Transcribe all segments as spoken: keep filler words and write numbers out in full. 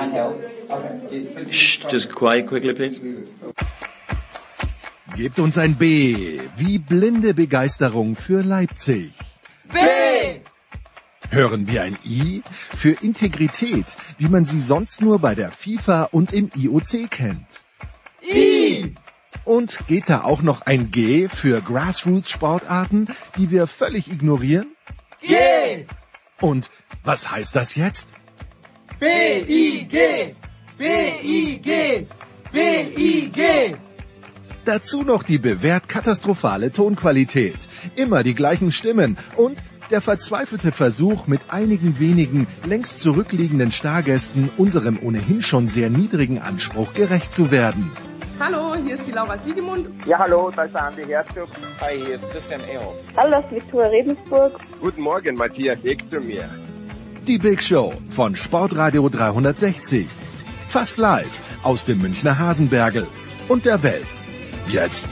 Shh, just quiet quickly, please. Gebt uns ein B, wie blinde Begeisterung für Leipzig. B! Hören wir ein I für Integrität, wie man sie sonst nur bei der FIFA und im I O C kennt. I! Und geht da auch noch ein G für Grassroots-Sportarten, die wir völlig ignorieren? G! Und was heißt das jetzt? B I G! B I G! B I G! Dazu noch die bewährt katastrophale Tonqualität, immer die gleichen Stimmen und der verzweifelte Versuch, mit einigen wenigen längst zurückliegenden Stargästen unserem ohnehin schon sehr niedrigen Anspruch gerecht zu werden. Hallo, hier ist die Laura Siegemund. Ja, hallo, da ist der Andi Herzog. Hi, hier ist Christian Ehoff. Hallo, das ist Viktoria Rebensburg. Guten Morgen, Matthias Hector mir. Die Big Show von Sportradio dreihundertsechzig. Fast live aus dem Münchner Hasenbergel und der Welt. Jetzt.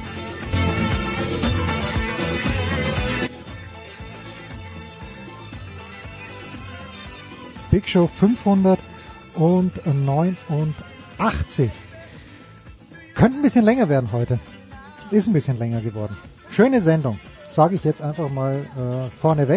Big Show fünfhundertneunundachtzig. Könnte ein bisschen länger werden heute. Ist ein bisschen länger geworden. Schöne Sendung, sage ich jetzt einfach mal äh, vorneweg.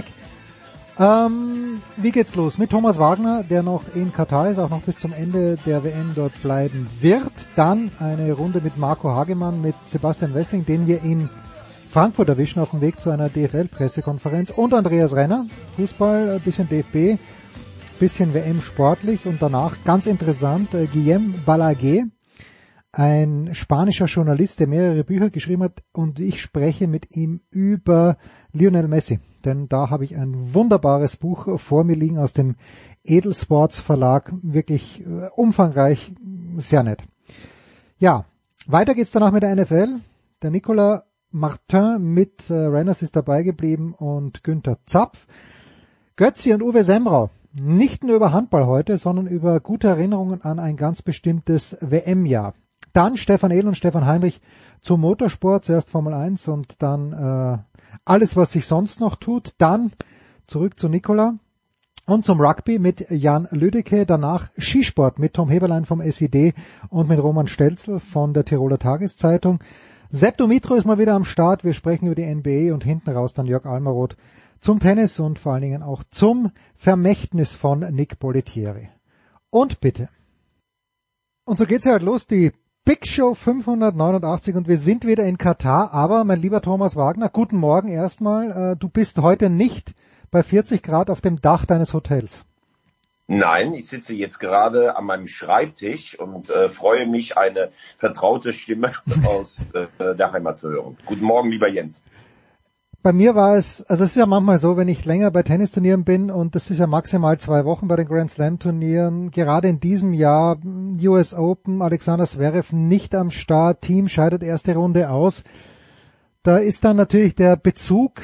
Ähm, wie geht's los? Mit Thomas Wagner, der noch in Katar ist, auch noch bis zum Ende der W M dort bleiben wird. Dann eine Runde mit Marco Hagemann, mit Sebastian Wessling, den wir in Frankfurt erwischen auf dem Weg zu einer D F L-Pressekonferenz. Und Andreas Renner, Fußball, ein bisschen D F B, bisschen W M sportlich. Und danach, ganz interessant, äh, Guillem Balaguer, ein spanischer Journalist, der mehrere Bücher geschrieben hat, und ich spreche mit ihm über Lionel Messi. Denn da habe ich ein wunderbares Buch vor mir liegen aus dem Edelsports Verlag. Wirklich äh, umfangreich, sehr nett. Ja, weiter geht's danach mit der N F L. Der Nicolas Martin mit äh, Renners ist dabei geblieben und Günther Zapf. Götzi und Uwe Semrau. Nicht nur über Handball heute, sondern über gute Erinnerungen an ein ganz bestimmtes W M-Jahr. Dann Stefan Ehl und Stefan Heinrich zum Motorsport, zuerst Formel eins und dann äh, alles, was sich sonst noch tut. Dann zurück zu Nicola und zum Rugby mit Jan Lüdecke. Danach Skisport mit Tom Heberlein vom S I D und mit Roman Stelzl von der Tiroler Tageszeitung. Sepp Dumitro ist mal wieder am Start. Wir sprechen über die N B A und hinten raus dann Jörg Almaroth zum Tennis und vor allen Dingen auch zum Vermächtnis von Nick Bollettieri. Und bitte. Und so geht's ja halt los, die Big Show fünfhundertneunundachtzig, und wir sind wieder in Katar, aber mein lieber Thomas Wagner, guten Morgen erstmal. Du bist heute nicht bei vierzig Grad auf dem Dach deines Hotels. Nein, ich sitze jetzt gerade an meinem Schreibtisch und äh, freue mich, eine vertraute Stimme aus äh, der Heimat zu hören. Guten Morgen, lieber Jens. Bei mir war es, also es ist ja manchmal so, wenn ich länger bei Tennisturnieren bin, und das ist ja maximal zwei Wochen bei den Grand Slam Turnieren, gerade in diesem Jahr U S Open, Alexander Zverev nicht am Start, Team scheidet erste Runde aus, da ist dann natürlich der Bezug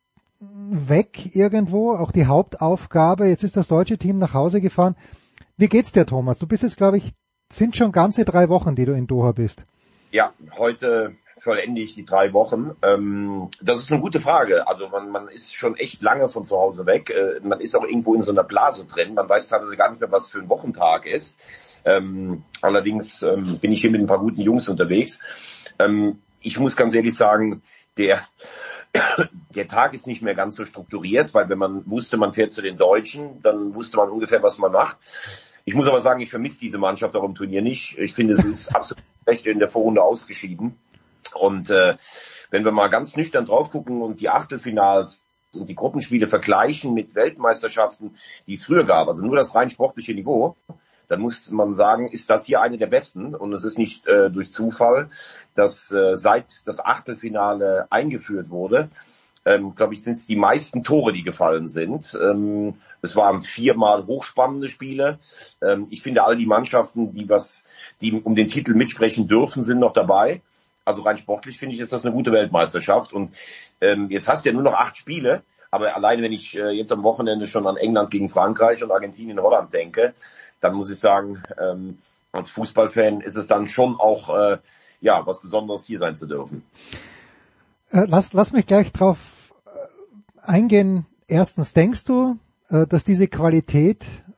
weg irgendwo, auch die Hauptaufgabe. Jetzt ist das deutsche Team nach Hause gefahren. Wie geht's dir, Thomas? Du bist jetzt, glaube ich, sind schon ganze drei Wochen, die du in Doha bist. Ja, heute vollende ich die drei Wochen. Ähm, das ist eine gute Frage. Also man, man ist schon echt lange von zu Hause weg. Äh, man ist auch irgendwo in so einer Blase drin. Man weiß teilweise gar nicht mehr, was für ein Wochentag ist. Ähm, allerdings ähm, bin ich hier mit ein paar guten Jungs unterwegs. Ähm, ich muss ganz ehrlich sagen, der der Tag ist nicht mehr ganz so strukturiert, weil wenn man wusste, man fährt zu den Deutschen, dann wusste man ungefähr, was man macht. Ich muss aber sagen, ich vermisse diese Mannschaft auch im Turnier nicht. Ich finde, sie ist absolut recht in der Vorrunde ausgeschieden. Und äh, wenn wir mal ganz nüchtern drauf gucken und die Achtelfinals und die Gruppenspiele vergleichen mit Weltmeisterschaften, die es früher gab, also nur das rein sportliche Niveau, dann muss man sagen, ist das hier eine der besten. Und es ist nicht äh, durch Zufall, dass äh, seit das Achtelfinale eingeführt wurde, ähm, glaube ich, sind es die meisten Tore, die gefallen sind. Ähm, es waren viermal hochspannende Spiele. Ähm, ich finde, all die Mannschaften, die was, die um den Titel mitsprechen dürfen, sind noch dabei. Also rein sportlich finde ich, ist das eine gute Weltmeisterschaft. Und ähm, jetzt hast du ja nur noch acht Spiele. Aber allein wenn ich äh, jetzt am Wochenende schon an England gegen Frankreich und Argentinien, Holland denke, dann muss ich sagen, ähm, als Fußballfan ist es dann schon auch äh, ja was Besonderes, hier sein zu dürfen. Äh, lass, lass mich gleich drauf äh, eingehen. Erstens, denkst du, äh, dass diese Qualität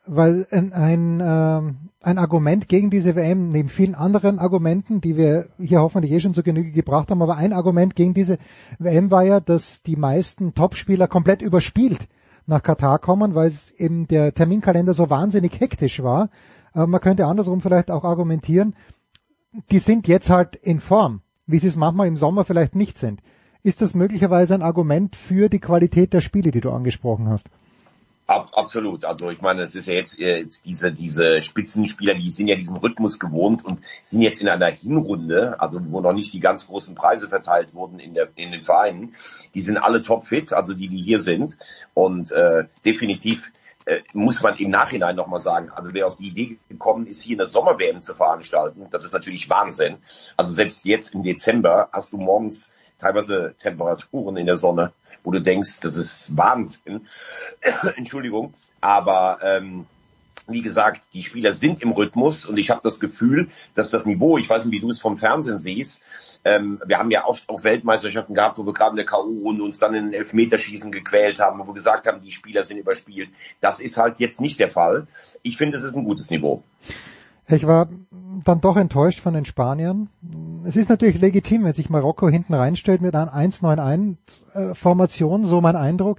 weil ein, ein, ähm, ein Argument gegen diese W M, neben vielen anderen Argumenten, die wir hier hoffentlich eh schon zur Genüge gebracht haben, aber ein Argument gegen diese W M war ja, dass die meisten Topspieler komplett überspielt nach Katar kommen, weil es eben der Terminkalender so wahnsinnig hektisch war. Aber man könnte andersrum vielleicht auch argumentieren, die sind jetzt halt in Form, wie sie es manchmal im Sommer vielleicht nicht sind. Ist das möglicherweise ein Argument für die Qualität der Spiele, die du angesprochen hast? Absolut. Also ich meine, es ist ja jetzt äh, diese diese Spitzenspieler, die sind ja diesen Rhythmus gewohnt und sind jetzt in einer Hinrunde, also wo noch nicht die ganz großen Preise verteilt wurden in der in den Vereinen. Die sind alle topfit, also die, die hier sind. Und äh, definitiv äh, muss man im Nachhinein nochmal sagen, also wer auf die Idee gekommen ist, hier eine Sommer-W M zu veranstalten, das ist natürlich Wahnsinn. Also selbst jetzt im Dezember hast du morgens teilweise Temperaturen in der Sonne, wo du denkst, das ist Wahnsinn. Entschuldigung. Aber ähm, wie gesagt, die Spieler sind im Rhythmus und ich habe das Gefühl, dass das Niveau, ich weiß nicht, wie du es vom Fernsehen siehst, ähm, wir haben ja oft auch Weltmeisterschaften gehabt, wo wir gerade in der K O-Runde uns dann in den Elfmeterschießen gequält haben, wo wir gesagt haben, die Spieler sind überspielt. Das ist halt jetzt nicht der Fall. Ich finde, es ist ein gutes Niveau. Ich war dann doch enttäuscht von den Spaniern. Es ist natürlich legitim, wenn sich Marokko hinten reinstellt mit einer eins neun eins Formation, so mein Eindruck.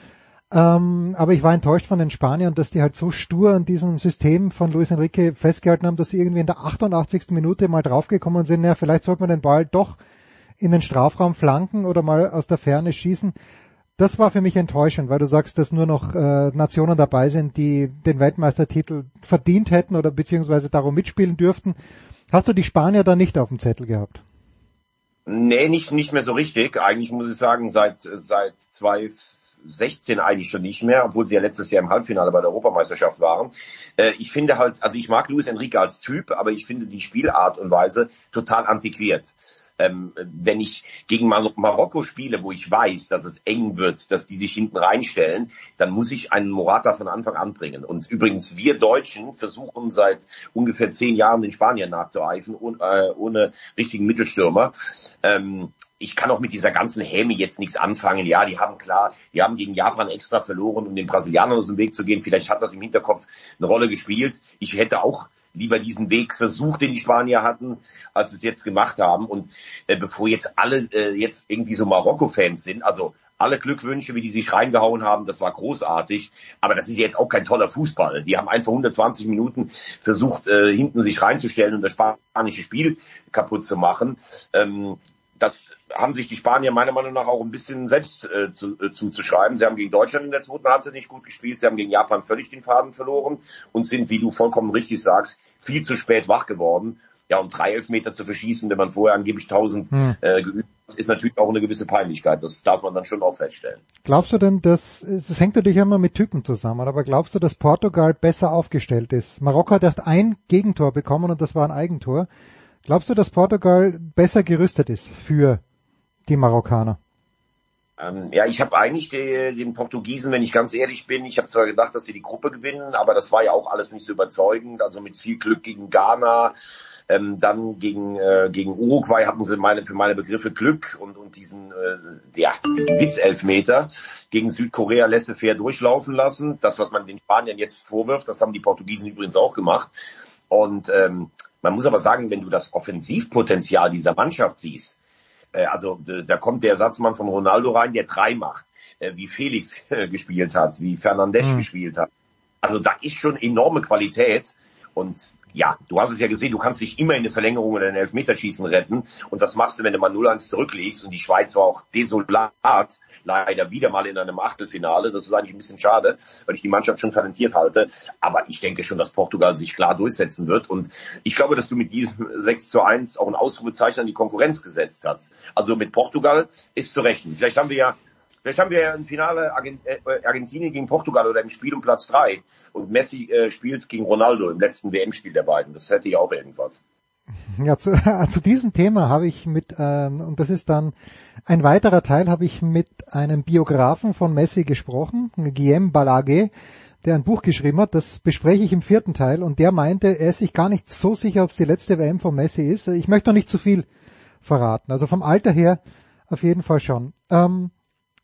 Ähm, aber ich war enttäuscht von den Spaniern, dass die halt so stur an diesem System von Luis Enrique festgehalten haben, dass sie irgendwie in der achtundachtzigsten Minute mal draufgekommen sind, ja, vielleicht sollte man den Ball doch in den Strafraum flanken oder mal aus der Ferne schießen. Das war für mich enttäuschend, weil du sagst, dass nur noch äh, Nationen dabei sind, die den Weltmeistertitel verdient hätten oder beziehungsweise darum mitspielen dürften. Hast du die Spanier da nicht auf dem Zettel gehabt? Nee, nicht nicht mehr so richtig. Eigentlich muss ich sagen, seit seit zwanzig sechzehn eigentlich schon nicht mehr, obwohl sie ja letztes Jahr im Halbfinale bei der Europameisterschaft waren. Äh, ich finde halt, also ich mag Luis Enrique als Typ, aber ich finde die Spielart und Weise total antiquiert. Ähm, wenn ich gegen Mar- Marokko spiele, wo ich weiß, dass es eng wird, dass die sich hinten reinstellen, dann muss ich einen Morata von Anfang an bringen. Und übrigens, wir Deutschen versuchen seit ungefähr zehn Jahren den Spaniern nachzueifern, ohne, äh, ohne richtigen Mittelstürmer. Ähm, ich kann auch mit dieser ganzen Häme jetzt nichts anfangen. Ja, die haben klar, die haben gegen Japan extra verloren, um den Brasilianern aus dem Weg zu gehen. Vielleicht hat das im Hinterkopf eine Rolle gespielt. Ich hätte auch lieber diesen Weg versucht, den die Spanier hatten, als es jetzt gemacht haben. Und äh, bevor jetzt alle äh, jetzt irgendwie so Marokko-Fans sind, also alle Glückwünsche, wie die sich reingehauen haben, das war großartig. Aber das ist jetzt auch kein toller Fußball. Die haben einfach hundertzwanzig Minuten versucht, äh, hinten sich reinzustellen und das spanische Spiel kaputt zu machen. Ähm, das haben sich die Spanier meiner Meinung nach auch ein bisschen selbst äh, zu, äh, zuzuschreiben. Sie haben gegen Deutschland in der zweiten Halbzeit nicht gut gespielt, sie haben gegen Japan völlig den Faden verloren und sind, wie du vollkommen richtig sagst, viel zu spät wach geworden. Ja, um drei Elfmeter zu verschießen, wenn man vorher angeblich tausend hm. äh, geübt hat, ist natürlich auch eine gewisse Peinlichkeit. Das darf man dann schon auch feststellen. Glaubst du denn, dass, es hängt natürlich immer mit Typen zusammen, aber glaubst du, dass Portugal besser aufgestellt ist? Marokko hat erst ein Gegentor bekommen und das war ein Eigentor. Glaubst du, dass Portugal besser gerüstet ist für die Marokkaner? Ähm, ja, ich habe eigentlich die, den Portugiesen, wenn ich ganz ehrlich bin, ich habe zwar gedacht, dass sie die Gruppe gewinnen, aber das war ja auch alles nicht so überzeugend. Also mit viel Glück gegen Ghana, ähm, dann gegen äh, gegen Uruguay hatten sie meine für meine Begriffe Glück und und diesen äh, ja diesen Witzelfmeter gegen Südkorea laissez-faire durchlaufen lassen. Das, was man den Spaniern jetzt vorwirft, das haben die Portugiesen übrigens auch gemacht. Und ähm, man muss aber sagen, wenn du das Offensivpotenzial dieser Mannschaft siehst, äh, also äh, da kommt der Ersatzmann von Ronaldo rein, der drei macht, äh, wie Felix äh, gespielt hat, wie Fernandes mhm. gespielt hat. Also da ist schon enorme Qualität und ja, du hast es ja gesehen, du kannst dich immer in eine Verlängerung oder in ein Elfmeterschießen retten und das machst du, wenn du mal null eins zurücklegst und die Schweiz war auch desolat, leider wieder mal in einem Achtelfinale. Das ist eigentlich ein bisschen schade, weil ich die Mannschaft schon talentiert halte. Aber ich denke schon, dass Portugal sich klar durchsetzen wird. Und ich glaube, dass du mit diesem sechs zu eins auch ein Ausrufezeichen an die Konkurrenz gesetzt hast. Also mit Portugal ist zu rechnen. Vielleicht haben wir ja Vielleicht haben wir ja im Finale Argentinien gegen Portugal oder im Spiel um Platz drei. Und Messi äh, spielt gegen Ronaldo im letzten W M-Spiel der beiden. Das hätte ja auch irgendwas. Ja, zu, zu diesem Thema habe ich mit, ähm, und das ist dann ein weiterer Teil, habe ich mit einem Biografen von Messi gesprochen, Guillem Balaguer, der ein Buch geschrieben hat. Das bespreche ich im vierten Teil. Und der meinte, er ist sich gar nicht so sicher, ob es die letzte W M von Messi ist. Ich möchte noch nicht zu viel verraten. Also vom Alter her auf jeden Fall schon. Ähm,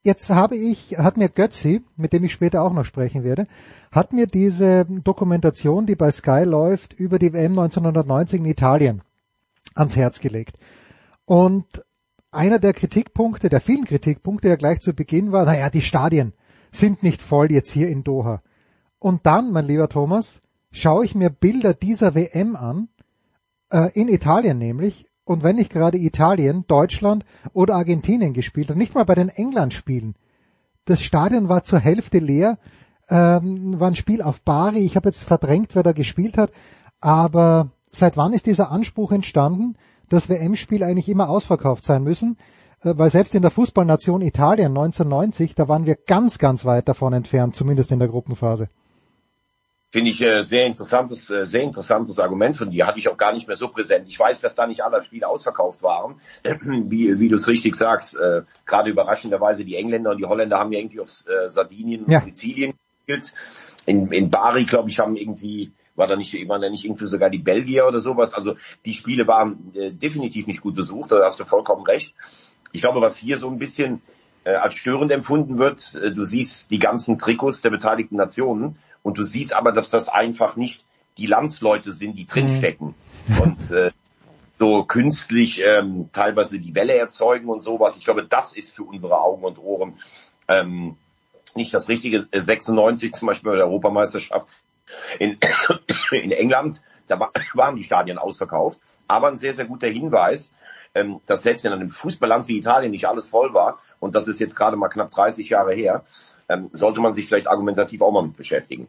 jetzt habe ich, hat mir Götzi, mit dem ich später auch noch sprechen werde, hat mir diese Dokumentation, die bei Sky läuft, über die W M neunzehnhundertneunzig in Italien ans Herz gelegt. Und einer der Kritikpunkte, der vielen Kritikpunkte ja gleich zu Beginn war, naja, die Stadien sind nicht voll jetzt hier in Doha. Und dann, mein lieber Thomas, schaue ich mir Bilder dieser W M an, äh, in Italien nämlich, und wenn nicht gerade Italien, Deutschland oder Argentinien gespielt hat, nicht mal bei den England-Spielen, das Stadion war zur Hälfte leer, ähm, war ein Spiel auf Bari, ich habe jetzt verdrängt, wer da gespielt hat, aber seit wann ist dieser Anspruch entstanden, dass W M-Spiele eigentlich immer ausverkauft sein müssen? Äh, weil selbst in der Fußballnation Italien neunzehnhundertneunzig, da waren wir ganz, ganz weit davon entfernt, zumindest in der Gruppenphase. Finde ich äh, sehr interessantes, äh, sehr interessantes Argument von dir. Hatte ich auch gar nicht mehr so präsent. Ich weiß, dass da nicht alle Spiele ausverkauft waren, wie wie du es richtig sagst. Äh, gerade überraschenderweise die Engländer und die Holländer haben ja irgendwie auf äh, Sardinien und ja. Sizilien gespielt. In, in Bari, glaube ich, haben irgendwie war da nicht, waren da nicht irgendwie sogar die Belgier oder sowas. Also die Spiele waren äh, definitiv nicht gut besucht. Da hast du vollkommen recht. Ich glaube, was hier so ein bisschen äh, als störend empfunden wird, äh, du siehst die ganzen Trikots der beteiligten Nationen. Und du siehst aber, dass das einfach nicht die Landsleute sind, die drinstecken und äh, so künstlich ähm, teilweise die Welle erzeugen und sowas. Ich glaube, das ist für unsere Augen und Ohren ähm, nicht das Richtige. sechsundneunzig zum Beispiel bei der Europameisterschaft in, in England, da war, waren die Stadien ausverkauft. Aber ein sehr, sehr guter Hinweis, ähm, dass selbst in einem Fußballland wie Italien nicht alles voll war. Und das ist jetzt gerade mal knapp dreißig Jahre her. Ähm, sollte man sich vielleicht argumentativ auch mal mit beschäftigen.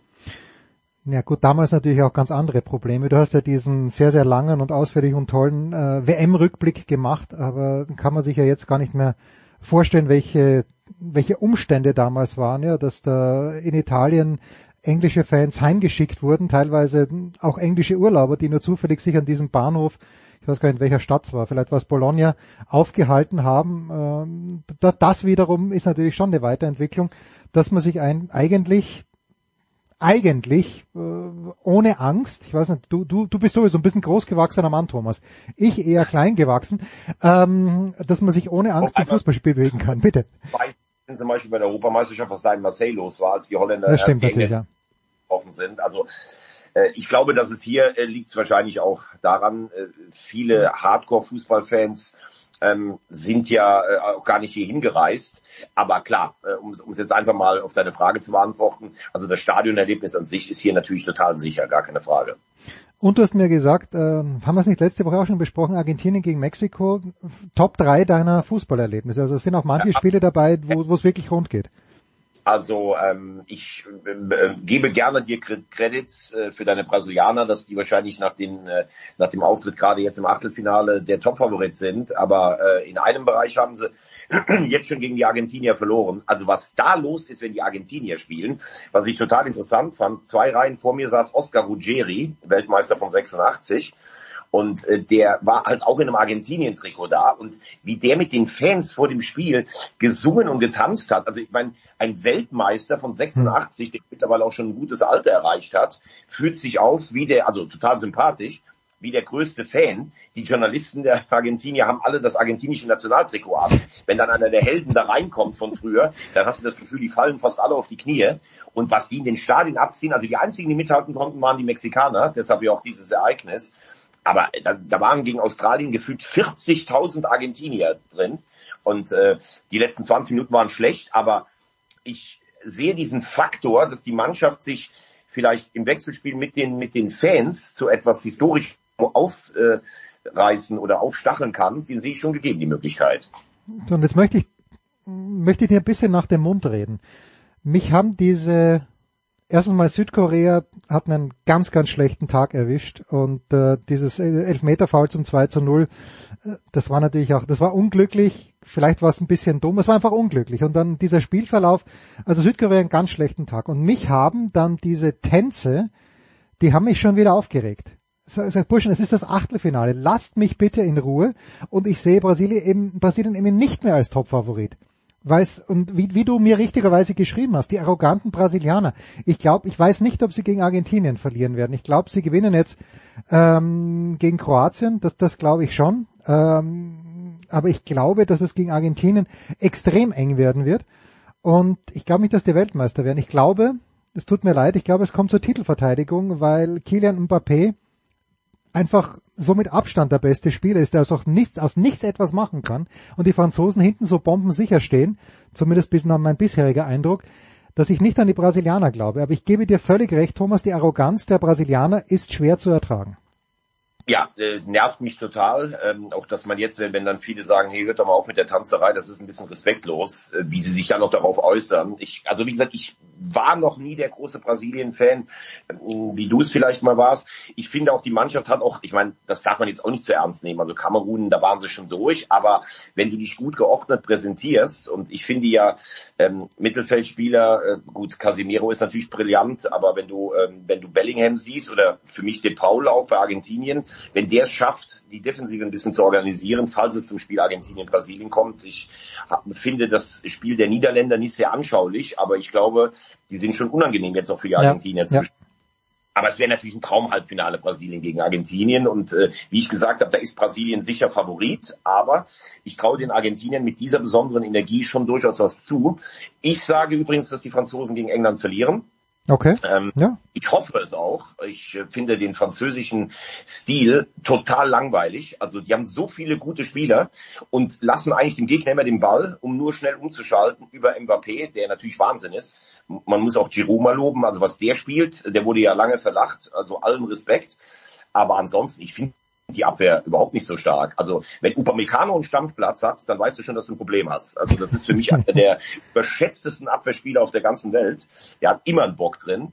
Ja gut, damals natürlich auch ganz andere Probleme. Du hast ja diesen sehr, sehr langen und ausführlichen und tollen äh, W M-Rückblick gemacht, aber kann man sich ja jetzt gar nicht mehr vorstellen, welche welche Umstände damals waren, ja, dass da in Italien englische Fans heimgeschickt wurden, teilweise auch englische Urlauber, die nur zufällig sich an diesem Bahnhof, ich weiß gar nicht, in welcher Stadt es war, vielleicht war es Bologna, aufgehalten haben. Das, das wiederum ist natürlich schon eine Weiterentwicklung, dass man sich ein, eigentlich, eigentlich äh, ohne Angst, ich weiß nicht, du, du, du bist sowieso ein bisschen großgewachsener Mann, Thomas, ich eher klein gewachsen, ähm, dass man sich ohne Angst zum Fußballspiel bewegen kann, bitte. Zum Beispiel bei der Europameisterschaft, was da in Marseille los war, als die Holländer das stimmt natürlich, ja. offen sind. Also äh, ich glaube, dass es hier äh, liegt es wahrscheinlich auch daran, äh, viele Hardcore-Fußballfans ähm, sind ja äh, auch gar nicht hier hingereist. Aber klar, äh, um es jetzt einfach mal auf deine Frage zu beantworten, also das Stadionerlebnis an sich ist hier natürlich total sicher, gar keine Frage. Und du hast mir gesagt, äh, haben wir es nicht letzte Woche auch schon besprochen, Argentinien gegen Mexiko, Top drei deiner Fußballerlebnisse. Also es sind auch manche ja. Spiele dabei, wo wo es wirklich rund geht. Also ähm, ich äh, gebe gerne dir Credits äh, für deine Brasilianer, dass die wahrscheinlich nach, den, äh, nach dem Auftritt gerade jetzt im Achtelfinale der Topfavorit sind. Aber äh, in einem Bereich haben sie jetzt schon gegen die Argentinier verloren. Also was da los ist, wenn die Argentinier spielen, was ich total interessant fand, zwei Reihen vor mir saß Oscar Ruggeri, Weltmeister von sechsundachtzig. Und äh, der war halt auch in einem Argentinien-Trikot da. Und wie der mit den Fans vor dem Spiel gesungen und getanzt hat. Also ich meine, ein Weltmeister von sechsundachtzig, der mittlerweile auch schon ein gutes Alter erreicht hat, fühlt sich auf wie der, also total sympathisch, wie der größte Fan. Die Journalisten der Argentinier haben alle das argentinische Nationaltrikot an. Wenn dann einer der Helden da reinkommt von früher, dann hast du das Gefühl, die fallen fast alle auf die Knie. Und was die in den Stadien abziehen, also die einzigen, die mithalten konnten, waren die Mexikaner. Deshalb ja auch dieses Ereignis. Aber da, da waren gegen Australien gefühlt vierzigtausend Argentinier drin. Und äh, die letzten zwanzig Minuten waren schlecht. Aber ich sehe diesen Faktor, dass die Mannschaft sich vielleicht im Wechselspiel mit den mit den Fans zu etwas historisch aufreißen äh, oder aufstacheln kann, den sehe ich schon gegeben, die Möglichkeit. So, und jetzt möchte ich, möchte ich dir ein bisschen nach dem Mund reden. Mich haben diese... Erstens mal, Südkorea hat einen ganz, ganz schlechten Tag erwischt und äh, dieses Elfmeter-Foul zum zwei zu null, äh, das war natürlich auch, das war unglücklich, vielleicht war es ein bisschen dumm, es war einfach unglücklich. Und dann dieser Spielverlauf, also Südkorea einen ganz schlechten Tag. Und mich haben dann diese Tänze, die haben mich schon wieder aufgeregt. Ich sag, Burschen, es ist das Achtelfinale, lasst mich bitte in Ruhe. Und ich sehe Brasilien eben, Brasilien eben nicht mehr als Topfavorit. Weiß, und wie, wie du mir richtigerweise geschrieben hast, die arroganten Brasilianer. Ich glaube, ich weiß nicht, ob sie gegen Argentinien verlieren werden. Ich glaube, sie gewinnen jetzt ähm, gegen Kroatien, das, das glaube ich schon. Ähm, aber ich glaube, dass es gegen Argentinien extrem eng werden wird. Und ich glaube nicht, dass die Weltmeister werden. Ich glaube, es tut mir leid, ich glaube, es kommt zur Titelverteidigung, weil Kylian Mbappé einfach so mit Abstand der beste Spieler ist, der aus nichts, aus nichts etwas machen kann und die Franzosen hinten so bombensicher stehen, zumindest bis nach mein bisheriger Eindruck, dass ich nicht an die Brasilianer glaube. Aber ich gebe dir völlig recht, Thomas, die Arroganz der Brasilianer ist schwer zu ertragen. Ja, äh, nervt mich total. Ähm, auch, dass man jetzt, wenn, wenn dann viele sagen, hey, hört doch mal auf mit der Tanzerei, das ist ein bisschen respektlos, äh, wie sie sich ja noch darauf äußern. Ich, also wie gesagt, ich war noch nie der große Brasilien-Fan, äh, wie du es vielleicht mal warst. Ich finde auch, die Mannschaft hat auch, ich meine, das darf man jetzt auch nicht zu ernst nehmen. Also Kamerun, da waren sie schon durch, aber wenn du dich gut geordnet präsentierst, und ich finde ja, ähm, Mittelfeldspieler, äh, gut, Casemiro ist natürlich brillant, aber wenn du, ähm, wenn du Bellingham siehst, oder für mich De Paul auch bei Argentinien, wenn der es schafft, die Defensive ein bisschen zu organisieren, falls es zum Spiel Argentinien-Brasilien kommt. Ich hab, finde das Spiel der Niederländer nicht sehr anschaulich, aber ich glaube, die sind schon unangenehm jetzt auch für die Argentinier. Ja, ja. Aber es wäre natürlich ein Traumhalbfinale Brasilien gegen Argentinien. Und äh, wie ich gesagt habe, da ist Brasilien sicher Favorit. Aber ich traue den Argentiniern mit dieser besonderen Energie schon durchaus was zu. Ich sage übrigens, dass die Franzosen gegen England verlieren. Okay. Ähm, ja. Ich hoffe es auch. Ich äh, finde den französischen Stil total langweilig. Also die haben so viele gute Spieler und lassen eigentlich dem Gegner immer den Ball, um nur schnell umzuschalten über Mbappé, der natürlich Wahnsinn ist. Man muss auch Giroud mal loben, also was der spielt, der wurde ja lange verlacht, also allen Respekt. Aber ansonsten, ich finde die Abwehr überhaupt nicht so stark. Also wenn Upamecano einen Stammplatz hat, dann weißt du schon, dass du ein Problem hast. Also das ist für mich einer der überschätztesten Abwehrspieler auf der ganzen Welt. Der hat immer einen Bock drin.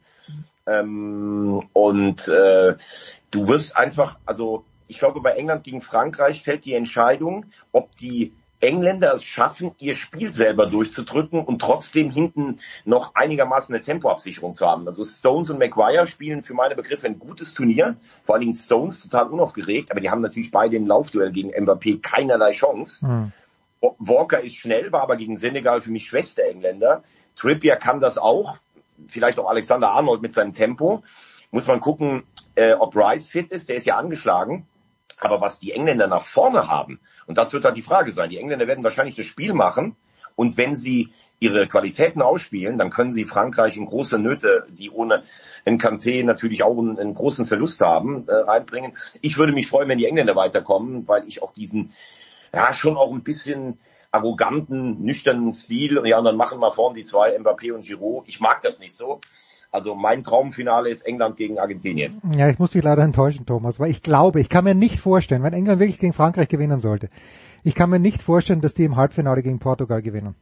Ähm, und äh, du wirst einfach, also ich glaube, bei England gegen Frankreich fällt die Entscheidung, ob die Engländer es schaffen, ihr Spiel selber durchzudrücken und trotzdem hinten noch einigermaßen eine Tempoabsicherung zu haben. Also Stones und Maguire spielen für meine Begriffe ein gutes Turnier, vor allen Dingen Stones total unaufgeregt, aber die haben natürlich beide im Laufduell gegen Mbappé keinerlei Chance. Mhm. Walker ist schnell, war aber gegen Senegal für mich schwächster Engländer. Trippier kann das auch, vielleicht auch Alexander Arnold mit seinem Tempo. Muss man gucken, äh, ob Rice fit ist, der ist ja angeschlagen. Aber was die Engländer nach vorne haben, und das wird dann die Frage sein, die Engländer werden wahrscheinlich das Spiel machen und wenn sie ihre Qualitäten ausspielen, dann können sie Frankreich in große Nöte, die ohne Kanté natürlich auch einen, einen großen Verlust haben, äh, reinbringen. Ich würde mich freuen, wenn die Engländer weiterkommen, weil ich auch diesen, ja, schon auch ein bisschen arroganten, nüchternen Stil, ja, und dann machen wir vorne die zwei, Mbappé und Giroud. Ich mag das nicht so. Also mein Traumfinale ist England gegen Argentinien. Ja, ich muss dich leider enttäuschen, Thomas, weil ich glaube, ich kann mir nicht vorstellen, wenn England wirklich gegen Frankreich gewinnen sollte, ich kann mir nicht vorstellen, dass die im Halbfinale gegen Portugal gewinnen.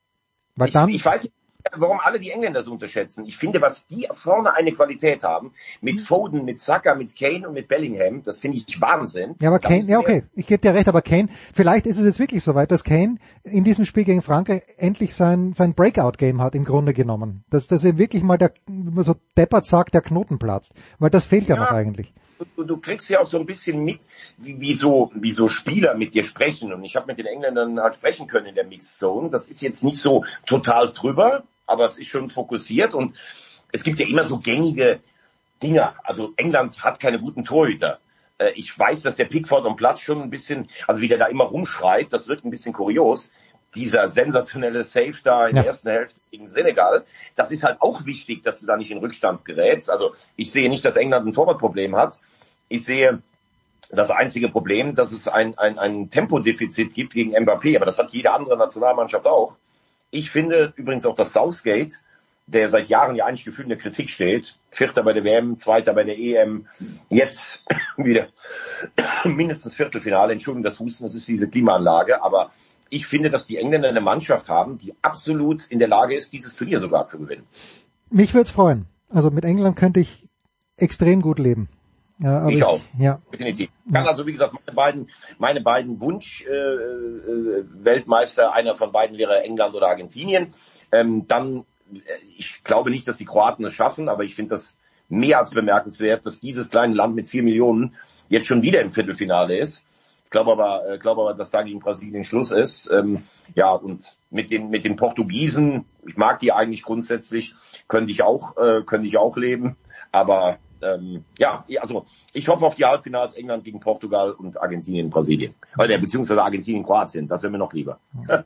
Weil ich, dann, ich weiß nicht, warum alle die Engländer so unterschätzen. Ich finde, was die vorne eine Qualität haben, mit Foden, mit Saka, mit Kane und mit Bellingham, das finde ich Wahnsinn. Ja, aber Kane, ja okay, ich gebe dir recht, aber Kane, vielleicht ist es jetzt wirklich so weit, dass Kane in diesem Spiel gegen Frankreich endlich sein sein Breakout-Game hat, im Grunde genommen. Dass, dass er wirklich mal, der, wie man so deppert sagt, der Knoten platzt. Weil das fehlt ja, ja noch eigentlich. Du, du kriegst ja auch so ein bisschen mit, wie, wie, so, wie so Spieler mit dir sprechen. Und ich habe mit den Engländern halt sprechen können in der Mixed Zone. Das ist jetzt nicht so total drüber, aber es ist schon fokussiert. Und es gibt ja immer so gängige Dinger. Also England hat keine guten Torhüter. Äh, ich weiß, dass der Pickford am Platz schon ein bisschen, also wie der da immer rumschreit, das wird ein bisschen kurios. Dieser sensationelle Save da in ja. der ersten Hälfte gegen Senegal, das ist halt auch wichtig, dass du da nicht in Rückstand gerätst. Also ich sehe nicht, dass England ein Torwartproblem hat. Ich sehe das einzige Problem, dass es ein, ein, ein Tempodefizit gibt gegen Mbappé, aber das hat jede andere Nationalmannschaft auch. Ich finde übrigens auch, dass Southgate, der seit Jahren ja eigentlich gefühlt in der Kritik steht, Vierter bei der W M, Zweiter bei der E M, jetzt wieder mindestens Viertelfinale, Entschuldigung das Husten, das ist diese Klimaanlage, aber ich finde, dass die Engländer eine Mannschaft haben, die absolut in der Lage ist, dieses Turnier sogar zu gewinnen. Mich würde es freuen. Also mit England könnte ich extrem gut leben. Ja, aber ich, ich auch, ja. definitiv. Kann also, wie gesagt, meine beiden, meine beiden Wunsch-Weltmeister, äh, äh, einer von beiden wäre England oder Argentinien. Ähm, dann, äh, ich glaube nicht, dass die Kroaten es schaffen, aber ich finde das mehr als bemerkenswert, dass dieses kleine Land mit vier Millionen jetzt schon wieder im Viertelfinale ist. Ich glaube aber, äh, glaube aber, dass da gegen Brasilien Schluss ist. Ähm, ja, und mit den mit den Portugiesen, ich mag die eigentlich grundsätzlich, könnte ich auch, äh, könnte ich auch leben. Aber ähm, ja, also ich hoffe auf die Halbfinals England gegen Portugal und Argentinien, Brasilien. Oder beziehungsweise Argentinien, Kroatien. Das wäre mir noch lieber.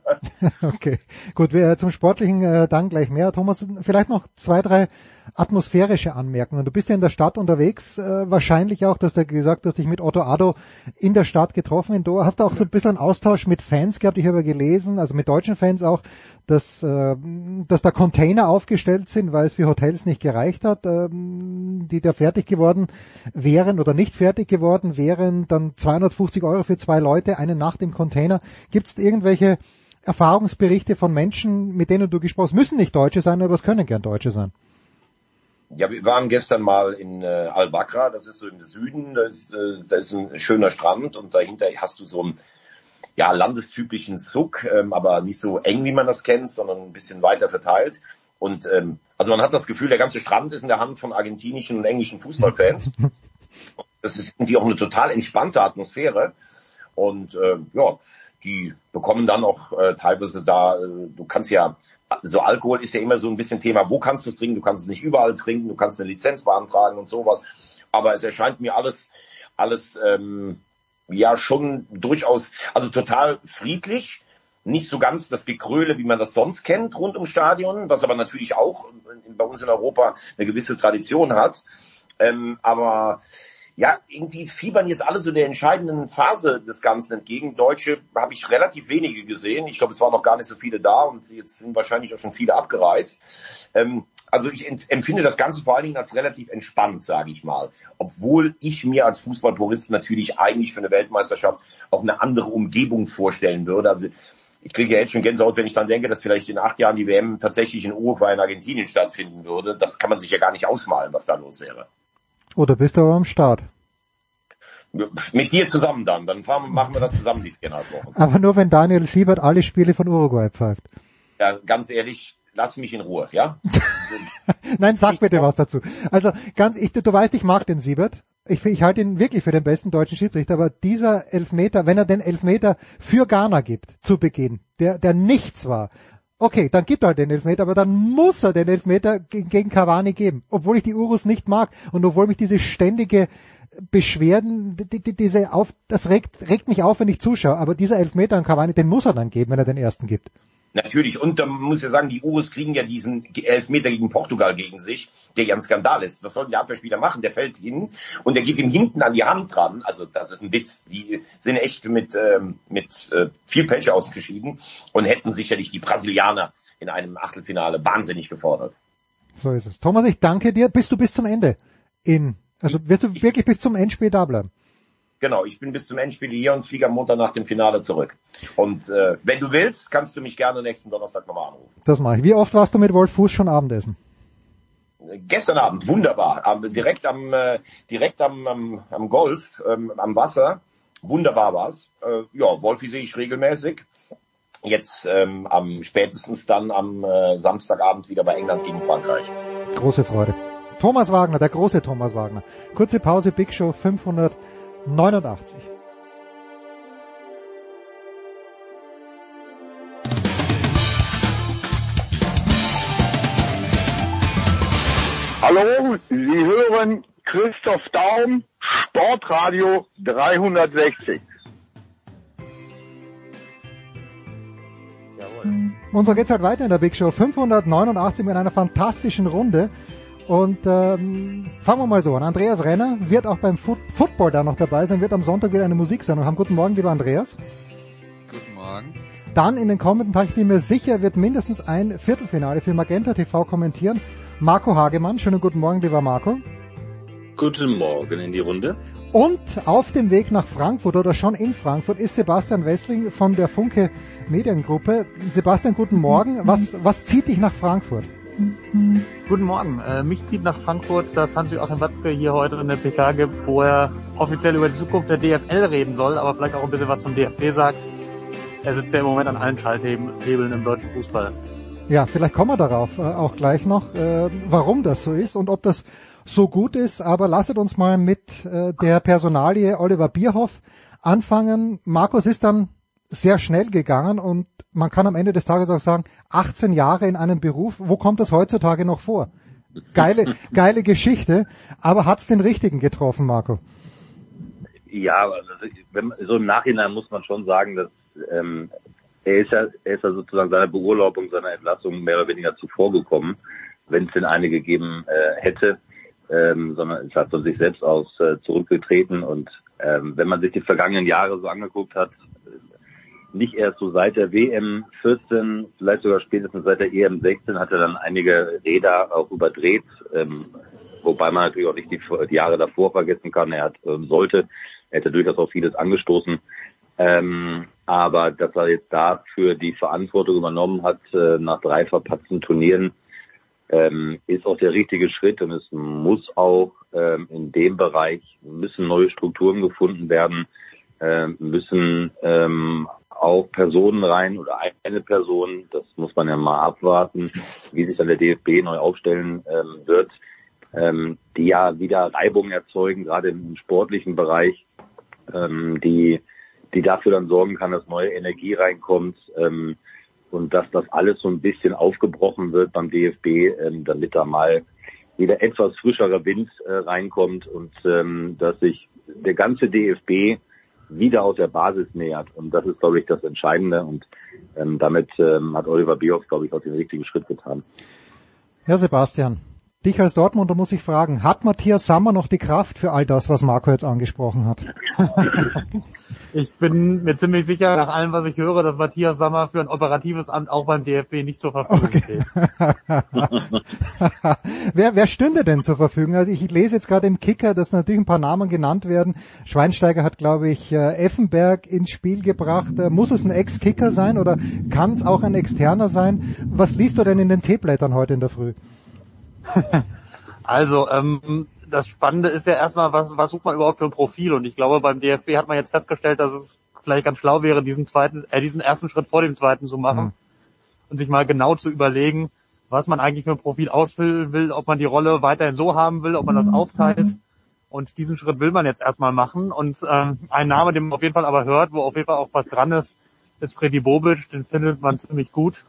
Okay, gut, wir zum Sportlichen äh, dann gleich mehr. Thomas, vielleicht noch zwei, drei atmosphärische Anmerkungen. Du bist ja in der Stadt unterwegs, äh, wahrscheinlich auch, dass du gesagt hast, dich mit Otto Addo in der Stadt getroffen in Doha. Hast du auch so ein bisschen einen Austausch mit Fans gehabt? Ich habe gelesen, also mit deutschen Fans auch, dass, äh, dass da Container aufgestellt sind, weil es für Hotels nicht gereicht hat, ähm, die da fertig geworden wären oder nicht fertig geworden wären, dann zweihundertfünfzig Euro für zwei Leute, eine Nacht im Container. Gibt es irgendwelche Erfahrungsberichte von Menschen, mit denen du gesprochen hast? Müssen nicht Deutsche sein, aber es können gern Deutsche sein. Ja, wir waren gestern mal in äh, Al-Bakra, das ist so im Süden, das ist, äh, das ist ein schöner Strand und dahinter hast du so einen ja, landestypischen Suk, ähm, aber nicht so eng, wie man das kennt, sondern ein bisschen weiter verteilt. Und ähm, also man hat das Gefühl, der ganze Strand ist in der Hand von argentinischen und englischen Fußballfans. Das ist irgendwie auch eine total entspannte Atmosphäre. Und äh, ja, die bekommen dann auch äh, teilweise da, äh, du kannst ja, so Alkohol ist ja immer so ein bisschen Thema, wo kannst du es trinken? Du kannst es nicht überall trinken, du kannst eine Lizenz beantragen und sowas. Aber es erscheint mir alles, alles ähm, ja schon durchaus, also total friedlich. Nicht so ganz das Gekröle, wie man das sonst kennt rund ums Stadion, was aber natürlich auch bei uns in Europa eine gewisse Tradition hat. Ähm, aber ja, irgendwie fiebern jetzt alle so der entscheidenden Phase des Ganzen entgegen. Deutsche habe ich relativ wenige gesehen. Ich glaube, es waren noch gar nicht so viele da und jetzt sind wahrscheinlich auch schon viele abgereist. Ähm, also ich empfinde das Ganze vor allen Dingen als relativ entspannt, sage ich mal. Obwohl ich mir als Fußballpurist natürlich eigentlich für eine Weltmeisterschaft auch eine andere Umgebung vorstellen würde. Also ich kriege ja jetzt schon Gänsehaut, wenn ich dann denke, dass vielleicht in acht Jahren die W M tatsächlich in Uruguay in Argentinien stattfinden würde. Das kann man sich ja gar nicht ausmalen, was da los wäre. Oder bist du aber am Start? Mit dir zusammen dann. Dann fahren, machen wir das zusammen die viereinhalb Wochen. Aber nur wenn Daniel Siebert alle Spiele von Uruguay pfeift. Ja, ganz ehrlich, lass mich in Ruhe, ja? Nein, sag bitte was dazu. Also ganz, ich, du weißt, ich mag den Siebert. Ich, ich halte ihn wirklich für den besten deutschen Schiedsrichter, aber dieser Elfmeter, wenn er den Elfmeter für Ghana gibt, zu Beginn, der, der nichts war, okay, dann gibt er halt den Elfmeter, aber dann muss er den Elfmeter gegen, gegen Cavani geben, obwohl ich die Urus nicht mag und obwohl mich diese ständige Beschwerden, die, die, diese auf, das regt, regt mich auf, wenn ich zuschaue, aber dieser Elfmeter an Cavani, den muss er dann geben, wenn er den ersten gibt. Natürlich, und da muss ich ja sagen, die Urus kriegen ja diesen Elfmeter gegen Portugal gegen sich, der ja ein Skandal ist. Was soll der Abwehrspieler machen? Der fällt hin und der geht ihm hinten an die Hand dran. Also das ist ein Witz. Die sind echt mit ähm, mit äh, viel Pech ausgeschieden und hätten sicherlich die Brasilianer in einem Achtelfinale wahnsinnig gefordert. So ist es. Thomas, ich danke dir. Bist du bis zum Ende in, also wirst du ich, wirklich bis zum Endspiel da bleiben? Genau, ich bin bis zum Endspiel hier und fliege am Montag nach dem Finale zurück. Und äh, wenn du willst, kannst du mich gerne nächsten Donnerstag nochmal anrufen. Das mache ich. Wie oft warst du mit Wolf Fuß schon Abendessen? Äh, gestern Abend, wunderbar. Am, direkt am äh, direkt am, am, am Golf, ähm, am Wasser. Wunderbar war's. Äh, ja, Wolfi sehe ich regelmäßig. Jetzt ähm, am spätestens dann am äh, Samstagabend wieder bei England gegen Frankreich. Große Freude. Thomas Wagner, der große Thomas Wagner. Kurze Pause, Big Show fünfhundertneunundachtzig. Hallo, Sie hören Christoph Daum, Sportradio dreihundertsechzig. Jawohl. Und so geht's halt weiter in der Big Show fünfhundertneunundachtzig mit einer fantastischen Runde. Und ähm, fangen wir mal so an. Andreas Renner wird auch beim Foot- Football da noch dabei sein, wird am Sonntag wieder eine Musiksendung haben. Guten Morgen, lieber Andreas. Guten Morgen. Dann in den kommenden Tagen, ich bin mir sicher, wird mindestens ein Viertelfinale für Magenta T V kommentieren. Marco Hagemann, schönen guten Morgen, lieber Marco. Guten Morgen in die Runde. Und auf dem Weg nach Frankfurt oder schon in Frankfurt ist Sebastian Wessling von der Funke Mediengruppe. Sebastian, guten Morgen. Was, was zieht dich nach Frankfurt? Guten Morgen. Äh, mich zieht nach Frankfurt, dass Hans-Joachim Watzke hier heute in der P K gibt, wo er offiziell über die Zukunft der D F L reden soll, aber vielleicht auch ein bisschen was zum D F B sagt. Er sitzt ja im Moment an allen Schalthebeln im deutschen Fußball. Ja, vielleicht kommen wir darauf äh, auch gleich noch, äh, warum das so ist und ob das so gut ist. Aber lasset uns mal mit äh, der Personalie Oliver Bierhoff anfangen. Markus, ist dann sehr schnell gegangen und man kann am Ende des Tages auch sagen, achtzehn Jahre in einem Beruf, wo kommt das heutzutage noch vor? geile, geile Geschichte, aber hat's den Richtigen getroffen, Marco? Ja, also, wenn, so im Nachhinein muss man schon sagen, dass ähm, er ist ja, er ist ja sozusagen seiner Beurlaubung, seiner Entlassung mehr oder weniger zuvorgekommen, wenn es denn eine gegeben äh, hätte, ähm, sondern es hat von sich selbst aus äh, zurückgetreten. Und ähm, wenn man sich die vergangenen Jahre so angeguckt hat, nicht erst so seit der W M vierzehn, vielleicht sogar spätestens seit der E M sechzehn hat er dann einige Räder auch überdreht, ähm, wobei man natürlich auch nicht die, die Jahre davor vergessen kann. Er hat ähm, sollte, er hätte durchaus auch vieles angestoßen. Ähm, aber dass er jetzt dafür die Verantwortung übernommen hat, äh, nach drei verpatzten Turnieren, ähm, ist auch der richtige Schritt. Und es muss auch ähm, in dem Bereich, müssen neue Strukturen gefunden werden, äh, müssen ähm, auch Personen rein oder eine Person, das muss man ja mal abwarten, wie sich dann der D F B neu aufstellen ähm, wird, ähm, die ja wieder Reibung erzeugen, gerade im sportlichen Bereich, ähm, die die dafür dann sorgen kann, dass neue Energie reinkommt ähm, und dass das alles so ein bisschen aufgebrochen wird beim D F B, ähm, damit da mal wieder etwas frischerer Wind äh, reinkommt und ähm, dass sich der ganze D F B wieder aus der Basis nähert. Und das ist, glaube ich, das Entscheidende. Und ähm, damit ähm, hat Oliver Bierhoff, glaube ich, auch den richtigen Schritt getan. Ja, Sebastian, dich als Dortmunder muss ich fragen, hat Matthias Sammer noch die Kraft für all das, was Marco jetzt angesprochen hat? Ich bin mir ziemlich sicher, nach allem, was ich höre, dass Matthias Sammer für ein operatives Amt auch beim D F B nicht zur Verfügung okay. steht. wer, wer stünde denn zur Verfügung? Also ich lese jetzt gerade im Kicker, dass natürlich ein paar Namen genannt werden. Schweinsteiger hat, glaube ich, Effenberg ins Spiel gebracht. Muss es ein Ex-Kicker sein oder kann es auch ein Externer sein? Was liest du denn in den Teeblättern heute in der Früh? Also, ähm, das Spannende ist ja erstmal, was, was sucht man überhaupt für ein Profil? Und ich glaube, beim D F B hat man jetzt festgestellt, dass es vielleicht ganz schlau wäre, diesen zweiten, äh, diesen ersten Schritt vor dem zweiten zu machen mhm. und sich mal genau zu überlegen, was man eigentlich für ein Profil ausfüllen will, ob man die Rolle weiterhin so haben will, ob man das aufteilt. Und diesen Schritt will man jetzt erstmal machen. Und ähm, ein Name, den man auf jeden Fall aber hört, wo auf jeden Fall auch was dran ist, ist Freddy Bobic. Den findet man ziemlich gut.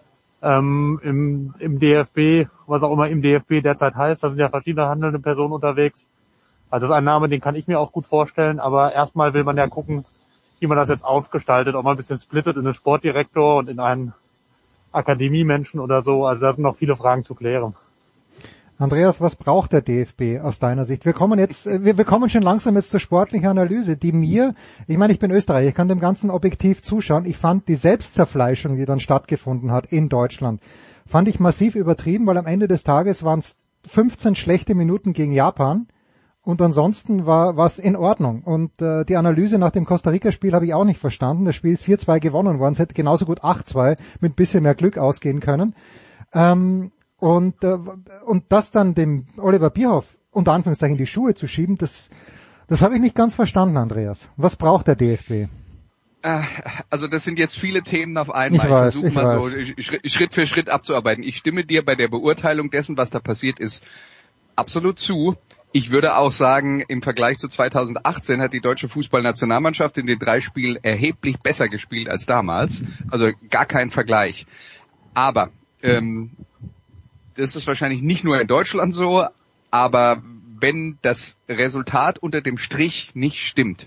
Ähm, im, im D F B, was auch immer im D F B derzeit heißt, da sind ja verschiedene handelnde Personen unterwegs. Also das ist ein Name, den kann ich mir auch gut vorstellen, aber erstmal will man ja gucken, wie man das jetzt aufgestaltet, ob man ein bisschen splittet in einen Sportdirektor und in einen Akademiemenschen oder so. Also da sind noch viele Fragen zu klären. Andreas, was braucht der D F B aus deiner Sicht? Wir kommen jetzt, wir, wir kommen schon langsam jetzt zur sportlichen Analyse, die mir, ich meine, ich bin Österreicher, ich kann dem Ganzen objektiv zuschauen. Ich fand die Selbstzerfleischung, die dann stattgefunden hat in Deutschland, fand ich massiv übertrieben, weil am Ende des Tages waren es fünfzehn schlechte Minuten gegen Japan und ansonsten war was in Ordnung. Und äh, die Analyse nach dem Costa-Rica-Spiel habe ich auch nicht verstanden. Das Spiel ist vier zwei gewonnen worden, es hätte genauso gut acht zwei mit ein bisschen mehr Glück ausgehen können. Ähm, Und, äh, und das dann dem Oliver Bierhoff unter Anführungszeichen die Schuhe zu schieben, das, das habe ich nicht ganz verstanden, Andreas. Was braucht der D F B? Also das sind jetzt viele Themen auf einmal. Ich, weiß, ich versuche mal weiß. so Schritt für Schritt abzuarbeiten. Ich stimme dir bei der Beurteilung dessen, was da passiert ist, absolut zu. Ich würde auch sagen, im Vergleich zu zweitausendachtzehn hat die deutsche Fußballnationalmannschaft in den drei Spielen erheblich besser gespielt als damals. Also gar kein Vergleich. Aber ähm, das ist wahrscheinlich nicht nur in Deutschland so, aber wenn das Resultat unter dem Strich nicht stimmt,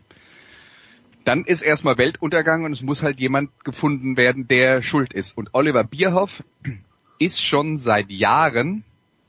dann ist erstmal Weltuntergang und es muss halt jemand gefunden werden, der schuld ist. Und Oliver Bierhoff ist schon seit Jahren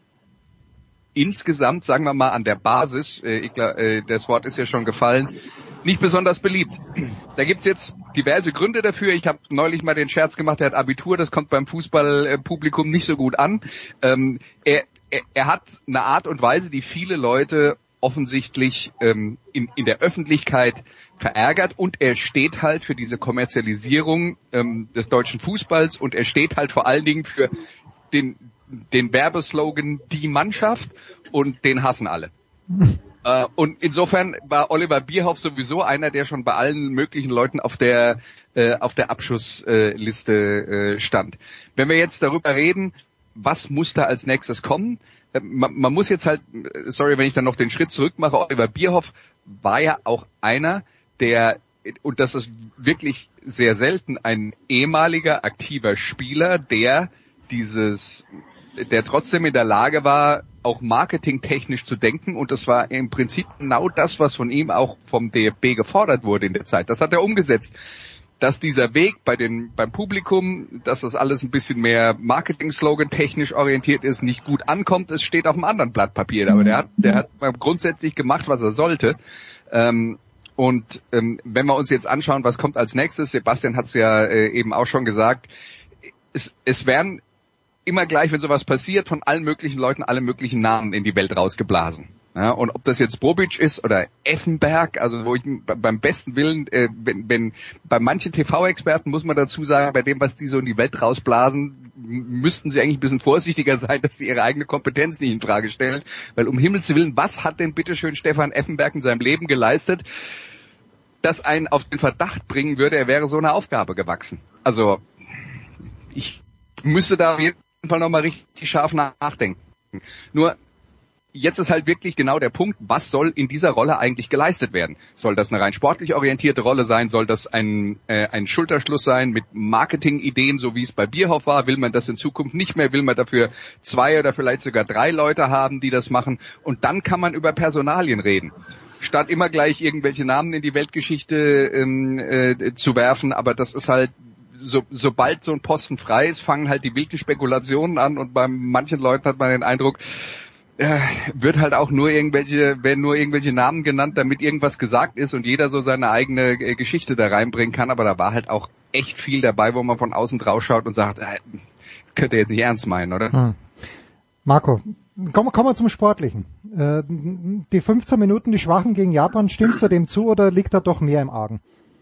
insgesamt, sagen wir mal, an der Basis, äh, ich glaub, äh, das Wort ist ja schon gefallen, nicht besonders beliebt. Da gibt's jetzt diverse Gründe dafür. Ich habe neulich mal den Scherz gemacht, er hat Abitur, das kommt beim Fußballpublikum nicht so gut an. Ähm, er, er, er hat eine Art und Weise, die viele Leute offensichtlich ähm, in, in der Öffentlichkeit verärgert, und er steht halt für diese Kommerzialisierung ähm, des deutschen Fußballs und er steht halt vor allen Dingen für den den Werbeslogan "Die Mannschaft", und den hassen alle. äh, und insofern war Oliver Bierhoff sowieso einer, der schon bei allen möglichen Leuten auf der äh, auf der Abschussliste äh, stand. Wenn wir jetzt darüber reden, was muss da als nächstes kommen? Äh, man, man muss jetzt halt, sorry, wenn ich dann noch den Schritt zurück mache, Oliver Bierhoff war ja auch einer, der, und das ist wirklich sehr selten, ein ehemaliger aktiver Spieler, der dieses, der trotzdem in der Lage war, auch marketingtechnisch zu denken, und das war im Prinzip genau das, was von ihm auch vom D F B gefordert wurde in der Zeit. Das hat er umgesetzt. Dass dieser Weg bei den, beim Publikum, dass das alles ein bisschen mehr Marketing-Slogan technisch orientiert ist, nicht gut ankommt, es steht auf einem anderen Blatt Papier. Aber der hat, der hat grundsätzlich gemacht, was er sollte. Ähm, und ähm, wenn wir uns jetzt anschauen, was kommt als nächstes, Sebastian hat es ja äh, eben auch schon gesagt, es, es werden immer gleich, wenn sowas passiert, von allen möglichen Leuten alle möglichen Namen in die Welt rausgeblasen. Ja, und ob das jetzt Bobic ist oder Effenberg, also wo ich beim besten Willen, äh, wenn, wenn bei manchen T V-Experten muss man dazu sagen, bei dem, was die so in die Welt rausblasen, müssten sie eigentlich ein bisschen vorsichtiger sein, dass sie ihre eigene Kompetenz nicht in Frage stellen, weil um Himmels Willen, was hat denn bitteschön Stefan Effenberg in seinem Leben geleistet, das einen auf den Verdacht bringen würde, er wäre so eine Aufgabe gewachsen. Also ich müsste da auf jeden Fall nochmal richtig scharf nachdenken. Nur jetzt ist halt wirklich genau der Punkt, was soll in dieser Rolle eigentlich geleistet werden? Soll das eine rein sportlich orientierte Rolle sein? Soll das ein, äh, ein Schulterschluss sein mit Marketingideen, so wie es bei Bierhoff war? Will man das in Zukunft nicht mehr? Will man dafür zwei oder vielleicht sogar drei Leute haben, die das machen? Und dann kann man über Personalien reden. Statt immer gleich irgendwelche Namen in die Weltgeschichte ähm, äh, zu werfen, aber das ist halt, so, sobald so ein Posten frei ist, fangen halt die wilden Spekulationen an, und bei manchen Leuten hat man den Eindruck, äh, wird halt auch nur irgendwelche, werden nur irgendwelche Namen genannt, damit irgendwas gesagt ist und jeder so seine eigene äh, Geschichte da reinbringen kann, aber da war halt auch echt viel dabei, wo man von außen drauf schaut und sagt, äh, könnt ihr jetzt nicht ernst meinen, oder? Hm. Marco, kommen komm wir zum Sportlichen. Äh, die fünfzehn Minuten, die Schwachen gegen Japan, stimmst du dem zu oder liegt da doch mehr im Argen?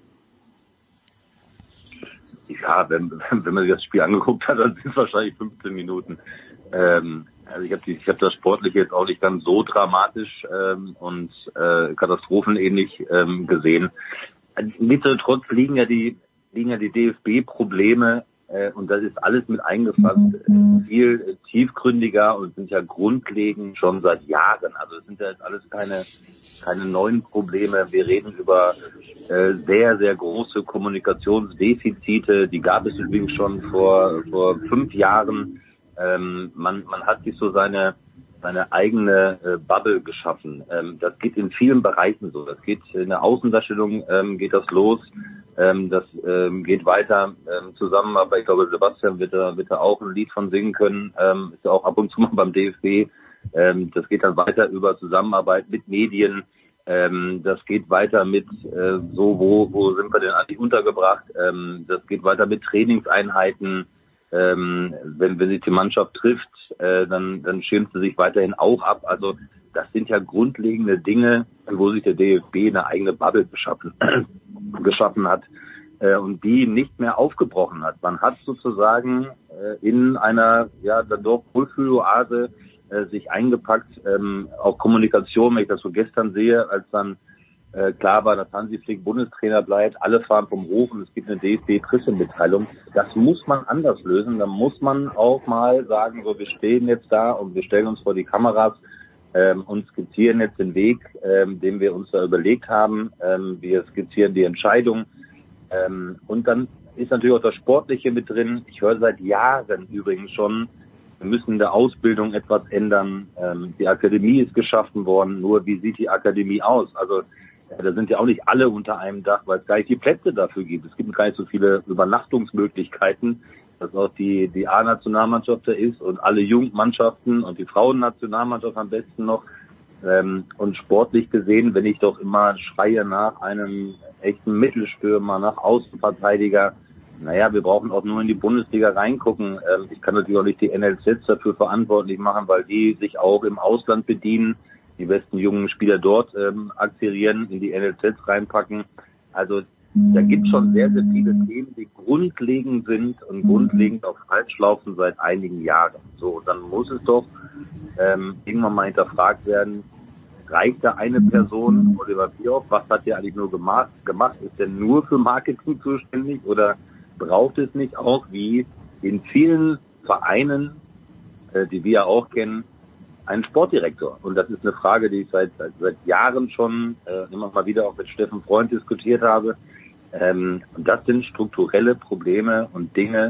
Ja, wenn, wenn man sich das Spiel angeguckt hat, dann sind es wahrscheinlich fünfzehn Minuten. Ähm, also ich habe ich hab das Sportliche jetzt auch nicht ganz so dramatisch ähm, und äh, katastrophenähnlich ähm, gesehen. Nichtsdestotrotz liegen ja die liegen ja die D F B-Probleme, äh, und das ist alles mit eingefasst, äh, viel äh, tiefgründiger und sind ja grundlegend schon seit Jahren. Also es sind ja jetzt alles keine keine neuen Probleme. Wir reden über äh, sehr, sehr große Kommunikationsdefizite. Die gab es übrigens schon vor vor fünf Jahren. Ähm, man, man hat sich so seine seine eigene äh, Bubble geschaffen. Ähm, das geht in vielen Bereichen so. Das geht in der Außendarstellung, ähm, geht das los. Ähm, das ähm, geht weiter ähm, zusammen. Aber ich glaube, Sebastian wird da, wird da auch ein Lied von singen können. Ähm, ist ja auch ab und zu mal beim D F B. Ähm, das geht dann weiter über Zusammenarbeit mit Medien. Ähm, das geht weiter mit äh, so, wo, wo sind wir denn eigentlich untergebracht? Ähm, das geht weiter mit Trainingseinheiten. Ähm, wenn, wenn sich die Mannschaft trifft, äh, dann, dann schirmt sie sich weiterhin auch ab. Also das sind ja grundlegende Dinge, wo sich der D F B eine eigene Bubble geschaffen, geschaffen hat äh, und die nicht mehr aufgebrochen hat. Man hat sozusagen äh, in einer ja dann doch Wohlfühloase äh, sich eingepackt, ähm, auch Kommunikation, wenn ich das so gestern sehe, als dann Äh, klar war, dass Hansi Flick Bundestrainer bleibt, alle fahren vom Hof und es gibt eine D F B-Pressemitteilung. Das muss man anders lösen. Da muss man auch mal sagen, so wir stehen jetzt da und wir stellen uns vor die Kameras ähm, und skizzieren jetzt den Weg, ähm, den wir uns da überlegt haben. Ähm, wir skizzieren die Entscheidung. Ähm, und dann ist natürlich auch das Sportliche mit drin. Ich höre seit Jahren übrigens schon, wir müssen in der Ausbildung etwas ändern. Ähm, die Akademie ist geschaffen worden. Nur wie sieht die Akademie aus? Also da sind ja auch nicht alle unter einem Dach, weil es gar nicht die Plätze dafür gibt. Es gibt gar nicht so viele Übernachtungsmöglichkeiten, dass auch die die A-Nationalmannschaft da ist und alle Jugendmannschaften und die Frauennationalmannschaft am besten noch. Ähm, und sportlich gesehen, wenn ich doch immer schreie nach einem echten Mittelstürmer, nach Außenverteidiger, naja, wir brauchen auch nur in die Bundesliga reingucken. Ähm, ich kann natürlich auch nicht die N L Zs dafür verantwortlich machen, weil die sich auch im Ausland bedienen, die besten jungen Spieler dort ähm, akquirieren, in die N L Zs reinpacken. Also da gibt es schon sehr, sehr viele Themen, die grundlegend sind und grundlegend auch falsch laufen seit einigen Jahren. So, und dann muss es doch ähm, irgendwann mal hinterfragt werden, reicht da eine Person, Oliver Bierhoff, was hat der eigentlich nur gemacht? gemacht? Ist der nur für Marketing zuständig oder braucht es nicht auch, wie in vielen Vereinen, äh, die wir ja auch kennen, einen Sportdirektor? Und das ist eine Frage, die ich seit seit, seit Jahren schon äh, immer mal wieder auch mit Steffen Freund diskutiert habe. Ähm, und das sind strukturelle Probleme und Dinge,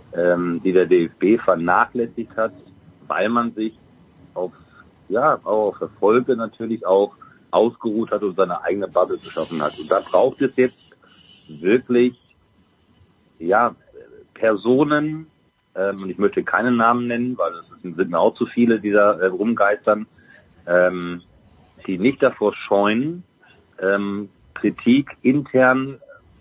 ähm, die der D F B vernachlässigt hat, weil man sich auf, ja, auch auf Erfolge natürlich auch ausgeruht hat und seine eigene Bubble geschaffen hat. Und da braucht es jetzt wirklich, ja, Personen, ähm, und ich möchte keinen Namen nennen, weil es sind mir auch zu viele, die da äh, rumgeistern, ähm, die nicht davor scheuen, ähm, Kritik intern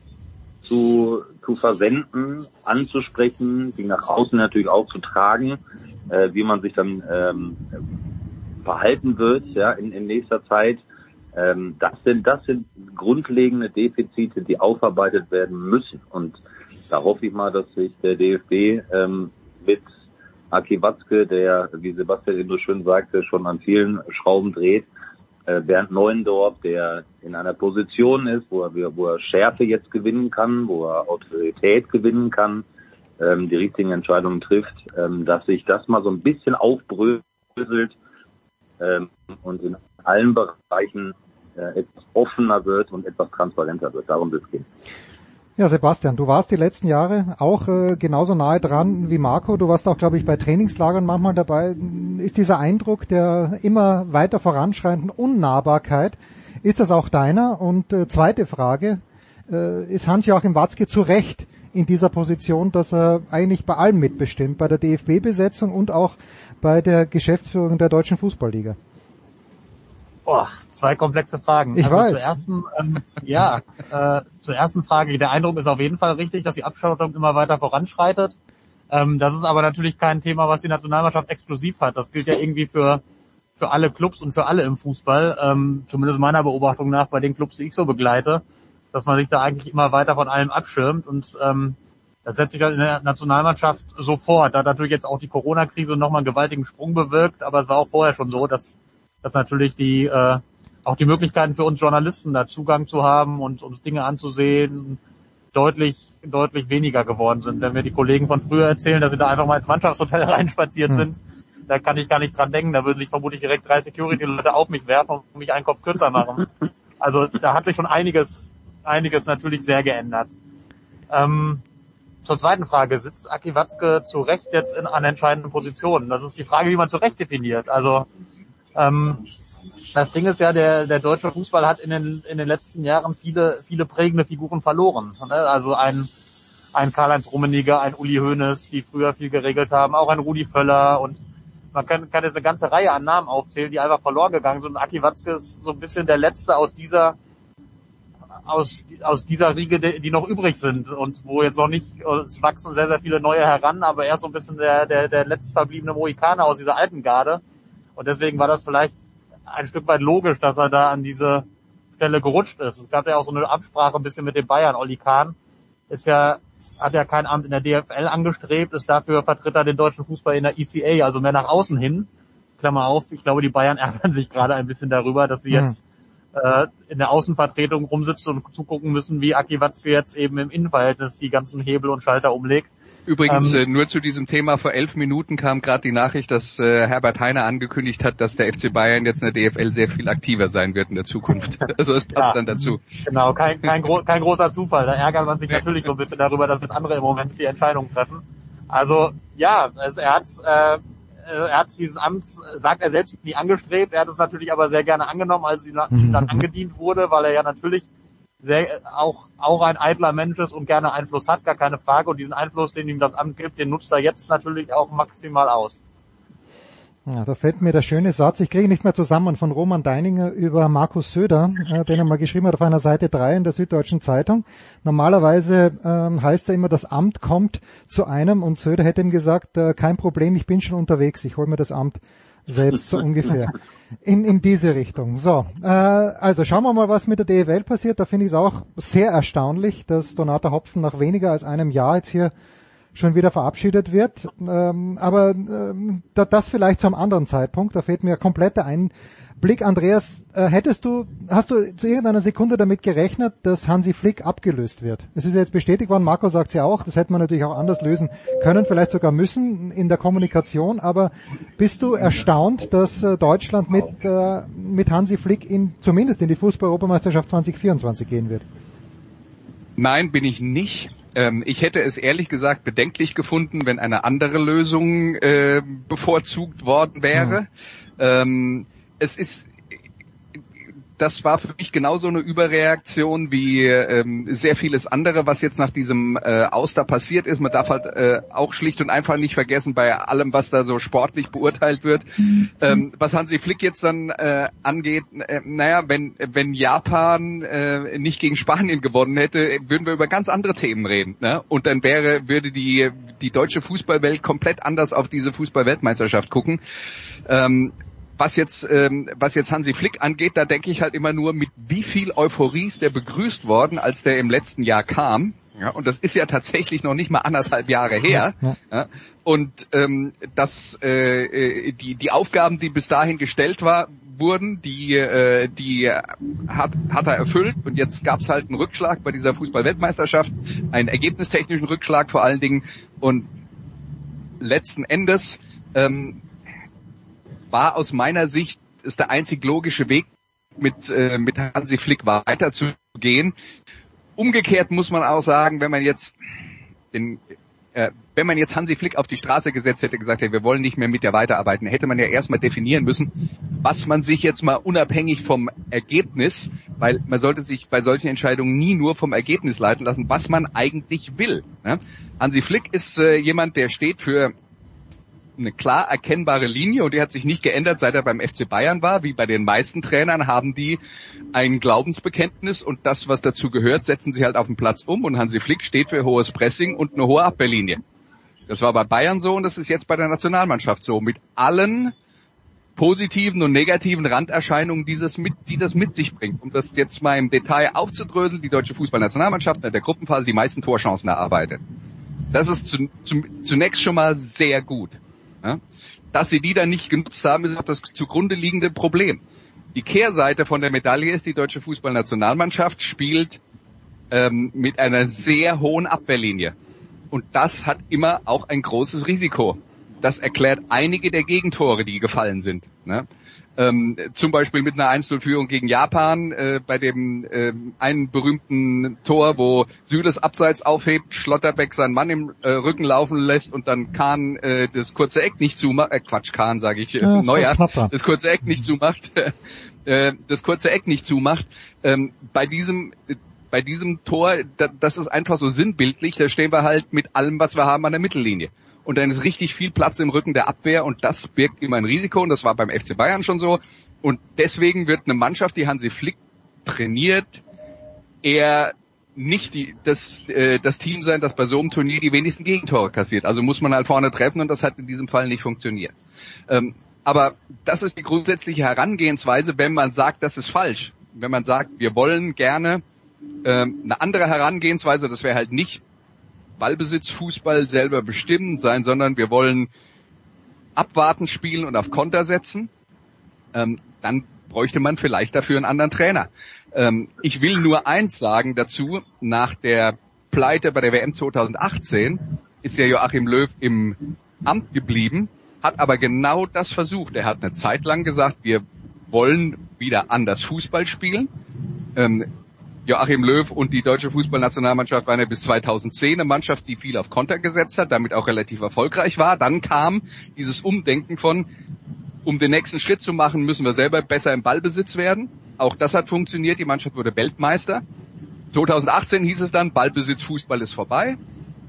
zu, zu versenden, anzusprechen, die nach außen natürlich auch zu tragen, äh, wie man sich dann ähm, verhalten wird, ja, in, in nächster Zeit. Ähm, das sind, das sind grundlegende Defizite, die aufarbeitet werden müssen. Und da hoffe ich mal, dass sich der D F B ähm, mit Aki Watzke, der, wie Sebastian eben so schön sagte, schon an vielen Schrauben dreht, äh, Bernd Neuendorf, der in einer Position ist, wo er, wo er Schärfe jetzt gewinnen kann, wo er Autorität gewinnen kann, ähm, die richtigen Entscheidungen trifft, ähm, dass sich das mal so ein bisschen aufbröselt ähm, und in allen Bereichen äh, etwas offener wird und etwas transparenter wird. Darum wird es gehen. Ja, Sebastian, du warst die letzten Jahre auch äh, genauso nahe dran wie Marco. Du warst auch, glaube ich, bei Trainingslagern manchmal dabei. Ist dieser Eindruck der immer weiter voranschreitenden Unnahbarkeit, ist das auch deiner? Und äh, zweite Frage, äh, ist Hans-Joachim Watzke zu Recht in dieser Position, dass er eigentlich bei allem mitbestimmt, bei der D F B-Besetzung und auch bei der Geschäftsführung der Deutschen Fußballliga? Boah, zwei komplexe Fragen. Ich also weiß. Zur ersten, ähm, ja, äh, zur ersten Frage. Der Eindruck ist auf jeden Fall richtig, dass die Abschottung immer weiter voranschreitet. Ähm, das ist aber natürlich kein Thema, was die Nationalmannschaft exklusiv hat. Das gilt ja irgendwie für für alle Clubs und für alle im Fußball. Ähm, zumindest meiner Beobachtung nach bei den Clubs, die ich so begleite, dass man sich da eigentlich immer weiter von allem abschirmt. Und ähm, das setzt sich halt in der Nationalmannschaft so fort. Da hat natürlich jetzt auch die Corona-Krise nochmal einen gewaltigen Sprung bewirkt, aber es war auch vorher schon so, dass dass natürlich die äh, auch die Möglichkeiten für uns Journalisten, da Zugang zu haben und uns Dinge anzusehen, deutlich deutlich weniger geworden sind. Wenn wir die Kollegen von früher erzählen, dass sie da einfach mal ins Mannschaftshotel reinspaziert mhm. sind, da kann ich gar nicht dran denken. Da würden sich vermutlich direkt drei Security-Leute auf mich werfen und mich einen Kopf kürzer machen. Also da hat sich schon einiges einiges natürlich sehr geändert. Ähm, zur zweiten Frage, sitzt Aki Watzke zu Recht jetzt in an entscheidenden Positionen? Das ist die Frage, wie man zu Recht definiert. Also Ähm, das Ding ist ja, der, der deutsche Fußball hat in den, in den letzten Jahren viele, viele prägende Figuren verloren. Ne? Also ein, ein Karl-Heinz Rummenigge, ein Uli Hoeneß, die früher viel geregelt haben, auch ein Rudi Völler, und man kann, kann jetzt eine ganze Reihe an Namen aufzählen, die einfach verloren gegangen sind. Und Aki Watzke ist so ein bisschen der Letzte aus dieser, aus, aus dieser Riege, die noch übrig sind und wo jetzt noch nicht, es wachsen sehr, sehr viele neue heran, aber er ist so ein bisschen der, der, der letztverbliebene Mohikaner aus dieser alten Garde. Und deswegen war das vielleicht ein Stück weit logisch, dass er da an diese Stelle gerutscht ist. Es gab ja auch so eine Absprache ein bisschen mit den Bayern. Olli Kahn ist ja, hat ja kein Amt in der D F L angestrebt, ist dafür Vertreter den deutschen Fußball in der E C A, also mehr nach außen hin. Klammer auf, ich glaube, die Bayern ärgern sich gerade ein bisschen darüber, dass sie jetzt äh, in der Außenvertretung rumsitzen und zugucken müssen, wie Aki Watzke jetzt eben im Innenverhältnis die ganzen Hebel und Schalter umlegt. Übrigens, ähm, äh, nur zu diesem Thema, vor elf Minuten kam gerade die Nachricht, dass äh, Herbert Heiner angekündigt hat, dass der F C Bayern jetzt in der D F L sehr viel aktiver sein wird in der Zukunft. Also es passt ja dann dazu. Genau, kein, kein, gro- kein großer Zufall. Da ärgert man sich natürlich so ein bisschen darüber, dass jetzt andere im Moment die Entscheidungen treffen. Also ja, also er hat äh, er hat dieses Amt, sagt er selbst, nie angestrebt. Er hat es natürlich aber sehr gerne angenommen, als ihm dann angedient wurde, weil er ja natürlich sehr, auch, auch ein eitler Mensch ist und gerne Einfluss hat, gar keine Frage. Und diesen Einfluss, den ihm das Amt gibt, den nutzt er jetzt natürlich auch maximal aus. Ja, da fällt mir der schöne Satz, ich kriege nicht mehr zusammen, von Roman Deininger über Markus Söder, äh, den er mal geschrieben hat auf einer Seite drei in der Süddeutschen Zeitung. Normalerweise ähm, heißt er immer, das Amt kommt zu einem, und Söder hätte ihm gesagt, äh, kein Problem, ich bin schon unterwegs, ich hole mir das Amt selbst, so ungefähr. In, in diese Richtung. So, äh, also schauen wir mal, was mit der D F L passiert. Da finde ich es auch sehr erstaunlich, dass Donata Hopfen nach weniger als einem Jahr jetzt hier schon wieder verabschiedet wird. Ähm, aber ähm, das vielleicht zu einem anderen Zeitpunkt. Da fehlt mir komplett der Einblick. Andreas, äh, hättest du, hast du zu irgendeiner Sekunde damit gerechnet, dass Hansi Flick abgelöst wird? Es ist ja jetzt bestätigt worden, Marco sagt es ja auch, das hätte man natürlich auch anders lösen können, vielleicht sogar müssen in der Kommunikation. Aber bist du erstaunt, dass äh, Deutschland mit, äh, mit Hansi Flick in, zumindest in die Fußball-Europameisterschaft zwanzig vierundzwanzig gehen wird? Nein, bin ich nicht. Ähm, ich hätte es ehrlich gesagt bedenklich gefunden, wenn eine andere Lösung äh, bevorzugt worden wäre. Mhm. Ähm, es ist Das war für mich genauso eine Überreaktion wie ähm, sehr vieles andere, was jetzt nach diesem äh, Aus da passiert ist. Man darf halt äh, auch schlicht und einfach nicht vergessen, bei allem, was da so sportlich beurteilt wird, mhm. ähm, was Hansi Flick jetzt dann äh, angeht, äh, naja, wenn wenn Japan äh, nicht gegen Spanien gewonnen hätte, würden wir über ganz andere Themen reden. Ne? Und dann wäre würde die die deutsche Fußballwelt komplett anders auf diese Fußball-Weltmeisterschaft gucken. Ähm, Was jetzt, ähm, was jetzt Hansi Flick angeht, da denke ich halt immer nur, mit wie viel Euphorie ist der begrüßt worden, als der im letzten Jahr kam. Ja, und das ist ja tatsächlich noch nicht mal anderthalb Jahre her. Ja. Ja, und ähm, das, äh, die die Aufgaben, die bis dahin gestellt war, wurden, die äh, die hat hat er erfüllt. Und jetzt gab es halt einen Rückschlag bei dieser Fußball-Weltmeisterschaft, einen ergebnistechnischen Rückschlag vor allen Dingen. Und letzten Endes ähm, war aus meiner Sicht ist der einzig logische Weg, mit äh, mit Hansi Flick weiterzugehen. Umgekehrt muss man auch sagen, wenn man jetzt den äh, wenn man jetzt Hansi Flick auf die Straße gesetzt hätte, gesagt hätte, wir wollen nicht mehr mit der weiterarbeiten, hätte man ja erstmal definieren müssen, was man sich jetzt mal unabhängig vom Ergebnis, weil man sollte sich bei solchen Entscheidungen nie nur vom Ergebnis leiten lassen, was man eigentlich will. Ne? Hansi Flick ist äh, jemand, der steht für eine klar erkennbare Linie und die hat sich nicht geändert, seit er beim F C Bayern war. Wie bei den meisten Trainern haben die ein Glaubensbekenntnis und das, was dazu gehört, setzen sie halt auf den Platz um und Hansi Flick steht für hohes Pressing und eine hohe Abwehrlinie. Das war bei Bayern so und das ist jetzt bei der Nationalmannschaft so. Mit allen positiven und negativen Randerscheinungen, dieses mit, die das mit sich bringt. Um das jetzt mal im Detail aufzudröseln, die deutsche Fußballnationalmannschaft hat der Gruppenphase die meisten Torchancen erarbeitet. Das ist zu, zu, zunächst schon mal sehr gut. Ja, dass sie die dann nicht genutzt haben, ist auch das zugrunde liegende Problem. Die Kehrseite von der Medaille ist, die deutsche Fußballnationalmannschaft spielt ähm, mit einer sehr hohen Abwehrlinie. Und das hat immer auch ein großes Risiko. Das erklärt einige der Gegentore, die gefallen sind. Ne? Ähm, zum Beispiel mit einer eins null Führung gegen Japan, äh, bei dem äh, einen berühmten Tor, wo Süles abseits aufhebt, Schlotterbeck seinen Mann im äh, Rücken laufen lässt und dann Kahn äh, das kurze Eck nicht zumacht, äh, Quatsch, Kahn sage ich, äh, ja, Neuer, das kurze Eck nicht zumacht, äh, das kurze Eck nicht zumacht. Ähm, bei diesem äh, bei diesem Tor, da, das ist einfach so sinnbildlich, da stehen wir halt mit allem, was wir haben, an der Mittellinie. Und dann ist richtig viel Platz im Rücken der Abwehr und das birgt immer ein Risiko und das war beim F C Bayern schon so. Und deswegen wird eine Mannschaft, die Hansi Flick trainiert, eher nicht die, das, äh, das Team sein, das bei so einem Turnier die wenigsten Gegentore kassiert. Also muss man halt vorne treffen und das hat in diesem Fall nicht funktioniert. Ähm, aber das ist die grundsätzliche Herangehensweise, wenn man sagt, das ist falsch. Wenn man sagt, wir wollen gerne ähm, eine andere Herangehensweise, das wäre halt nicht Ballbesitz, Fußball selber bestimmen sein, sondern wir wollen abwarten, spielen und auf Konter setzen, ähm, dann bräuchte man vielleicht dafür einen anderen Trainer. Ähm, ich will nur eins sagen dazu, nach der Pleite bei der W M zwanzig achtzehn ist ja Joachim Löw im Amt geblieben, hat aber genau das versucht. Er hat eine Zeit lang gesagt, wir wollen wieder anders Fußball spielen. Ähm, Joachim Löw und die deutsche Fußballnationalmannschaft waren ja bis zweitausendzehn eine Mannschaft, die viel auf Konter gesetzt hat, damit auch relativ erfolgreich war. Dann kam dieses Umdenken von, um den nächsten Schritt zu machen, müssen wir selber besser im Ballbesitz werden. Auch das hat funktioniert, die Mannschaft wurde Weltmeister. zwanzig achtzehn hieß es dann, Ballbesitz, Fußball ist vorbei.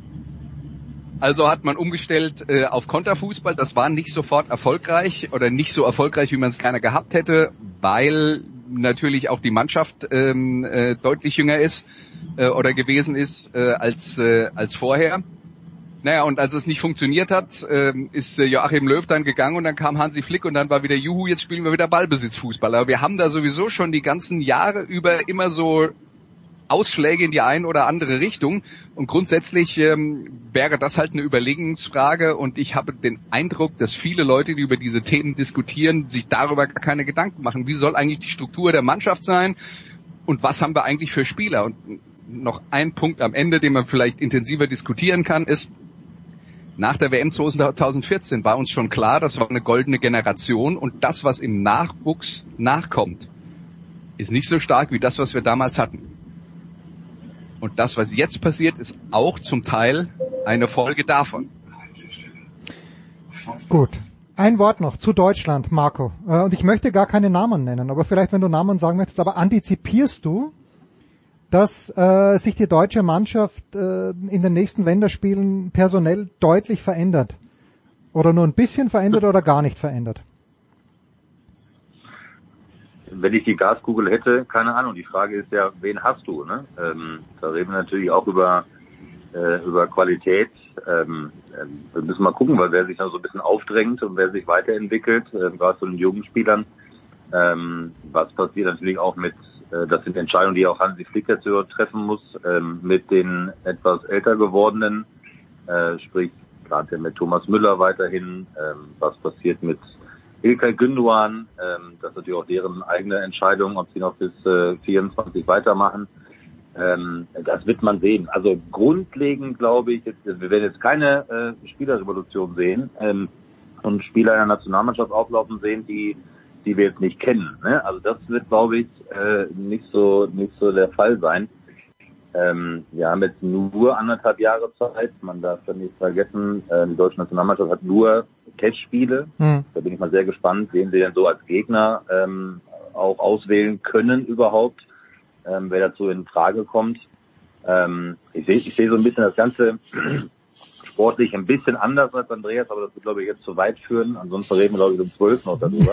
Also hat man umgestellt äh, auf Konterfußball. Das war nicht sofort erfolgreich oder nicht so erfolgreich, wie man es gerne gehabt hätte, weil natürlich auch die Mannschaft ähm, äh, deutlich jünger ist äh, oder gewesen ist äh, als äh, als vorher. Naja, und als es nicht funktioniert hat, äh, ist äh, Joachim Löw dann gegangen und dann kam Hansi Flick und dann war wieder Juhu, jetzt spielen wir wieder Ballbesitzfußball. Aber wir haben da sowieso schon die ganzen Jahre über immer so Ausschläge in die eine oder andere Richtung und grundsätzlich ähm, wäre das halt eine Überlegungsfrage und ich habe den Eindruck, dass viele Leute, die über diese Themen diskutieren, sich darüber gar keine Gedanken machen. Wie soll eigentlich die Struktur der Mannschaft sein und was haben wir eigentlich für Spieler? Und noch ein Punkt am Ende, den man vielleicht intensiver diskutieren kann, ist, nach der W M zwanzig vierzehn war uns schon klar, das war eine goldene Generation und das, was im Nachwuchs nachkommt, ist nicht so stark wie das, was wir damals hatten. Und das, was jetzt passiert, ist auch zum Teil eine Folge davon. Gut. Ein Wort noch zu Deutschland, Marco. Äh, und ich möchte gar keine Namen nennen, aber vielleicht, wenn du Namen sagen möchtest, aber antizipierst du, dass äh, sich die deutsche Mannschaft äh, in den nächsten Länderspielen personell deutlich verändert? Oder nur ein bisschen verändert oder gar nicht verändert? Wenn ich die Gaskugel hätte, keine Ahnung. Die Frage ist ja, wen hast du? Ne? Ähm, da reden wir natürlich auch über äh, über Qualität. Ähm, äh, wir müssen mal gucken, weil wer sich dann so ein bisschen aufdrängt und wer sich weiterentwickelt, äh, gerade zu den jungen Spielern. Ähm, was passiert natürlich auch mit, äh, das sind Entscheidungen, die auch Hansi Flick jetzt treffen muss, ähm, mit den etwas älter gewordenen, äh, sprich gerade mit Thomas Müller weiterhin, ähm, was passiert mit İlkay Gündoğan, ähm, das ist natürlich auch deren eigene Entscheidung, ob sie noch bis äh, vierundzwanzig weitermachen. Ähm, das wird man sehen. Also grundlegend glaube ich, jetzt, wir werden jetzt keine äh, Spielerrevolution sehen ähm, und Spieler in der Nationalmannschaft auflaufen sehen, die die wir jetzt nicht kennen. Ne? Also das wird, glaube ich, äh, nicht so nicht so der Fall sein. Ähm, wir haben jetzt nur anderthalb Jahre Zeit. Man darf ja nicht vergessen, äh, die deutsche Nationalmannschaft hat nur Testspiele. Mhm. Da bin ich mal sehr gespannt, wen sie denn so als Gegner ähm, auch auswählen können überhaupt, ähm, wer dazu in Frage kommt. Ähm, ich sehe ich sehe so ein bisschen das Ganze sportlich ein bisschen anders als Andreas, aber das wird, glaube ich, jetzt zu weit führen. Ansonsten reden wir, glaube ich, um zwölf noch darüber.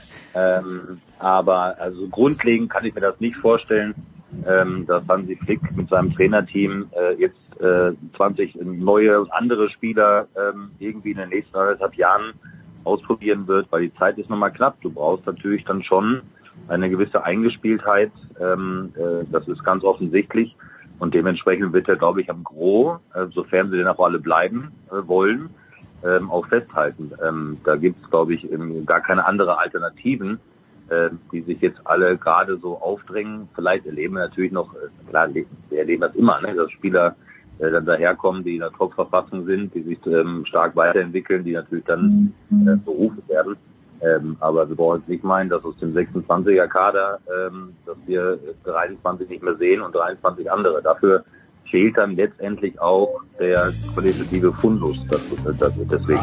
ähm, aber also grundlegend kann ich mir das nicht vorstellen, ähm, dass Hansi Flick mit seinem Trainerteam äh, jetzt äh, zwanzig neue und andere Spieler ähm, irgendwie in den nächsten anderthalb Jahren ausprobieren wird, weil die Zeit ist nochmal knapp. Du brauchst natürlich dann schon eine gewisse Eingespieltheit, ähm, äh, das ist ganz offensichtlich. Und dementsprechend wird er, glaube ich, am Gros, äh, sofern sie denn auch alle bleiben äh, wollen, ähm, auch festhalten. Ähm, da gibt es, glaube ich, ähm, gar keine andere Alternativen, äh, die sich jetzt alle gerade so aufdrängen. Vielleicht erleben wir natürlich noch, äh, klar, wir erleben das immer, ne, dass Spieler äh, dann daherkommen, die in der Top-Verfassung sind, die sich ähm, stark weiterentwickeln, die natürlich dann äh, berufen werden. Ähm, aber wir brauchen jetzt nicht meinen, dass aus dem sechsundzwanziger Kader, ähm, dass wir dreiundzwanzig nicht mehr sehen und dreiundzwanzig andere. Dafür fehlt dann letztendlich auch der qualitative Fundus. Das, das, deswegen.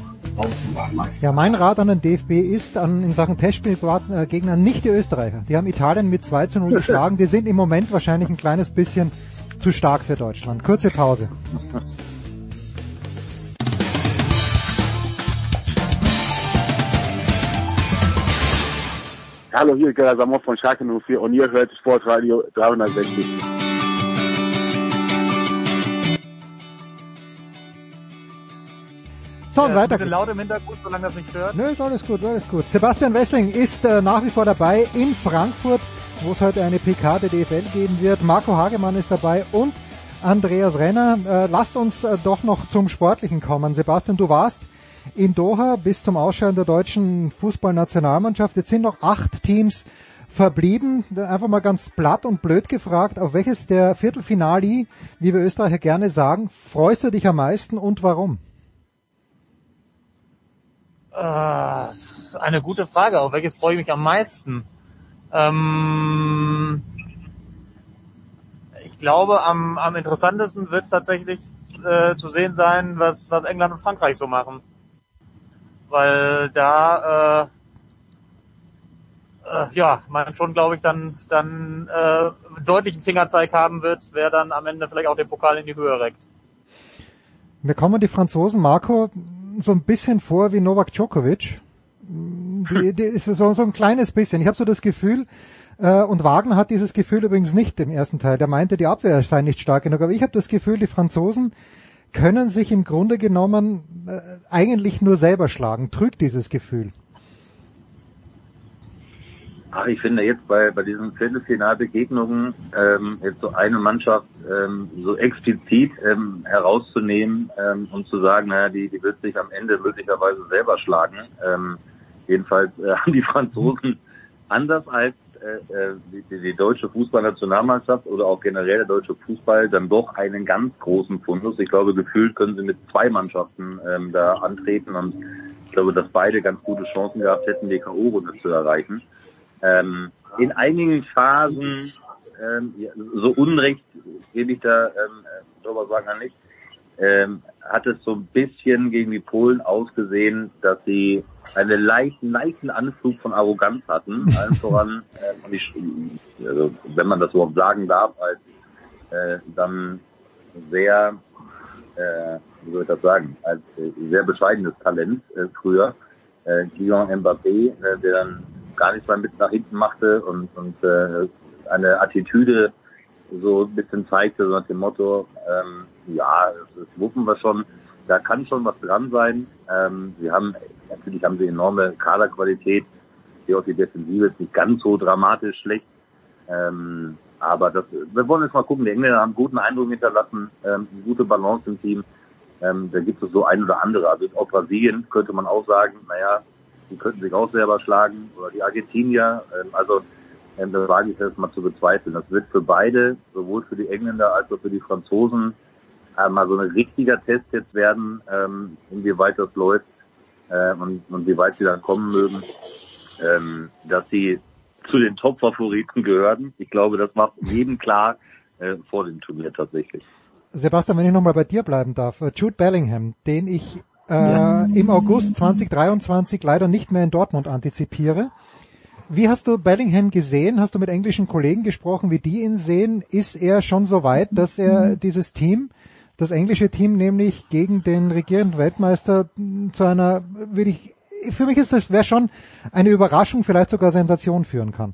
Ja, mein Rat an den D F B ist an, in Sachen Testspielgegner nicht die Österreicher. Die haben Italien mit zwei zu null geschlagen. Die sind im Moment wahrscheinlich ein kleines bisschen zu stark für Deutschland. Kurze Pause. Hallo, hier ist Gerhard Samov von Schalke null vier und ihr hört Sportradio dreihundertsechzig. So, und ja, weiter. Ein bisschen laut im Hintergrund, solange das nicht stört. Nö, ist alles gut, alles gut. Sebastian Wessling ist äh, nach wie vor dabei in Frankfurt, wo es heute eine P K der D F L geben wird. Marco Hagemann ist dabei und Andreas Renner. Äh, lasst uns äh, doch noch zum Sportlichen kommen. Sebastian, du warst in Doha bis zum Ausscheiden der deutschen Fußballnationalmannschaft. Jetzt sind noch acht Teams verblieben. Einfach mal ganz platt und blöd gefragt, auf welches der Viertelfinali, wie wir Österreicher gerne sagen, freust du dich am meisten und warum? Äh, das ist eine gute Frage. Auf welches freue ich mich am meisten? Ähm, ich glaube, am, am interessantesten wird es tatsächlich äh, zu sehen sein, was, was England und Frankreich so machen. Weil da äh, äh, ja man schon, glaube ich, dann dann äh, deutlichen Fingerzeig haben wird, wer dann am Ende vielleicht auch den Pokal in die Höhe reckt. Mir kommen die Franzosen, Marco, so ein bisschen vor wie Novak Djokovic. Die, die ist so, so ein kleines bisschen. Ich habe so das Gefühl, äh, und Wagner hat dieses Gefühl übrigens nicht im ersten Teil. Der meinte, die Abwehr sei nicht stark genug. Aber ich habe das Gefühl, die Franzosen können sich im Grunde genommen äh, eigentlich nur selber schlagen. Trügt dieses Gefühl? Ach, ich finde jetzt bei bei diesen Viertelfinalbegegnungen ähm, jetzt so eine Mannschaft ähm, so explizit ähm, herauszunehmen ähm, und zu sagen, naja, die die wird sich am Ende möglicherweise selber schlagen. Ähm, jedenfalls äh, haben die Franzosen anders als äh, die, die deutsche Fußballnationalmannschaft oder auch generell der deutsche Fußball dann doch einen ganz großen Fundus. Ich glaube, gefühlt können sie mit zwei Mannschaften ähm, da antreten und ich glaube, dass beide ganz gute Chancen gehabt hätten, die K O-Runde zu erreichen. Ähm, in einigen Phasen, ähm, ja, so Unrecht gebe ich da ähm, drüber sagen kann nicht. Ähm, hat es so ein bisschen gegen die Polen ausgesehen, dass sie einen leichten, leichten Anflug von Arroganz hatten, allen voran, äh, und ich, also, wenn man das überhaupt sagen darf, als äh, dann sehr, äh, wie soll ich das sagen, als äh, sehr bescheidenes Talent äh, früher, äh, Kylian Mbappé, äh, der dann gar nichts mehr mit nach hinten machte und, und äh, eine Attitüde so ein bisschen zeigte, so nach dem Motto, ähm, ja, das, das wuppen wir schon, da kann schon was dran sein. Ähm, sie haben, natürlich haben sie enorme Kaderqualität, die auch die Defensive ist nicht ganz so dramatisch schlecht, ähm, aber das, wir wollen jetzt mal gucken, die Engländer haben einen guten Eindruck hinterlassen, ähm, eine gute Balance im Team, ähm, da gibt es so ein oder andere, also auch Brasilien könnte man auch sagen, naja, die könnten sich auch selber schlagen, oder die Argentinier, ähm, also ähm, das wage ich jetzt mal zu bezweifeln. Das wird für beide, sowohl für die Engländer als auch für die Franzosen, äh, mal so ein richtiger Test jetzt werden, ähm, inwieweit das läuft äh, und, und wie weit sie dann kommen mögen, ähm, dass sie zu den Top-Favoriten gehören. Ich glaube, das macht jedem klar äh, vor dem Turnier tatsächlich. Sebastian, wenn ich nochmal bei dir bleiben darf, Jude Bellingham, den ich äh, ja. im August zwanzig dreiundzwanzig leider nicht mehr in Dortmund antizipiere. Wie hast du Bellingham gesehen? Hast du mit englischen Kollegen gesprochen, wie die ihn sehen? Ist er schon so weit, dass er dieses Team, das englische Team nämlich gegen den regierenden Weltmeister zu einer, würde ich, für mich ist das, wäre schon eine Überraschung, vielleicht sogar Sensation führen kann?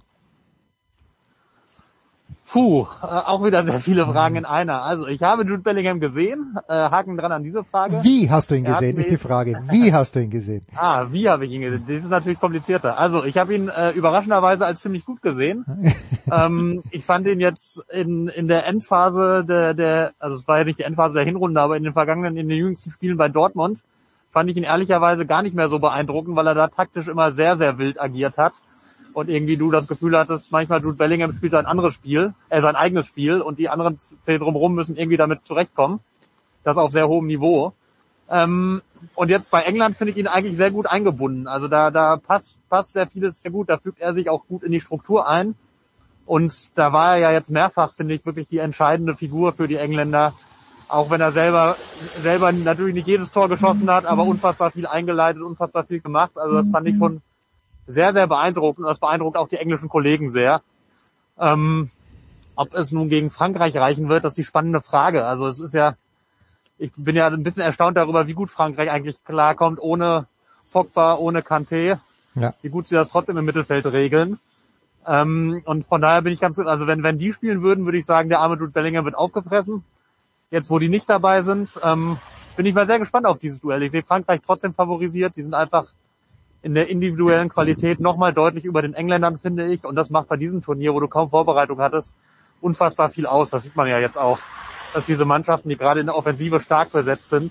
Puh, äh, auch wieder sehr viele Fragen in einer. Also ich habe Jude Bellingham gesehen, äh, Haken dran an diese Frage. Wie hast du ihn gesehen, ist die Frage. Wie hast du ihn gesehen? Ah, wie habe ich ihn gesehen? Das ist natürlich komplizierter. Also ich habe ihn äh, überraschenderweise als ziemlich gut gesehen. ähm, ich fand ihn jetzt in in der Endphase der, der, also es war ja nicht die Endphase der Hinrunde, aber in den vergangenen, in den jüngsten Spielen bei Dortmund, fand ich ihn ehrlicherweise gar nicht mehr so beeindruckend, weil er da taktisch immer sehr, sehr wild agiert hat. Und irgendwie du das Gefühl hattest, manchmal Jude Bellingham spielt sein anderes Spiel, äh, sein eigenes Spiel und die anderen zehn drumherum müssen irgendwie damit zurechtkommen. Das auf sehr hohem Niveau. Ähm, und jetzt bei England finde ich ihn eigentlich sehr gut eingebunden. Also da, da passt, passt sehr vieles sehr gut. Da fügt er sich auch gut in die Struktur ein. Und da war er ja jetzt mehrfach, finde ich, wirklich die entscheidende Figur für die Engländer. Auch wenn er selber, selber natürlich nicht jedes Tor geschossen hat, aber unfassbar viel eingeleitet, unfassbar viel gemacht. Also das fand ich schon sehr, sehr beeindruckend und das beeindruckt auch die englischen Kollegen sehr. Ähm, ob es nun gegen Frankreich reichen wird, das ist die spannende Frage. Also es ist ja, ich bin ja ein bisschen erstaunt darüber, wie gut Frankreich eigentlich klarkommt, ohne Pogba, ohne Kanté, ja. Wie gut sie das trotzdem im Mittelfeld regeln. Ähm, und von daher bin ich ganz, also wenn, wenn die spielen würden, würde ich sagen, der arme Jude Bellingham wird aufgefressen. Jetzt, wo die nicht dabei sind, ähm, bin ich mal sehr gespannt auf dieses Duell. Ich sehe Frankreich trotzdem favorisiert, die sind einfach in der individuellen Qualität nochmal deutlich über den Engländern, finde ich. Und das macht bei diesem Turnier, wo du kaum Vorbereitung hattest, unfassbar viel aus. Das sieht man ja jetzt auch, dass diese Mannschaften, die gerade in der Offensive stark besetzt sind,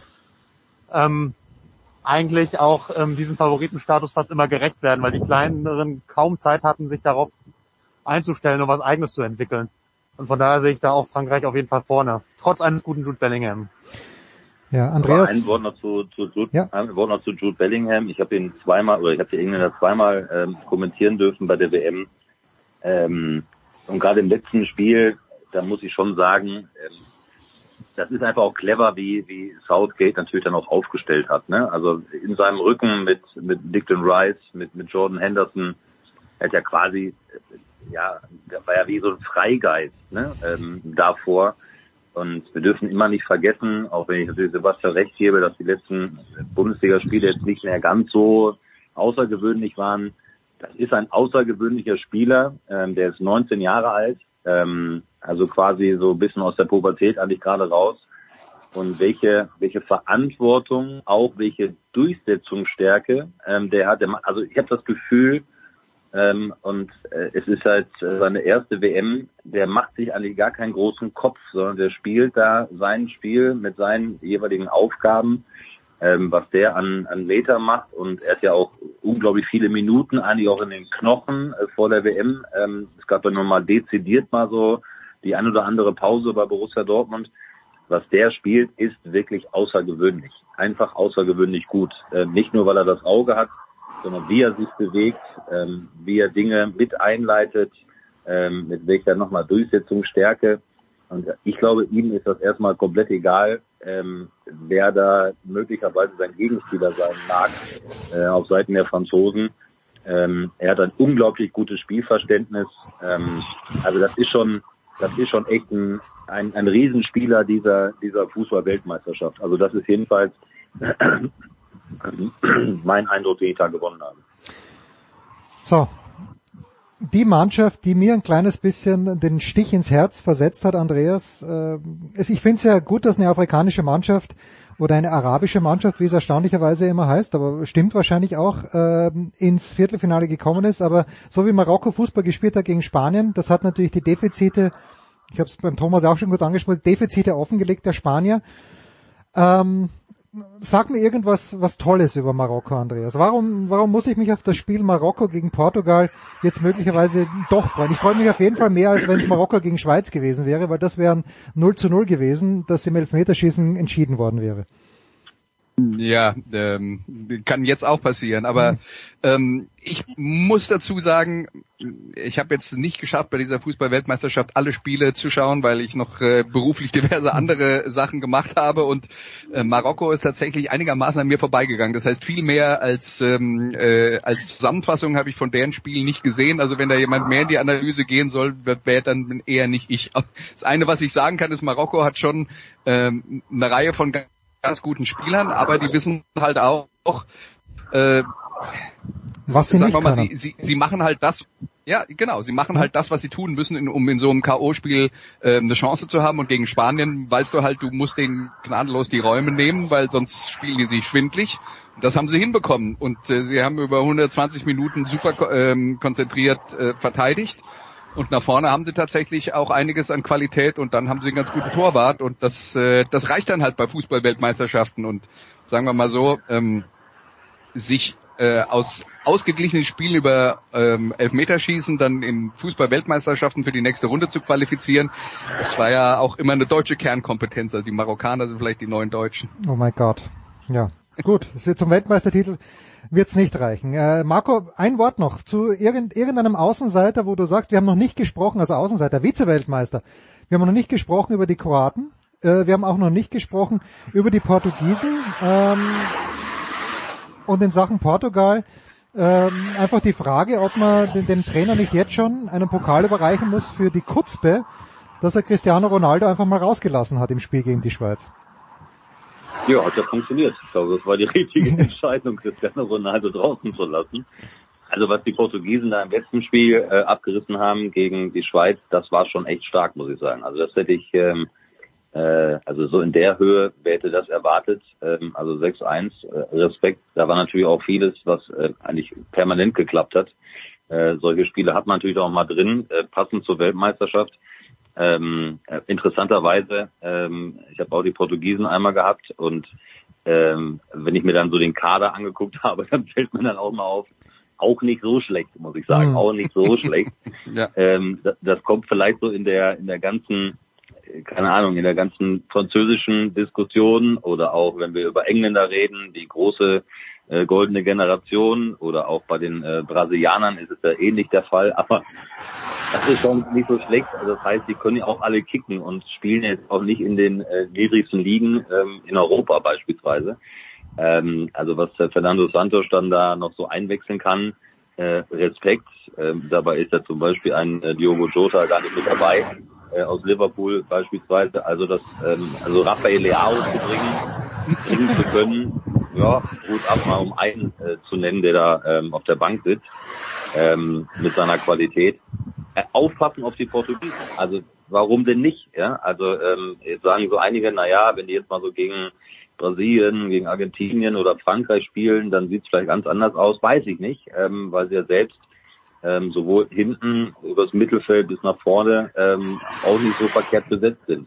ähm, eigentlich auch ähm, diesen Favoritenstatus fast immer gerecht werden, weil die Kleineren kaum Zeit hatten, sich darauf einzustellen und was Eigenes zu entwickeln. Und von daher sehe ich da auch Frankreich auf jeden Fall vorne, trotz eines guten Jude Bellingham. Ja, Andreas. Ein Wort noch zu, zu Jude, ja. ein Wort noch zu Jude Bellingham. Ich habe ihn zweimal, oder ich habe die Engländer zweimal ähm, kommentieren dürfen bei der W M. Ähm, und gerade im letzten Spiel, da muss ich schon sagen, ähm, das ist einfach auch clever, wie wie Southgate natürlich dann auch aufgestellt hat. Ne? Also in seinem Rücken mit mit Declan Rice, mit mit Jordan Henderson, er hat ja quasi, ja, der war ja wie so ein Freigeist, ne? ähm, davor. Und wir dürfen immer nicht vergessen, auch wenn ich natürlich Sebastian recht gebe, dass die letzten Bundesligaspiele jetzt nicht mehr ganz so außergewöhnlich waren. Das ist ein außergewöhnlicher Spieler, ähm, der ist neunzehn Jahre alt, ähm, also quasi so ein bisschen aus der Pubertät eigentlich gerade raus. Und welche welche Verantwortung, auch welche Durchsetzungsstärke ähm, der hat. Also ich habe das Gefühl, Ähm, und äh, es ist halt äh, seine erste W M, der macht sich eigentlich gar keinen großen Kopf, sondern der spielt da sein Spiel mit seinen jeweiligen Aufgaben, ähm, was der an, an Meter macht. Und er hat ja auch unglaublich viele Minuten eigentlich auch in den Knochen äh, vor der W M. Ähm, es gab ja nur mal dezidiert mal so die ein oder andere Pause bei Borussia Dortmund. Was der spielt, ist wirklich außergewöhnlich. Einfach außergewöhnlich gut. Äh, nicht nur, weil er das Auge hat, sondern wie er sich bewegt, ähm, wie er Dinge mit einleitet, ähm, mit welcher nochmal Durchsetzungsstärke. Und ich glaube, ihm ist das erstmal komplett egal, ähm, wer da möglicherweise sein Gegenspieler sein mag, äh, auf Seiten der Franzosen. Ähm, er hat ein unglaublich gutes Spielverständnis. Ähm, also das ist schon, das ist schon echt ein, ein, ein Riesenspieler dieser, dieser Fußball-Weltmeisterschaft. Also das ist jedenfalls mein Eindruck, den ich da gewonnen habe. So. Die Mannschaft, die mir ein kleines bisschen den Stich ins Herz versetzt hat, Andreas, äh, ich finde es ja gut, dass eine afrikanische Mannschaft oder eine arabische Mannschaft, wie es erstaunlicherweise immer heißt, aber stimmt wahrscheinlich auch, äh, ins Viertelfinale gekommen ist. Aber so wie Marokko Fußball gespielt hat gegen Spanien, das hat natürlich die Defizite, ich habe es beim Thomas auch schon kurz angesprochen, Defizite offengelegt der Spanier. Ähm, Sag mir irgendwas was Tolles über Marokko, Andreas. Warum, warum muss ich mich auf das Spiel Marokko gegen Portugal jetzt möglicherweise doch freuen? Ich freue mich auf jeden Fall mehr, als wenn es Marokko gegen Schweiz gewesen wäre, weil das wäre ein null zu null gewesen, das im Elfmeterschießen entschieden worden wäre. Ja, ähm, kann jetzt auch passieren, aber ähm, ich muss dazu sagen, ich habe jetzt nicht geschafft, bei dieser Fußball-Weltmeisterschaft alle Spiele zu schauen, weil ich noch äh, beruflich diverse andere Sachen gemacht habe und äh, Marokko ist tatsächlich einigermaßen an mir vorbeigegangen. Das heißt, viel mehr als ähm, äh, als Zusammenfassung habe ich von deren Spielen nicht gesehen. Also wenn da jemand mehr in die Analyse gehen soll, wäre dann eher nicht ich. Das eine, was ich sagen kann, ist, Marokko hat schon ähm, eine Reihe von ganz guten Spielern, aber die wissen halt auch, äh, was sie sagen nicht wir mal, können. sie, sie, sie machen halt das, ja genau, sie machen halt das, was sie tun müssen, in, um in so einem K O-Spiel äh, eine Chance zu haben. Und gegen Spanien weißt du halt, du musst denen gnadenlos die Räume nehmen, weil sonst spielen die sich schwindlig. Das haben sie hinbekommen und äh, sie haben über hundertzwanzig Minuten super ähm, konzentriert äh, verteidigt. Und nach vorne haben sie tatsächlich auch einiges an Qualität und dann haben sie einen ganz guten Torwart und das äh, das reicht dann halt bei Fußball-Weltmeisterschaften und sagen wir mal so, ähm, sich äh, aus ausgeglichenen Spielen über ähm, Elfmeterschießen dann in Fußball-Weltmeisterschaften für die nächste Runde zu qualifizieren, das war ja auch immer eine deutsche Kernkompetenz, also die Marokkaner sind vielleicht die neuen Deutschen. Oh mein Gott, ja. Gut, das wird zum Weltmeistertitel wird's nicht reichen. Äh, Marco, ein Wort noch zu irgend, irgendeinem Außenseiter, wo du sagst, wir haben noch nicht gesprochen, also Außenseiter, Vize-Weltmeister, wir haben noch nicht gesprochen über die Kroaten, äh, wir haben auch noch nicht gesprochen über die Portugiesen ähm, und in Sachen Portugal ähm, einfach die Frage, ob man dem, dem Trainer nicht jetzt schon einen Pokal überreichen muss für die Kutzpe, dass er Cristiano Ronaldo einfach mal rausgelassen hat im Spiel gegen die Schweiz. Ja, hat ja funktioniert. Ich glaube, das war die richtige Entscheidung, Cristiano Ronaldo draußen zu lassen. Also was die Portugiesen da im letzten Spiel äh, abgerissen haben gegen die Schweiz, das war schon echt stark, muss ich sagen. Also das hätte ich, ähm, äh, also so in der Höhe, wer hätte das erwartet? Ähm, also sechs eins, äh, Respekt. Da war natürlich auch vieles, was äh, eigentlich permanent geklappt hat. Äh, solche Spiele hat man natürlich auch mal drin, äh, passend zur Weltmeisterschaft. Ähm, äh, interessanterweise, ähm, ich habe auch die Portugiesen einmal gehabt und ähm, wenn ich mir dann so den Kader angeguckt habe, dann fällt mir dann auch mal auf, auch nicht so schlecht, muss ich sagen, mhm. auch nicht so schlecht. Ja. Ähm, das, das kommt vielleicht so in der in der ganzen, keine Ahnung, in der ganzen französischen Diskussion oder auch, wenn wir über Engländer reden, die große äh, goldene Generation oder auch bei den äh, Brasilianern ist es ja ähnlich der Fall, aber das ist schon nicht so schlecht. Also das heißt, die können ja auch alle kicken und spielen jetzt auch nicht in den äh, niedrigsten Ligen ähm, in Europa beispielsweise. Ähm, also was äh, Fernando Santos dann da noch so einwechseln kann, äh, Respekt. Ähm, dabei ist ja zum Beispiel ein äh, Diogo Jota gar nicht mit dabei, äh, aus Liverpool beispielsweise. Also das, ähm, also Rafael Leao zu bringen, bringen zu können, ja, gut ab mal um einen äh, zu nennen, der da ähm, auf der Bank sitzt, ähm, mit seiner Qualität. Äh, aufpassen auf die Portugiesen. Also warum denn nicht? Ja, also ähm, jetzt sagen so einige, na ja, wenn die jetzt mal so gegen Brasilien, gegen Argentinien oder Frankreich spielen, dann sieht es vielleicht ganz anders aus. Weiß ich nicht, ähm, weil sie ja selbst ähm, sowohl hinten übers Mittelfeld bis nach vorne ähm, auch nicht so verkehrt besetzt sind.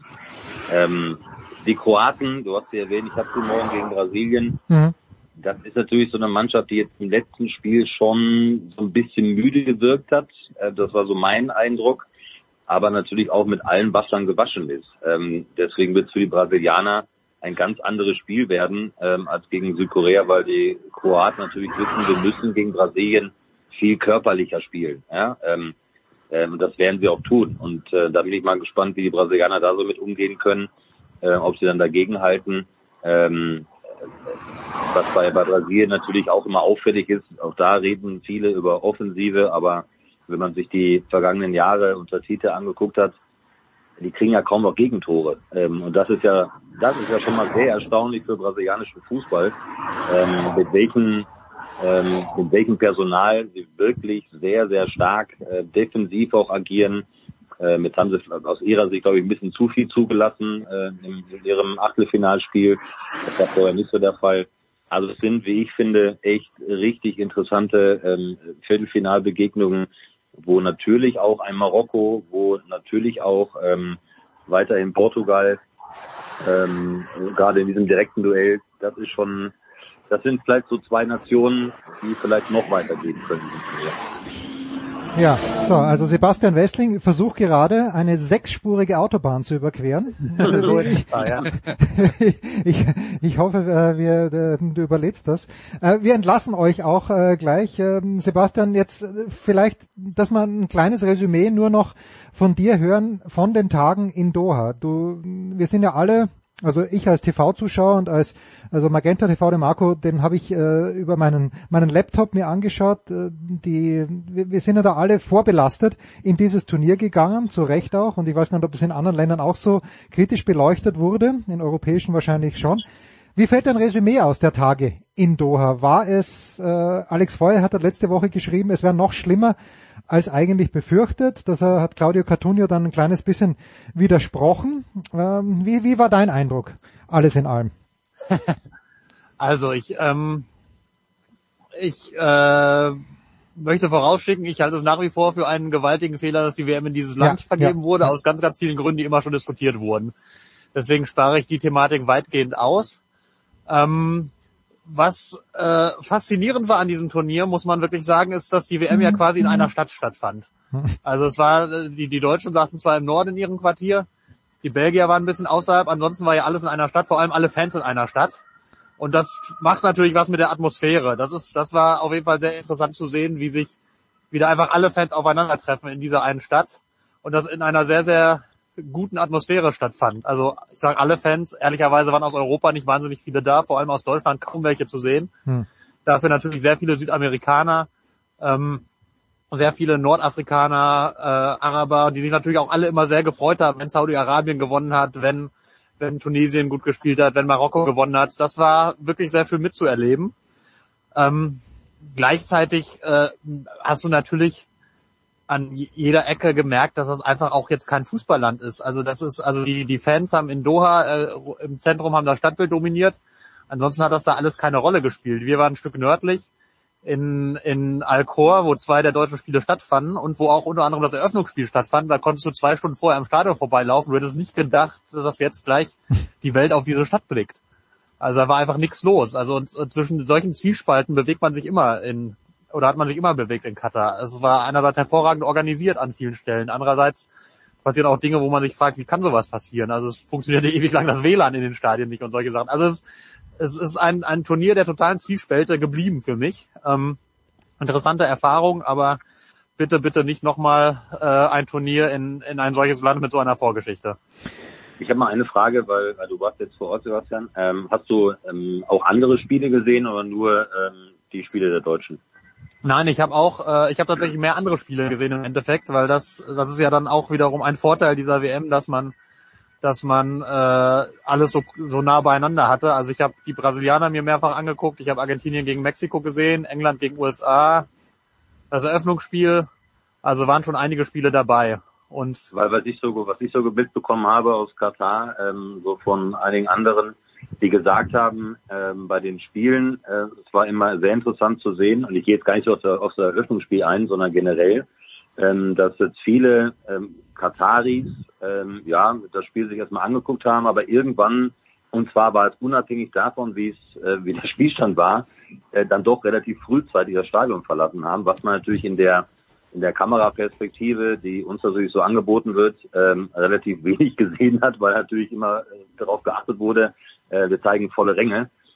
Ähm, die Kroaten, du hast sie erwähnt, ich habe sie morgen gegen Brasilien. Mhm. Das ist natürlich so eine Mannschaft, die jetzt im letzten Spiel schon so ein bisschen müde gewirkt hat. Das war so mein Eindruck. Aber natürlich auch mit allen Wassern gewaschen ist. Deswegen wird es für die Brasilianer ein ganz anderes Spiel werden als gegen Südkorea, weil die Kroaten natürlich wissen, wir müssen gegen Brasilien viel körperlicher spielen. Ja? Ähm, das werden sie auch tun. Und äh, da bin ich mal gespannt, wie die Brasilianer da so mit umgehen können, äh, ob sie dann dagegen halten. Ähm, was bei, bei Brasilien natürlich auch immer auffällig ist, auch da reden viele über Offensive, aber wenn man sich die vergangenen Jahre unter Tite angeguckt hat, die kriegen ja kaum noch Gegentore. Ähm, und das ist ja, das ist ja schon mal sehr erstaunlich für brasilianischen Fußball, ähm, mit welchen, ähm, mit welchem Personal sie wirklich sehr, sehr stark äh, defensiv auch agieren. Äh, mit haben sie aus ihrer Sicht, glaube ich, ein bisschen zu viel zugelassen äh, in, in ihrem Achtelfinalspiel. Das war vorher nicht so der Fall. Also es sind, wie ich finde, echt richtig interessante ähm, Viertelfinalbegegnungen, wo natürlich auch ein Marokko, wo natürlich auch ähm, weiterhin Portugal, ähm, gerade in diesem direkten Duell, das ist schon, das sind vielleicht so zwei Nationen, die vielleicht noch weitergehen können. Ja, so, also Sebastian Westling versucht gerade eine sechsspurige Autobahn zu überqueren. So ich, ja. ich, ich hoffe, wir, du überlebst das. Wir entlassen euch auch gleich. Sebastian, jetzt vielleicht, dass wir ein kleines Resümee nur noch von dir hören von den Tagen in Doha. Du, wir sind ja alle, also ich als T V-Zuschauer und als also Magenta T V, der Marco, den habe ich äh, über meinen meinen Laptop mir angeschaut. Äh, die wir, wir sind ja da alle vorbelastet in dieses Turnier gegangen, zu Recht auch. Und ich weiß nicht, ob das in anderen Ländern auch so kritisch beleuchtet wurde, in europäischen wahrscheinlich schon. Wie fällt dein Resümee aus der Tage in Doha? War es, äh, Alex Feuer hat letzte Woche geschrieben, es wäre noch schlimmer als eigentlich befürchtet. Das hat Claudio Cartunio dann ein kleines bisschen widersprochen. Ähm, wie, wie war dein Eindruck? Alles in allem. Also ich, ähm, ich äh, möchte vorausschicken, ich halte es nach wie vor für einen gewaltigen Fehler, dass die W M in dieses Land ja, vergeben ja. wurde, aus ganz, ganz vielen Gründen, die immer schon diskutiert wurden. Deswegen spare ich die Thematik weitgehend aus. Ähm, was äh, faszinierend war an diesem Turnier, muss man wirklich sagen, ist, dass die W M ja quasi in einer Stadt stattfand. Also es war, die, die Deutschen saßen zwar im Norden in ihrem Quartier, die Belgier waren ein bisschen außerhalb, ansonsten war ja alles in einer Stadt, vor allem alle Fans in einer Stadt. Und das macht natürlich was mit der Atmosphäre. Das ist, das war auf jeden Fall sehr interessant zu sehen, wie sich wieder einfach alle Fans aufeinandertreffen in dieser einen Stadt und das in einer sehr, sehr guten Atmosphäre stattfand. Also ich sage alle Fans, ehrlicherweise waren aus Europa nicht wahnsinnig viele da, vor allem aus Deutschland kaum welche zu sehen. Hm. Dafür natürlich sehr viele Südamerikaner, ähm, sehr viele Nordafrikaner, äh, Araber, die sich natürlich auch alle immer sehr gefreut haben, wenn Saudi-Arabien gewonnen hat, wenn wenn Tunesien gut gespielt hat, wenn Marokko gewonnen hat. Das war wirklich sehr schön mitzuerleben. Ähm, gleichzeitig äh, hast du natürlich an jeder Ecke gemerkt, dass das einfach auch jetzt kein Fußballland ist. Also das ist, also die die Fans haben in Doha äh, im Zentrum haben das Stadtbild dominiert. Ansonsten hat das da alles keine Rolle gespielt. Wir waren ein Stück nördlich in in Al-Khor, wo zwei der deutschen Spiele stattfanden und wo auch unter anderem das Eröffnungsspiel stattfand. Da konntest du zwei Stunden vorher am Stadion vorbeilaufen. Du hättest nicht gedacht, dass jetzt gleich die Welt auf diese Stadt blickt. Also da war einfach nichts los. Also und, und zwischen solchen Zwiespalten bewegt man sich immer in oder hat man sich immer bewegt in Katar. Es war einerseits hervorragend organisiert an vielen Stellen, andererseits passieren auch Dinge, wo man sich fragt, wie kann sowas passieren? Also es funktioniert ja ewig lang das W L A N in den Stadien nicht und solche Sachen. Also es, es ist ein, ein Turnier der totalen Zwiespälte geblieben für mich. Ähm, interessante Erfahrung, aber bitte, bitte nicht nochmal äh, ein Turnier in, in ein solches Land mit so einer Vorgeschichte. Ich habe mal eine Frage, weil, weil du warst jetzt vor Ort, Sebastian. Ähm, hast du ähm, auch andere Spiele gesehen oder nur ähm, die Spiele der Deutschen? Nein, ich habe auch, äh, ich habe tatsächlich mehr andere Spiele gesehen im Endeffekt, weil das, das ist ja dann auch wiederum ein Vorteil dieser W M, dass man, dass man äh, alles so, so nah beieinander hatte. Also ich habe die Brasilianer mir mehrfach angeguckt, ich habe Argentinien gegen Mexiko gesehen, England gegen U S A, das Eröffnungsspiel, also waren schon einige Spiele dabei. Und weil was ich so, was ich so mitbekommen habe aus Katar, ähm, so von einigen anderen, die gesagt haben, ähm, bei den Spielen, äh, es war immer sehr interessant zu sehen, und ich gehe jetzt gar nicht so auf das, auf das Eröffnungsspiel ein, sondern generell, ähm, dass jetzt viele ähm, Kataris ähm, ja das Spiel sich erstmal angeguckt haben, aber irgendwann, und zwar war es unabhängig davon, wie es äh, wie der Spielstand war, äh, dann doch relativ frühzeitig das Stadion verlassen haben, was man natürlich in der in der Kameraperspektive, die uns natürlich so angeboten wird, ähm, relativ wenig gesehen hat, weil natürlich immer äh, darauf geachtet wurde, äh, wir zeigen volle Ränge.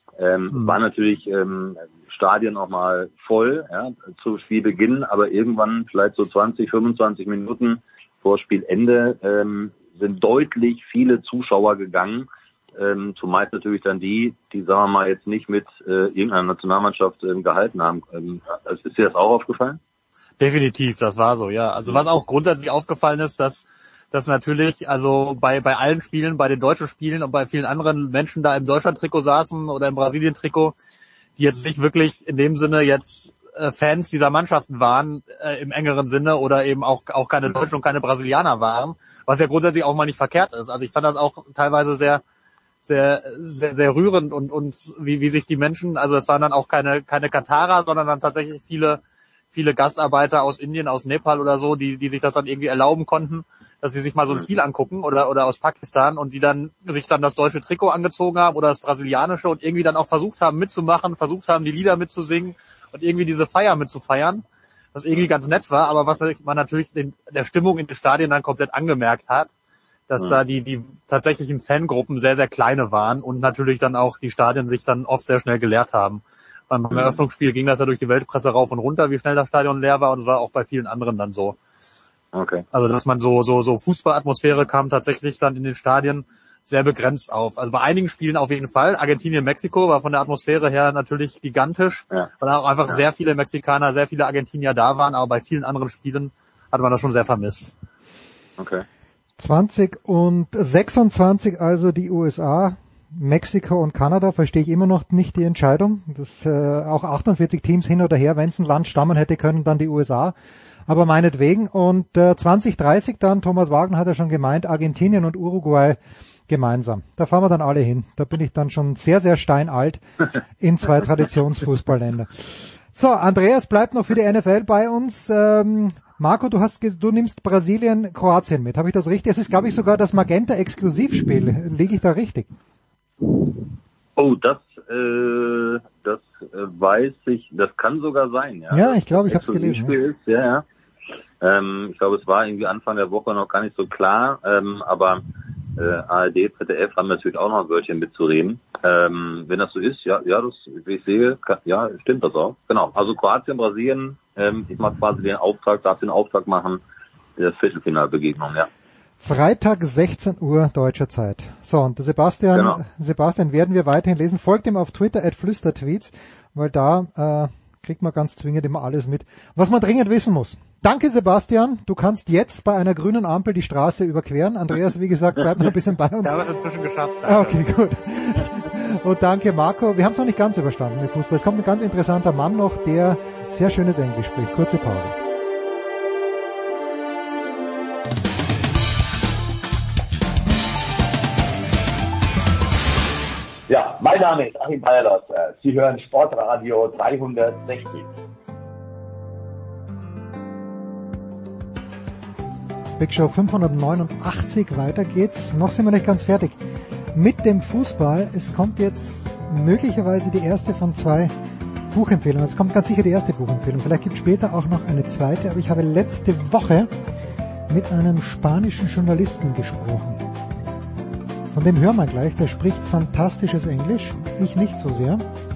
Ähm, Mhm. War natürlich ähm, Stadion auch mal voll, ja, zu Spielbeginn, aber irgendwann vielleicht so zwanzig, fünfundzwanzig Minuten vor Spielende ähm, sind deutlich viele Zuschauer gegangen. Ähm, zumeist natürlich dann die, die, sagen wir mal, jetzt nicht mit äh, irgendeiner Nationalmannschaft ähm, gehalten haben. Ähm, ist dir das auch aufgefallen? Definitiv, das war so, ja. Also was auch grundsätzlich aufgefallen ist, dass dass natürlich also bei bei allen Spielen, bei den deutschen Spielen und bei vielen anderen Menschen da im Deutschland-Trikot saßen oder im Brasilien-Trikot, die jetzt nicht wirklich in dem Sinne jetzt äh, Fans dieser Mannschaften waren, äh, im engeren Sinne, oder eben auch auch keine Deutschen und keine Brasilianer waren, was ja grundsätzlich auch mal nicht verkehrt ist. Also ich fand das auch teilweise sehr sehr sehr sehr rührend und und wie wie sich die Menschen, also es waren dann auch keine keine Katarer, sondern dann tatsächlich viele viele Gastarbeiter aus Indien, aus Nepal oder so, die die sich das dann irgendwie erlauben konnten, dass sie sich mal so ein Spiel angucken, oder oder aus Pakistan, und die dann sich dann das deutsche Trikot angezogen haben oder das brasilianische und irgendwie dann auch versucht haben mitzumachen, versucht haben die Lieder mitzusingen und irgendwie diese Feier mitzufeiern, was irgendwie ganz nett war, aber was man natürlich den, der Stimmung in den Stadien dann komplett angemerkt hat, dass da die die tatsächlichen Fangruppen sehr, sehr kleine waren und natürlich dann auch die Stadien sich dann oft sehr schnell geleert haben. Beim Eröffnungsspiel ging das ja durch die Weltpresse rauf und runter, wie schnell das Stadion leer war, und es war auch bei vielen anderen dann so. Okay. Also dass man so so so Fußballatmosphäre kam tatsächlich dann in den Stadien sehr begrenzt auf. Also bei einigen Spielen auf jeden Fall. Argentinien, Mexiko war von der Atmosphäre her natürlich gigantisch, ja. weil auch einfach ja. sehr viele Mexikaner, sehr viele Argentinier da waren, aber bei vielen anderen Spielen hat man das schon sehr vermisst. Okay. zwanzig und sechsundzwanzig also die U S A, Mexiko und Kanada, verstehe ich immer noch nicht die Entscheidung. Das äh, auch achtundvierzig Teams hin oder her, wenn es ein Land stammen hätte können, dann die U S A. Aber meinetwegen. Und äh, zwanzig dreißig dann, Thomas Wagner hat ja schon gemeint, Argentinien und Uruguay gemeinsam. Da fahren wir dann alle hin. Da bin ich dann schon sehr, sehr steinalt in zwei Traditionsfußballländer. So, Andreas bleibt noch für die N F L bei uns. Ähm, Marco, du hast, du nimmst Brasilien, Kroatien mit. Habe ich das richtig? Es ist, glaube ich, sogar das Magenta-Exklusivspiel. Liege ich da richtig? Oh, das, äh, das äh, weiß ich, das kann sogar sein, ja. Ja, ich glaube, ich habe es gelesen. Ja. Ist, ja, ja. Ähm, ich glaube, es war irgendwie Anfang der Woche noch gar nicht so klar, ähm, aber äh, A R D, Z D F haben natürlich auch noch ein Wörtchen mitzureden. Ähm, wenn das so ist, ja, ja, das, wie ich sehe, kann, ja, stimmt das auch. Genau. Also Kroatien, Brasilien, ähm, ich mache quasi den Auftrag, darf den Auftrag machen, der Viertelfinalbegegnung, ja. Freitag sechzehn Uhr deutscher Zeit. So, und Sebastian, genau. Sebastian werden wir weiterhin lesen. Folgt ihm auf Twitter at Flüstertweets, weil da äh, kriegt man ganz zwingend immer alles mit, was man dringend wissen muss. Danke, Sebastian. Du kannst jetzt bei einer grünen Ampel die Straße überqueren. Andreas, wie gesagt, bleibt noch ein bisschen bei uns. Ja, aber es inzwischen geschafft. Ah, okay, gut. Und danke, Marco. Wir haben es noch nicht ganz überstanden mit Fußball. Es kommt ein ganz interessanter Mann noch, der sehr schönes Englisch spricht. Kurze Pause. Ja, mein Name ist Achim Bayerlos. Sie hören Sportradio dreihundertsechzig. Big Show fünfhundertneunundachtzig, weiter geht's. Noch sind wir nicht ganz fertig mit dem Fußball. Es kommt jetzt möglicherweise die erste von zwei Buchempfehlungen. Es kommt ganz sicher die erste Buchempfehlung. Vielleicht gibt es später auch noch eine zweite. Aber ich habe letzte Woche mit einem spanischen Journalisten gesprochen. Von dem hören wir gleich. Der spricht fantastisches Englisch. Ich nicht so sehr.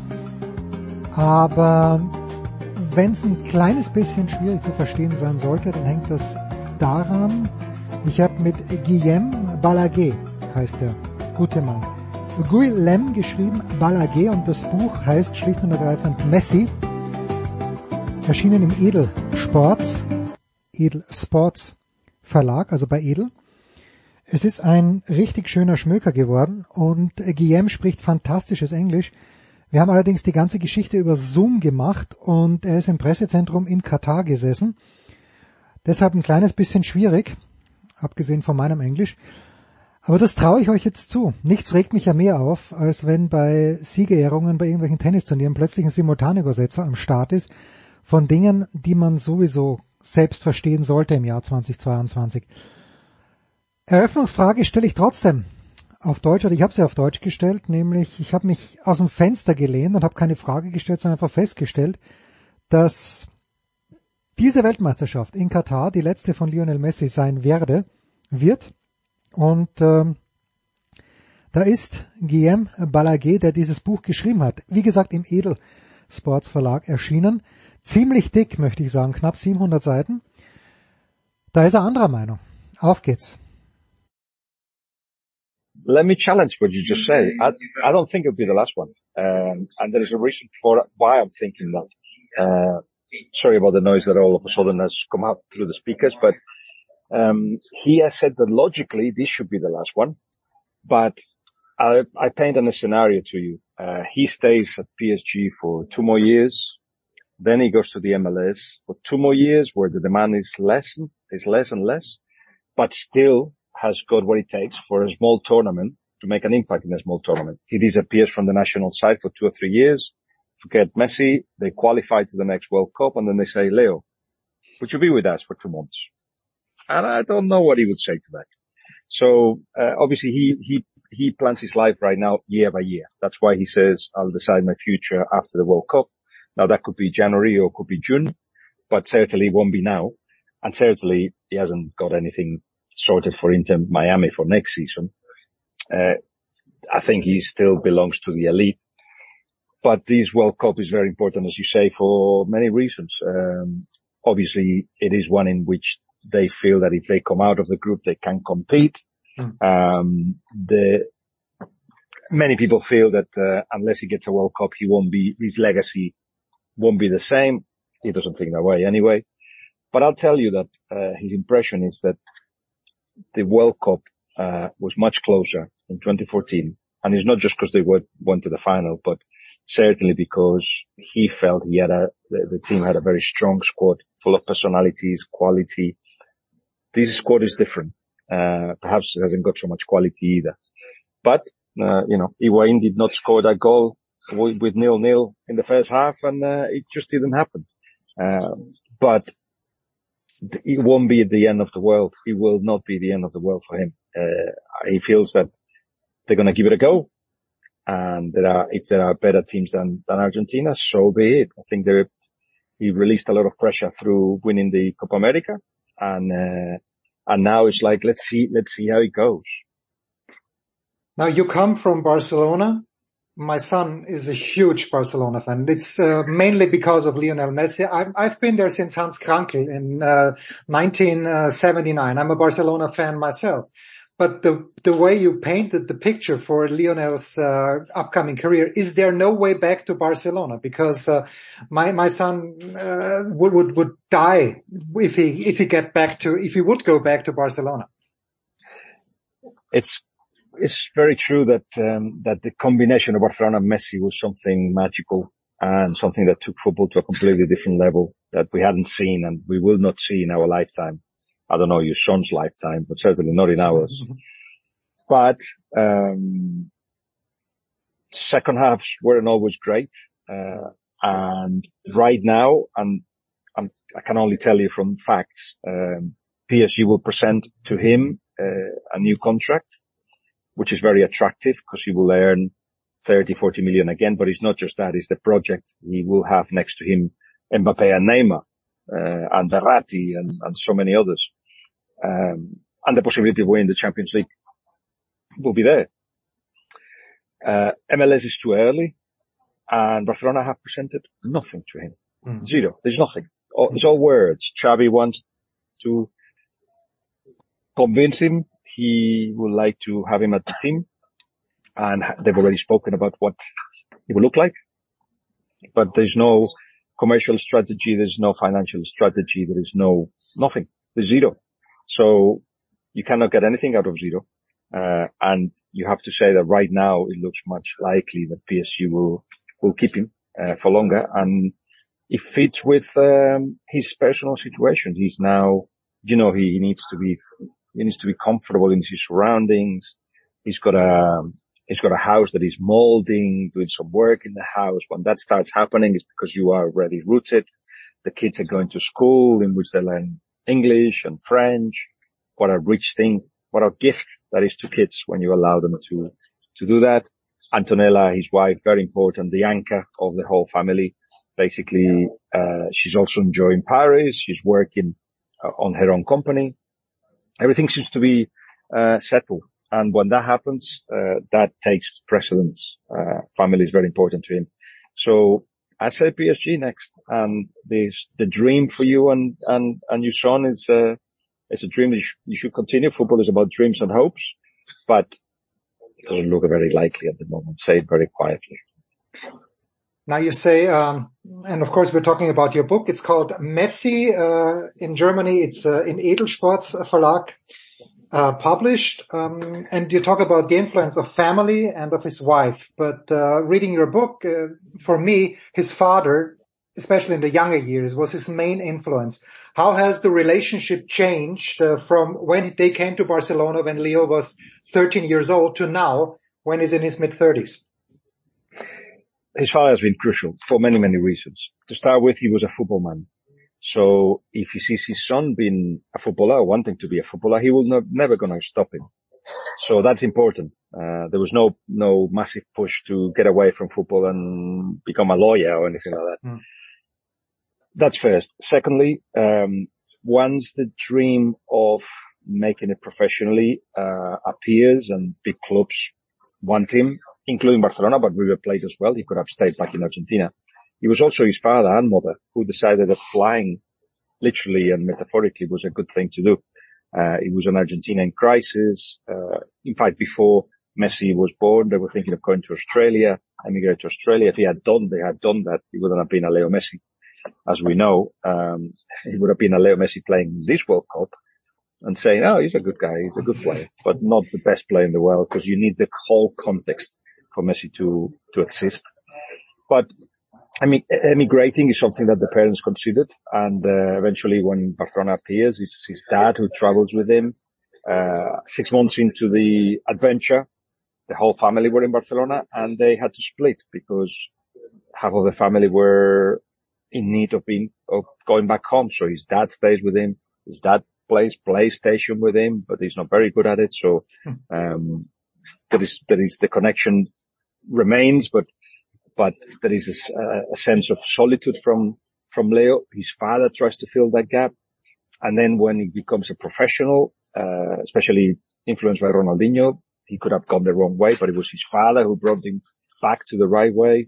Aber wenn es ein kleines bisschen schwierig zu verstehen sein sollte, dann hängt das daran, ich habe mit Guillem Balaguer, heißt der gute Mann, Guillem geschrieben, Balaguer, und das Buch heißt schlicht und ergreifend Messi, erschienen im Edel Sports, Edel Sports Verlag, also bei Edel. Es ist ein richtig schöner Schmöker geworden und Guillem spricht fantastisches Englisch. Wir haben allerdings die ganze Geschichte über Zoom gemacht und er ist im Pressezentrum in Katar gesessen. Deshalb ein kleines bisschen schwierig, abgesehen von meinem Englisch. Aber das traue ich euch jetzt zu. Nichts regt mich ja mehr auf, als wenn bei Siegerehrungen, bei irgendwelchen Tennisturnieren plötzlich ein Simultanübersetzer am Start ist von Dingen, die man sowieso selbst verstehen sollte im Jahr zweitausendzweiundzwanzig. Eröffnungsfrage stelle ich trotzdem auf Deutsch, oder ich habe sie auf Deutsch gestellt, nämlich ich habe mich aus dem Fenster gelehnt und habe keine Frage gestellt, sondern einfach festgestellt, dass diese Weltmeisterschaft in Katar die letzte von Lionel Messi sein werde, wird. Und ähm, Da ist Guillaume Balaguer, der dieses Buch geschrieben hat. Wie gesagt, im Edel Sports Verlag erschienen. Ziemlich dick, möchte ich sagen, knapp siebenhundert Seiten. Da ist er anderer Meinung. Auf geht's. Let me challenge what you just said. I, I don't think it'll be the last one. Um, and there is a reason for why I'm thinking that. Uh, sorry about the noise that all of a sudden has come out through the speakers, but um, he has said that logically this should be the last one. But I, I paint on a scenario to you. Uh, he stays at P S G for two more years. Then he goes to the M L S for two more years where the demand is less, is less and less, but still has got what it takes for a small tournament to make an impact in a small tournament. He disappears from the national side for two or three years. Forget Messi. They qualify to the next World Cup and then they say, Leo, would you be with us for two months? And I don't know what he would say to that. So, uh, obviously he, he, he plans his life right now year by year. That's why he says, I'll decide my future after the World Cup. Now that could be January or could be June, but certainly won't be now. And certainly he hasn't got anything sorted for Inter Miami for next season. Uh, I think he still belongs to the elite. But this World Cup is very important, as you say, for many reasons. Um, obviously it is one in which they feel that if they come out of the group, they can compete. Mm. Um, the, many people feel that, uh, unless he gets a World Cup, he won't be, his legacy won't be the same. He doesn't think that way anyway. But I'll tell you that, uh, his impression is that the World Cup, uh, was much closer in twenty fourteen. And it's not just because they went, went to the final, but certainly because he felt he had a, the, the team had a very strong squad full of personalities, quality. This squad is different. Uh, perhaps it hasn't got so much quality either. But, uh, you know, Higuain did not score that goal with, with nil-nil in the first half and, uh, it just didn't happen. Uh, but it won't be the end of the world. It will not be the end of the world for him. Uh, he feels that they're going to give it a go. And there are, if there are better teams than, than Argentina, so be it. I think they he released a lot of pressure through winning the Copa America. And, uh, and now it's like, let's see, let's see how it goes. Now you come from Barcelona. My son is a huge Barcelona fan. It's uh, mainly because of Lionel Messi. I've, I've been there since Hans Krankl in uh, nineteen seventy-nine. I'm a Barcelona fan myself. But the the way you painted the picture for Lionel's uh, upcoming career, is there no way back to Barcelona? Because uh, my my son uh, would would would die if he if he get back to if he would go back to Barcelona. It's it's very true that um, that the combination of Barcelona and Messi was something magical and something that took football to a completely different level that we hadn't seen and we will not see in our lifetime. I don't know your son's lifetime, but certainly not in ours. But um second halves weren't always great. Uh and right now, and I'm, I can only tell you from facts, um P S G will present to him uh, a new contract, which is very attractive because he will earn thirty, forty million again. But it's not just that, it's the project. He will have next to him Mbappe and Neymar. Uh, and Verratti and, and so many others. Um, and the possibility of winning the Champions League will be there. Uh, M L S is too early and Barcelona have presented nothing to him. Mm. Zero. There's nothing. All, it's all words. Xavi wants to convince him. He would like to have him at the team and they've already spoken about what he will look like. But there's no commercial strategy, there's no financial strategy, there is no, nothing. There's zero. So you cannot get anything out of zero. Uh, and you have to say that right now it looks much likely that P S G will, will keep him, uh, for longer. And it fits with, um, his personal situation. He's now, you know, he, he needs to be, he needs to be comfortable in his surroundings. He's got a, He's got a house that is molding, doing some work in the house. When that starts happening, it's because you are already rooted. The kids are going to school in which they learn English and French. What a rich thing. What a gift that is to kids when you allow them to, to do that. Antonella, his wife, very important, the anchor of the whole family. Basically, uh, she's also enjoying Paris. She's working uh, on her own company. Everything seems to be, uh, settled. And when that happens, uh, that takes precedence. Uh, family is very important to him. So I say P S G next. And this, the dream for you and, and, and your son is, uh, it's a dream that you, sh- you should continue. Football is about dreams and hopes, but it doesn't look very likely at the moment. Say it very quietly. Now you say, um, and of course we're talking about your book. It's called Messi, uh, in Germany. It's, uh, in Edelsports Verlag, uh, published. Um, and you talk about the influence of family and of his wife. But, uh, reading your book, uh, for me, his father, especially in the younger years, was his main influence. How has the relationship changed, uh, from when they came to Barcelona when Leo was thirteen years old to now when he's in his mid thirties? His father has been crucial for many, many reasons. To start with, he was a football man. So if he sees his son being a footballer, wanting to be a footballer, he will not, never gonna stop him. So that's important. Uh, there was no, no massive push to get away from football and become a lawyer or anything like that. Mm. That's first. Secondly, um, once the dream of making it professionally, uh, appears and big clubs want him, including Barcelona, but River Plate as well. He could have stayed back in Argentina. It was also his father and mother who decided that flying, literally and metaphorically, was a good thing to do. Uh, it was an Argentina in crisis. Uh, in fact, before Messi was born, they were thinking of going to Australia, emigrate to Australia. If he had done, they had done that, he wouldn't have been a Leo Messi. As we know, um, he would have been a Leo Messi playing this World Cup and saying, oh, he's a good guy, he's a good player, but not the best player in the world, because you need the whole context for Messi to, to exist. But, I mean, emigrating is something that the parents considered, and, uh, eventually when Barcelona appears, it's his dad who travels with him. Uh, six months into the adventure, the whole family were in Barcelona, and they had to split because half of the family were in need of being, of going back home. So his dad stays with him, his dad plays PlayStation with him, but he's not very good at it. So, um, there is, there is the connection remains, but, but there is a, a sense of solitude from, from Leo. His father tries to fill that gap. And then when he becomes a professional, uh, especially influenced by Ronaldinho, he could have gone the wrong way, but it was his father who brought him back to the right way.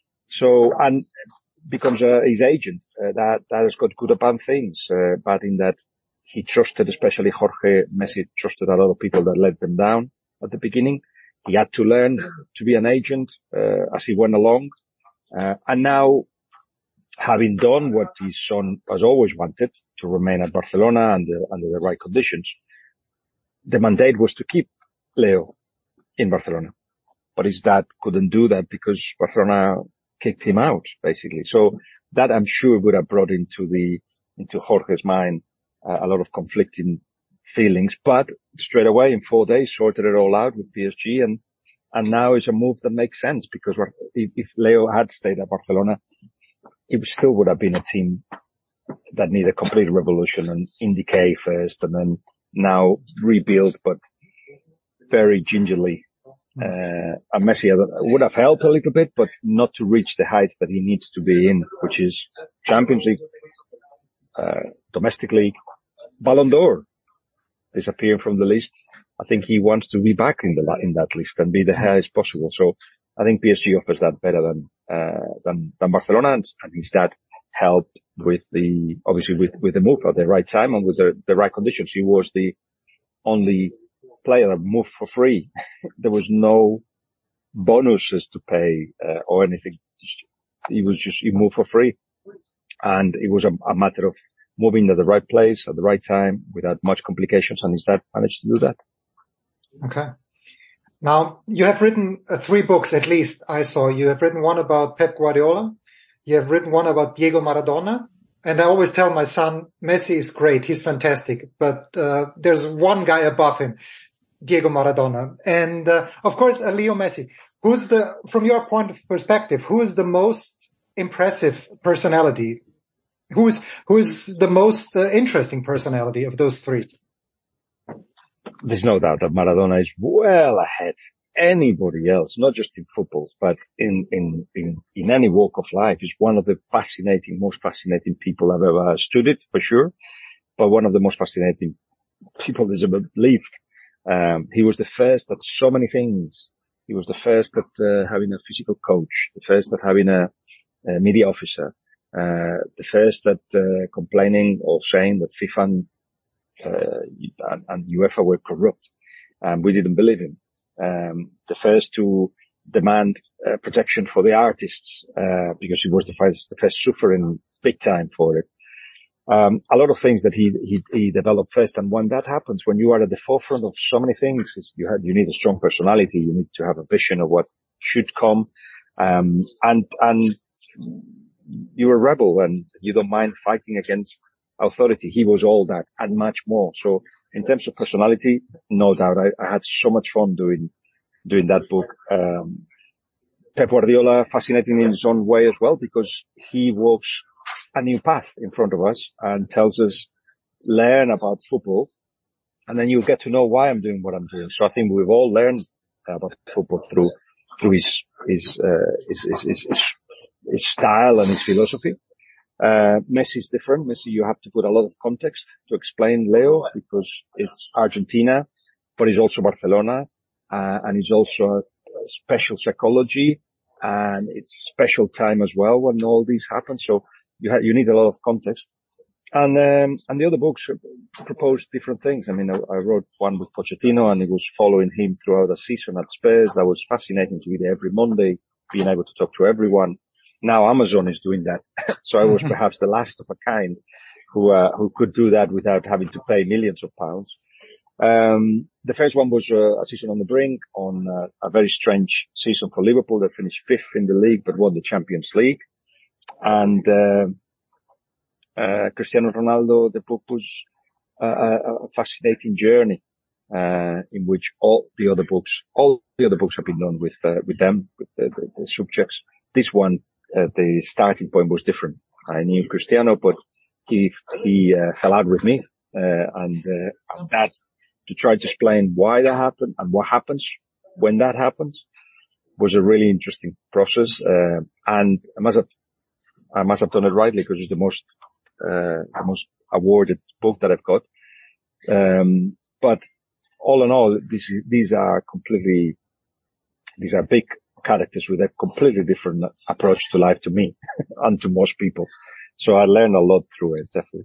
So, and becomes uh, his agent. Uh, that, that has got good and bad things, uh, but in that he trusted, especially Jorge Messi, trusted a lot of people that let them down at the beginning. He had to learn to be an agent, uh, as he went along. Uh, and now, having done what his son has always wanted, to remain at Barcelona under, under the right conditions, the mandate was to keep Leo in Barcelona. But his dad couldn't do that because Barcelona kicked him out, basically. So that, I'm sure, would have brought into the, into Jorge's mind, uh, a lot of conflicting feelings, but straight away in four days sorted it all out with P S G, and, and now it's a move that makes sense, because if, if Leo had stayed at Barcelona, it still would have been a team that needed a complete revolution, and indicate first, and then now rebuild, but very gingerly. Uh, and Messi would have helped a little bit, but not to reach the heights that he needs to be in, which is Champions League, uh, Domestic League, Ballon d'Or, disappearing from the list. I think he wants to be back in the, in that list and be the highest possible. So I think P S G offers that better than, uh, than, than Barcelona, and, and his dad helped with the, obviously with, with the move at the right time and with the, the right conditions. He was the only player that moved for free. There was no bonuses to pay, uh, or anything. He was just, he moved for free. And it was a, a matter of moving at the right place at the right time without much complications, and his dad managed to do that. Okay. Now, you have written uh, three books, at least I saw. You have written one about Pep Guardiola. You have written one about Diego Maradona. And I always tell my son, Messi is great. He's fantastic. But, uh, there's one guy above him, Diego Maradona. And, uh, of course, uh, Leo Messi. Who's the, from your point of perspective, who is the most impressive personality? Who's, who's the most uh, interesting personality of those three? There's no doubt that Maradona is well ahead anybody else, not just in football, but in, in, in, in any walk of life. He's one of the fascinating, most fascinating people I've ever studied, for sure, but one of the most fascinating people that's ever lived. Um, he was the first at so many things. He was the first at uh, having a physical coach, the first at having a, a media officer, uh, the first at uh, complaining or saying that FIFA and, uh, and, and UEFA were corrupt. Um, we didn't believe him. Um, the first to demand uh, protection for the artists, uh, because he was the first, the first suffering big time for it. Um, a lot of things that he, he, he developed first. And when that happens, when you are at the forefront of so many things, it's, you have, you need a strong personality. You need to have a vision of what should come. Um, and, and you're a rebel and you don't mind fighting against authority. He was all that and much more. So in terms of personality, no doubt, I, I had so much fun doing, doing that book. Um, Pep Guardiola, fascinating in his own way as well, because he walks a new path in front of us and tells us, learn about football, and then you'll get to know why I'm doing what I'm doing. So I think we've all learned about football through, through his, his, uh, his, his, his, his, his style and his philosophy. Uh, Messi is different. Messi, you have to put a lot of context to explain Leo, because it's Argentina, but it's also Barcelona, uh, and it's also a special psychology, and it's special time as well when all these happen. So you ha- you need a lot of context. And, um, and the other books propose different things. I mean, I, I wrote one with Pochettino, and it was following him throughout the season at Spurs. That was fascinating to be there every Monday, being able to talk to everyone. Now Amazon is doing that. So I was perhaps the last of a kind who, uh, who could do that without having to pay millions of pounds. Um, the first one was uh, a season on the brink, on uh, a very strange season for Liverpool that finished fifth in the league but won the Champions League. And, uh, uh, Cristiano Ronaldo, the book was a, a, a fascinating journey, uh, in which all the other books, all the other books have been done with, uh, with them, with the, the, the subjects. This one, uh, the starting point was different. I knew Cristiano, but he, he, uh, fell out with me, uh, and, uh, and that, to try to explain why that happened and what happens when that happens was a really interesting process. Uh, and I must have, I must have done it rightly, because it's the most, uh, the most awarded book that I've got. Um, but all in all, these, these are completely, these are big characters with a completely different approach to life to me and to most people. So I learned a lot through it, definitely.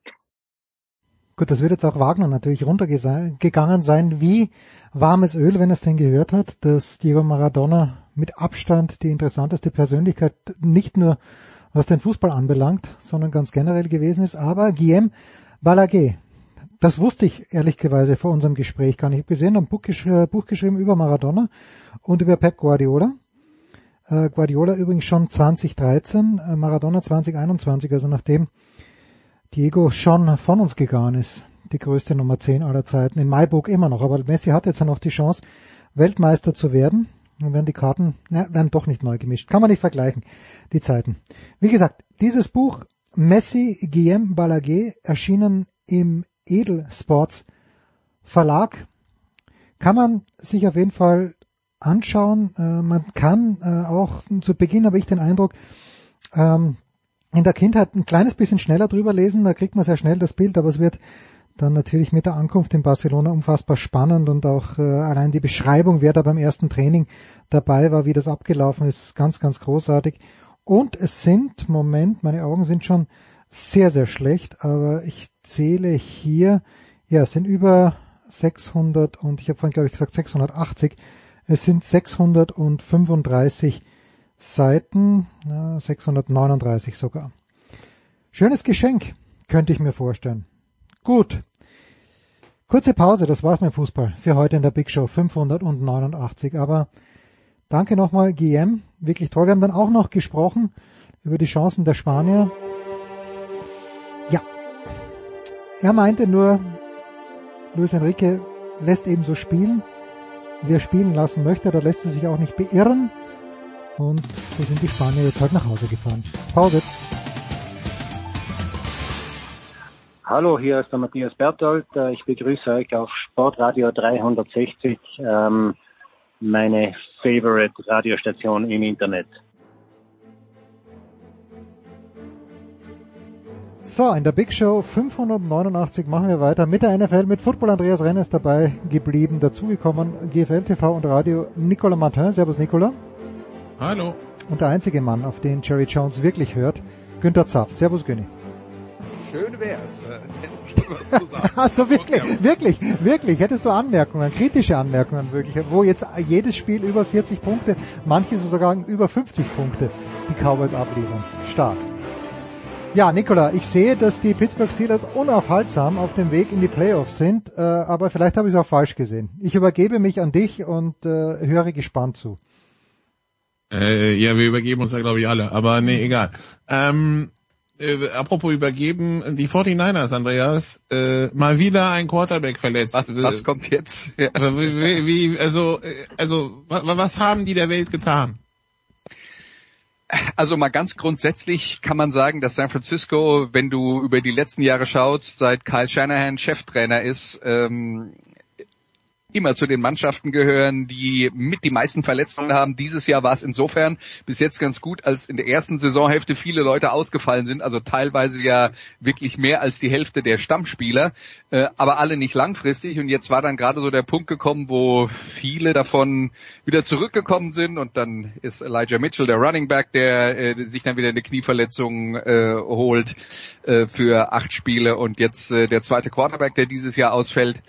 Gut, das wird jetzt auch Wagner natürlich runtergegangen sein, wie warmes Öl, wenn er es denn gehört hat, dass Diego Maradona mit Abstand die interessanteste Persönlichkeit nicht nur was den Fußball anbelangt, sondern ganz generell gewesen ist. Aber Guillem Balaguer, das wusste ich ehrlicherweise vor unserem Gespräch gar nicht. Ich habe gesehen, ein Buch, gesch- Buch geschrieben über Maradona und über Pep Guardiola. Äh, Guardiola übrigens schon zwanzig dreizehn, äh, Maradona zwanzig einundzwanzig, also nachdem Diego schon von uns gegangen ist, die größte Nummer zehn aller Zeiten, in my book immer noch, aber Messi hat jetzt ja noch die Chance, Weltmeister zu werden. Dann werden die Karten, na, werden doch nicht neu gemischt. Kann man nicht vergleichen, die Zeiten. Wie gesagt, dieses Buch, Messi, Guillem Balaguer, erschienen im Edelsports Verlag, kann man sich auf jeden Fall anschauen. Äh, man kann äh, auch, zu Beginn habe ich den Eindruck, ähm, in der Kindheit ein kleines bisschen schneller drüber lesen, da kriegt man sehr schnell das Bild, aber es wird dann natürlich mit der Ankunft in Barcelona unfassbar spannend und auch äh, allein die Beschreibung, wer da beim ersten Training dabei war, wie das abgelaufen ist, ganz, ganz großartig. Und es sind, Moment, meine Augen sind schon sehr, sehr schlecht, aber ich zähle hier, ja, es sind über sechshundert und ich habe vorhin, glaube ich, gesagt sechshundertachtzig, es sind sechshundertfünfunddreißig Seiten, ja, sechshundertneununddreißig sogar. Schönes Geschenk, könnte ich mir vorstellen. Gut. Kurze Pause, das war's mit Fußball für heute in der Big Show fünfhundertneunundachtzig. Aber danke nochmal, Guillem, wirklich toll. Wir haben dann auch noch gesprochen über die Chancen der Spanier. Ja, er meinte nur, Luis Enrique lässt eben so spielen, wie er spielen lassen möchte. Da lässt er sich auch nicht beirren. Und so sind die Spanier jetzt halt nach Hause gefahren. Pause. Hallo, hier ist der Matthias Berthold. Ich begrüße euch auf Sportradio dreihundertsechzig, ähm, meine Favorite Radiostation im Internet. So, in der Big Show fünfhundertneunundachtzig machen wir weiter mit der N F L, mit Football. Andreas Renner ist dabei geblieben, dazugekommen, G F L T V und Radio, Nicolas Martin. Servus, Nicolas. Hallo. Und der einzige Mann, auf den Jerry Jones wirklich hört, Günther Zapf. Servus, Günni. Schön wär's, äh, hätte was zu sagen. Also wirklich, wirklich, wirklich, hättest du Anmerkungen, kritische Anmerkungen wirklich, wo jetzt jedes Spiel über vierzig Punkte, manche sogar über fünfzig Punkte die Cowboys abliefern. Stark. Ja, Nicola, ich sehe, dass die Pittsburgh Steelers unaufhaltsam auf dem Weg in die Playoffs sind, äh, aber vielleicht habe ich es auch falsch gesehen. Ich übergebe mich an dich und äh, höre gespannt zu. Äh, ja, wir übergeben uns ja, glaube ich, alle, aber nee, egal. Ähm, äh, apropos übergeben, die forty-niners, Andreas, äh, mal wieder ein Quarterback verletzt. Was, was kommt jetzt? Ja. Wie, wie, also, also, was, was haben die der Welt getan? Also mal ganz grundsätzlich kann man sagen, dass San Francisco, wenn du über die letzten Jahre schaust, seit Kyle Shanahan Cheftrainer ist, ähm, immer zu den Mannschaften gehören, die mit die meisten Verletzungen haben. Dieses Jahr war es insofern bis jetzt ganz gut, als in der ersten Saisonhälfte viele Leute ausgefallen sind, also teilweise ja wirklich mehr als die Hälfte der Stammspieler, äh, aber alle nicht langfristig. Und jetzt war dann gerade so der Punkt gekommen, wo viele davon wieder zurückgekommen sind und dann ist Elijah Mitchell, der Running Back, der äh, sich dann wieder eine Knieverletzung äh, holt äh, für acht Spiele und jetzt äh, der zweite Quarterback, der dieses Jahr ausfällt.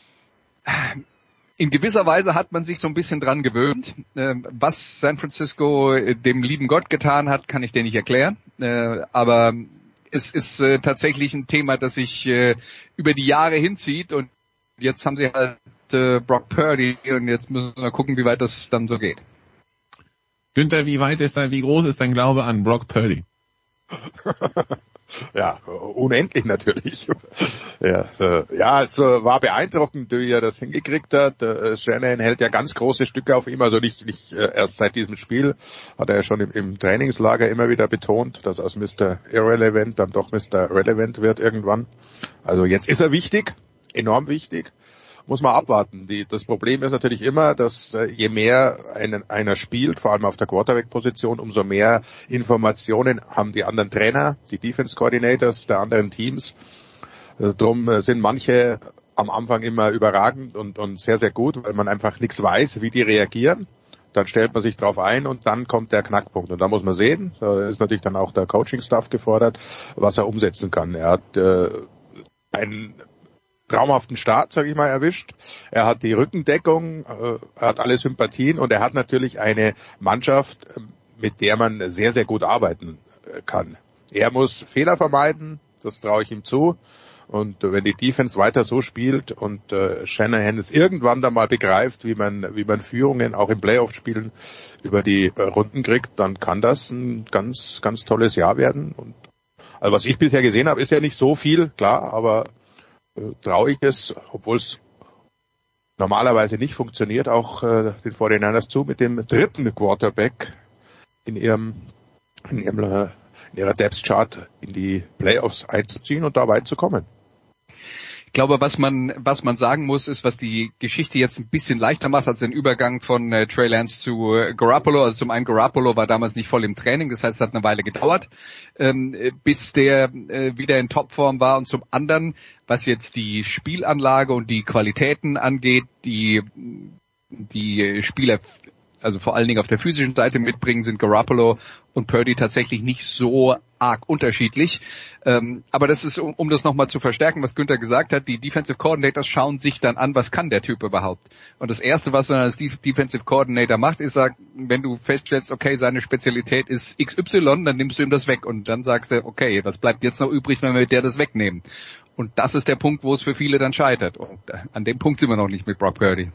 In gewisser Weise hat man sich so ein bisschen dran gewöhnt. Was San Francisco dem lieben Gott getan hat, kann ich dir nicht erklären. Aber es ist tatsächlich ein Thema, das sich über die Jahre hinzieht. Und jetzt haben sie halt Brock Purdy und jetzt müssen wir gucken, wie weit das dann so geht. Günther, wie weit ist dein, wie groß ist dein Glaube an Brock Purdy? Ja, unendlich natürlich. Ja, äh, ja, es äh, war beeindruckend, wie er das hingekriegt hat. Äh, Shanahan hält ja ganz große Stücke auf ihm, also nicht nicht äh, erst seit diesem Spiel, hat er ja schon im, im Trainingslager immer wieder betont, dass aus Mister Irrelevant dann doch Mister Relevant wird irgendwann. Also jetzt ist er wichtig, enorm wichtig. Muss man abwarten. Die, das Problem ist natürlich immer, dass äh, je mehr einen, einer spielt, vor allem auf der Quarterback-Position, umso mehr Informationen haben die anderen Trainer, die Defense-Coordinators der anderen Teams. Äh, drum äh, sind manche am Anfang immer überragend und, und sehr, sehr gut, weil man einfach nichts weiß, wie die reagieren. Dann stellt man sich drauf ein und dann kommt der Knackpunkt. Und da muss man sehen, da ist natürlich dann auch der Coaching-Staff gefordert, was er umsetzen kann. Er hat äh, einen traumhaften Start, sage ich mal, erwischt. Er hat die Rückendeckung, äh, er hat alle Sympathien und er hat natürlich eine Mannschaft, mit der man sehr, sehr gut arbeiten kann. Er muss Fehler vermeiden, das traue ich ihm zu. Und äh, wenn die Defense weiter so spielt und äh, Shanahan es irgendwann dann mal begreift, wie man wie man Führungen auch im Playoff-Spielen über die äh, Runden kriegt, dann kann das ein ganz, ganz tolles Jahr werden. Und also was ich bisher gesehen habe, ist ja nicht so viel, klar, aber traue ich es, obwohl es normalerweise nicht funktioniert, auch äh, den forty-niners zu, mit dem dritten Quarterback in ihrem in ihrem äh, in ihrer Depth Chart in die Playoffs einzuziehen und da weit zu kommen. Ich glaube, was man was man sagen muss, ist, was die Geschichte jetzt ein bisschen leichter macht als den Übergang von äh, Trey Lance zu äh, Garoppolo. Also zum einen, Garoppolo war damals nicht voll im Training, das heißt, es hat eine Weile gedauert, ähm, bis der äh, wieder in Topform war. Und zum anderen, was jetzt die Spielanlage und die Qualitäten angeht, die die Spieler, also vor allen Dingen auf der physischen Seite mitbringen, sind Garoppolo und Purdy tatsächlich nicht so arg unterschiedlich. Ähm, aber das ist, um, um das nochmal zu verstärken, was Günther gesagt hat, die Defensive Coordinators schauen sich dann an, was kann der Typ überhaupt. Und das Erste, was man als Defensive Coordinator macht, ist sagen, wenn du feststellst, okay, seine Spezialität ist X Y, dann nimmst du ihm das weg. Und dann sagst du, okay, was bleibt jetzt noch übrig, wenn wir mit der das wegnehmen? Und das ist der Punkt, wo es für viele dann scheitert. Und an dem Punkt sind wir noch nicht mit Brock Purdy.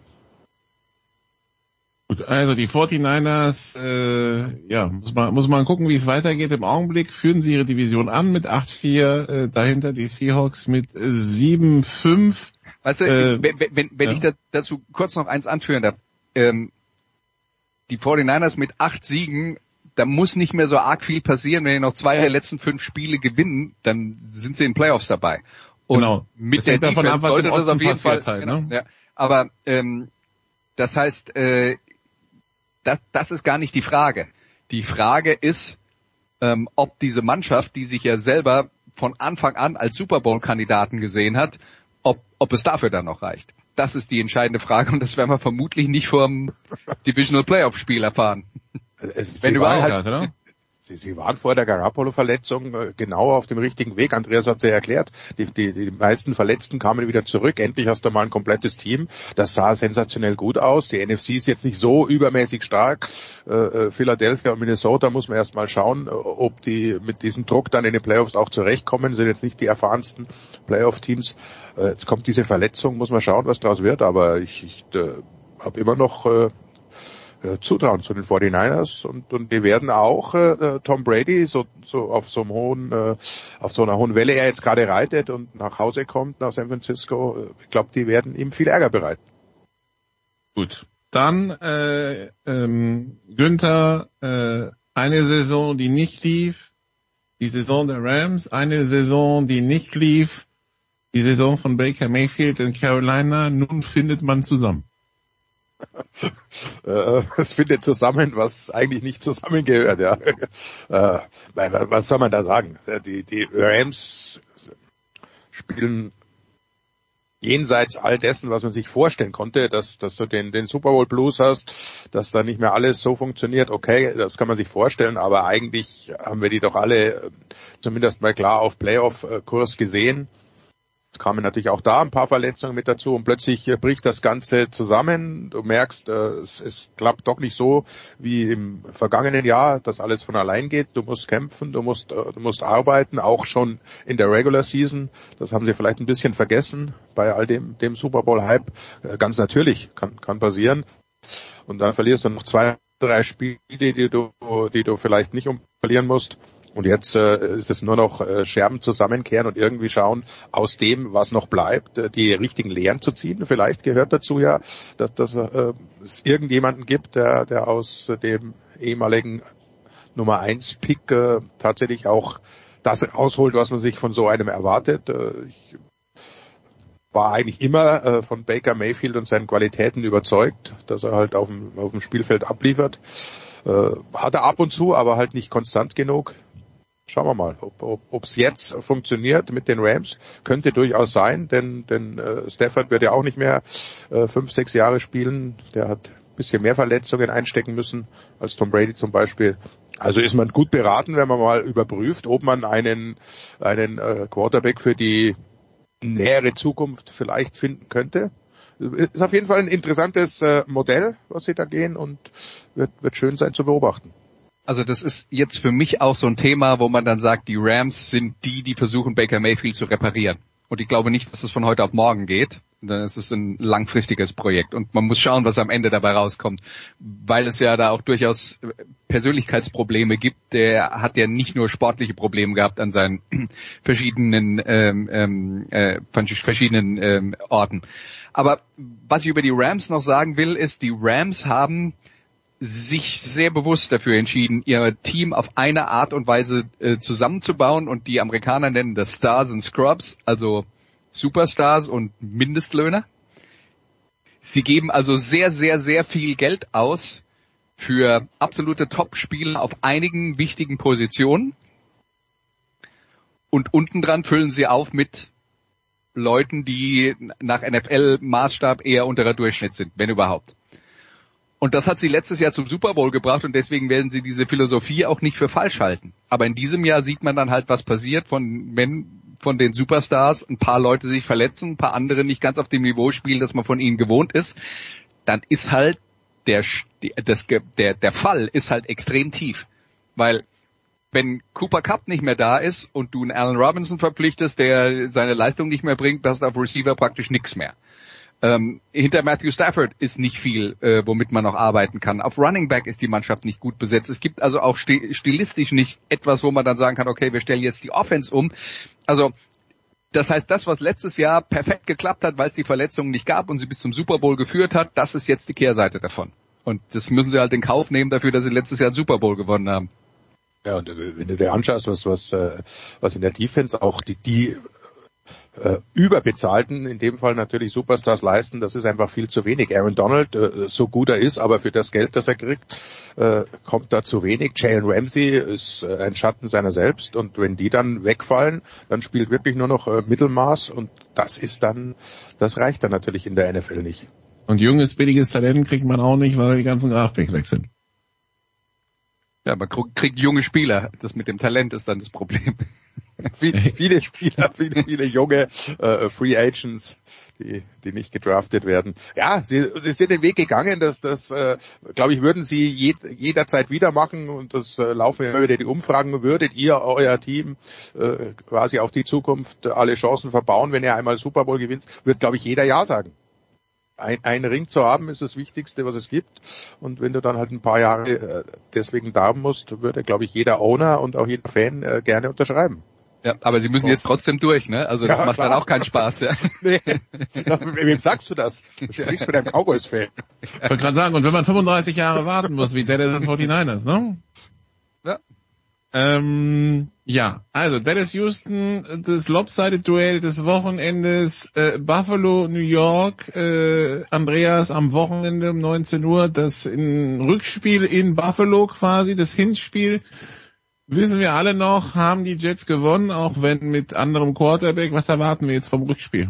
Gut, also die forty-niners, äh, ja, muss man muss man gucken, wie es weitergeht. Im Augenblick führen sie ihre Division an mit acht vier, äh, dahinter die Seahawks mit äh, sieben fünf. Weißt du, äh, wenn, wenn, wenn ja. ich da, dazu kurz noch eins anführen darf, ähm, die forty-niners mit acht Siegen, da muss nicht mehr so arg viel passieren. Wenn die noch zwei der letzten fünf Spiele gewinnen, dann sind sie in Playoffs dabei. Und genau. mit das der hängt davon Defense ab, was sollte im das auf jeden Fall. Halt, genau, ne? ja. Aber ähm, das heißt, äh, Das, das ist gar nicht die Frage. Die Frage ist, ähm, ob diese Mannschaft, die sich ja selber von Anfang an als Super Bowl-Kandidaten gesehen hat, ob, ob es dafür dann noch reicht. Das ist die entscheidende Frage und das werden wir vermutlich nicht vor dem Divisional Playoff-Spiel erfahren. Es, Wenn sie, überhaupt. waren halt, oder? Sie, sie waren vor der Garoppolo-Verletzung äh, genau auf dem richtigen Weg. Andreas hat es ja erklärt. Die, die, die meisten Verletzten kamen wieder zurück. Endlich hast du mal ein komplettes Team. Das sah sensationell gut aus. Die N F C ist jetzt nicht so übermäßig stark. Äh, Philadelphia und Minnesota muss man erst mal schauen, ob die mit diesem Druck dann in den Playoffs auch zurechtkommen. Sind jetzt nicht die erfahrensten Playoff-Teams. Äh, jetzt kommt diese Verletzung, muss man schauen, was daraus wird. Aber ich, ich äh, habe immer noch äh, Zutrauen zu den forty-niners und, und die werden auch äh, Tom Brady so, so auf so einem hohen, äh, auf so einer hohen Welle er jetzt gerade reitet und nach Hause kommt nach San Francisco. Ich glaube, die werden ihm viel Ärger bereiten. Gut, dann äh, ähm, Günther, äh, eine Saison, die nicht lief, die Saison der Rams, eine Saison, die nicht lief, die Saison von Baker Mayfield in Carolina. Nun findet man zusammen. Es findet zusammen, was eigentlich nicht zusammengehört, ja. Äh, was soll man da sagen? Die, die Rams spielen jenseits all dessen, was man sich vorstellen konnte, dass, dass du den, den Super Bowl Blues hast, dass da nicht mehr alles so funktioniert. Okay, das kann man sich vorstellen, aber eigentlich haben wir die doch alle zumindest mal klar auf Playoff-Kurs gesehen. Es kamen natürlich auch da ein paar Verletzungen mit dazu und plötzlich bricht das Ganze zusammen. Du merkst, es, es klappt doch nicht so wie im vergangenen Jahr, dass alles von allein geht. Du musst kämpfen, du musst, du musst arbeiten, auch schon in der Regular Season. Das haben sie vielleicht ein bisschen vergessen bei all dem, dem Super Bowl Hype. Ganz natürlich, kann, kann passieren. Und dann verlierst du noch zwei, drei Spiele, die du, die du vielleicht nicht verlieren musst. Und jetzt äh, ist es nur noch äh, Scherben zusammenkehren und irgendwie schauen, aus dem, was noch bleibt, äh, die richtigen Lehren zu ziehen. Vielleicht gehört dazu ja, dass, dass äh, es irgendjemanden gibt, der, der aus äh, dem ehemaligen Nummer eins Pick äh, tatsächlich auch das rausholt, was man sich von so einem erwartet. Äh, ich war eigentlich immer äh, von Baker Mayfield und seinen Qualitäten überzeugt, dass er halt auf dem, auf dem Spielfeld abliefert. Äh, hat er ab und zu, aber halt nicht konstant genug. Schauen wir mal, ob ob ob's jetzt funktioniert mit den Rams. Könnte durchaus sein, denn denn äh, Stafford wird ja auch nicht mehr äh, fünf, sechs Jahre spielen. Der hat ein bisschen mehr Verletzungen einstecken müssen als Tom Brady zum Beispiel. Also ist man gut beraten, wenn man mal überprüft, ob man einen einen äh, Quarterback für die nähere Zukunft vielleicht finden könnte. Ist auf jeden Fall ein interessantes äh, Modell, was sie da gehen und wird wird schön sein zu beobachten. Also das ist jetzt für mich auch so ein Thema, wo man dann sagt, die Rams sind die, die versuchen, Baker Mayfield zu reparieren. Und ich glaube nicht, dass es von heute auf morgen geht. Dann ist es ein langfristiges Projekt. Und man muss schauen, was am Ende dabei rauskommt. Weil es ja da auch durchaus Persönlichkeitsprobleme gibt. Der hat ja nicht nur sportliche Probleme gehabt an seinen verschiedenen, ähm, ähm, äh, verschiedenen ähm, Orten. Aber was ich über die Rams noch sagen will, ist, die Rams haben sich sehr bewusst dafür entschieden, ihr Team auf eine Art und Weise äh, zusammenzubauen und die Amerikaner nennen das Stars and Scrubs, also Superstars und Mindestlöhner. Sie geben also sehr, sehr, sehr viel Geld aus für absolute Top-Spieler auf einigen wichtigen Positionen und unten dran füllen sie auf mit Leuten, die nach N F L-Maßstab eher unterer Durchschnitt sind, wenn überhaupt. Und das hat sie letztes Jahr zum Super Bowl gebracht und deswegen werden sie diese Philosophie auch nicht für falsch halten. Aber in diesem Jahr sieht man dann halt, was passiert, von wenn von den Superstars ein paar Leute sich verletzen, ein paar andere nicht ganz auf dem Niveau spielen, das man von ihnen gewohnt ist. Dann ist halt der, das, der, der Fall ist halt extrem tief. Weil wenn Cooper Kupp nicht mehr da ist und du einen Allen Robinson verpflichtest, der seine Leistung nicht mehr bringt, hast du auf Receiver praktisch nichts mehr. Ähm, hinter Matthew Stafford ist nicht viel, äh, womit man noch arbeiten kann. Auf Running Back ist die Mannschaft nicht gut besetzt. Es gibt also auch sti- stilistisch nicht etwas, wo man dann sagen kann, okay, wir stellen jetzt die Offense um. Also das heißt, das, was letztes Jahr perfekt geklappt hat, weil es die Verletzungen nicht gab und sie bis zum Super Bowl geführt hat, das ist jetzt die Kehrseite davon. Und das müssen sie halt in Kauf nehmen dafür, dass sie letztes Jahr einen Super Bowl gewonnen haben. Ja, und wenn du dir anschaust, was was was in der Defense auch die die äh, überbezahlten, in dem Fall natürlich Superstars leisten, das ist einfach viel zu wenig. Aaron Donald, äh, so gut er ist, aber für das Geld, das er kriegt, äh, kommt da zu wenig. Jalen Ramsey ist äh, ein Schatten seiner selbst und wenn die dann wegfallen, dann spielt wirklich nur noch äh, Mittelmaß und das ist dann, das reicht dann natürlich in der N F L nicht. Und junges, billiges Talent kriegt man auch nicht, weil die ganzen Draftpicks weg sind. Ja, man kriegt junge Spieler. Das mit dem Talent ist dann das Problem. viele, viele Spieler, viele, viele junge äh, Free Agents, die, die nicht gedraftet werden. Ja, sie, sie sind den Weg gegangen, dass das, äh, glaube ich, würden sie je, jederzeit wieder machen und das äh, laufen immer wieder die Umfragen. Würdet ihr euer Team äh, quasi auf die Zukunft alle Chancen verbauen, wenn ihr einmal Super Bowl gewinnt? Wird, glaube ich, jeder Ja sagen. Ein, ein Ring zu haben ist das Wichtigste, was es gibt. Und wenn du dann halt ein paar Jahre äh, deswegen da musst, würde, glaube ich, jeder Owner und auch jeder Fan äh, gerne unterschreiben. Ja, aber sie müssen jetzt trotzdem durch, ne? Also das ja, macht klar. Dann auch keinen Spaß, ja. Nee. Wem sagst du das? Du sprichst mit einem Cowboys-Fan. Ich wollte gerade sagen, und wenn man fünfunddreißig Jahre warten muss, wie Dallas und forty-niners, ne? Ja. Ähm, ja, also Dallas Houston, das Lopsided-Duell des Wochenendes, äh, Buffalo, New York, äh, Andreas am Wochenende um neunzehn Uhr, das in Rückspiel in Buffalo quasi, das Hinspiel. Wissen wir alle noch, haben die Jets gewonnen, auch wenn mit anderem Quarterback. Was erwarten wir jetzt vom Rückspiel?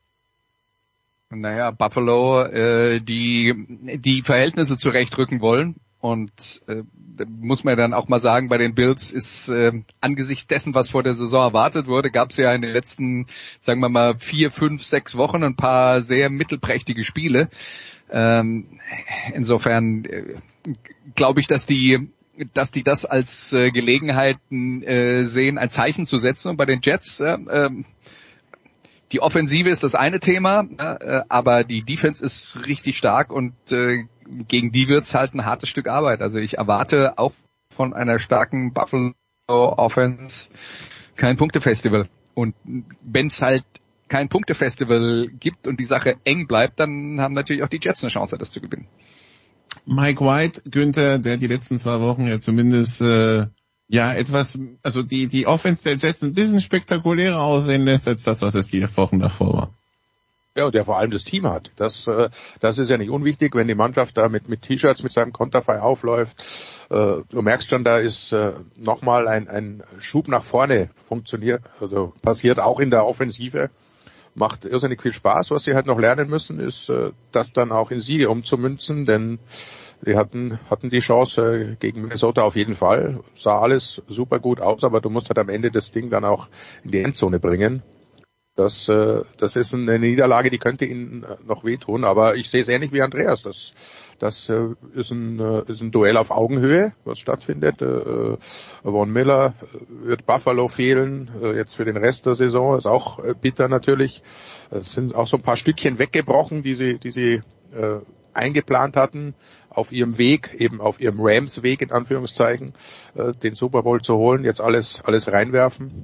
Naja, Buffalo, äh, die die Verhältnisse zurechtrücken wollen. Und äh, muss man dann auch mal sagen, bei den Bills ist äh, angesichts dessen, was vor der Saison erwartet wurde, gab es ja in den letzten, sagen wir mal, vier, fünf, sechs Wochen ein paar sehr mittelprächtige Spiele. Ähm, insofern äh, glaube ich, dass die dass die das als äh, Gelegenheiten äh, sehen, ein Zeichen zu setzen. Und bei den Jets, äh, äh, die Offensive ist das eine Thema, äh, aber die Defense ist richtig stark und äh, gegen die wird's halt ein hartes Stück Arbeit. Also ich erwarte auch von einer starken Buffalo Offense kein Punktefestival. Und wenn's halt kein Punktefestival gibt und die Sache eng bleibt, dann haben natürlich auch die Jets eine Chance, das zu gewinnen. Mike White, Günther, der die letzten zwei Wochen ja zumindest äh, ja etwas, also die die Offense der Jets ein bisschen spektakulärer aussehen lässt als das, was es die Wochen davor war. Ja, und der vor allem das Team hat. Das äh, das ist ja nicht unwichtig, wenn die Mannschaft da mit mit T-Shirts, mit seinem Konterfei aufläuft. Äh, du merkst schon, da ist äh, nochmal ein ein Schub nach vorne funktioniert, also passiert auch in der Offensive. Macht irrsinnig viel Spaß. Was sie halt noch lernen müssen, ist, äh, das dann auch in Siege umzumünzen, denn sie hatten hatten die Chance äh, gegen Minnesota auf jeden Fall. Sah alles super gut aus, aber du musst halt am Ende das Ding dann auch in die Endzone bringen. Das äh, das ist eine Niederlage, die könnte ihnen noch wehtun, aber ich sehe es ähnlich wie Andreas. Das das äh, ist ein äh, ist ein Duell auf Augenhöhe, was stattfindet. Äh, Von Miller wird Buffalo fehlen, äh, jetzt für den Rest der Saison, ist auch äh, bitter natürlich. Es sind auch so ein paar Stückchen weggebrochen, die sie die sie äh, eingeplant hatten, auf ihrem Weg, eben auf ihrem Rams-Weg in Anführungszeichen, äh, den Super Bowl zu holen, jetzt alles alles reinwerfen.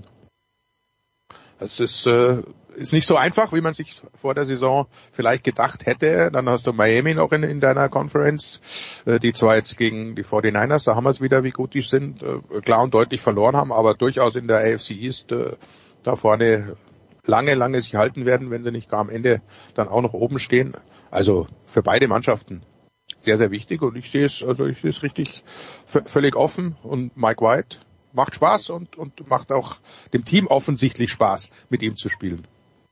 Das ist, äh, ist nicht so einfach, wie man sich vor der Saison vielleicht gedacht hätte. Dann hast du Miami noch in, in deiner Conference, äh, die zwar jetzt gegen die forty-niners, da haben wir es wieder, wie gut die sind, äh, klar und deutlich verloren haben, aber durchaus in der A F C East äh, da vorne lange, lange sich halten werden, wenn sie nicht gar am Ende dann auch noch oben stehen. Also für beide Mannschaften sehr, sehr wichtig und ich sehe es, also ich sehe es richtig v- völlig offen und Mike White macht Spaß und, und macht auch dem Team offensichtlich Spaß, mit ihm zu spielen.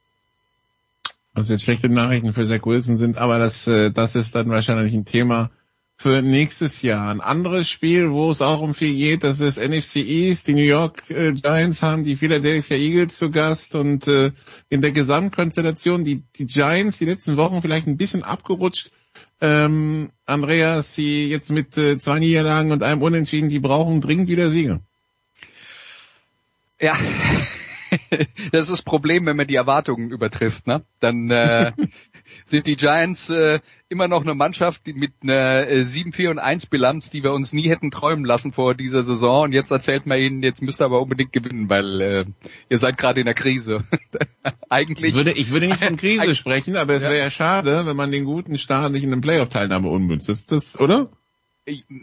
Was jetzt schlechte Nachrichten für Zach Wilson sind, aber das, das ist dann wahrscheinlich ein Thema für nächstes Jahr. Ein anderes Spiel, wo es auch um viel geht, das ist N F C East. Die New York äh, Giants haben die Philadelphia Eagles zu Gast und äh, in der Gesamtkonstellation die, die Giants die letzten Wochen vielleicht ein bisschen abgerutscht. Ähm, Andreas, sie jetzt mit äh, zwei Niederlagen und einem Unentschieden, die brauchen dringend wieder Siege. Ja, das ist das Problem, wenn man die Erwartungen übertrifft, ne? Dann äh, sind die Giants äh, immer noch eine Mannschaft die mit einer äh, sieben vier und eins Bilanz, die wir uns nie hätten träumen lassen vor dieser Saison. Und jetzt erzählt man ihnen, jetzt müsst ihr aber unbedingt gewinnen, weil äh, ihr seid gerade in der Krise. Eigentlich. Ich würde, ich würde nicht von Krise sprechen, aber es wäre ja schade, wenn man den guten Start nicht in eine Playoff-Teilnahme ummünzt. Ist das, oder?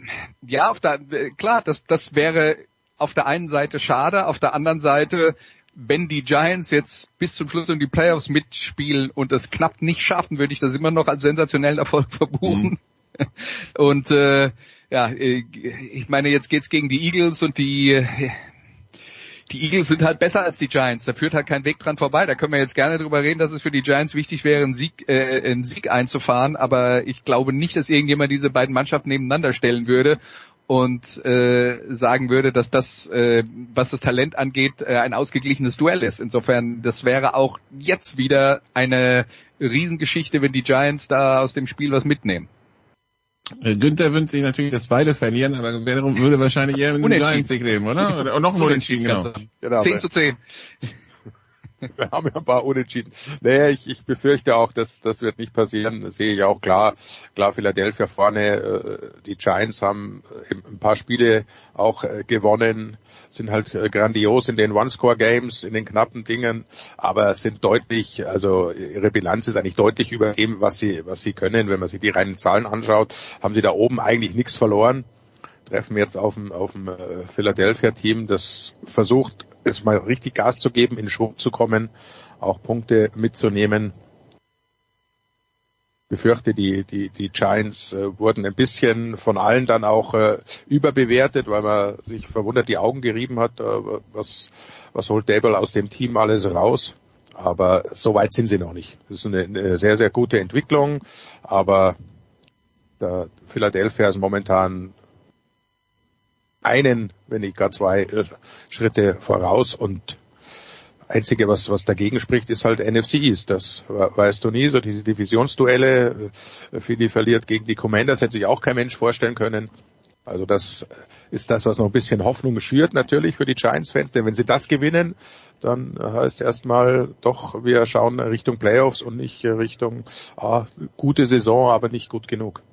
Ja, auf der, klar, das, das wäre auf der einen Seite schade, auf der anderen Seite wenn die Giants jetzt bis zum Schluss um die Playoffs mitspielen und es knapp nicht schaffen, würde ich das immer noch als sensationellen Erfolg verbuchen. Mhm. Und äh, ja, ich meine, jetzt geht's gegen die Eagles und die die Eagles sind halt besser als die Giants. Da führt halt kein Weg dran vorbei. Da können wir jetzt gerne drüber reden, dass es für die Giants wichtig wäre, einen Sieg, äh, einen Sieg einzufahren. Aber ich glaube nicht, dass irgendjemand diese beiden Mannschaften nebeneinander stellen würde und äh, sagen würde, dass das, äh, was das Talent angeht, äh, ein ausgeglichenes Duell ist. Insofern, das wäre auch jetzt wieder eine Riesengeschichte, wenn die Giants da aus dem Spiel was mitnehmen. Günther wünscht sich natürlich, dass beide verlieren, aber wäre, würde wahrscheinlich eher mit dem Giants Sieg leben, oder? Oder noch ein Unentschieden, genau. genau. zehn zu zehn. Wir haben ja ein paar Unentschieden. Naja, ich, ich befürchte auch, dass das wird nicht passieren. Das sehe ich auch klar. Klar, Philadelphia vorne. Die Giants haben ein paar Spiele auch gewonnen, sind halt grandios in den One-Score-Games, in den knappen Dingen, aber sind deutlich, also ihre Bilanz ist eigentlich deutlich über dem, was sie, was sie können. Wenn man sich die reinen Zahlen anschaut, haben sie da oben eigentlich nichts verloren. Treffen jetzt auf ein, auf ein Philadelphia-Team, das versucht, es mal richtig Gas zu geben, in Schwung zu kommen, auch Punkte mitzunehmen. Ich befürchte, die, die, die Giants äh, wurden ein bisschen von allen dann auch äh, überbewertet, weil man sich verwundert die Augen gerieben hat, äh, was, was holt Daboll aus dem Team alles raus. Aber so weit sind sie noch nicht. Das ist eine, eine sehr, sehr gute Entwicklung, aber der Philadelphia ist momentan einen, wenn nicht gar zwei äh, Schritte voraus und Einzige, was was dagegen spricht, ist halt N F C East. Das weißt du nie, so diese Divisionsduelle. Philly verliert gegen die Commanders, hätte sich auch kein Mensch vorstellen können. Also das ist das, was noch ein bisschen Hoffnung schürt natürlich für die Giants-Fans, denn wenn sie das gewinnen, dann heißt erstmal doch, wir schauen Richtung Playoffs und nicht Richtung ah, gute Saison, aber nicht gut genug.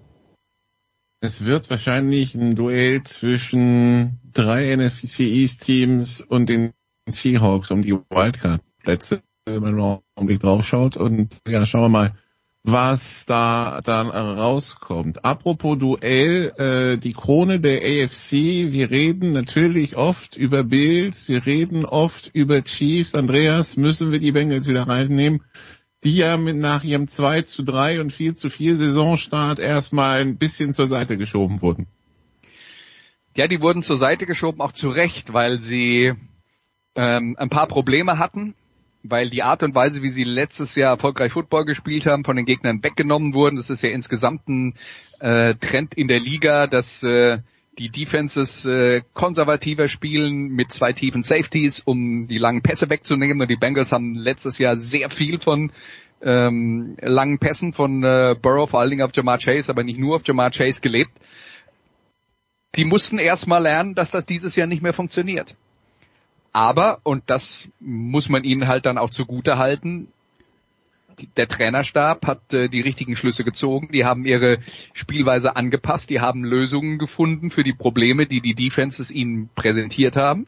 Es wird wahrscheinlich ein Duell zwischen drei N F C East Teams und den Seahawks um die Wildcard-Plätze, wenn man noch einen Blick drauf schaut. Und ja, schauen wir mal, was da dann rauskommt. Apropos Duell, äh, die Krone der A F C. Wir reden natürlich oft über Bills, wir reden oft über Chiefs. Andreas, müssen wir die Bengals wieder reinnehmen, die ja mit nach ihrem zwei zu drei und vier zu vier Saisonstart erstmal ein bisschen zur Seite geschoben wurden. Ja, die wurden zur Seite geschoben, auch zu Recht, weil sie ähm, ein paar Probleme hatten, weil die Art und Weise, wie sie letztes Jahr erfolgreich Football gespielt haben, von den Gegnern weggenommen wurden. Das ist ja insgesamt ein äh, Trend in der Liga, dass äh, die Defenses äh, konservativer spielen mit zwei tiefen Safeties, um die langen Pässe wegzunehmen. Und die Bengals haben letztes Jahr sehr viel von ähm, langen Pässen von äh, Burrow, vor allen Dingen auf Ja'Marr Chase, aber nicht nur auf Ja'Marr Chase gelebt. Die mussten erst mal lernen, dass das dieses Jahr nicht mehr funktioniert. Aber, und das muss man ihnen halt dann auch zugute halten, der Trainerstab hat äh, die richtigen Schlüsse gezogen, die haben ihre Spielweise angepasst, die haben Lösungen gefunden für die Probleme, die die Defenses ihnen präsentiert haben.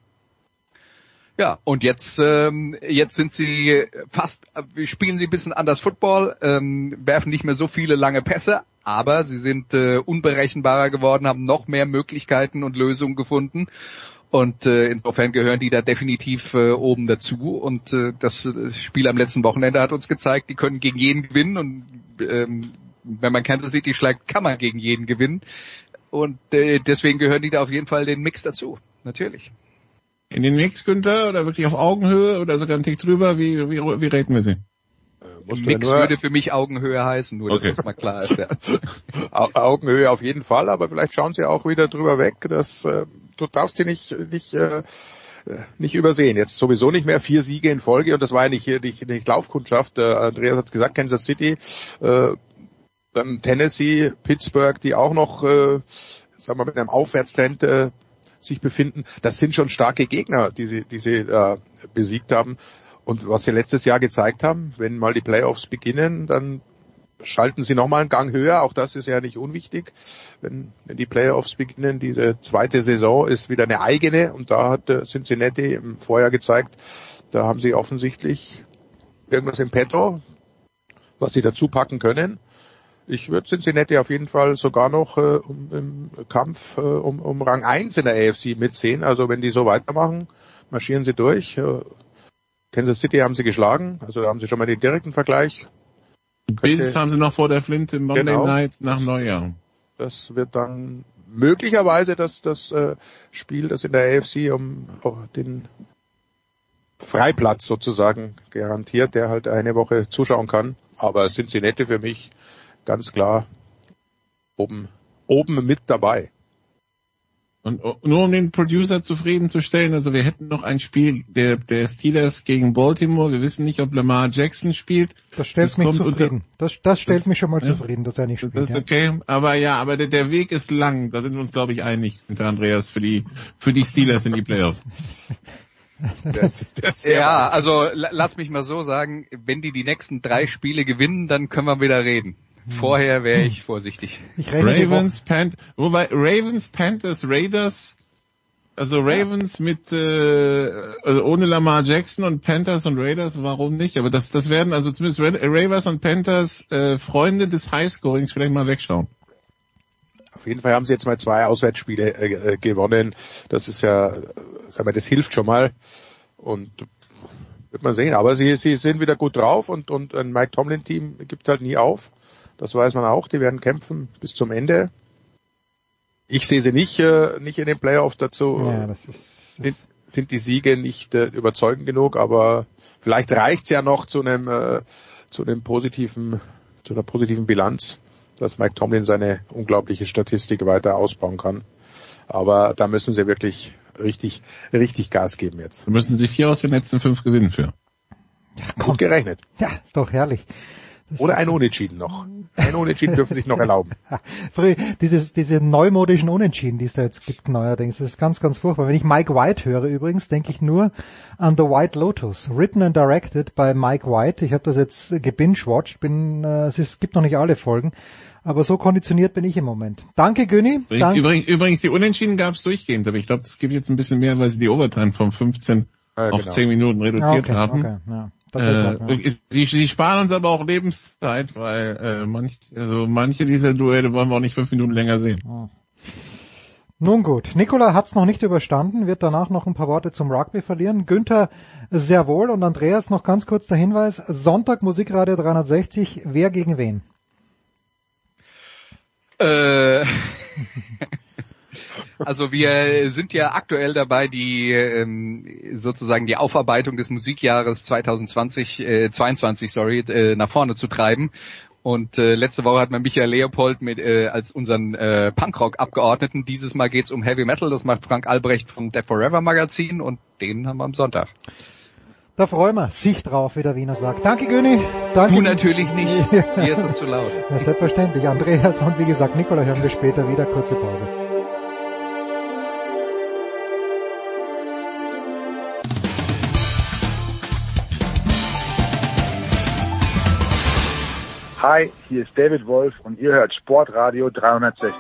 Ja, und jetzt ähm, jetzt sind sie fast, spielen sie ein bisschen anders Football, ähm, werfen nicht mehr so viele lange Pässe, aber sie sind äh, unberechenbarer geworden, haben noch mehr Möglichkeiten und Lösungen gefunden. Und äh, insofern gehören die da definitiv äh, oben dazu. Und äh, das Spiel am letzten Wochenende hat uns gezeigt, die können gegen jeden gewinnen. Und ähm, wenn man Kansas City schlägt, kann man gegen jeden gewinnen. Und äh, deswegen gehören die da auf jeden Fall den Mix dazu. Natürlich. In den Mix, Günther, oder wirklich auf Augenhöhe oder sogar einen Tick drüber? Wie, wie, wie reden wir sie? Äh, Mix ja würde für mich Augenhöhe heißen, nur okay. Dass das mal klar ist. Ja. Augenhöhe auf jeden Fall, aber vielleicht schauen sie auch wieder drüber weg, dass äh, du darfst sie nicht nicht äh, nicht übersehen. Jetzt sowieso nicht mehr vier Siege in Folge und das war ja nicht nicht, nicht Laufkundschaft. Äh, Andreas hat's gesagt, Kansas City, äh, dann Tennessee, Pittsburgh, die auch noch, äh, sagen wir, mit einem Aufwärtstrend äh, sich befinden. Das sind schon starke Gegner, die sie die sie äh, besiegt haben. Und was sie letztes Jahr gezeigt haben, wenn mal die Playoffs beginnen, dann schalten sie nochmal einen Gang höher. Auch das ist ja nicht unwichtig. Wenn, wenn die Playoffs beginnen, diese zweite Saison ist wieder eine eigene. Und da hat Cincinnati im Vorjahr gezeigt, da haben sie offensichtlich irgendwas im Petto, was sie dazu packen können. Ich würde Cincinnati auf jeden Fall sogar noch äh, um, im Kampf äh, um, um Rang eins in der A F C mitsehen. Also wenn die so weitermachen, marschieren sie durch. Äh, Kansas City haben sie geschlagen, also da haben sie schon mal den direkten Vergleich. Bills haben sie noch vor der Flinte im Monday genau. Night nach Neujahr. Das wird dann möglicherweise das, das äh, Spiel, das in der A F C um oh, den Freiplatz sozusagen garantiert, der halt eine Woche zuschauen kann. Aber Cincinnati für mich ganz klar oben, oben mit dabei. Und nur um den Producer zufriedenzustellen, also wir hätten noch ein Spiel der, der Steelers gegen Baltimore. Wir wissen nicht, ob Lamar Jackson spielt. Das stellt das mich zufrieden. Unter, das, das stellt das, mich schon mal ja, zufrieden, dass er nicht spielt. Das ist okay, aber ja, aber der, der Weg ist lang. Da sind wir uns, glaube ich, einig, unter Andreas, für die, für die Steelers in die Playoffs. Das, das ja, also lass mich mal so sagen, wenn die die nächsten drei Spiele gewinnen, dann können wir wieder reden. Vorher wäre ich vorsichtig. Ich Ravens, Pan- wobei Ravens, Panthers, Raiders, also Ravens mit äh, also ohne Lamar Jackson und Panthers und Raiders, warum nicht? Aber das das werden also zumindest Ravens und Panthers äh, Freunde des Highscorings vielleicht mal wegschauen. Auf jeden Fall haben sie jetzt mal zwei Auswärtsspiele äh, gewonnen. Das ist ja, sagen wir, das hilft schon mal. Und wird man sehen. Aber sie sie sind wieder gut drauf und und ein Mike Tomlin Team gibt halt nie auf. Das weiß man auch, die werden kämpfen bis zum Ende. Ich sehe sie nicht, äh, nicht in den Playoffs dazu. Ja, das ist, das sind, sind die Siege nicht äh, überzeugend genug, aber vielleicht reicht's ja noch zu einem, äh, zu einem positiven, zu einer positiven Bilanz, dass Mike Tomlin seine unglaubliche Statistik weiter ausbauen kann. Aber da müssen sie wirklich richtig, richtig Gas geben jetzt. Da müssen sie vier aus den letzten fünf gewinnen für. Ja, gut gerechnet. Ja, ist doch herrlich. Oder ein Unentschieden noch. Ein Unentschieden dürfen sich noch erlauben. Früher, dieses, diese neumodischen Unentschieden, die es da jetzt gibt neuerdings, das ist ganz, ganz furchtbar. Wenn ich Mike White höre übrigens, denke ich nur an The White Lotus. Written and directed by Mike White. Ich habe das jetzt gebinge-watched. Bin, äh, es gibt noch nicht alle Folgen. Aber so konditioniert bin ich im Moment. Danke, Günni. Dank. Übrigens, übrigens, die Unentschieden gab es durchgehend. Aber ich glaube, es gibt jetzt ein bisschen mehr, weil sie die Overtime von fünfzehn ja, auf genau. zehn Minuten reduziert okay, haben. Okay, ja. Äh, auch, ja. sie, sie sparen uns aber auch Lebenszeit, weil äh, manch, also manche dieser Duelle wollen wir auch nicht fünf Minuten länger sehen. Oh. Nun gut, Nikola hat's noch nicht überstanden, wird danach noch ein paar Worte zum Rugby verlieren. Günther sehr wohl und Andreas noch ganz kurz der Hinweis, Sonntag Musikradio dreihundertsechzig, wer gegen wen? Äh... Also wir sind ja aktuell dabei, die ähm, sozusagen die Aufarbeitung des Musikjahres zwanzig zwanzig, äh, zweiundzwanzig, sorry, äh, nach vorne zu treiben. Und äh, letzte Woche hat man Michael Leopold mit äh, als unseren äh, Punkrock-Abgeordneten. Dieses Mal geht's um Heavy Metal. Das macht Frank Albrecht vom Death Forever Magazin und den haben wir am Sonntag. Da freuen wir sich drauf, wie der Wiener sagt. Danke, Göni. Danke. Du natürlich nicht. Hier ist es zu laut. Ja, selbstverständlich. Andreas und wie gesagt, Nikola hören wir später wieder. Kurze Pause. Hi, hier ist David Wolf und ihr hört Sportradio dreihundertsechzig.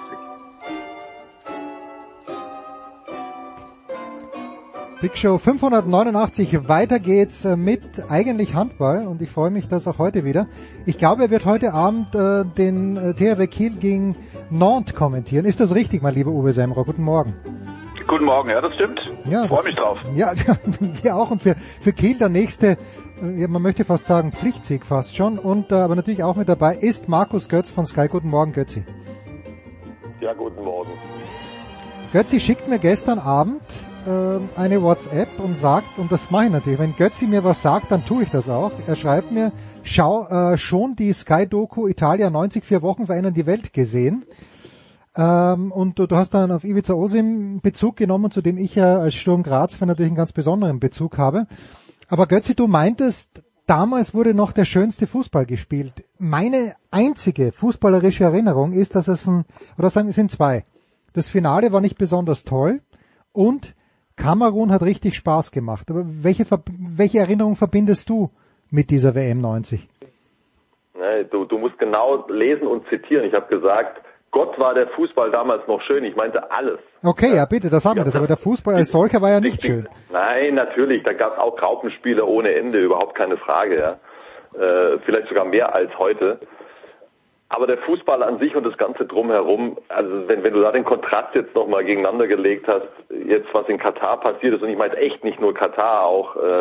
Big Show fünfhundertneunundachtzig, weiter geht's mit eigentlich Handball und ich freue mich, dass auch heute wieder. Ich glaube, er wird heute Abend äh, den äh, T H W Kiel gegen Nantes kommentieren. Ist das richtig, mein lieber Uwe Semmerer? Guten Morgen. Guten Morgen, ja, das stimmt. Ja, ich freue mich drauf. Ja, wir auch und für, für Kiel der nächste, ja, man möchte fast sagen Pflichtsieg fast schon und äh, aber natürlich auch mit dabei ist Markus Götz von Sky. Guten Morgen, Götzi. Ja, guten Morgen. Götzi schickt mir gestern Abend äh, eine WhatsApp und sagt, und das mache ich natürlich, wenn Götzi mir was sagt, dann tue ich das auch. Er schreibt mir, schau, äh, schon die Sky-Doku Italia neunzig, vier Wochen verändern die Welt gesehen. Ähm, und du, du hast dann auf Ivica Osim Bezug genommen, zu dem ich ja als Sturm Graz-Fan natürlich einen ganz besonderen Bezug habe. Aber Götzi, du meintest, damals wurde noch der schönste Fußball gespielt. Meine einzige fußballerische Erinnerung ist, dass es ein, oder sagen wir, es sind zwei. Das Finale war nicht besonders toll und Kamerun hat richtig Spaß gemacht. Aber welche, welche Erinnerung verbindest du mit dieser W M neunzig? Nee, du, du musst genau lesen und zitieren. Ich habe gesagt, Gott war der Fußball damals noch schön. Ich meinte alles. Okay, ja bitte, das haben wir das. Aber der Fußball als solcher war ja nicht schön. Nein, natürlich. Da gab es auch Graupenspiele ohne Ende, überhaupt keine Frage. Ja, äh, vielleicht sogar mehr als heute. Aber der Fußball an sich und das Ganze drumherum, also wenn, wenn du da den Kontrast jetzt nochmal gegeneinander gelegt hast, jetzt was in Katar passiert ist, und ich meine echt nicht nur Katar, auch äh,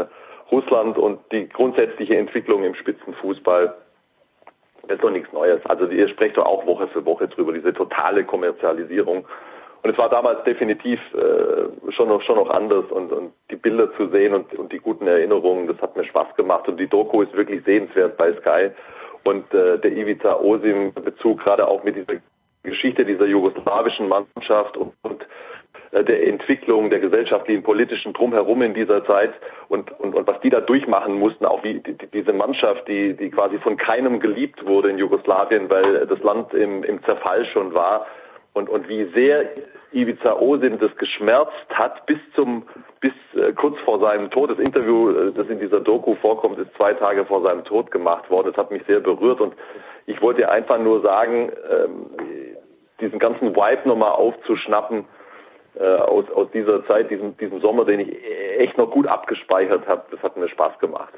Russland und die grundsätzliche Entwicklung im Spitzenfußball, das ist doch nichts Neues. Also ihr sprecht doch auch Woche für Woche drüber, diese totale Kommerzialisierung. Und es war damals definitiv äh, schon noch schon noch anders und, und die Bilder zu sehen und, und die guten Erinnerungen, das hat mir Spaß gemacht und die Doku ist wirklich sehenswert bei Sky. Und äh, der Ivica Osim Bezug gerade auch mit dieser Geschichte dieser jugoslawischen Mannschaft und, und äh, der Entwicklung der gesellschaftlichen, politischen Drumherum in dieser Zeit und, und, und was die da durchmachen mussten, auch wie die, diese Mannschaft, die, die quasi von keinem geliebt wurde in Jugoslawien, weil das Land im, im Zerfall schon war. Und, und wie sehr Ivica Osim das geschmerzt hat bis zum, bis äh, kurz vor seinem Tod. Das Interview, äh, das in dieser Doku vorkommt, ist zwei Tage vor seinem Tod gemacht worden. Das hat mich sehr berührt und ich wollte einfach nur sagen, ähm, diesen ganzen Vibe nochmal aufzuschnappen äh, aus, aus dieser Zeit, diesem, diesem Sommer, den ich echt noch gut abgespeichert habe. Das hat mir Spaß gemacht.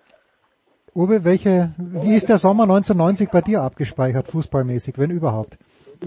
Uwe, welche, wie ist der Sommer neunzehnhundertneunzig bei dir abgespeichert, fußballmäßig, wenn überhaupt?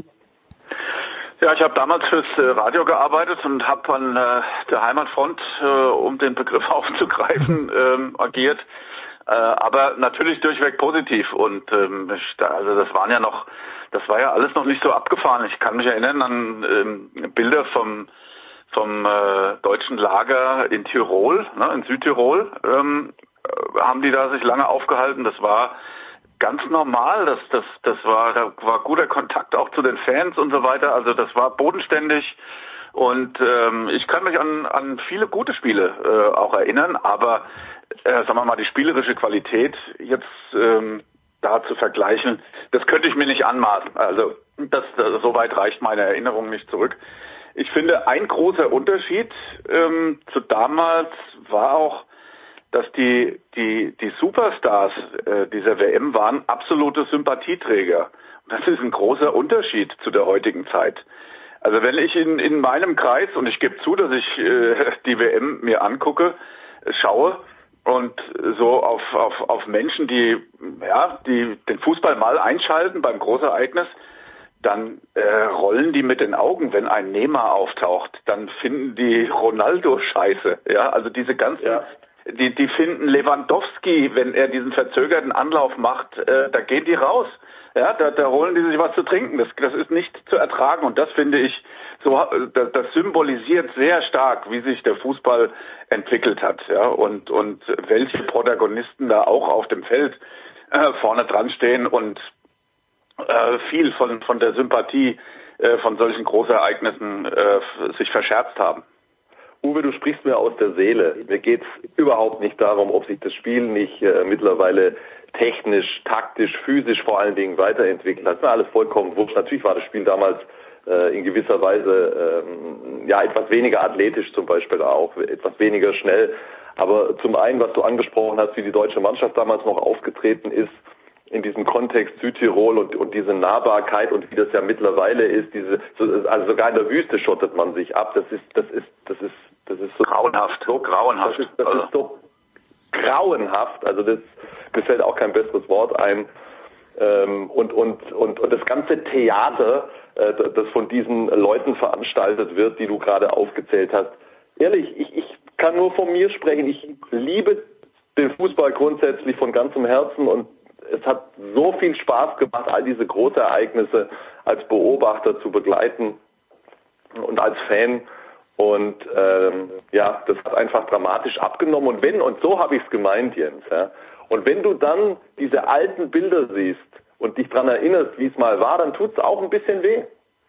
Ja, ich habe damals fürs äh, Radio gearbeitet und habe an äh, der Heimatfront, äh, um den Begriff aufzugreifen, ähm, agiert. Äh, aber natürlich durchweg positiv. Und ähm, ich, da, also das waren ja noch, das war ja alles noch nicht so abgefahren. Ich kann mich erinnern an ähm, Bilder vom vom äh, deutschen Lager in Tirol, ne, in Südtirol, ähm, äh, haben die da sich lange aufgehalten. Das war ganz normal, das, das, das war, da war guter Kontakt auch zu den Fans und so weiter, also das war bodenständig und ähm, ich kann mich an, an viele gute Spiele äh, auch erinnern, aber äh, sagen wir mal, die spielerische Qualität jetzt ähm, da zu vergleichen, das könnte ich mir nicht anmaßen, also das, das, so weit reicht meine Erinnerung nicht zurück. Ich finde, ein großer Unterschied ähm, zu damals war auch, dass die die die Superstars äh, dieser W M waren absolute Sympathieträger. Und das ist ein großer Unterschied zu der heutigen Zeit. Also wenn ich in in meinem Kreis, und ich gebe zu, dass ich äh, die W M mir angucke, schaue und so auf auf auf Menschen, die ja die den Fußball mal einschalten beim Großereignis, dann äh, rollen die mit den Augen, wenn ein Neymar auftaucht. Dann finden die Ronaldo scheiße. Ja, also diese ganzen ja. Die, die finden Lewandowski, wenn er diesen verzögerten Anlauf macht, äh, da gehen die raus. Ja, da, da holen die sich was zu trinken. Das, das ist nicht zu ertragen. Und das finde ich, so, das, das symbolisiert sehr stark, wie sich der Fußball entwickelt hat. Ja, und, und welche Protagonisten da auch auf dem Feld äh, vorne dran stehen und äh, viel von, von der Sympathie äh, von solchen Großereignissen äh, sich verscherzt haben. Uwe, du sprichst mir aus der Seele. Mir geht's überhaupt nicht darum, ob sich das Spiel nicht äh, mittlerweile technisch, taktisch, physisch vor allen Dingen weiterentwickelt hat. Das war alles vollkommen wurscht. Natürlich war das Spiel damals äh, in gewisser Weise ähm, ja etwas weniger athletisch zum Beispiel auch, etwas weniger schnell. Aber zum einen, was du angesprochen hast, wie die deutsche Mannschaft damals noch aufgetreten ist, in diesem Kontext Südtirol und, und diese Nahbarkeit und wie das ja mittlerweile ist, diese, also sogar in der Wüste schottet man sich ab. Das ist, das ist, das ist, das ist so grauenhaft, so grauenhaft. Das ist, das also. ist so grauenhaft. Also das, mir fällt auch kein besseres Wort ein. Ähm, und, und, und, und das ganze Theater, äh, das von diesen Leuten veranstaltet wird, die du gerade aufgezählt hast. Ehrlich, ich, ich kann nur von mir sprechen. Ich liebe den Fußball grundsätzlich von ganzem Herzen und es hat so viel Spaß gemacht, all diese Großereignisse als Beobachter zu begleiten und als Fan. Und ähm, ja, das hat einfach dramatisch abgenommen. Und wenn, und so habe ich es gemeint, Jens, ja, und wenn du dann diese alten Bilder siehst und dich daran erinnerst, wie es mal war, dann tut es auch ein bisschen weh.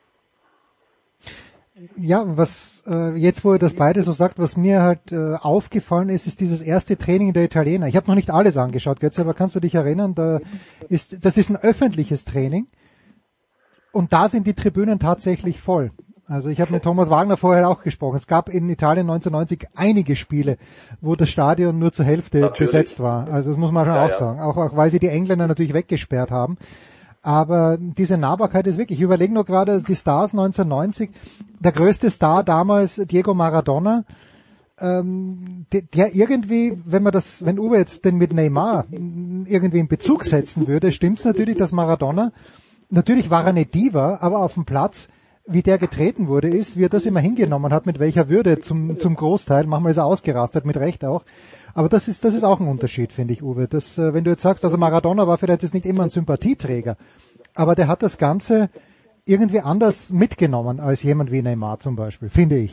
Ja, was äh, jetzt, wo ihr das beide so sagt, was mir halt äh, aufgefallen ist, ist dieses erste Training der Italiener. Ich habe noch nicht alles angeschaut, Götze, aber kannst du dich erinnern, da ist, das ist ein öffentliches Training und da sind die Tribünen tatsächlich voll. Also ich habe mit Thomas Wagner vorher auch gesprochen. Es gab in Italien neunzehnhundertneunzig einige Spiele, wo das Stadion nur zur Hälfte natürlich besetzt war. Also das muss man schon ja, auch ja. sagen. Auch, auch weil sie die Engländer natürlich weggesperrt haben. Aber diese Nahbarkeit ist wirklich, ich überlege nur gerade, die Stars neunzehnhundertneunzig, der größte Star damals, Diego Maradona, ähm, der, der irgendwie, wenn man das, wenn Uwe jetzt den mit Neymar irgendwie in Bezug setzen würde, stimmt's natürlich, dass Maradona, natürlich war er eine Diva, aber auf dem Platz wie der getreten wurde, ist, wie er das immer hingenommen hat, mit welcher Würde zum, zum Großteil. Manchmal ist er ausgerastet, mit Recht auch. Aber das ist, das ist auch ein Unterschied, finde ich, Uwe. Das, äh, wenn du jetzt sagst, also Maradona war vielleicht jetzt nicht immer ein Sympathieträger, aber der hat das Ganze irgendwie anders mitgenommen als jemand wie Neymar zum Beispiel, finde ich.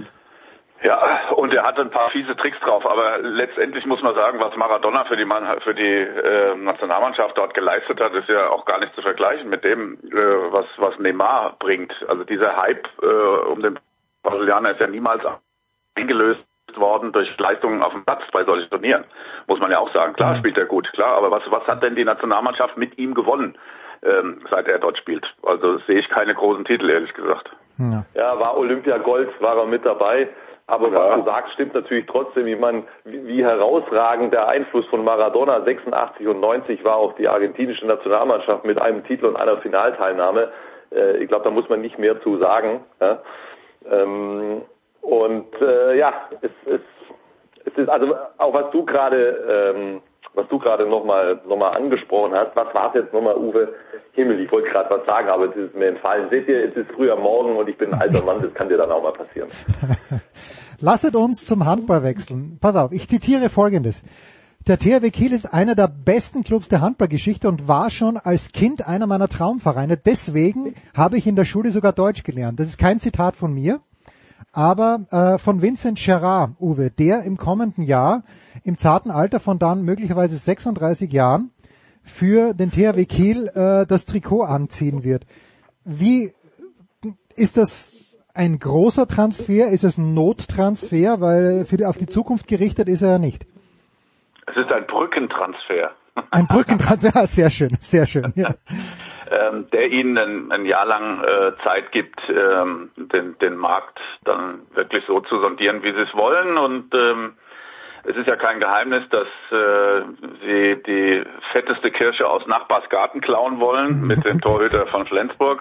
Ja, und er hatte ein paar fiese Tricks drauf, aber letztendlich muss man sagen, was Maradona für die Mann, für die äh, Nationalmannschaft dort geleistet hat, ist ja auch gar nicht zu vergleichen mit dem, äh, was was Neymar bringt. Also dieser Hype äh, um den Brasilianer ist ja niemals eingelöst worden durch Leistungen auf dem Platz bei solchen Turnieren. Muss man ja auch sagen. Klar spielt er gut, klar, aber was was hat denn die Nationalmannschaft mit ihm gewonnen, ähm, seit er dort spielt? Also sehe ich keine großen Titel, ehrlich gesagt. Ja, ja war Olympia Gold, war er mit dabei. Aber was du sagst, stimmt natürlich trotzdem. Ich meine, wie, wie herausragend der Einfluss von Maradona sechsundachtzig und neunzig war auf die argentinische Nationalmannschaft mit einem Titel und einer Finalteilnahme. Äh, ich glaube, da muss man nicht mehr zu sagen. Ja? Ähm, und äh, ja, es, es, es ist also auch was du gerade ähm, was du gerade nochmal noch mal angesprochen hast. Was war es jetzt nochmal, Uwe? Himmel, ich wollte gerade was sagen, aber es ist mir entfallen. Seht ihr, es ist früh am Morgen und ich bin ein alter Mann, das kann dir dann auch mal passieren. Lasset uns zum Handball wechseln. Pass auf, ich zitiere Folgendes. Der T H W Kiel ist einer der besten Clubs der Handballgeschichte und war schon als Kind einer meiner Traumvereine. Deswegen habe ich in der Schule sogar Deutsch gelernt. Das ist kein Zitat von mir, aber äh, von Vincent Gerard, Uwe, der im kommenden Jahr im zarten Alter von dann möglicherweise sechsunddreißig Jahren für den T H W Kiel äh, das Trikot anziehen wird. Wie ist das ein großer Transfer? Ist es ein Nottransfer? Weil für die, auf die Zukunft gerichtet ist er ja nicht. Es ist ein Brückentransfer. Ein Brückentransfer, sehr schön, sehr schön. Ja. ähm, der ihnen ein, ein Jahr lang äh, Zeit gibt, ähm, den, den Markt dann wirklich so zu sondieren, wie sie es wollen. Und ähm, es ist ja kein Geheimnis, dass äh, sie die fetteste Kirsche aus Nachbarsgarten klauen wollen mit dem Torhüter von Flensburg.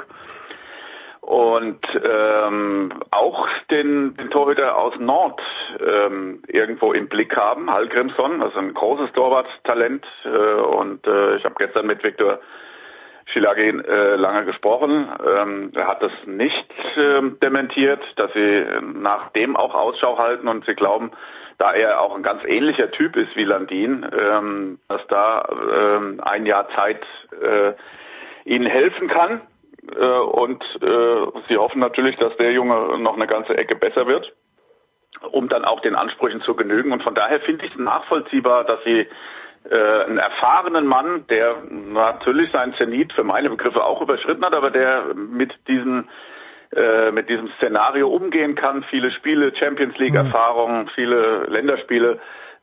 Und ähm, auch den, den Torhüter aus Nord ähm, irgendwo im Blick haben, Hallgrimsson, also ein großes Torwarttalent. Äh, und äh, ich habe gestern mit Viktor Schillagy äh, lange gesprochen. Ähm, er hat das nicht äh, dementiert, dass sie nach dem auch Ausschau halten und sie glauben, da er auch ein ganz ähnlicher Typ ist wie Landin, ähm, dass da ähm, ein Jahr Zeit äh, ihnen helfen kann. Und äh, sie hoffen natürlich, dass der Junge noch eine ganze Ecke besser wird, um dann auch den Ansprüchen zu genügen. Und von daher finde ich es nachvollziehbar, dass sie äh, einen erfahrenen Mann, der natürlich seinen Zenit für meine Begriffe auch überschritten hat, aber der mit diesen äh, mit diesem Szenario umgehen kann, viele Spiele, Champions League Erfahrungen, viele Länderspiele.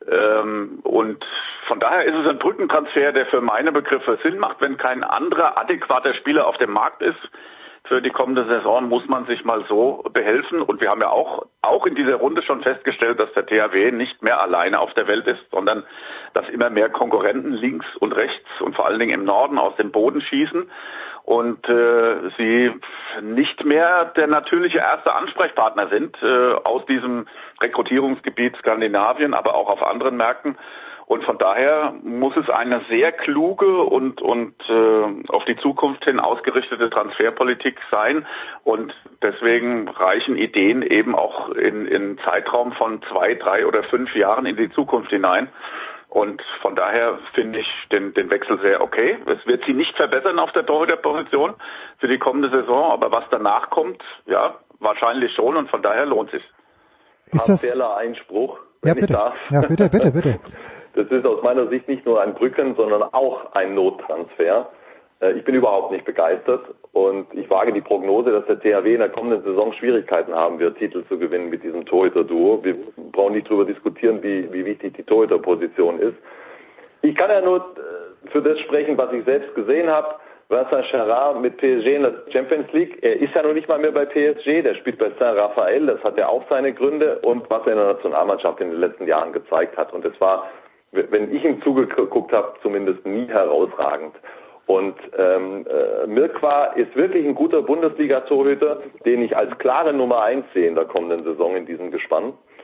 Ähm, und von daher ist es ein Brückentransfer, der für meine Begriffe Sinn macht. Wenn kein anderer adäquater Spieler auf dem Markt ist für die kommende Saison, muss man sich mal so behelfen. Und wir haben ja auch auch in dieser Runde schon festgestellt, dass der T H W nicht mehr alleine auf der Welt ist, sondern dass immer mehr Konkurrenten links und rechts und vor allen Dingen im Norden aus dem Boden schießen. Und äh, sie nicht mehr der natürliche erste Ansprechpartner sind äh, aus diesem Rekrutierungsgebiet Skandinavien, aber auch auf anderen Märkten. Und von daher muss es eine sehr kluge und und äh, auf die Zukunft hin ausgerichtete Transferpolitik sein. Und deswegen reichen Ideen eben auch in in Zeitraum von zwei, drei oder fünf Jahren in die Zukunft hinein. Und von daher finde ich den, den Wechsel sehr okay. Es wird sie nicht verbessern auf der Torhüterposition für die kommende Saison, aber was danach kommt, ja, wahrscheinlich schon und von daher lohnt es sich. Ist das Einspruch, wenn ja, bitte. Ich darf. Ja, bitte, bitte, bitte. Das ist aus meiner Sicht nicht nur ein Brücken, sondern auch ein Nottransfer. Ich bin überhaupt nicht begeistert und ich wage die Prognose, dass der T H W in der kommenden Saison Schwierigkeiten haben wird, Titel zu gewinnen mit diesem Torhüter-Duo. Wir brauchen nicht darüber diskutieren, wie, wie wichtig die Torhüter-Position ist. Ich kann ja nur für das sprechen, was ich selbst gesehen habe. Vincent Gerard mit P S G in der Champions League. Er ist ja noch nicht mal mehr bei P S G, der spielt bei Saint-Raphael, das hat ja auch seine Gründe und was er in der Nationalmannschaft in den letzten Jahren gezeigt hat. Und es war, wenn ich ihm zugeguckt habe, zumindest nie herausragend. Und ähm, äh, Mirkwa ist wirklich ein guter Bundesliga-Torhüter, den ich als klare Nummer eins sehe in der kommenden Saison in diesem Gespann.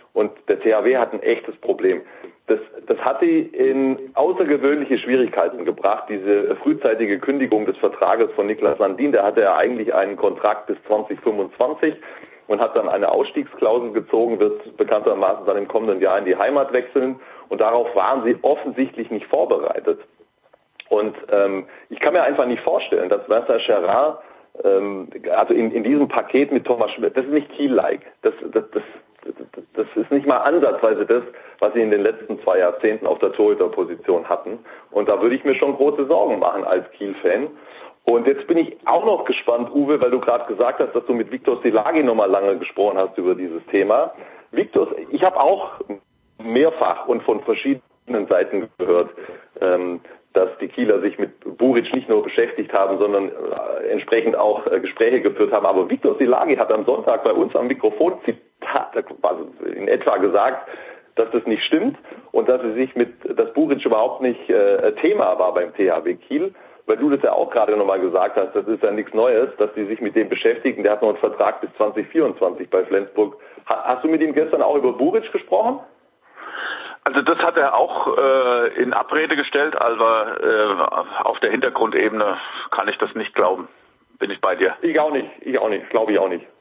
Und der T H W hat ein echtes Problem. Das, das hat sie in außergewöhnliche Schwierigkeiten gebracht, diese frühzeitige Kündigung des Vertrages von Niklas Landin. Der hatte ja eigentlich einen Kontrakt bis zwanzig fünfundzwanzig und hat dann eine Ausstiegsklausel gezogen, wird bekanntermaßen dann im kommenden Jahr in die Heimat wechseln. Und darauf waren sie offensichtlich nicht vorbereitet. Und ähm, ich kann mir einfach nicht vorstellen, dass Vincent Gérard, ähm, also in, in diesem Paket mit Thomas Schmidt, das ist nicht Kiel-like. Das, das, das, das ist nicht mal ansatzweise das, was sie in den letzten zwei Jahrzehnten auf der Torhüterposition hatten. Und da würde ich mir schon große Sorgen machen als Kiel-Fan. Und jetzt bin ich auch noch gespannt, Uwe, weil du gerade gesagt hast, dass du mit Viktor Szilágyi noch mal lange gesprochen hast über dieses Thema. Viktor, ich habe auch mehrfach und von verschiedenen Seiten gehört, ähm, dass die Kieler sich mit Buric nicht nur beschäftigt haben, sondern äh, entsprechend auch äh, Gespräche geführt haben. Aber Viktor Szilágyi hat am Sonntag bei uns am Mikrofon Zitat, also in etwa gesagt, dass das nicht stimmt und dass sie sich mit, dass Buric überhaupt nicht äh, Thema war beim T H W Kiel. Weil du das ja auch gerade nochmal gesagt hast, das ist ja nichts Neues, dass die sich mit dem beschäftigen. Der hat noch einen Vertrag bis zwanzig vierundzwanzig bei Flensburg. Hast du mit ihm gestern auch über Buric gesprochen? Also das hat er auch äh, in Abrede gestellt, aber äh, auf der Hintergrundebene kann ich das nicht glauben. Bin ich bei dir? Ich auch nicht, ich auch nicht, glaube ich auch nicht.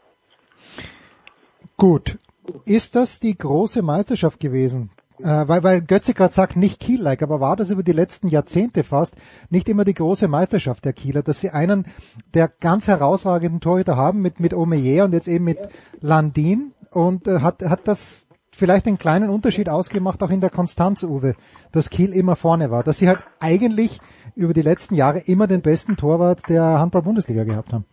Gut. Ist das die große Meisterschaft gewesen? Äh, weil, weil Götze gerade sagt, nicht Kiel-like, aber war das über die letzten Jahrzehnte fast nicht immer die große Meisterschaft der Kieler, dass sie einen der ganz herausragenden Torhüter haben mit, mit Omeyer und jetzt eben mit Landin und äh, hat, hat das vielleicht einen kleinen Unterschied ausgemacht, auch in der Konstanz, Uwe, dass Kiel immer vorne war, dass sie halt eigentlich über die letzten Jahre immer den besten Torwart der Handball-Bundesliga gehabt haben?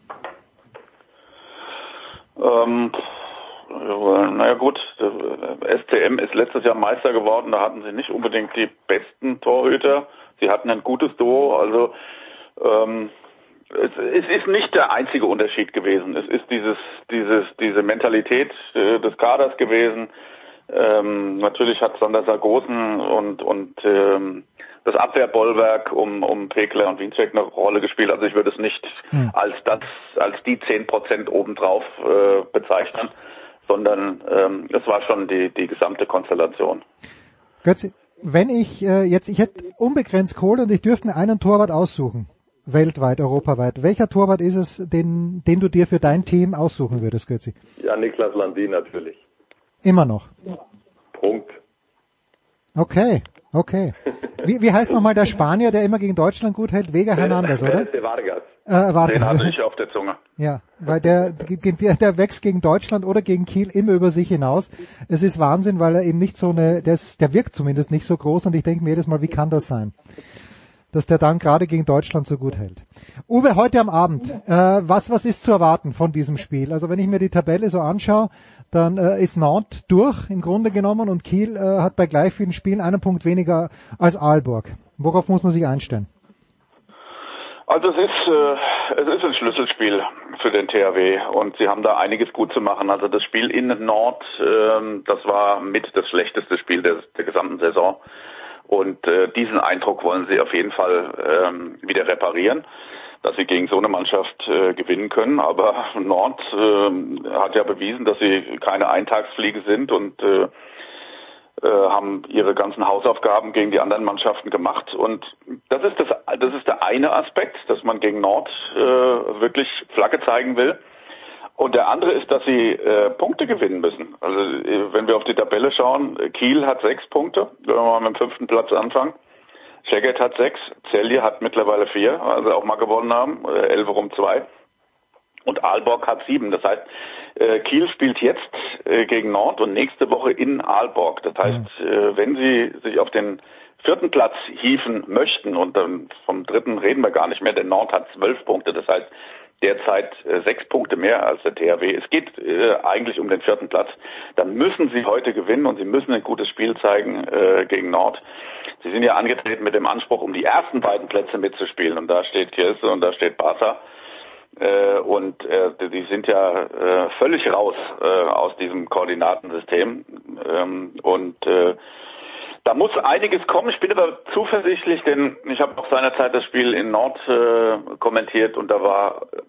Ähm, naja gut, S C M ist letztes Jahr Meister geworden, da hatten sie nicht unbedingt die besten Torhüter, sie hatten ein gutes Duo, also ähm, es, es ist nicht der einzige Unterschied gewesen, es ist dieses, dieses, diese Mentalität äh, des Kaders gewesen. Ähm, natürlich hat Sander Sargosen und und ähm, das Abwehrbollwerk um um Pekler und Wienzek eine Rolle gespielt. Also ich würde es nicht hm. als das als die zehn Prozent obendrauf äh, bezeichnen, sondern ähm, es war schon die die gesamte Konstellation. Götze, wenn ich äh, jetzt ich hätte unbegrenzt Kohle und ich dürfte einen Torwart aussuchen, weltweit, europaweit. Welcher Torwart ist es, den den du dir für dein Team aussuchen würdest, Götze? Ja, Niklas Landin natürlich. Immer noch. Punkt. Okay, okay. Wie, wie heißt nochmal der Spanier, der immer gegen Deutschland gut hält? Vega Hernandez, oder? De Vargas. Äh, Vargas. Den hatte ich auf der Zunge. Ja, weil der, der, der wächst gegen Deutschland oder gegen Kiel immer über sich hinaus. Es ist Wahnsinn, weil er eben nicht so eine, der, ist, der wirkt zumindest nicht so groß und ich denke mir jedes Mal, wie kann das sein? Dass der dann gerade gegen Deutschland so gut hält. Uwe, heute am Abend, äh, was, was ist zu erwarten von diesem Spiel? Also wenn ich mir die Tabelle so anschaue, dann äh, ist Nantes durch im Grunde genommen und Kiel äh, hat bei gleich vielen Spielen einen Punkt weniger als Aalborg. Worauf muss man sich einstellen? Also es ist äh, es ist ein Schlüsselspiel für den T H W und sie haben da einiges gut zu machen. Also das Spiel in Nantes, äh, das war mit das schlechteste Spiel der, der gesamten Saison. Und äh, diesen Eindruck wollen sie auf jeden Fall ähm, wieder reparieren, dass sie gegen so eine Mannschaft äh, gewinnen können. Aber Nantes äh, hat ja bewiesen, dass sie keine Eintagsfliege sind und äh, äh, haben ihre ganzen Hausaufgaben gegen die anderen Mannschaften gemacht. Und das ist das, das ist der eine Aspekt, dass man gegen Nantes äh, wirklich Flagge zeigen will. Und der andere ist, dass sie äh, Punkte gewinnen müssen. Also äh, wenn wir auf die Tabelle schauen, Kiel hat sechs Punkte, wenn wir mal mit dem fünften Platz anfangen. Szeged hat sechs, Celje hat mittlerweile vier, also auch mal gewonnen haben, äh, Elverum zwei. Und Aalborg hat sieben. Das heißt, äh, Kiel spielt jetzt äh, gegen Nantes und nächste Woche in Aalborg. Das heißt, äh, wenn sie sich auf den vierten Platz hieven möchten, und dann vom dritten reden wir gar nicht mehr, denn Nantes hat zwölf Punkte, das heißt, derzeit äh, sechs Punkte mehr als der T H W. Es geht äh, eigentlich um den vierten Platz. Dann müssen sie heute gewinnen und sie müssen ein gutes Spiel zeigen äh, gegen Nantes. Sie sind ja angetreten mit dem Anspruch, um die ersten beiden Plätze mitzuspielen. Und da steht Kielce und da steht Barca. Äh, und äh, die sind ja äh, völlig raus äh, aus diesem Koordinatensystem. Ähm, und äh, da muss einiges kommen. Ich bin aber zuversichtlich, denn ich habe auch seinerzeit das Spiel in Nantes äh, kommentiert und da war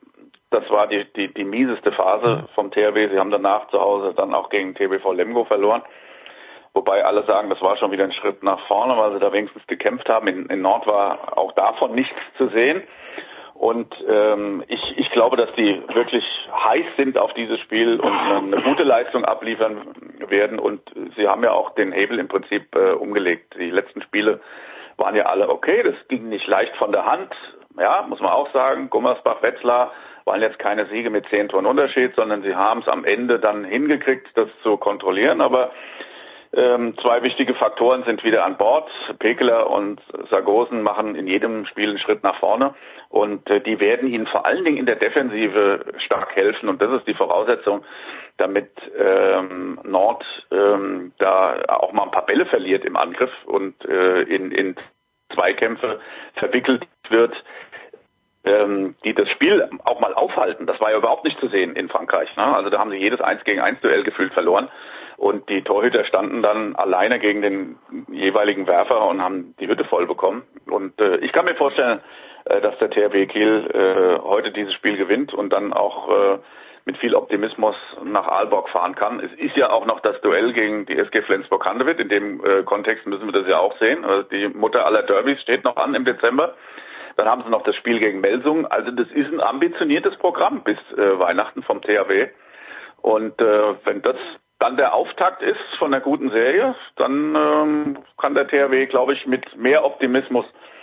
das war die, die, die mieseste Phase vom T H W. Sie haben danach zu Hause dann auch gegen T B V Lemgo verloren. Wobei alle sagen, das war schon wieder ein Schritt nach vorne, weil sie da wenigstens gekämpft haben. In, in Nord war auch davon nichts zu sehen. Und ähm, ich, ich glaube, dass die wirklich heiß sind auf dieses Spiel und eine gute Leistung abliefern werden. Und sie haben ja auch den Hebel im Prinzip äh, umgelegt. Die letzten Spiele waren ja alle okay. Das ging nicht leicht von der Hand. Ja, muss man auch sagen. Gummersbach, Wetzlar waren jetzt keine Siege mit zehn Toren Unterschied, sondern sie haben es am Ende dann hingekriegt, das zu kontrollieren. Aber Ähm, zwei wichtige Faktoren sind wieder an Bord. Pekeler und Sargosen machen in jedem Spiel einen Schritt nach vorne und äh, die werden ihnen vor allen Dingen in der Defensive stark helfen und das ist die Voraussetzung, damit ähm, Nord ähm, da auch mal ein paar Bälle verliert im Angriff und äh, in, in Zweikämpfe verwickelt wird, ähm, die das Spiel auch mal aufhalten. Das war ja überhaupt nicht zu sehen in Frankreich. Ne? Also da haben sie jedes eins gegen eins Duell gefühlt verloren. Und die Torhüter standen dann alleine gegen den jeweiligen Werfer und haben die Hütte voll bekommen. Und äh, ich kann mir vorstellen, äh, dass der T H W Kiel äh, heute dieses Spiel gewinnt und dann auch äh, mit viel Optimismus nach Aalborg fahren kann. Es ist ja auch noch das Duell gegen die S G Flensburg-Handewitt. In dem äh, Kontext müssen wir das ja auch sehen. Also die Mutter aller Derbys steht noch an im Dezember. Dann haben sie noch das Spiel gegen Melsungen. Also das ist ein ambitioniertes Programm bis äh, Weihnachten vom T H W. Und äh, wenn das dann der Auftakt ist von einer guten Serie, dann ähm, kann der T H W, glaube ich, mit mehr Optimismus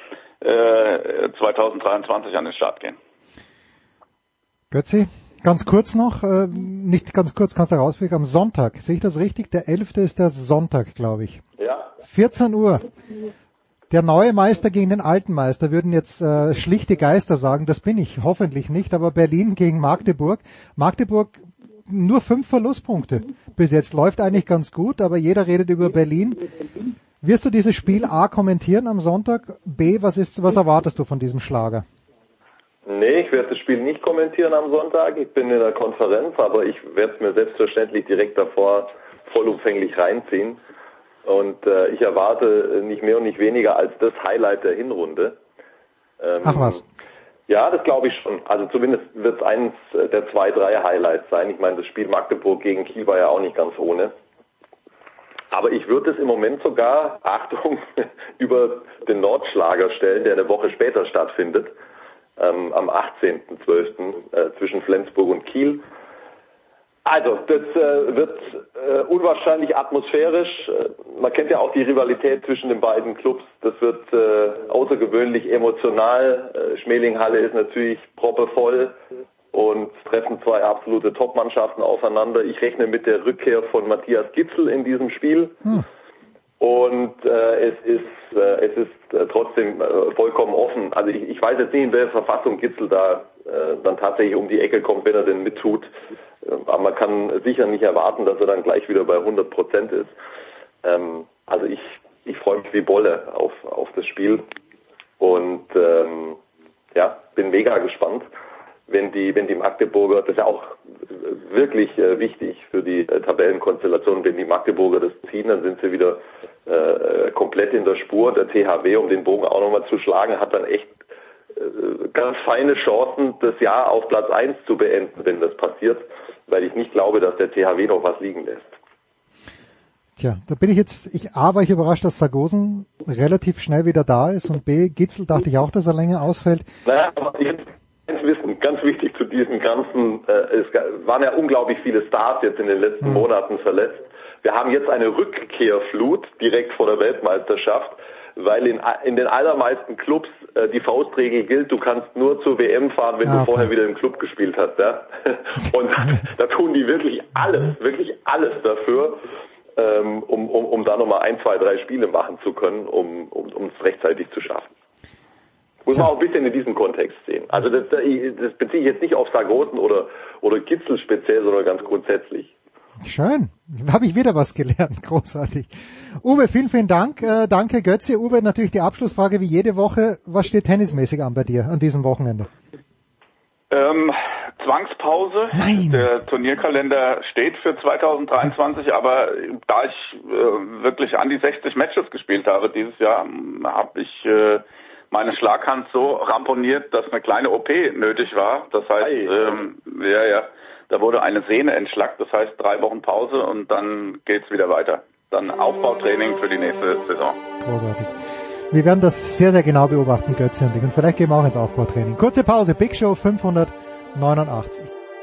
äh, zwanzig dreiundzwanzig an den Start gehen. Götzi, ganz kurz noch, äh, nicht ganz kurz, kannst du rausfinden, am Sonntag, sehe ich das richtig? Der elfte ist der Sonntag, glaube ich. Ja. vierzehn Uhr. Der neue Meister gegen den alten Meister, würden jetzt äh, schlichte Geister sagen, das bin ich, hoffentlich nicht, aber Berlin gegen Magdeburg. Magdeburg nur fünf Verlustpunkte bis jetzt, läuft eigentlich ganz gut, aber jeder redet über Berlin. Wirst du dieses Spiel A kommentieren am Sonntag? B, was ist, was erwartest du von diesem Schlager? Nee, ich werde das Spiel nicht kommentieren am Sonntag. Ich bin in der Konferenz, aber ich werde es mir selbstverständlich direkt davor vollumfänglich reinziehen. Und äh, ich erwarte nicht mehr und nicht weniger als das Highlight der Hinrunde. Ähm, Ach was. Ja, das glaube ich schon. Also zumindest wird es eines der zwei, drei Highlights sein. Ich meine, das Spiel Magdeburg gegen Kiel war ja auch nicht ganz ohne. Aber ich würde es im Moment sogar, Achtung, über den Nordschlager stellen, der eine Woche später stattfindet, ähm, am achtzehnten zwölften äh, zwischen Flensburg und Kiel. Also, das äh, wird äh, unwahrscheinlich atmosphärisch. Man kennt ja auch die Rivalität zwischen den beiden Clubs. Das wird äh, außergewöhnlich emotional. Äh, Schmelinghalle ist natürlich proppevoll und treffen zwei absolute Top-Mannschaften aufeinander. Ich rechne mit der Rückkehr von Matthias Gitzel in diesem Spiel. Hm. Und äh, es ist äh, es ist äh, trotzdem äh, vollkommen offen. Also ich, ich weiß jetzt nicht, in welcher Verfassung Gitzel da äh, dann tatsächlich um die Ecke kommt, wenn er denn mittut. Aber man kann sicher nicht erwarten, dass er dann gleich wieder bei hundert Prozent ist. Ähm, also ich, ich freue mich wie Bolle auf, auf das Spiel und ähm, ja, bin mega gespannt, wenn die, wenn die Magdeburger, das ist ja auch wirklich äh, wichtig für die äh, Tabellenkonstellation, wenn die Magdeburger das ziehen, dann sind sie wieder äh, komplett in der Spur. Der T H W, um den Bogen auch nochmal zu schlagen, hat dann echt äh, ganz feine Chancen, das Jahr auf Platz eins zu beenden, wenn das passiert, weil ich nicht glaube, dass der T H W noch was liegen lässt. Tja, da bin ich jetzt, ich A, war ich überrascht, dass Sargosen relativ schnell wieder da ist und B, Gitzel dachte ich auch, dass er länger ausfällt. Naja, aber jetzt wissen, ganz wichtig zu diesem ganzen, äh, es waren ja unglaublich viele Stars jetzt in den letzten hm. Monaten verletzt. Wir haben jetzt eine Rückkehrflut direkt vor der Weltmeisterschaft, weil in, in den allermeisten Clubs äh, die Faustregel gilt, du kannst nur zur W M fahren, wenn ah, okay. du vorher wieder im Club gespielt hast. Ja? Und da tun die wirklich alles, wirklich alles dafür, ähm, um, um, um da nochmal ein, zwei, drei Spiele machen zu können, um, um, um es rechtzeitig zu schaffen. Muss man auch ein bisschen in diesem Kontext sehen. Also das, das beziehe ich jetzt nicht auf Sargosen oder, oder Gitzel speziell, sondern ganz grundsätzlich. Schön. Habe ich wieder was gelernt. Großartig. Uwe, vielen, vielen Dank. Äh, danke, Götze. Uwe, natürlich die Abschlussfrage wie jede Woche. Was steht tennismäßig an bei dir an diesem Wochenende? Ähm, Zwangspause. Nein. Der Turnierkalender steht für zwanzig dreiundzwanzig, aber da ich äh, wirklich an die sechzig Matches gespielt habe dieses Jahr, habe ich äh, meine Schlaghand so ramponiert, dass eine kleine O P nötig war. Das heißt, ähm, ja, ja, da wurde eine Sehne entschlackt. Das heißt, drei Wochen Pause und dann geht's wieder weiter. Dann Aufbautraining für die nächste Saison. Großartig. Wir werden das sehr, sehr genau beobachten, Götze und ich. Und vielleicht gehen wir auch ins Aufbautraining. Kurze Pause, Big Show fünfhundertneunundachtzig.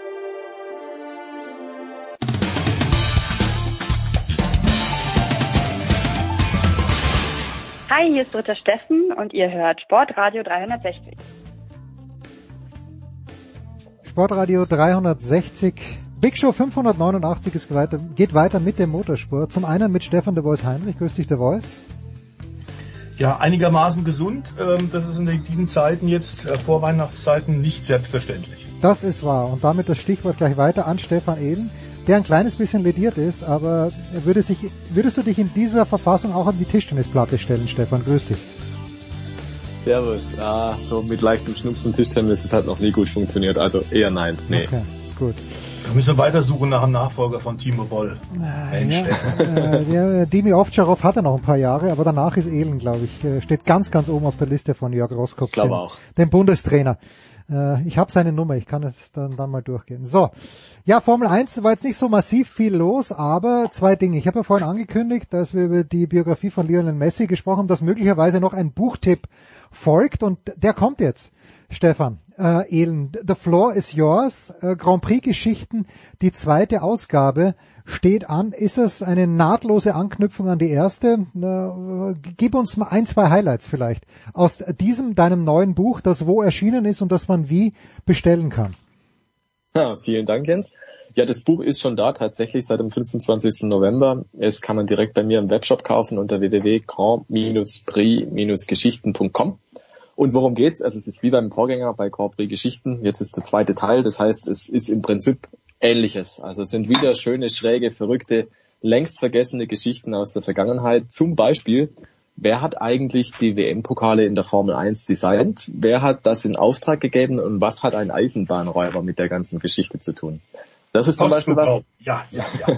Hi, hier ist Britta Steffen und ihr hört Sportradio dreihundertsechzig. Sportradio dreihundertsechzig. Big Show fünfhundertneunundachtzig ist weiter, geht weiter mit dem Motorsport. Zum einen mit Stefan de Voice Heinrich. Grüß dich, de Voice. Ja, einigermaßen gesund. Das ist in diesen Zeiten jetzt, vor Weihnachtszeiten, nicht selbstverständlich. Das ist wahr. Und damit das Stichwort gleich weiter an Stefan Ehlen, der ein kleines bisschen lediert ist, aber er würde sich, würdest du dich in dieser Verfassung auch an die Tischtennisplatte stellen, Stefan? Grüß dich. Servus. Ah, so mit leichtem Schnupfen Tischtennis, das hat noch nie gut funktioniert, also eher nein. Nee. Okay, gut. Wir müssen weitersuchen nach einem Nachfolger von Timo Boll. Mensch, ja, äh, der Dimi Ovtcharov hat er noch ein paar Jahre, aber danach ist Ehlen, glaube ich, steht ganz, ganz oben auf der Liste von Jörg Roskopf, ich glaube dem, auch. dem Bundestrainer. Äh, ich habe seine Nummer, ich kann es dann, dann mal durchgehen. So, ja, Formel eins war jetzt nicht so massiv viel los, aber zwei Dinge. Ich habe ja vorhin angekündigt, dass wir über die Biografie von Lionel Messi gesprochen haben, dass möglicherweise noch ein Buchtipp folgt und der kommt jetzt. Stefan, äh, Ehlen, The Floor is Yours, äh, Grand Prix Geschichten, die zweite Ausgabe steht an. Ist es eine nahtlose Anknüpfung an die erste? Äh, gib uns mal ein, zwei Highlights vielleicht aus diesem, deinem neuen Buch, das wo erschienen ist und das man wie bestellen kann. Ja, vielen Dank, Jens. Ja, das Buch ist schon da, tatsächlich seit dem fünfundzwanzigsten November. Es kann man direkt bei mir im Webshop kaufen unter w w w punkt grand prix geschichten punkt com. Und worum geht's? Also es ist wie beim Vorgänger bei Grand Prix Geschichten. Jetzt ist der zweite Teil. Das heißt, es ist im Prinzip Ähnliches. Also es sind wieder schöne, schräge, verrückte, längst vergessene Geschichten aus der Vergangenheit. Zum Beispiel, wer hat eigentlich die W M-Pokale in der Formel eins designt? Wer hat das in Auftrag gegeben? Und was hat ein Eisenbahnräuber mit der ganzen Geschichte zu tun? Das ist zum Beispiel was. Ja, ja, ja.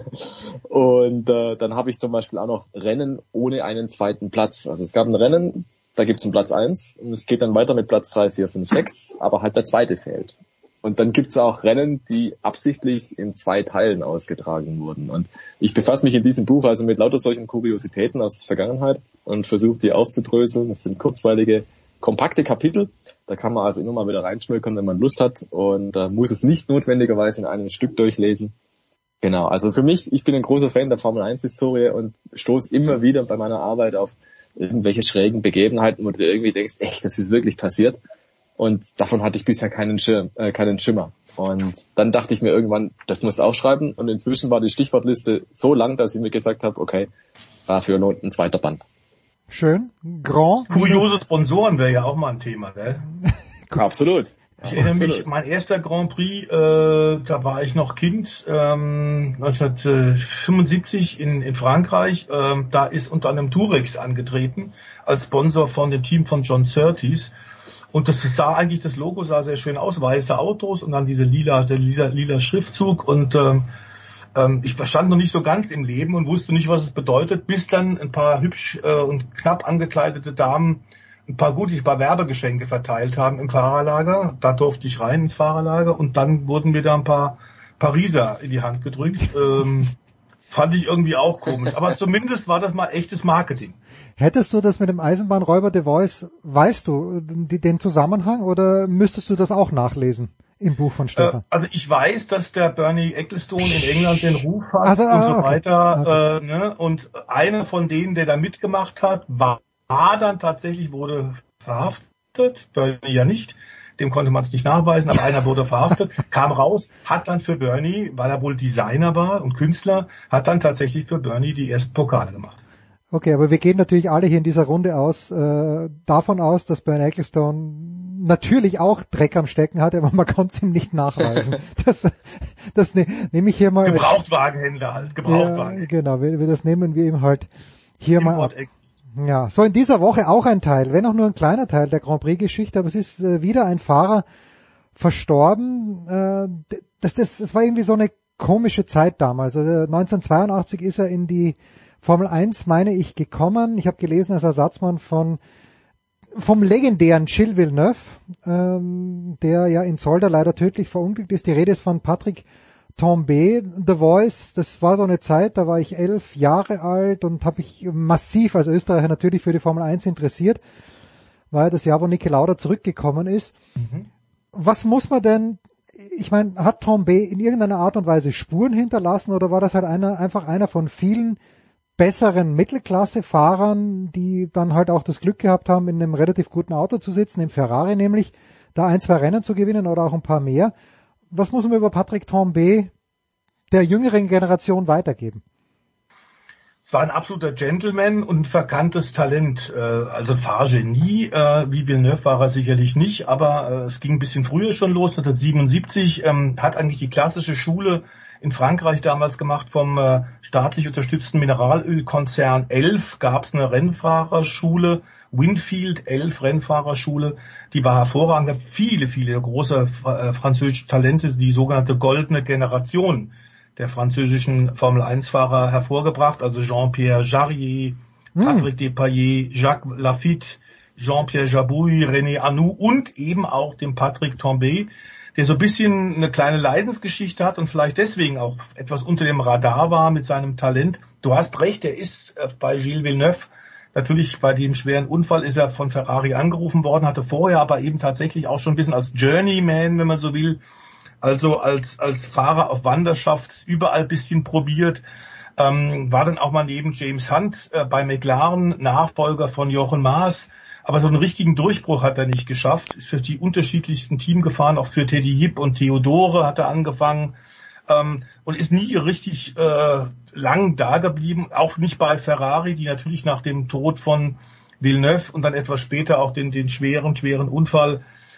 Und äh, dann habe ich zum Beispiel auch noch Rennen ohne einen zweiten Platz. Also es gab ein Rennen, da gibt's einen Platz eins und es geht dann weiter mit Platz drei, vier, fünf, sechs, aber halt der zweite fehlt. Und dann gibt's auch Rennen, die absichtlich in zwei Teilen ausgetragen wurden. Und ich befasse mich in diesem Buch also mit lauter solchen Kuriositäten aus der Vergangenheit und versuche die aufzudröseln. Das sind kurzweilige, kompakte Kapitel. Da kann man also immer mal wieder reinschmökern, wenn man Lust hat und äh, muss es nicht notwendigerweise in einem Stück durchlesen. Genau, also für mich, ich bin ein großer Fan der Formel eins Historie und stoße immer wieder bei meiner Arbeit auf irgendwelche schrägen Begebenheiten, wo du irgendwie denkst, echt, das ist wirklich passiert. Und davon hatte ich bisher keinen Schirm, äh, keinen Schimmer. Und dann dachte ich mir irgendwann, das musst du auch schreiben. Und inzwischen war die Stichwortliste so lang, dass ich mir gesagt habe, okay, dafür lohnt ein zweiter Band. Schön. Grand. Kuriose Sponsoren wäre ja auch mal ein Thema, gell? Absolut. Ich erinnere mich, mein erster Grand Prix, äh, da war ich noch Kind, ähm, neunzehnhundertfünfundsiebzig in, in Frankreich. Ähm, da ist unter anderem Turex angetreten als Sponsor von dem Team von John Surtees. Und das sah eigentlich, das Logo sah sehr schön aus, weiße Autos und dann diese lila, der lila, lila Schriftzug. Und ähm, ähm, ich verstand noch nicht so ganz im Leben und wusste nicht, was es bedeutet, bis dann ein paar hübsch äh, und knapp angekleidete Damen ein paar Goodies, ein paar Werbegeschenke verteilt haben im Fahrerlager. Da durfte ich rein ins Fahrerlager und dann wurden mir da ein paar Pariser in die Hand gedrückt. Ähm, fand ich irgendwie auch komisch. Aber zumindest war das mal echtes Marketing. Hättest du das mit dem Eisenbahnräuber The Voice, weißt du den Zusammenhang oder müsstest du das auch nachlesen im Buch von Stefan? Äh, also ich weiß, dass der Bernie Ecclestone in England den Ruf hat also, und ah, so okay. weiter. Okay. Äh, ne? Und einer von denen, der da mitgemacht hat, war dann tatsächlich, wurde verhaftet, Bernie ja nicht, dem konnte man es nicht nachweisen, aber einer wurde verhaftet, kam raus, hat dann für Bernie, weil er wohl Designer war und Künstler, hat dann tatsächlich für Bernie die ersten Pokale gemacht. Okay, aber wir gehen natürlich alle hier in dieser Runde aus äh, davon aus, dass Bernie Ecclestone natürlich auch Dreck am Stecken hatte, aber man konnte es ihm nicht nachweisen. Das, das ne, nehme ich hier mal. Gebrauchtwagenhändler halt, Gebrauchtwagen. Ja, genau, wir, wir das nehmen wir ihm halt hier Import mal ab. Ja, so in dieser Woche auch ein Teil, wenn auch nur ein kleiner Teil der Grand Prix-Geschichte, aber es ist äh, wieder ein Fahrer verstorben. Äh, das, das, das war irgendwie so eine komische Zeit damals. Also neunzehnhundertzweiundachtzig ist er in die Formel eins, meine ich, gekommen. Ich habe gelesen als Ersatzmann von vom legendären Gilles Villeneuve, ähm, der ja in Zolder leider tödlich verunglückt ist. Die Rede ist von Patrick Tambay. The Voice, das war so eine Zeit, da war ich elf Jahre alt und habe mich massiv als Österreicher natürlich für die Formel eins interessiert, weil das Jahr, wo Niki Lauda zurückgekommen ist. Mhm. Was muss man denn, ich meine, hat Tambay in irgendeiner Art und Weise Spuren hinterlassen oder war das halt einer, einfach einer von vielen besseren Mittelklasse-Fahrern, die dann halt auch das Glück gehabt haben, in einem relativ guten Auto zu sitzen, im Ferrari nämlich, da ein, zwei Rennen zu gewinnen oder auch ein paar mehr? Was muss man über Patrick Tambay der jüngeren Generation weitergeben? Es war ein absoluter Gentleman und ein verkanntes Talent, also Fahrgenie, wie Villeneuve war er sicherlich nicht, aber es ging ein bisschen früher schon los, neunzehnhundertsiebenundsiebzig, hat eigentlich die klassische Schule in Frankreich damals gemacht vom staatlich unterstützten Mineralölkonzern Elf, gab es eine Rennfahrerschule, Winfield Elf Rennfahrerschule, die war hervorragend, hat viele, viele große französische Talente, die sogenannte goldene Generation der französischen Formel eins Fahrer hervorgebracht, also Jean-Pierre Jarier, hm. Patrick Depailler, Jacques Lafitte, Jean-Pierre Jabouille, René Arnoux und eben auch dem Patrick Tambay, der so ein bisschen eine kleine Leidensgeschichte hat und vielleicht deswegen auch etwas unter dem Radar war mit seinem Talent. Du hast recht, er ist bei Gilles Villeneuve, natürlich bei dem schweren Unfall ist er von Ferrari angerufen worden, hatte vorher aber eben tatsächlich auch schon ein bisschen als Journeyman, wenn man so will, also als als Fahrer auf Wanderschaft überall ein bisschen probiert, ähm, war dann auch mal neben James Hunt äh, bei McLaren, Nachfolger von Jochen Maas, aber so einen richtigen Durchbruch hat er nicht geschafft, ist für die unterschiedlichsten Teams gefahren, auch für Teddy Hipp und Theodore hat er angefangen ähm, und ist nie richtig äh, lang da geblieben, auch nicht bei Ferrari, die natürlich nach dem Tod von Villeneuve und dann etwas später auch den den schweren, schweren Unfall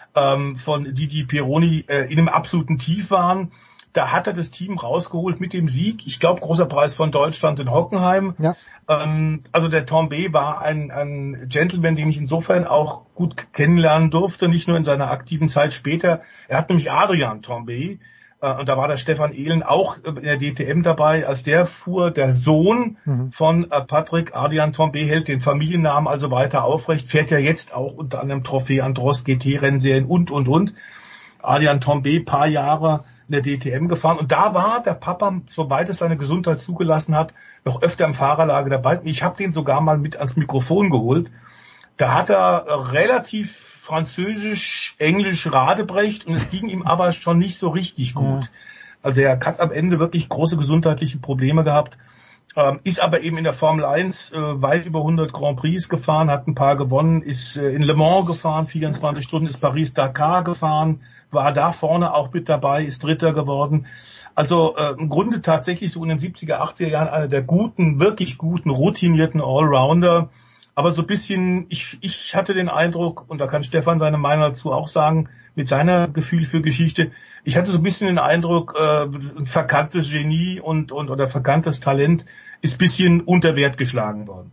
von Didi Pironi äh, in einem absoluten Tief waren. Da hat er das Team rausgeholt mit dem Sieg. Ich glaube, großer Preis von Deutschland in Hockenheim. Ja. Ähm, also der Tambay war ein, ein Gentleman, den ich insofern auch gut kennenlernen durfte, nicht nur in seiner aktiven Zeit später. Er hat nämlich Adrian Tambay, äh, und da war der Stefan Ehlen auch in der D T M dabei. Als der fuhr, der Sohn mhm. von äh, Patrick, Adrian Tambay, hält den Familiennamen also weiter aufrecht, fährt ja jetzt auch unter anderem Trophäe Andros G T-Rennserien und, und, und. Adrian Tambay, paar Jahre in der D T M gefahren. Und da war der Papa, soweit es seine Gesundheit zugelassen hat, noch öfter im Fahrerlager dabei. Ich habe den sogar mal mit ans Mikrofon geholt. Da hat er relativ Französisch, Englisch Radebrecht und es ging ihm aber schon nicht so richtig gut. Ja. Also er hat am Ende wirklich große gesundheitliche Probleme gehabt, ähm, ist aber eben in der Formel eins äh, weit über hundert Grand Prix gefahren, hat ein paar gewonnen, ist äh, in Le Mans gefahren, vierundzwanzig Stunden, ist Paris-Dakar gefahren, war da vorne auch mit dabei, ist Dritter geworden. Also äh, im Grunde tatsächlich so in den siebziger, achtziger Jahren einer der guten, wirklich guten, routinierten Allrounder. Aber so ein bisschen, ich, ich hatte den Eindruck, und da kann Stefan seine Meinung dazu auch sagen, mit seiner Gefühl für Geschichte, ich hatte so ein bisschen den Eindruck, äh, ein verkanntes Genie und, und oder verkanntes Talent ist ein bisschen unter Wert geschlagen worden.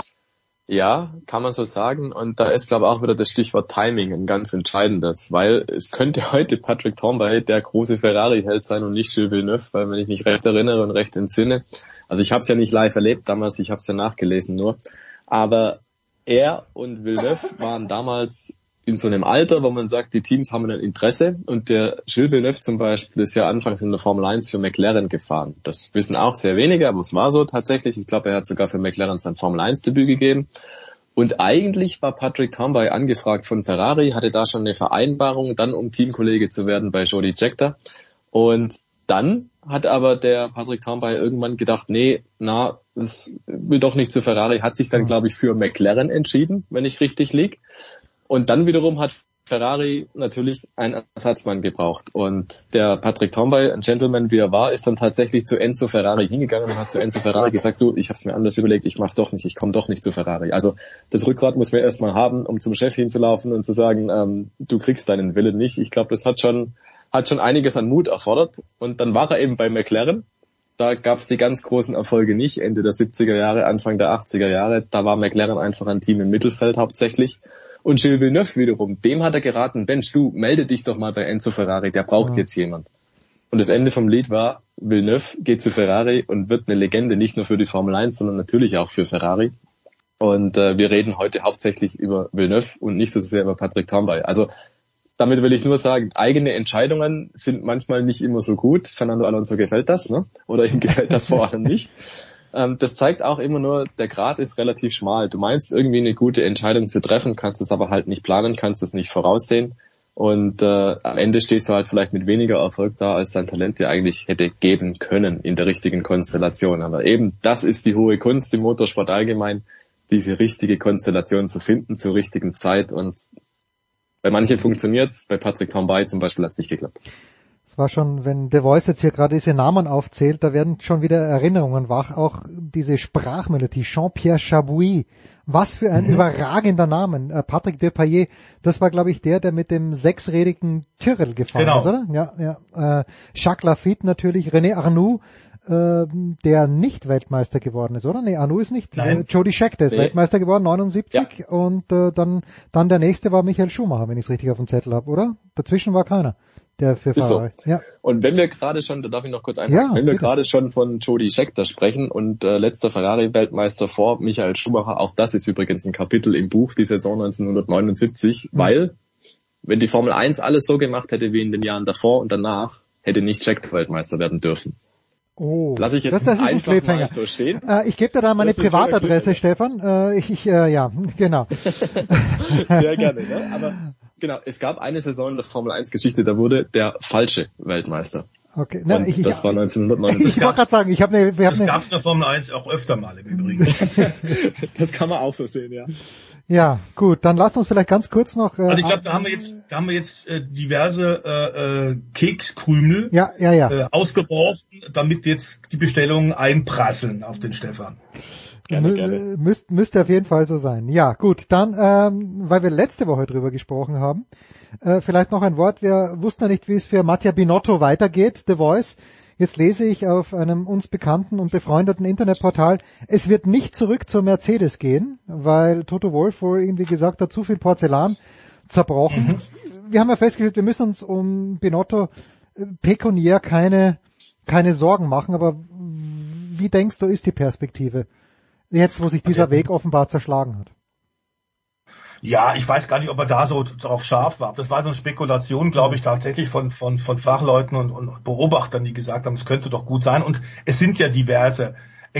Ja, kann man so sagen. Und da ist, glaube ich, auch wieder das Stichwort Timing ein ganz entscheidendes, weil es könnte heute Patrick Tambay der große Ferrari-Held sein und nicht Gilles Villeneuve, weil wenn ich mich recht erinnere und recht entsinne, also ich habe es ja nicht live erlebt damals, ich habe es ja nachgelesen nur, aber er und Villeneuve waren damals in so einem Alter, wo man sagt, die Teams haben ein Interesse und der Gilles Villeneuve zum Beispiel ist ja anfangs in der Formel eins für McLaren gefahren. Das wissen auch sehr wenige, aber es war so tatsächlich. Ich glaube, er hat sogar für McLaren sein Formel eins Debüt gegeben. Und eigentlich war Patrick Tambay angefragt von Ferrari, hatte da schon eine Vereinbarung, dann um Teamkollege zu werden bei Jody Scheckter. Und dann hat aber der Patrick Tambay irgendwann gedacht, nee, na, das will doch nicht zu Ferrari, hat sich dann, glaube ich, für McLaren entschieden, wenn ich richtig lieg. Und dann wiederum hat Ferrari natürlich einen Ersatzmann gebraucht. Und der Patrick Tambay, ein Gentleman wie er war, ist dann tatsächlich zu Enzo Ferrari hingegangen und hat zu Enzo Ferrari gesagt, du, ich habe es mir anders überlegt, ich mach's doch nicht, ich komme doch nicht zu Ferrari. Also das Rückgrat muss man erstmal haben, um zum Chef hinzulaufen und zu sagen, ähm, du kriegst deinen Willen nicht. Ich glaube, das hat schon hat schon einiges an Mut erfordert. Und dann war er eben bei McLaren. Da gab es die ganz großen Erfolge nicht, Ende der siebziger Jahre, Anfang der achtziger Jahre. Da war McLaren einfach ein Team im Mittelfeld hauptsächlich. Und Gilles Villeneuve wiederum, dem hat er geraten, Mensch, du, melde dich doch mal bei Enzo Ferrari, der braucht ja. jetzt jemand. Und das Ende vom Lied war, Villeneuve geht zu Ferrari und wird eine Legende, nicht nur für die Formel eins, sondern natürlich auch für Ferrari. Und äh, wir reden heute hauptsächlich über Villeneuve und nicht so sehr über Patrick Tambay. Also damit will ich nur sagen, eigene Entscheidungen sind manchmal nicht immer so gut. Fernando Alonso gefällt das, ne? Oder ihm gefällt das vor allem nicht. Ähm, das zeigt auch immer nur, der Grat ist relativ schmal. Du meinst irgendwie eine gute Entscheidung zu treffen, kannst es aber halt nicht planen, kannst es nicht voraussehen. Und äh, am Ende stehst du halt vielleicht mit weniger Erfolg da, als dein Talent dir eigentlich hätte geben können in der richtigen Konstellation. Aber eben, das ist die hohe Kunst im Motorsport allgemein, diese richtige Konstellation zu finden zur richtigen Zeit. Und bei manchen funktioniert's, bei Patrick Tambay zum Beispiel hat's nicht geklappt. Es war schon, wenn The Voice jetzt hier gerade diese Namen aufzählt, da werden schon wieder Erinnerungen wach. Auch diese Sprachmelodie, Jean-Pierre Chabouis. Was für ein mhm. überragender Name. Äh, Patrick Depailler, das war, glaube ich, der, der mit dem sechsrädrigen Tyrrell gefahren genau. ist, oder? Ja, ja. Äh, Jacques Lafitte natürlich, René Arnoux, äh, der nicht Weltmeister geworden ist, oder? Nee, Arnoux ist nicht. Äh, Jody Scheckter ist nee. Weltmeister geworden, neunundsiebzig. Ja. Und äh, dann dann der nächste war Michael Schumacher, wenn ich es richtig auf dem Zettel habe, oder? Dazwischen war keiner. Der für Ferrari. So. Ja. Und wenn wir gerade schon, da darf ich noch kurz einhaken, ja, wenn wir gerade schon von Jody Scheckter sprechen und äh, letzter Ferrari-Weltmeister vor Michael Schumacher, auch das ist übrigens ein Kapitel im Buch, die Saison neunzehnhundertneunundsiebzig, mhm. weil, wenn die Formel eins alles so gemacht hätte wie in den Jahren davor und danach, hätte nicht Scheckter Weltmeister werden dürfen. Oh, lass ich jetzt das, das ist einfach ein mal so stehen. Äh, ich gebe dir da meine Privatadresse, Stefan. Äh, ich, äh, ja, genau. Sehr gerne, ne? Aber genau, es gab eine Saison in der Formel eins Geschichte, da wurde der falsche Weltmeister. Okay, Na, ich, das ich, war neunzehnhundertneunundsiebzig. Ich wollte gerade sagen, ich habe eine, wir haben das eine, gab's in der Formel eins auch öfter mal im Übrigen. Das kann man auch so sehen, ja. Ja, gut, dann lass uns vielleicht ganz kurz noch. Äh, also ich glaube, da haben wir jetzt, da haben wir jetzt äh, diverse äh, äh, Kekskrümel ja, ja, ja. Äh, ausgeworfen, damit jetzt die Bestellungen einprasseln auf den Stefan. Gerne, gerne. Müsst, müsste auf jeden Fall so sein. Ja, gut, dann, ähm, weil wir letzte Woche drüber gesprochen haben, äh, vielleicht noch ein Wort. Wir wussten ja nicht, wie es für Mattia Binotto weitergeht, The Voice. Jetzt lese ich auf einem uns bekannten und befreundeten Internetportal, es wird nicht zurück zur Mercedes gehen, weil Toto Wolff wohl irgendwie gesagt hat, zu viel Porzellan zerbrochen. Mhm. Wir haben ja festgestellt, wir müssen uns um Binotto pekuniär keine, keine Sorgen machen, aber wie denkst du, ist die Perspektive? Jetzt, wo sich dieser Weg offenbar zerschlagen hat. Ja, ich weiß gar nicht, ob er da so drauf scharf war. Das war so eine Spekulation, glaube ich, tatsächlich von von von Fachleuten und, und Beobachtern, die gesagt haben, es könnte doch gut sein. Und es sind ja diverse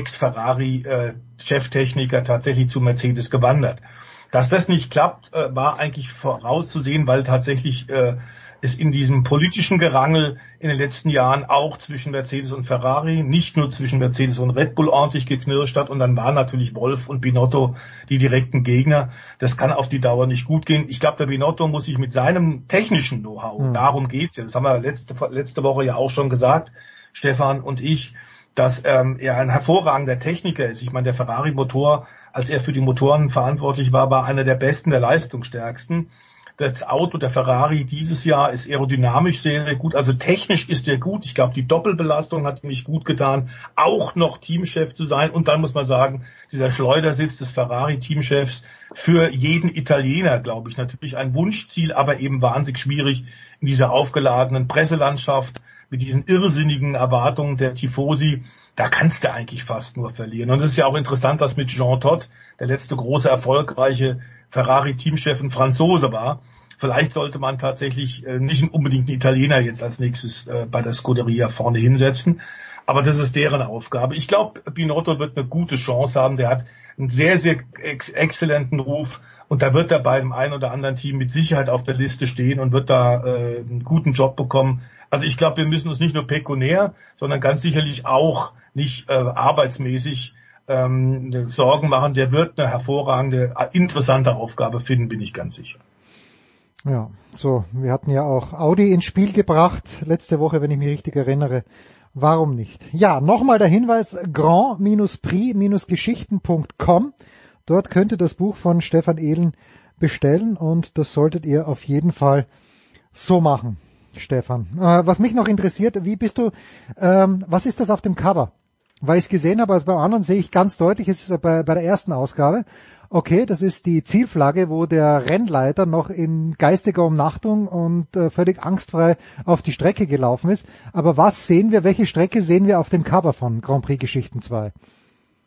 Ex-Ferrari-Cheftechniker tatsächlich zu Mercedes gewandert. Dass das nicht klappt, äh, war eigentlich vorauszusehen, weil tatsächlich äh, es in diesem politischen Gerangel in den letzten Jahren auch zwischen Mercedes und Ferrari, nicht nur zwischen Mercedes und Red Bull ordentlich geknirscht hat. Und dann waren natürlich Wolff und Binotto die direkten Gegner. Das kann auf die Dauer nicht gut gehen. Ich glaube, der Binotto muss sich mit seinem technischen Know-how, mhm. darum geht's ja, das haben wir letzte, letzte Woche ja auch schon gesagt, Stefan und ich, dass ähm, er ein hervorragender Techniker ist. Ich meine, der Ferrari-Motor, als er für die Motoren verantwortlich war, war einer der besten, der leistungsstärksten. Das Auto der Ferrari dieses Jahr ist aerodynamisch sehr, sehr gut. Also technisch ist er gut. Ich glaube, die Doppelbelastung hat ihm nicht gut getan, auch noch Teamchef zu sein. Und dann muss man sagen, dieser Schleudersitz des Ferrari-Teamchefs für jeden Italiener, glaube ich, natürlich ein Wunschziel, aber eben wahnsinnig schwierig in dieser aufgeladenen Presselandschaft mit diesen irrsinnigen Erwartungen der Tifosi. Da kannst du eigentlich fast nur verlieren. Und es ist ja auch interessant, dass mit Jean Todt, der letzte große, erfolgreiche Ferrari-Teamchef ein Franzose war. Vielleicht sollte man tatsächlich äh, nicht unbedingt einen Italiener jetzt als nächstes äh, bei der Scuderia vorne hinsetzen. Aber das ist deren Aufgabe. Ich glaube, Binotto wird eine gute Chance haben. Der hat einen sehr, sehr ex- exzellenten Ruf. Und da wird er bei dem einen oder anderen Team mit Sicherheit auf der Liste stehen und wird da äh, einen guten Job bekommen. Also ich glaube, wir müssen uns nicht nur pekuniär, sondern ganz sicherlich auch nicht äh, arbeitsmäßig ähm, Sorgen machen. Der wird eine hervorragende, interessante Aufgabe finden, bin ich ganz sicher. Ja, so, wir hatten ja auch Audi ins Spiel gebracht, letzte Woche, wenn ich mich richtig erinnere. Warum nicht? Ja, nochmal der Hinweis, grand prix geschichten punkt com. Dort könnt ihr das Buch von Stefan Ehlen bestellen und das solltet ihr auf jeden Fall so machen, Stefan. Äh, was mich noch interessiert, wie bist du, ähm, was ist das auf dem Cover? Weil ich es gesehen habe, also beim anderen sehe ich ganz deutlich, es ist bei, bei der ersten Ausgabe, okay, das ist die Zielflagge, wo der Rennleiter noch in geistiger Umnachtung und äh, völlig angstfrei auf die Strecke gelaufen ist. Aber was sehen wir, welche Strecke sehen wir auf dem Cover von Grand Prix Geschichten zwei?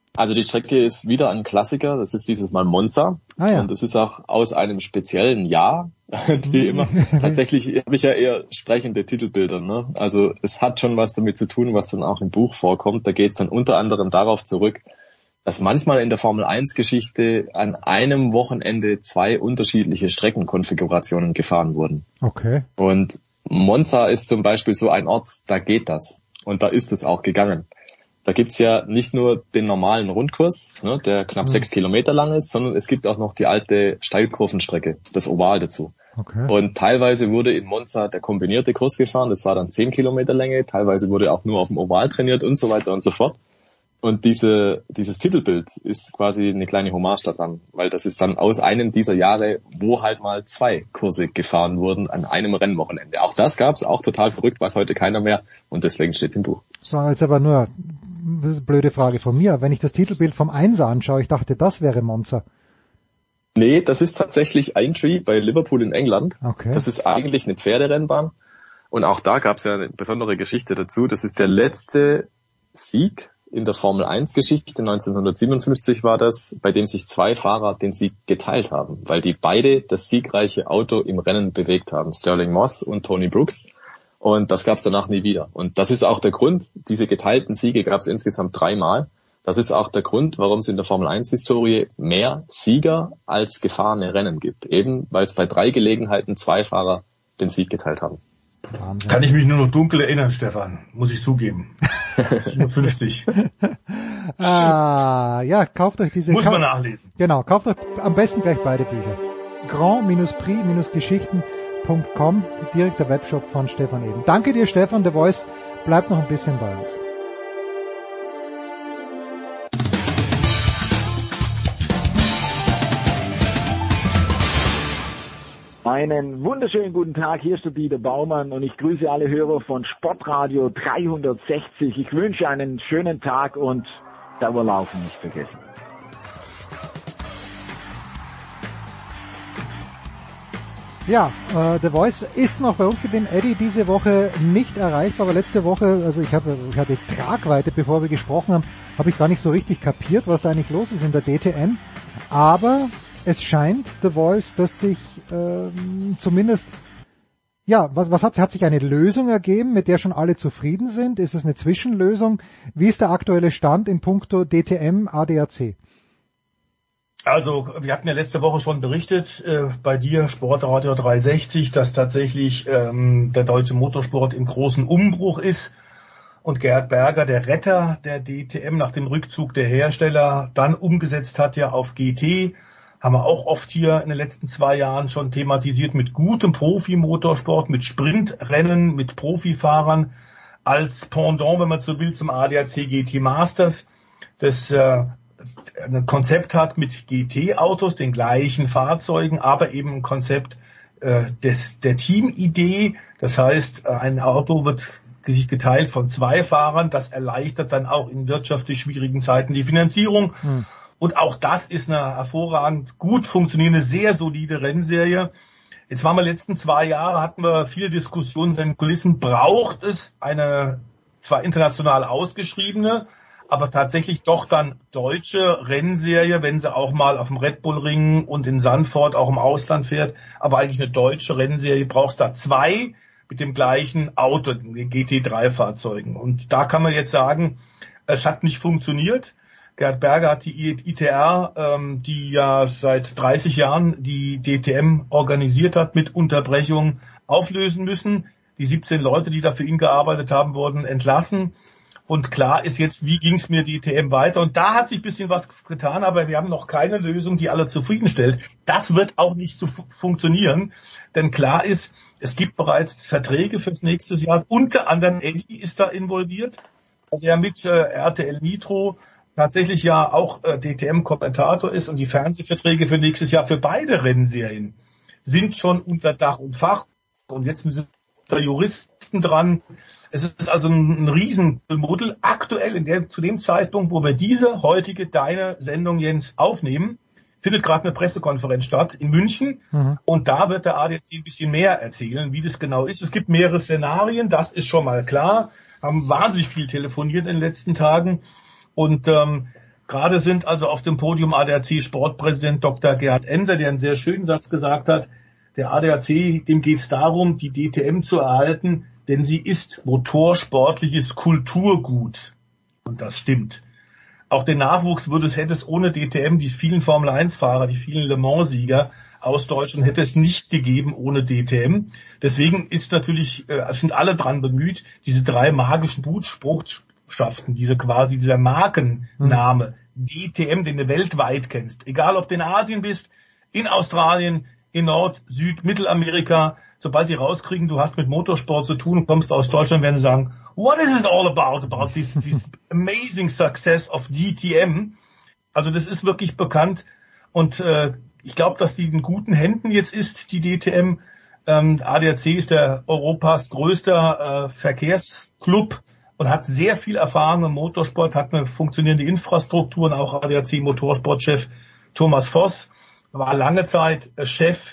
Also die Strecke ist wieder ein Klassiker, das ist dieses Mal Monza. Ah, ja. Und das ist auch aus einem speziellen Jahr, wie immer. Tatsächlich habe ich ja eher sprechende Titelbilder. Ne? Also es hat schon was damit zu tun, was dann auch im Buch vorkommt. Da geht es dann unter anderem darauf zurück, dass manchmal in der Formel eins Geschichte an einem Wochenende zwei unterschiedliche Streckenkonfigurationen gefahren wurden. Okay. Und Monza ist zum Beispiel so ein Ort, da geht das. Und da ist es auch gegangen. Da gibt's ja nicht nur den normalen Rundkurs, ne, der knapp mhm. sechs Kilometer lang ist, sondern es gibt auch noch die alte Steilkurvenstrecke, das Oval dazu. Okay. Und teilweise wurde in Monza der kombinierte Kurs gefahren, das war dann zehn Kilometer Länge, teilweise wurde auch nur auf dem Oval trainiert und so weiter und so fort. Und diese, dieses Titelbild ist quasi eine kleine Hommage daran, weil das ist dann aus einem dieser Jahre, wo halt mal zwei Kurse gefahren wurden an einem Rennwochenende. Auch das gab's, auch total verrückt, weiß heute keiner mehr und deswegen steht's im Buch. So, jetzt aber nur, das ist eine blöde Frage von mir. Wenn ich das Titelbild vom Einser anschaue, ich dachte, das wäre Monza. Nee, das ist tatsächlich Aintree bei Liverpool in England. Okay. Das ist eigentlich eine Pferderennbahn. Und auch da gab's ja eine besondere Geschichte dazu. Das ist der letzte Sieg in der Formel eins Geschichte, neunzehnhundertsiebenundfünfzig war das, bei dem sich zwei Fahrer den Sieg geteilt haben, weil die beide das siegreiche Auto im Rennen bewegt haben, Sterling Moss und Tony Brooks. Und das gab es danach nie wieder. Und das ist auch der Grund, diese geteilten Siege gab es insgesamt dreimal. Das ist auch der Grund, warum es in der Formel eins Historie mehr Sieger als gefahrene Rennen gibt. Eben, weil es bei drei Gelegenheiten zwei Fahrer den Sieg geteilt haben. Wahnsinn. Kann ich mich nur noch dunkel erinnern, Stefan, muss ich zugeben. fünfzig. Ah, ja, kauft euch diese... Muss man nachlesen. Genau, kauft euch am besten gleich beide Bücher. Grand-Prix-Geschichten punkt com, direkt der Webshop von Stefan Eden. Danke dir, Stefan, The Voice bleibt noch ein bisschen bei uns. Einen wunderschönen guten Tag, hier ist der Dieter Baumann und ich grüße alle Hörer von Sportradio dreihundertsechzig. Ich wünsche einen schönen Tag und Dauerlaufen nicht vergessen. Ja, äh, The Voice ist noch bei uns geblieben. Eddie diese Woche nicht erreichbar, aber letzte Woche, also ich habe, ich hatte Tragweite, bevor wir gesprochen haben, habe ich gar nicht so richtig kapiert, was da eigentlich los ist in der D T M. Aber es scheint, The Voice, dass sich ähm, zumindest, ja, was, was hat, hat sich eine Lösung ergeben, mit der schon alle zufrieden sind? Ist es eine Zwischenlösung? Wie ist der aktuelle Stand in puncto D T M A D A C? Also, wir hatten ja letzte Woche schon berichtet, äh, bei dir, Sportradio dreihundertsechzig, dass tatsächlich ähm, der deutsche Motorsport im großen Umbruch ist und Gerhard Berger, der Retter der D T M nach dem Rückzug der Hersteller, dann umgesetzt hat ja auf G T. Haben wir auch oft hier in den letzten zwei Jahren schon thematisiert, mit gutem Profi-Motorsport, mit Sprintrennen, mit Profifahrern, als Pendant, wenn man so will, zum A D A C G T Masters, das äh, ein Konzept hat mit G T-Autos, den gleichen Fahrzeugen, aber eben ein Konzept äh, des, der Teamidee. Das heißt, ein Auto wird sich geteilt von zwei Fahrern. Das erleichtert dann auch in wirtschaftlich schwierigen Zeiten die Finanzierung. Hm. Und auch das ist eine hervorragend gut funktionierende, sehr solide Rennserie. Jetzt waren wir letzten zwei Jahre, hatten wir viele Diskussionen in den Kulissen. Braucht es eine zwar international ausgeschriebene, aber tatsächlich doch dann deutsche Rennserie, wenn sie auch mal auf dem Red Bull Ring und in Zandvoort auch im Ausland fährt, aber eigentlich eine deutsche Rennserie, brauchst da zwei mit dem gleichen Auto, den G T drei Fahrzeugen. Und da kann man jetzt sagen, es hat nicht funktioniert. Gerhard Berger hat die I T R, ähm, die ja seit dreißig Jahren die D T M organisiert hat, mit Unterbrechung auflösen müssen. Die siebzehn Leute, die da für ihn gearbeitet haben, wurden entlassen. Und klar ist jetzt, wie ging es mir die D T M weiter? Und da hat sich ein bisschen was getan, aber wir haben noch keine Lösung, die alle zufriedenstellt. Das wird auch nicht so fu- funktionieren. Denn klar ist, es gibt bereits Verträge fürs nächste Jahr. Unter anderem Eddie ist da involviert, der mit äh, R T L Nitro tatsächlich ja auch äh, D T M-Kommentator ist. Und die Fernsehverträge für nächstes Jahr für beide Rennserien sind schon unter Dach und Fach. Und jetzt sind da Juristen dran. Es ist also ein, ein Riesenmodell. Aktuell, in der, zu dem Zeitpunkt, wo wir diese heutige, deine Sendung, Jens, aufnehmen, findet gerade eine Pressekonferenz statt in München. Mhm. Und da wird der A D A C ein bisschen mehr erzählen, wie das genau ist. Es gibt mehrere Szenarien, das ist schon mal klar. Haben wahnsinnig viel telefoniert in den letzten Tagen. Und ähm, Gerade sind also auf dem Podium A D A C-Sportpräsident Doktor Gerhard Enser, der einen sehr schönen Satz gesagt hat, der A D A C, dem geht es darum, die D T M zu erhalten, denn sie ist motorsportliches Kulturgut. Und das stimmt. Auch den Nachwuchs würde es, hätte es ohne D T M, die vielen Formel eins Fahrer, die vielen Le Mans-Sieger aus Deutschland, hätte es nicht gegeben ohne D T M. Deswegen ist natürlich, äh, sind alle dran bemüht, diese drei magischen Botschaften, diese quasi, dieser Markenname, mhm. D T M, den du weltweit kennst. Egal, ob du in Asien bist, in Australien, in Nord-, Süd-, Mittelamerika, sobald die rauskriegen, du hast mit Motorsport zu tun und kommst aus Deutschland, werden sie sagen, what is it all about, about this, this amazing success of D T M? Also das ist wirklich bekannt und äh, ich glaube, dass die in guten Händen jetzt ist, die D T M. Ähm, A D A C ist der Europas größter äh, Verkehrsclub und hat sehr viel Erfahrung im Motorsport, hat eine funktionierende Infrastruktur und auch A D A C Motorsportchef Thomas Voss war lange Zeit äh, Chef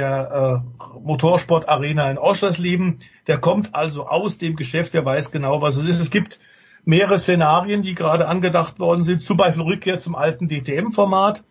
der äh, Motorsportarena in Oschersleben. Der kommt also aus dem Geschäft, der weiß genau, was es ist. Es gibt mehrere Szenarien, die gerade angedacht worden sind, zum Beispiel Rückkehr zum alten D T M-Format.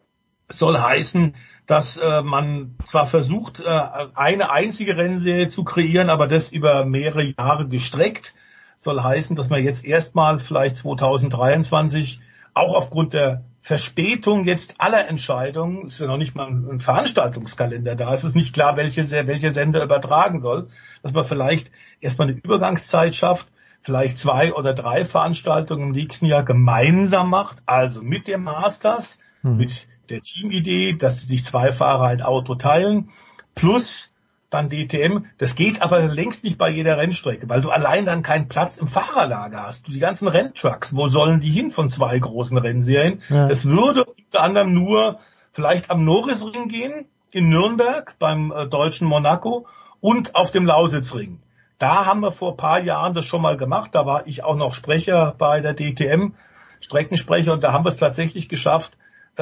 Soll heißen, dass äh, man zwar versucht, äh, eine einzige Rennserie zu kreieren, aber das über mehrere Jahre gestreckt. Soll heißen, dass man jetzt erstmal vielleicht zwanzig dreiundzwanzig auch aufgrund der Verspätung jetzt aller Entscheidungen, ist ja noch nicht mal ein Veranstaltungskalender da, es ist nicht klar, welche, welche Sender übertragen soll, dass man vielleicht erstmal eine Übergangszeit schafft, vielleicht zwei oder drei Veranstaltungen im nächsten Jahr gemeinsam macht, also mit dem Masters, mhm. mit der Teamidee, dass sich zwei Fahrer ein Auto teilen, plus dann D T M. Das geht aber längst nicht bei jeder Rennstrecke, weil du allein dann keinen Platz im Fahrerlager hast. Du die ganzen Renntrucks, wo sollen die hin von zwei großen Rennserien? Ja. Es würde unter anderem nur vielleicht am Norrisring gehen, in Nürnberg, beim äh, deutschen Monaco und auf dem Lausitzring. Da haben wir vor ein paar Jahren das schon mal gemacht. Da war ich auch noch Sprecher bei der D T M, Streckensprecher, und da haben wir es tatsächlich geschafft,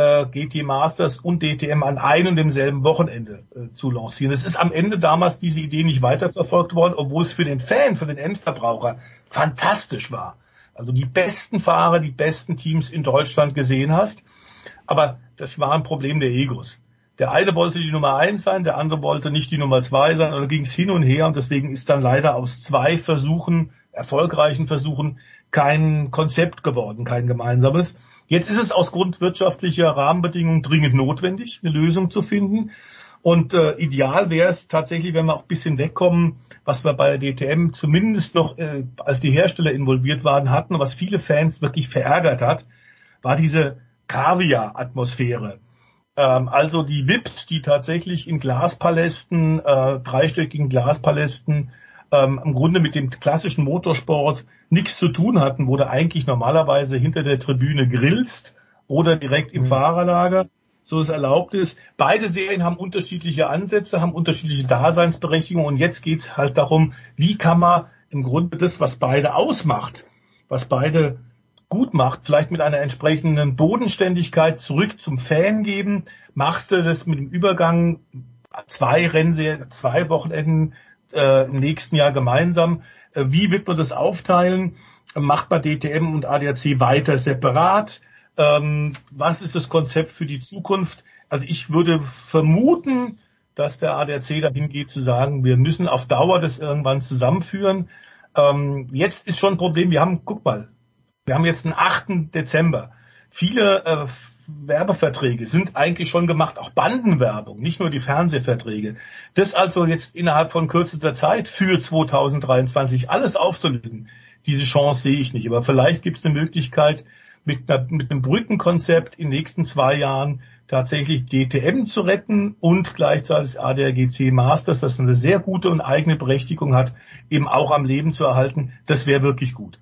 G T Masters und D T M an einem und demselben Wochenende äh, zu lancieren. Es ist am Ende damals diese Idee nicht weiterverfolgt worden, obwohl es für den Fan, für den Endverbraucher fantastisch war. Also die besten Fahrer, die besten Teams in Deutschland gesehen hast. Aber das war ein Problem der Egos. Der eine wollte die Nummer eins sein, der andere wollte nicht die Nummer zwei sein, und dann ging es hin und her, und deswegen ist dann leider aus zwei Versuchen, erfolgreichen Versuchen, kein Konzept geworden, kein gemeinsames. Jetzt ist es aus Grund wirtschaftlicher Rahmenbedingungen dringend notwendig, eine Lösung zu finden. Und äh, ideal wäre es tatsächlich, wenn wir auch ein bisschen wegkommen, was wir bei der D T M zumindest noch, äh, als die Hersteller involviert waren, hatten, was viele Fans wirklich verärgert hat, war diese Kaviar-Atmosphäre. Ähm, also die V I Ps, die tatsächlich in Glaspalästen, äh, dreistöckigen Glaspalästen, ähm, im Grunde mit dem klassischen Motorsport nichts zu tun hatten, wo du eigentlich normalerweise hinter der Tribüne grillst oder direkt im mhm. Fahrerlager, so es erlaubt ist. Beide Serien haben unterschiedliche Ansätze, haben unterschiedliche Daseinsberechtigungen, und jetzt geht's halt darum, wie kann man im Grunde das, was beide ausmacht, was beide gut macht, vielleicht mit einer entsprechenden Bodenständigkeit zurück zum Fan geben. Machst du das mit dem Übergang zwei Rennserien, zwei Wochenenden äh, im nächsten Jahr gemeinsam? Äh, wie wird man das aufteilen? Macht man D T M und A D A C weiter separat? Ähm, was ist das Konzept für die Zukunft? Also ich würde vermuten, dass der A D A C dahin geht zu sagen, wir müssen auf Dauer das irgendwann zusammenführen. Ähm, jetzt ist schon ein Problem, wir haben, guck mal, wir haben jetzt den achten Dezember. Viele äh, Werbeverträge sind eigentlich schon gemacht, auch Bandenwerbung, nicht nur die Fernsehverträge. Das also jetzt innerhalb von kürzester Zeit für zwanzig dreiundzwanzig alles aufzulösen, diese Chance sehe ich nicht. Aber vielleicht gibt es eine Möglichkeit, mit, einer, mit einem Brückenkonzept in den nächsten zwei Jahren tatsächlich D T M zu retten und gleichzeitig A D A C Masters, das eine sehr gute und eigene Berechtigung hat, eben auch am Leben zu erhalten. Das wäre wirklich gut.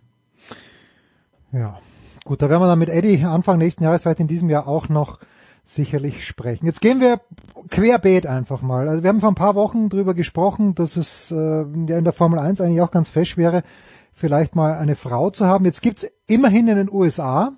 Ja, gut, da werden wir dann mit Eddie Anfang nächsten Jahres, vielleicht in diesem Jahr auch noch sicherlich sprechen. Jetzt gehen wir querbeet einfach mal. Also wir haben vor ein paar Wochen drüber gesprochen, dass es äh, ja in der Formel eins eigentlich auch ganz fesch wäre, vielleicht mal eine Frau zu haben. Jetzt gibt's immerhin in den U S A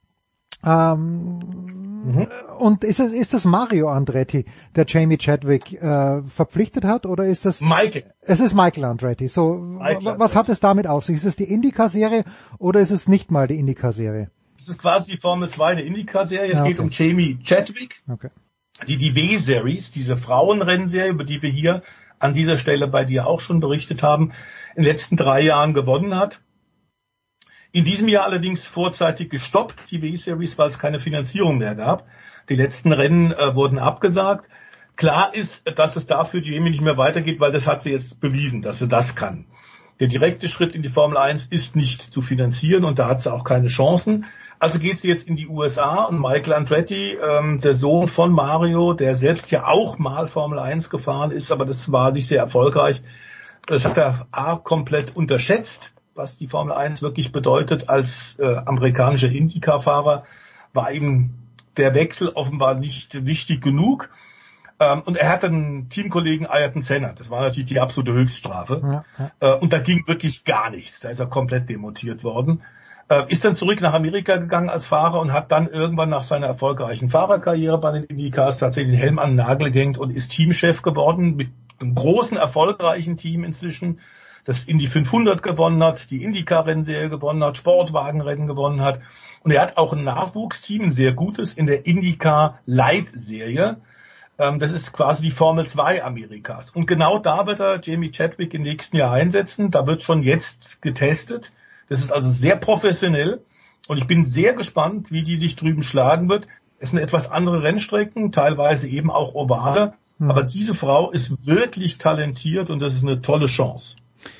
ähm, mhm. und ist es ist das Mario Andretti, der Jamie Chadwick äh, verpflichtet hat, oder ist das Michael? Es ist Michael Andretti. So, Michael w- was hat es damit auf sich? Ist es die IndyCar-Serie oder ist es nicht mal die IndyCar-Serie? Das ist quasi die Formel zwei der IndyCar-Serie. Es ja, okay. geht um Jamie Chadwick, okay. die die W-Series, diese Frauenrennserie, über die wir hier an dieser Stelle bei dir auch schon berichtet haben, in den letzten drei Jahren gewonnen hat. In diesem Jahr allerdings vorzeitig gestoppt, die W-Series, weil es keine Finanzierung mehr gab. Die letzten Rennen äh, wurden abgesagt. Klar ist, dass es dafür Jamie nicht mehr weitergeht, weil das hat sie jetzt bewiesen, dass sie das kann. Der direkte Schritt in die Formel eins ist nicht zu finanzieren und da hat sie auch keine Chancen. Also geht sie jetzt in die U S A und Michael Andretti, ähm, der Sohn von Mario, der selbst ja auch mal Formel eins gefahren ist, aber das war nicht sehr erfolgreich. Das hat er A komplett unterschätzt, was die Formel eins wirklich bedeutet. Als äh, amerikanischer IndyCar-Fahrer war ihm der Wechsel offenbar nicht wichtig genug. Ähm, und er hatte einen Teamkollegen Ayrton Senna. Das war natürlich die absolute Höchststrafe. Ja, ja. Äh, und da ging wirklich gar nichts. Da ist er komplett demontiert worden. Äh, ist dann zurück nach Amerika gegangen als Fahrer und hat dann irgendwann nach seiner erfolgreichen Fahrerkarriere bei den IndyCars tatsächlich den Helm an den Nagel gehängt und ist Teamchef geworden mit einem großen, erfolgreichen Team inzwischen, das Indy fünfhundert gewonnen hat, die IndyCar-Rennserie gewonnen hat, Sportwagenrennen gewonnen hat. Und er hat auch ein Nachwuchsteam, ein sehr gutes, in der IndyCar-Light-Serie. Ähm, das ist quasi die Formel zwei Amerikas. Und genau da wird er Jamie Chadwick im nächsten Jahr einsetzen. Da wird schon jetzt getestet. Das ist also sehr professionell. Und ich bin sehr gespannt, wie die sich drüben schlagen wird. Es sind etwas andere Rennstrecken, teilweise eben auch ovale. Mhm. Aber diese Frau ist wirklich talentiert und das ist eine tolle Chance.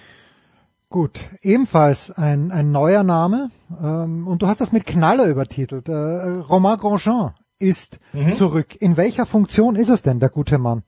Gut, ebenfalls ein, ein neuer Name, ähm, und du hast das mit Knaller übertitelt. Äh, Romain Grosjean ist mhm. zurück. In welcher Funktion ist es denn, der gute Mann?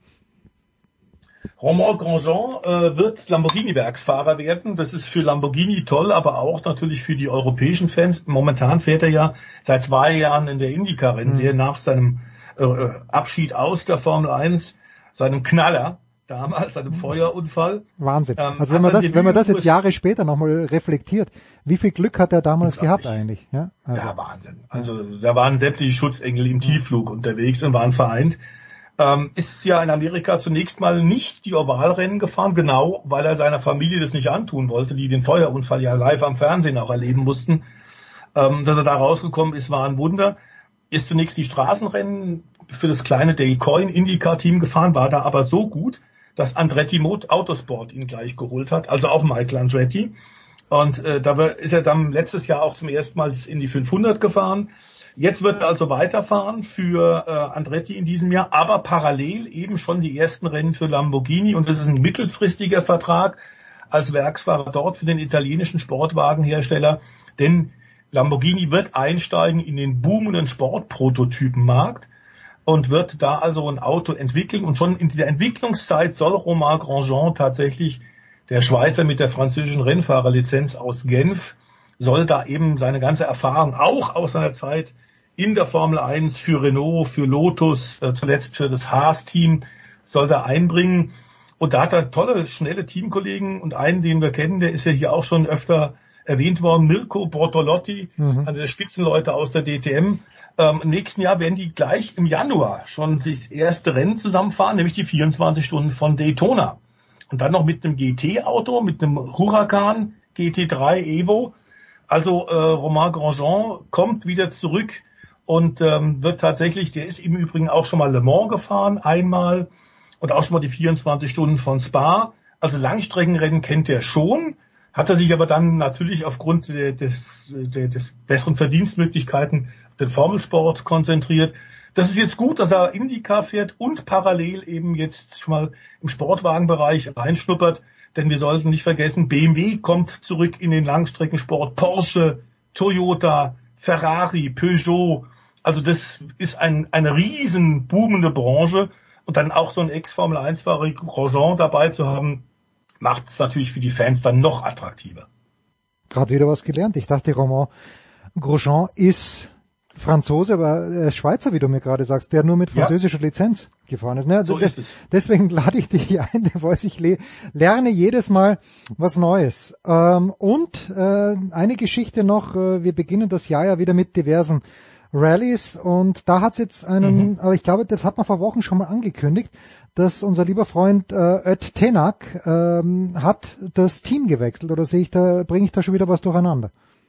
Romain Grosjean äh, wird Lamborghini-Werksfahrer werden. Das ist für Lamborghini toll, aber auch natürlich für die europäischen Fans. Momentan fährt er ja seit zwei Jahren in der IndyCar-Rennserie mhm. nach seinem äh, Abschied aus der Formel eins, seinem Knaller. Damals, einem Feuerunfall. Wahnsinn. Ähm, also wenn man das, wenn man das jetzt Jahre später nochmal reflektiert, wie viel Glück hat er damals gehabt eigentlich? Ja, also. Ja, Wahnsinn. Also da waren sämtliche Schutzengel im Tiefflug ja. unterwegs und waren vereint. Ähm, ist ja in Amerika zunächst mal nicht die Ovalrennen gefahren, genau, weil er seiner Familie das nicht antun wollte, die den Feuerunfall ja live am Fernsehen auch erleben mussten. Ähm, dass er da rausgekommen ist, war ein Wunder. Ist zunächst die Straßenrennen für das kleine Daycoin IndyCar-Team gefahren, war da aber so gut, dass Andretti Autosport ihn gleich geholt hat, also auch Michael Andretti. Und äh, da ist er dann letztes Jahr auch zum ersten Mal in die fünfhundert gefahren. Jetzt wird er also weiterfahren für äh, Andretti in diesem Jahr, aber parallel eben schon die ersten Rennen für Lamborghini. Und das ist ein mittelfristiger Vertrag als Werksfahrer dort für den italienischen Sportwagenhersteller. Denn Lamborghini wird einsteigen in den boomenden Sportprototypenmarkt und wird da also ein Auto entwickeln. Und schon in dieser Entwicklungszeit soll Romain Grosjean tatsächlich, der Schweizer mit der französischen Rennfahrerlizenz aus Genf, soll da eben seine ganze Erfahrung, auch aus seiner Zeit in der Formel eins für Renault, für Lotus, äh, zuletzt für das Haas-Team, soll da einbringen. Und da hat er tolle, schnelle Teamkollegen und einen, den wir kennen, der ist ja hier auch schon öfter erwähnt worden, Mirko Bortolotti, mhm. einer der Spitzenleute aus der D T M. Ähm, Im nächsten Jahr werden die gleich im Januar schon das erste Rennen zusammenfahren, nämlich die vierundzwanzig Stunden von Daytona. Und dann noch mit einem G T-Auto, mit einem Huracan G T drei Evo. Also äh, Romain Grosjean kommt wieder zurück und ähm, wird tatsächlich, der ist im Übrigen auch schon mal Le Mans gefahren, einmal, und auch schon mal die vierundzwanzig Stunden von Spa. Also Langstreckenrennen kennt er schon, hat er sich aber dann natürlich aufgrund der, des, der, des besseren Verdienstmöglichkeiten auf den Formelsport konzentriert. Das ist jetzt gut, dass er IndyCar fährt und parallel eben jetzt schon mal im Sportwagenbereich reinschnuppert. Denn wir sollten nicht vergessen, B M W kommt zurück in den Langstreckensport, Porsche, Toyota, Ferrari, Peugeot. Also das ist ein, eine riesen boomende Branche. Und dann auch so ein Ex-Formel eins Fahrer Grosjean dabei zu haben, macht es natürlich für die Fans dann noch attraktiver. Gerade wieder was gelernt. Ich dachte, Romain Grosjean ist Franzose, aber er ist Schweizer, wie du mir gerade sagst, der nur mit französischer ja. Lizenz gefahren ist. Ne? So das, ist es. Deswegen lade ich dich hier ein, weil ich le- lerne jedes Mal was Neues. Ähm, und äh, eine Geschichte noch, äh, wir beginnen das Jahr ja wieder mit diversen Rallyes und da hat es jetzt einen, mhm. aber ich glaube, das hat man vor Wochen schon mal angekündigt, dass unser lieber Freund äh, Ed Tenak ähm, hat das Team gewechselt, oder sehe ich da, bringe ich da schon wieder was durcheinander?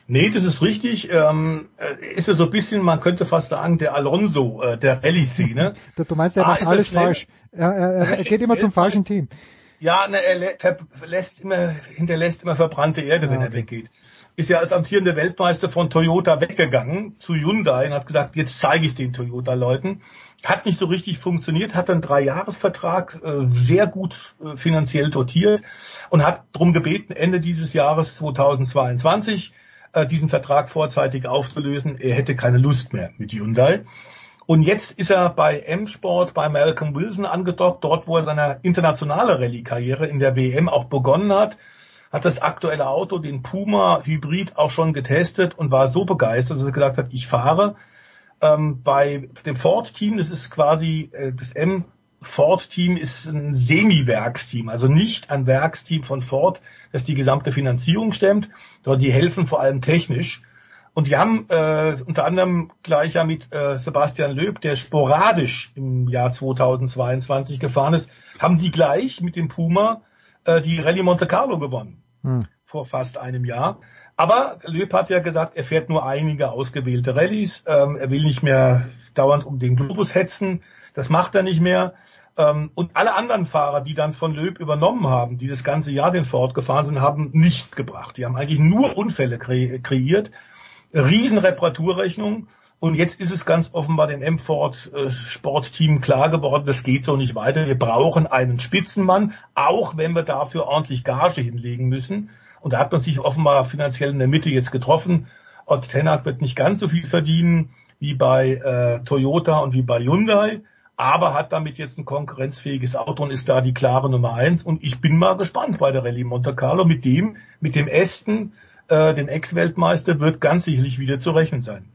Nee, das ist richtig. Ähm, ist ja so ein bisschen, man könnte fast sagen, der Alonso äh, der Rallye-Szene. Du meinst, er ah, macht alles falsch. Er, er, er geht immer zum falschen Team. Ja, ne, er verlässt immer, hinterlässt immer verbrannte Erde, wenn ah, okay. er weggeht. Ist ja als amtierender Weltmeister von Toyota weggegangen zu Hyundai und hat gesagt, jetzt zeige ich es den Toyota-Leuten. Hat nicht so richtig funktioniert, hat einen Dreijahresvertrag äh, sehr gut äh, finanziell dotiert und hat darum gebeten, Ende dieses Jahres zweitausendzweiundzwanzig äh, diesen Vertrag vorzeitig aufzulösen. Er hätte keine Lust mehr mit Hyundai. Und jetzt ist er bei M-Sport, bei Malcolm Wilson angedockt, dort wo er seine internationale Rallye-Karriere in der W M auch begonnen hat. Hat das aktuelle Auto, den Puma Hybrid, auch schon getestet und war so begeistert, dass er gesagt hat, ich fahre. Ähm, bei dem Ford-Team, das ist quasi, äh, das M-Ford-Team ist ein Semi-Werksteam, also nicht ein Werksteam von Ford, das die gesamte Finanzierung stemmt, sondern die helfen vor allem technisch. Und die haben äh, unter anderem gleich ja mit äh, Sebastian Loeb, der sporadisch im Jahr zweitausendzweiundzwanzig gefahren ist, haben die gleich mit dem Puma äh, die Rallye Monte Carlo gewonnen. Hm. Vor fast einem Jahr. Aber Loeb hat ja gesagt, er fährt nur einige ausgewählte Rallyes. Ähm, er will nicht mehr dauernd um den Globus hetzen. Das macht er nicht mehr. Ähm, und alle anderen Fahrer, die dann von Loeb übernommen haben, die das ganze Jahr den Ford gefahren sind, haben nichts gebracht. Die haben eigentlich nur Unfälle kre- kreiert. Riesen Reparaturrechnung. Und jetzt ist es ganz offenbar dem M-Ford äh, Sportteam klar geworden, das geht so nicht weiter. Wir brauchen einen Spitzenmann, auch wenn wir dafür ordentlich Gage hinlegen müssen. Und da hat man sich offenbar finanziell in der Mitte jetzt getroffen. Ott Tänak wird nicht ganz so viel verdienen wie bei äh, Toyota und wie bei Hyundai, aber hat damit jetzt ein konkurrenzfähiges Auto und ist da die klare Nummer eins. Und ich bin mal gespannt bei der Rallye Monte Carlo. Mit dem, mit dem Aston, äh, dem Ex-Weltmeister, wird ganz sicherlich wieder zu rechnen sein.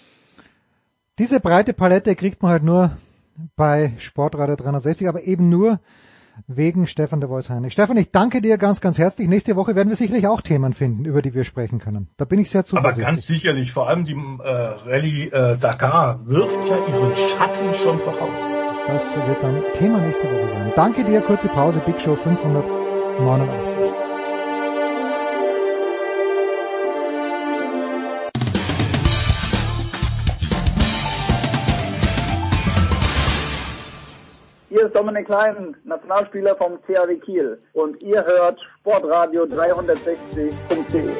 Diese breite Palette kriegt man halt nur bei Sportradio dreihundertsechzig, aber eben nur wegen Stefan de Vois-Heinrich. Stefan, ich danke dir ganz, ganz herzlich. Nächste Woche werden wir sicherlich auch Themen finden, über die wir sprechen können. Da bin ich sehr zuversichtlich. Aber ganz sicherlich, vor allem die äh, Rallye äh, Dakar wirft ja ihren Schatten schon voraus. Das wird dann Thema nächste Woche sein. Danke dir, kurze Pause, Big Show fünfhundertneunundachtzig. Hier ist Dominik Klein, Nationalspieler vom C A W Kiel und ihr hört Sportradio dreihundertsechzig punkt de.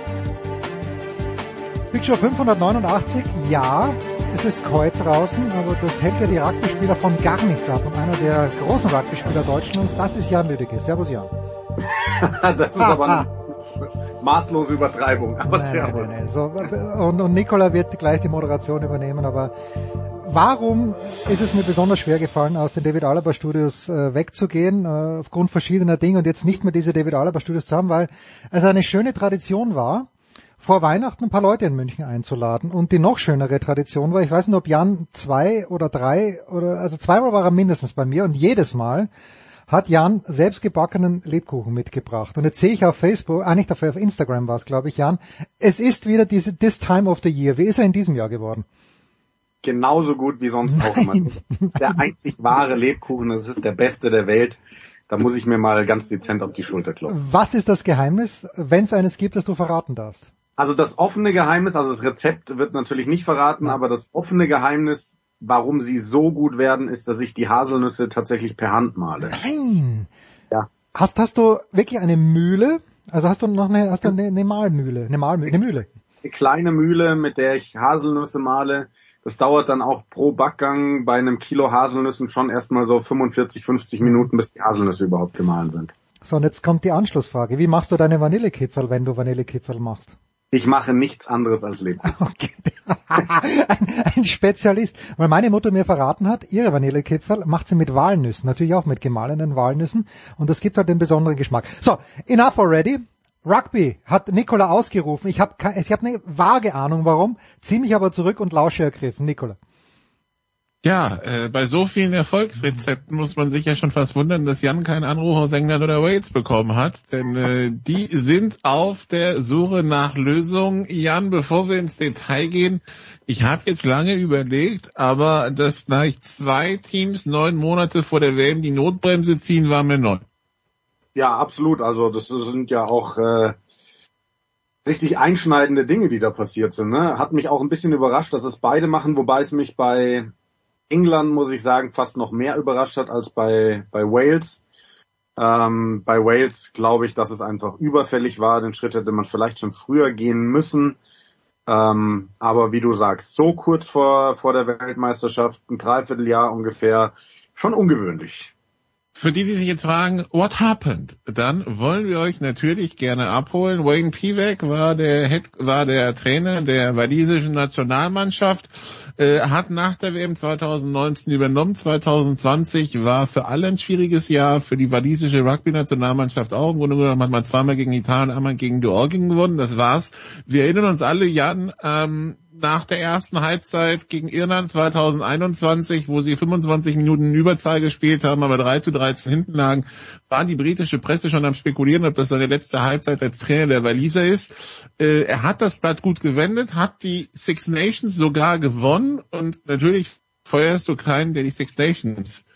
Big Show fünfhundertneunundachtzig, ja, es ist kalt draußen, aber das hält ja die Rugby-Spieler von gar nichts ab. Und einer der großen Rugby-Spieler Deutschlands, das ist Jan Lüdecke. Servus Jan. Das ist aber eine maßlose Übertreibung, aber nein, servus. Nein, nein, so, und, und Nicola wird gleich die Moderation übernehmen, aber warum ist es mir besonders schwer gefallen, aus den David Alaba Studios äh, wegzugehen, äh, aufgrund verschiedener Dinge und jetzt nicht mehr diese David Alaba Studios zu haben, weil es eine schöne Tradition war, vor Weihnachten ein paar Leute in München einzuladen. Und die noch schönere Tradition war, ich weiß nicht, ob Jan zwei oder drei oder, also zweimal war er mindestens bei mir und jedes Mal hat Jan selbstgebackenen Lebkuchen mitgebracht. Und jetzt sehe ich auf Facebook, ah nicht, auf Instagram war es, glaube ich, Jan, es ist wieder diese This Time of the Year. Wie ist er in diesem Jahr geworden? Genauso gut wie sonst nein, auch immer. Nein. Der einzig wahre Lebkuchen, das ist der beste der Welt. Da muss ich mir mal ganz dezent auf die Schulter klopfen. Was ist das Geheimnis, wenn es eines gibt, das du verraten darfst? Also das offene Geheimnis, also das Rezept wird natürlich nicht verraten, aber das offene Geheimnis, warum sie so gut werden, ist, dass ich die Haselnüsse tatsächlich per Hand male. Nein! Ja. Hast, hast du wirklich eine Mühle? Also hast du noch eine, hast du eine, eine Mahlmühle? Eine Mahlmühle? Eine Mühle? Eine kleine Mühle, mit der ich Haselnüsse male. Das dauert dann auch pro Backgang bei einem Kilo Haselnüssen schon erstmal so fünfundvierzig, fünfzig Minuten, bis die Haselnüsse überhaupt gemahlen sind. So, und jetzt kommt die Anschlussfrage. Wie machst du deine Vanillekipferl, wenn du Vanillekipferl machst? Ich mache nichts anderes als Lebkuchen. Okay. ein, ein Spezialist. Weil meine Mutter mir verraten hat, ihre Vanillekipferl macht sie mit Walnüssen. Natürlich auch mit gemahlenen Walnüssen. Und das gibt halt den besonderen Geschmack. So, enough already. Rugby hat Nicola ausgerufen. Ich habe ich hab eine vage Ahnung, warum. Zieh mich aber zurück und lausche ergriffen. Nicola. Ja, äh, bei so vielen Erfolgsrezepten muss man sich ja schon fast wundern, dass Jan keinen Anruf aus England oder Wales bekommen hat. Denn äh, die sind auf der Suche nach Lösungen. Jan, bevor wir ins Detail gehen, ich habe jetzt lange überlegt, aber dass vielleicht zwei Teams neun Monate vor der W M die Notbremse ziehen, war mir neu. Ja, absolut. Also das sind ja auch äh, richtig einschneidende Dinge, die da passiert sind. Ne? Hat mich auch ein bisschen überrascht, dass es beide machen, wobei es mich bei England, muss ich sagen, fast noch mehr überrascht hat als bei, bei Wales. Ähm, bei Wales glaube ich, dass es einfach überfällig war. Den Schritt hätte man vielleicht schon früher gehen müssen. Ähm, aber wie du sagst, so kurz vor, vor der Weltmeisterschaft, ein Dreivierteljahr ungefähr, schon ungewöhnlich. Für die, die sich jetzt fragen, what happened? Dann wollen wir euch natürlich gerne abholen. Wayne Pivac war der Head, war der Trainer der walisischen Nationalmannschaft, äh, hat nach der W M zwanzig neunzehn übernommen. zwanzig zwanzig war für alle ein schwieriges Jahr, für die walisische Rugby-Nationalmannschaft auch. Im Grunde genommen hat man zweimal gegen Italien, einmal gegen Georgien gewonnen. Das war's. Wir erinnern uns alle, Jan, ähm, nach der ersten Halbzeit gegen Irland zwanzig einundzwanzig, wo sie fünfundzwanzig Minuten in Überzahl gespielt haben, aber drei zu dreizehn hinten lagen, war die britische Presse schon am Spekulieren, ob das seine letzte Halbzeit als Trainer der Waliser ist. Äh, er hat das Blatt gut gewendet, hat die Six Nations sogar gewonnen und natürlich feuerst du keinen, der die Six Nations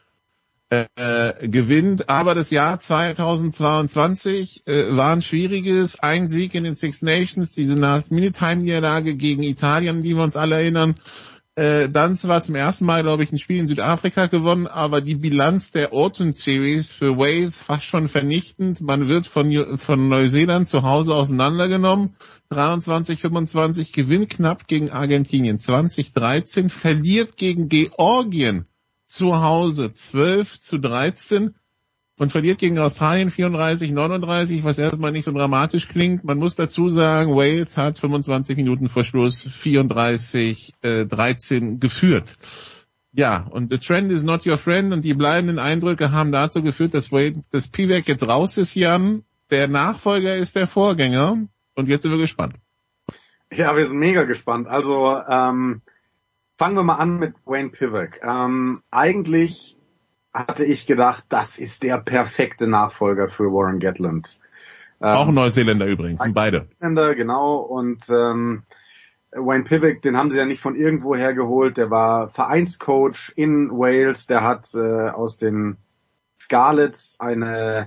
Äh, gewinnt, aber das Jahr zweitausendzweiundzwanzig äh, war ein schwieriges. Ein Sieg in den Six Nations, diese Last-Minute-Time-Niederlage gegen Italien, an die wir uns alle erinnern. Äh, dann zwar zum ersten Mal, glaube ich, ein Spiel in Südafrika gewonnen, aber die Bilanz der Autumn Series für Wales fast schon vernichtend. Man wird von, von Neuseeland zu Hause auseinandergenommen. dreiundzwanzig fünfundzwanzig, gewinnt knapp gegen Argentinien. zwanzig dreizehn, verliert gegen Georgien zu Hause zwölf zu dreizehn und verliert gegen Australien vierunddreißig neununddreißig, was erstmal nicht so dramatisch klingt. Man muss dazu sagen, Wales hat fünfundzwanzig Minuten vor Schluss vierunddreißig dreizehn geführt. Ja, und the trend is not your friend und die bleibenden Eindrücke haben dazu geführt, dass Wade, dass Pivac jetzt raus ist, Jan. Der Nachfolger ist der Vorgänger und jetzt sind wir gespannt. Ja, wir sind mega gespannt. Also, ähm, fangen wir mal an mit Wayne Pivac. Ähm, eigentlich hatte ich gedacht, das ist der perfekte Nachfolger für Warren Gatland. Ähm, Auch ein Neuseeländer übrigens, sind beide. Neuseeländer, genau. Und ähm, Wayne Pivac, den haben sie ja nicht von irgendwo her geholt. Der war Vereinscoach in Wales. Der hat äh, aus den Scarlets eine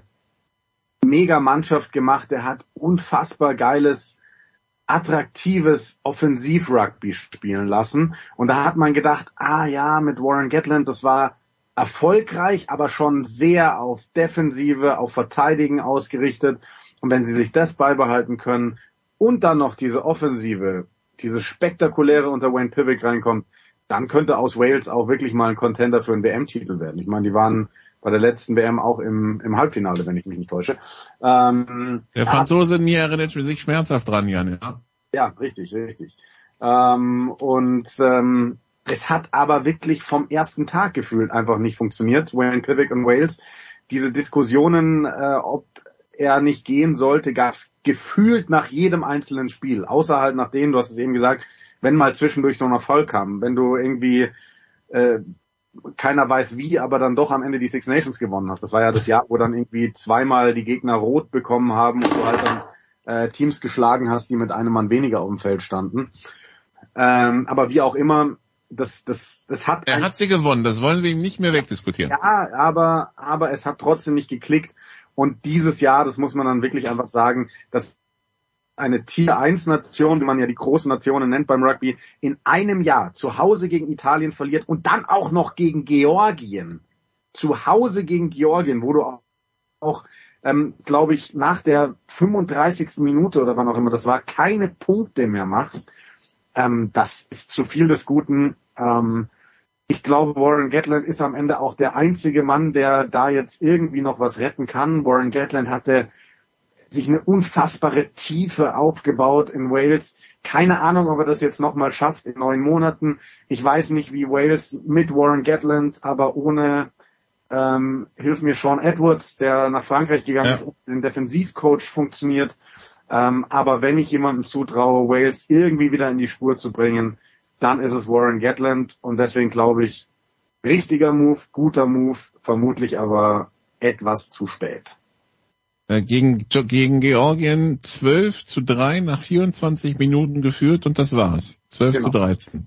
mega Mannschaft gemacht. Der hat unfassbar geiles, attraktives Offensiv-Rugby spielen lassen. Und da hat man gedacht, ah ja, mit Warren Gatland, das war erfolgreich, aber schon sehr auf Defensive, auf Verteidigen ausgerichtet. Und wenn sie sich das beibehalten können und dann noch diese Offensive, diese spektakuläre unter Wayne Pivac reinkommt, dann könnte aus Wales auch wirklich mal ein Contender für einen W M-Titel werden. Ich meine, die waren bei der letzten W M auch im, im Halbfinale, wenn ich mich nicht täusche. Ähm, der Franzose nie erinnert sich schmerzhaft dran, Jan. Ja, ja richtig, richtig. Ähm, und ähm, es hat aber wirklich vom ersten Tag gefühlt einfach nicht funktioniert. Wayne Pivac und Wales, diese Diskussionen, äh, ob er nicht gehen sollte, gab es gefühlt nach jedem einzelnen Spiel. Außer halt nach denen, du hast es eben gesagt, wenn mal zwischendurch so ein Erfolg kam. Wenn du irgendwie äh, keiner weiß wie, aber dann doch am Ende die Six Nations gewonnen hast. Das war ja das Jahr, wo dann irgendwie zweimal die Gegner rot bekommen haben und du halt dann äh, Teams geschlagen hast, die mit einem Mann weniger auf dem Feld standen. Ähm, aber wie auch immer, das, das, das hat... Er hat sie gewonnen, das wollen wir ihm nicht mehr wegdiskutieren. Ja, aber, aber es hat trotzdem nicht geklickt. Und dieses Jahr, das muss man dann wirklich einfach sagen, dass eine Tier eins Nation, wie man ja die großen Nationen nennt beim Rugby, in einem Jahr zu Hause gegen Italien verliert und dann auch noch gegen Georgien. Zu Hause gegen Georgien, wo du auch, auch ähm, glaube ich, nach der fünfunddreißigsten Minute oder wann auch immer das war, keine Punkte mehr machst. Ähm, das ist zu viel des Guten. Ähm, ich glaube, Warren Gatland ist am Ende auch der einzige Mann, der da jetzt irgendwie noch was retten kann. Warren Gatland hatte sich eine unfassbare Tiefe aufgebaut in Wales. Keine Ahnung, ob er das jetzt nochmal schafft in neun Monaten. Ich weiß nicht, wie Wales mit Warren Gatland, aber ohne, ähm, hilf mir Sean Edwards, der nach Frankreich gegangen ja. ist, den Defensivcoach funktioniert. Ähm, aber wenn ich jemandem zutraue, Wales irgendwie wieder in die Spur zu bringen, dann ist es Warren Gatland. Und deswegen glaube ich, richtiger Move, guter Move, vermutlich aber etwas zu spät. Äh, gegen, gegen Georgien zwölf zu drei nach vierundzwanzig Minuten geführt und das war's. zwölf Genau. zu dreizehn.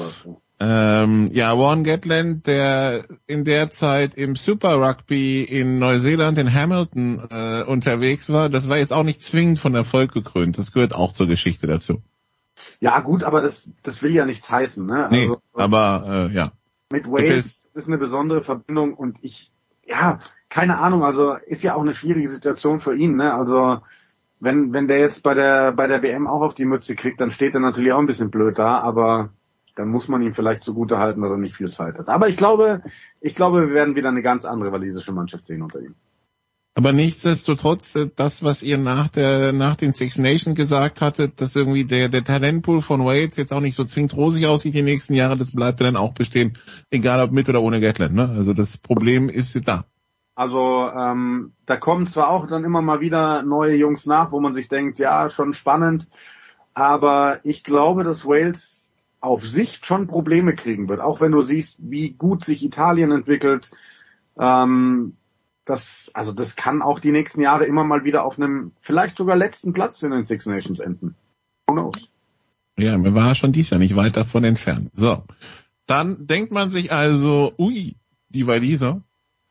Ähm, ja, Warren Gatland, der in der Zeit im Super Rugby in Neuseeland, in Hamilton, äh, unterwegs war, das war jetzt auch nicht zwingend von Erfolg gekrönt. Das gehört auch zur Geschichte dazu. Ja gut, aber das, das will ja nichts heißen, ne? Nee, also, aber äh, ja. Mit Wales ist eine besondere Verbindung und ich, ja, keine Ahnung, also ist ja auch eine schwierige Situation für ihn, ne? Also wenn wenn der jetzt bei der bei der W M auch auf die Mütze kriegt, dann steht er natürlich auch ein bisschen blöd da, aber dann muss man ihm vielleicht zugute halten, dass er nicht viel Zeit hat. Aber ich glaube, ich glaube, wir werden wieder eine ganz andere walisische Mannschaft sehen unter ihm. Aber nichtsdestotrotz, das, was ihr nach der, nach den Six Nations gesagt hattet, dass irgendwie der, der Talentpool von Wales jetzt auch nicht so zwingend rosig aussieht die nächsten Jahre, das bleibt dann auch bestehen, egal ob mit oder ohne Gatland, ne? Also das Problem ist da. Also, ähm, da kommen zwar auch dann immer mal wieder neue Jungs nach, wo man sich denkt, ja, schon spannend, aber ich glaube, dass Wales auf Sicht schon Probleme kriegen wird, auch wenn du siehst, wie gut sich Italien entwickelt. Ähm, das, also das kann auch die nächsten Jahre immer mal wieder auf einem vielleicht sogar letzten Platz in den Six Nations enden. Who knows? Ja, mir war schon dies Jahr nicht weit davon entfernt. So, dann denkt man sich also, ui, die Waliser.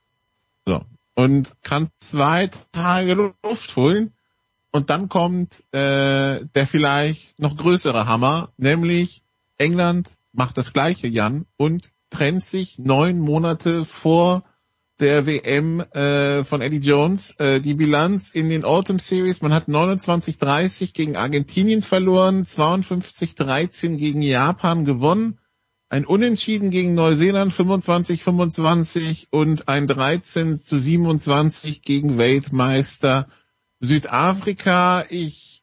So, und kann zwei Tage Luft holen. Und dann kommt äh, der vielleicht noch größere Hammer, nämlich England macht das Gleiche, Jan, und trennt sich neun Monate vor der W M äh, von Eddie Jones. Äh, die Bilanz in den Autumn Series, man hat neunundzwanzig dreißig gegen Argentinien verloren, zweiundfünfzig dreizehn gegen Japan gewonnen, ein Unentschieden gegen Neuseeland fünfundzwanzig fünfundzwanzig und ein dreizehn zu siebenundzwanzig gegen Weltmeister Südafrika. Ich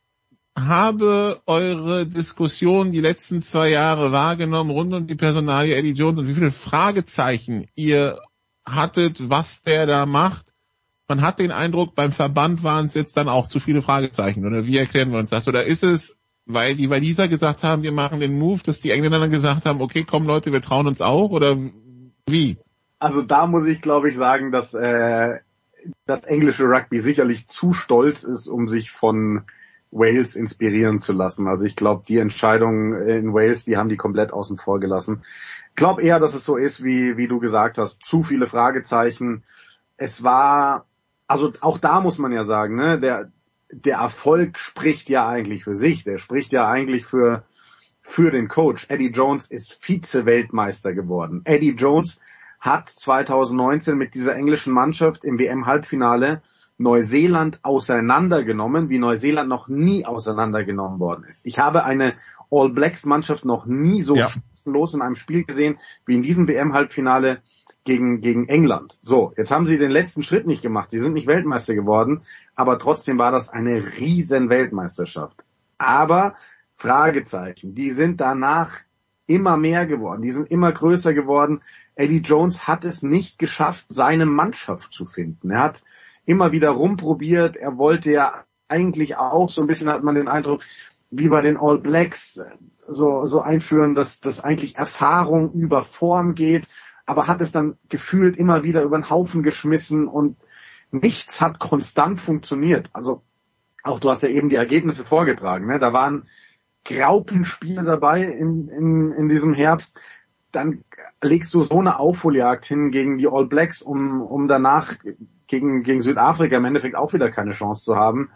habe eure Diskussion die letzten zwei Jahre wahrgenommen rund um die Personalie Eddie Jones und wie viele Fragezeichen ihr hattet, was der da macht. Man hat den Eindruck, beim Verband waren es jetzt dann auch zu viele Fragezeichen. Oder wie erklären wir uns das? Oder ist es, weil die Waliser gesagt haben, wir machen den Move, dass die Engländer dann gesagt haben, okay, komm Leute, wir trauen uns auch? Oder wie? Also da muss ich, glaube ich, sagen, dass äh, das englische Rugby sicherlich zu stolz ist, um sich von Wales inspirieren zu lassen. Also ich glaube, die Entscheidung in Wales, die haben die komplett außen vor gelassen. Ich glaube eher, dass es so ist, wie wie du gesagt hast, zu viele Fragezeichen. Es war, also auch da muss man ja sagen, ne, der der Erfolg spricht ja eigentlich für sich. Der spricht ja eigentlich für für den Coach. Eddie Jones ist Vize-Weltmeister geworden. Eddie Jones hat zwanzig neunzehn mit dieser englischen Mannschaft im W M-Halbfinale Neuseeland auseinandergenommen, wie Neuseeland noch nie auseinandergenommen worden ist. Ich habe eine All Blacks Mannschaft noch nie so ja. chancenlos in einem Spiel gesehen, wie in diesem W M-Halbfinale gegen, gegen England. So, jetzt haben sie den letzten Schritt nicht gemacht. Sie sind nicht Weltmeister geworden, aber trotzdem war das eine riesen Weltmeisterschaft. Aber, Fragezeichen, die sind danach immer mehr geworden, die sind immer größer geworden. Eddie Jones hat es nicht geschafft, seine Mannschaft zu finden. Er hat immer wieder rumprobiert. Er wollte ja eigentlich auch, so ein bisschen hat man den Eindruck, wie bei den All Blacks, so, so einführen, dass, dass eigentlich Erfahrung über Form geht, aber hat es dann gefühlt immer wieder über den Haufen geschmissen und nichts hat konstant funktioniert. Also auch du hast ja eben die Ergebnisse vorgetragen, ne? Da waren Graupenspiele dabei in, in, in diesem Herbst. Dann legst du so eine Aufholjagd hin gegen die All Blacks, um, um danach gegen, gegen Südafrika im Endeffekt auch wieder keine Chance zu haben.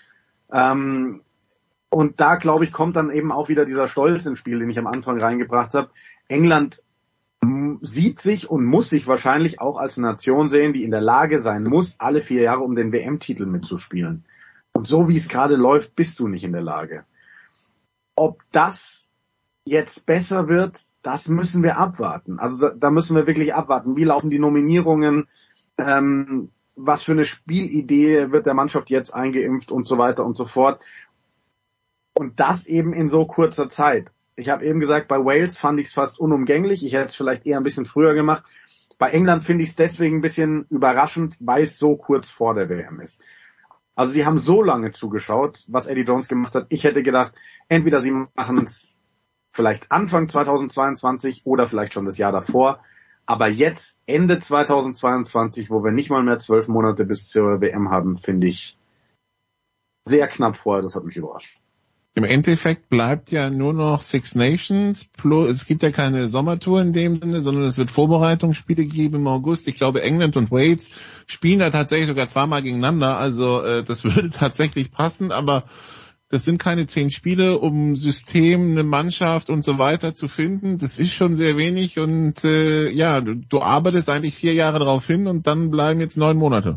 Ähm, und da, glaube ich, kommt dann eben auch wieder dieser Stolz ins Spiel, den ich am Anfang reingebracht habe. England sieht sich und muss sich wahrscheinlich auch als Nation sehen, die in der Lage sein muss, alle vier Jahre um den W M-Titel mitzuspielen. Und so wie es gerade läuft, bist du nicht in der Lage. Ob das jetzt besser wird, das müssen wir abwarten. Also da, da müssen wir wirklich abwarten. Wie laufen die Nominierungen? Ähm, was für eine Spielidee wird der Mannschaft jetzt eingeimpft und so weiter und so fort. Und das eben in so kurzer Zeit. Ich habe eben gesagt, bei Wales fand ich es fast unumgänglich. Ich hätte es vielleicht eher ein bisschen früher gemacht. Bei England finde ich es deswegen ein bisschen überraschend, weil es so kurz vor der W M ist. Also sie haben so lange zugeschaut, was Eddie Jones gemacht hat. Ich hätte gedacht, entweder sie machen es vielleicht Anfang zweitausendzweiundzwanzig oder vielleicht schon das Jahr davor. Aber jetzt, Ende zweitausendzweiundzwanzig, wo wir nicht mal mehr zwölf Monate bis zur W M haben, finde ich, sehr knapp vorher, das hat mich überrascht. Im Endeffekt bleibt ja nur noch Six Nations, plus es gibt ja keine Sommertour in dem Sinne, sondern es wird Vorbereitungsspiele geben im August. Ich glaube, England und Wales spielen da tatsächlich sogar zweimal gegeneinander, also äh, das würde tatsächlich passen, aber das sind keine zehn Spiele, um System, eine Mannschaft und so weiter zu finden. Das ist schon sehr wenig und äh, ja, du, du arbeitest eigentlich vier Jahre darauf hin und dann bleiben jetzt neun Monate.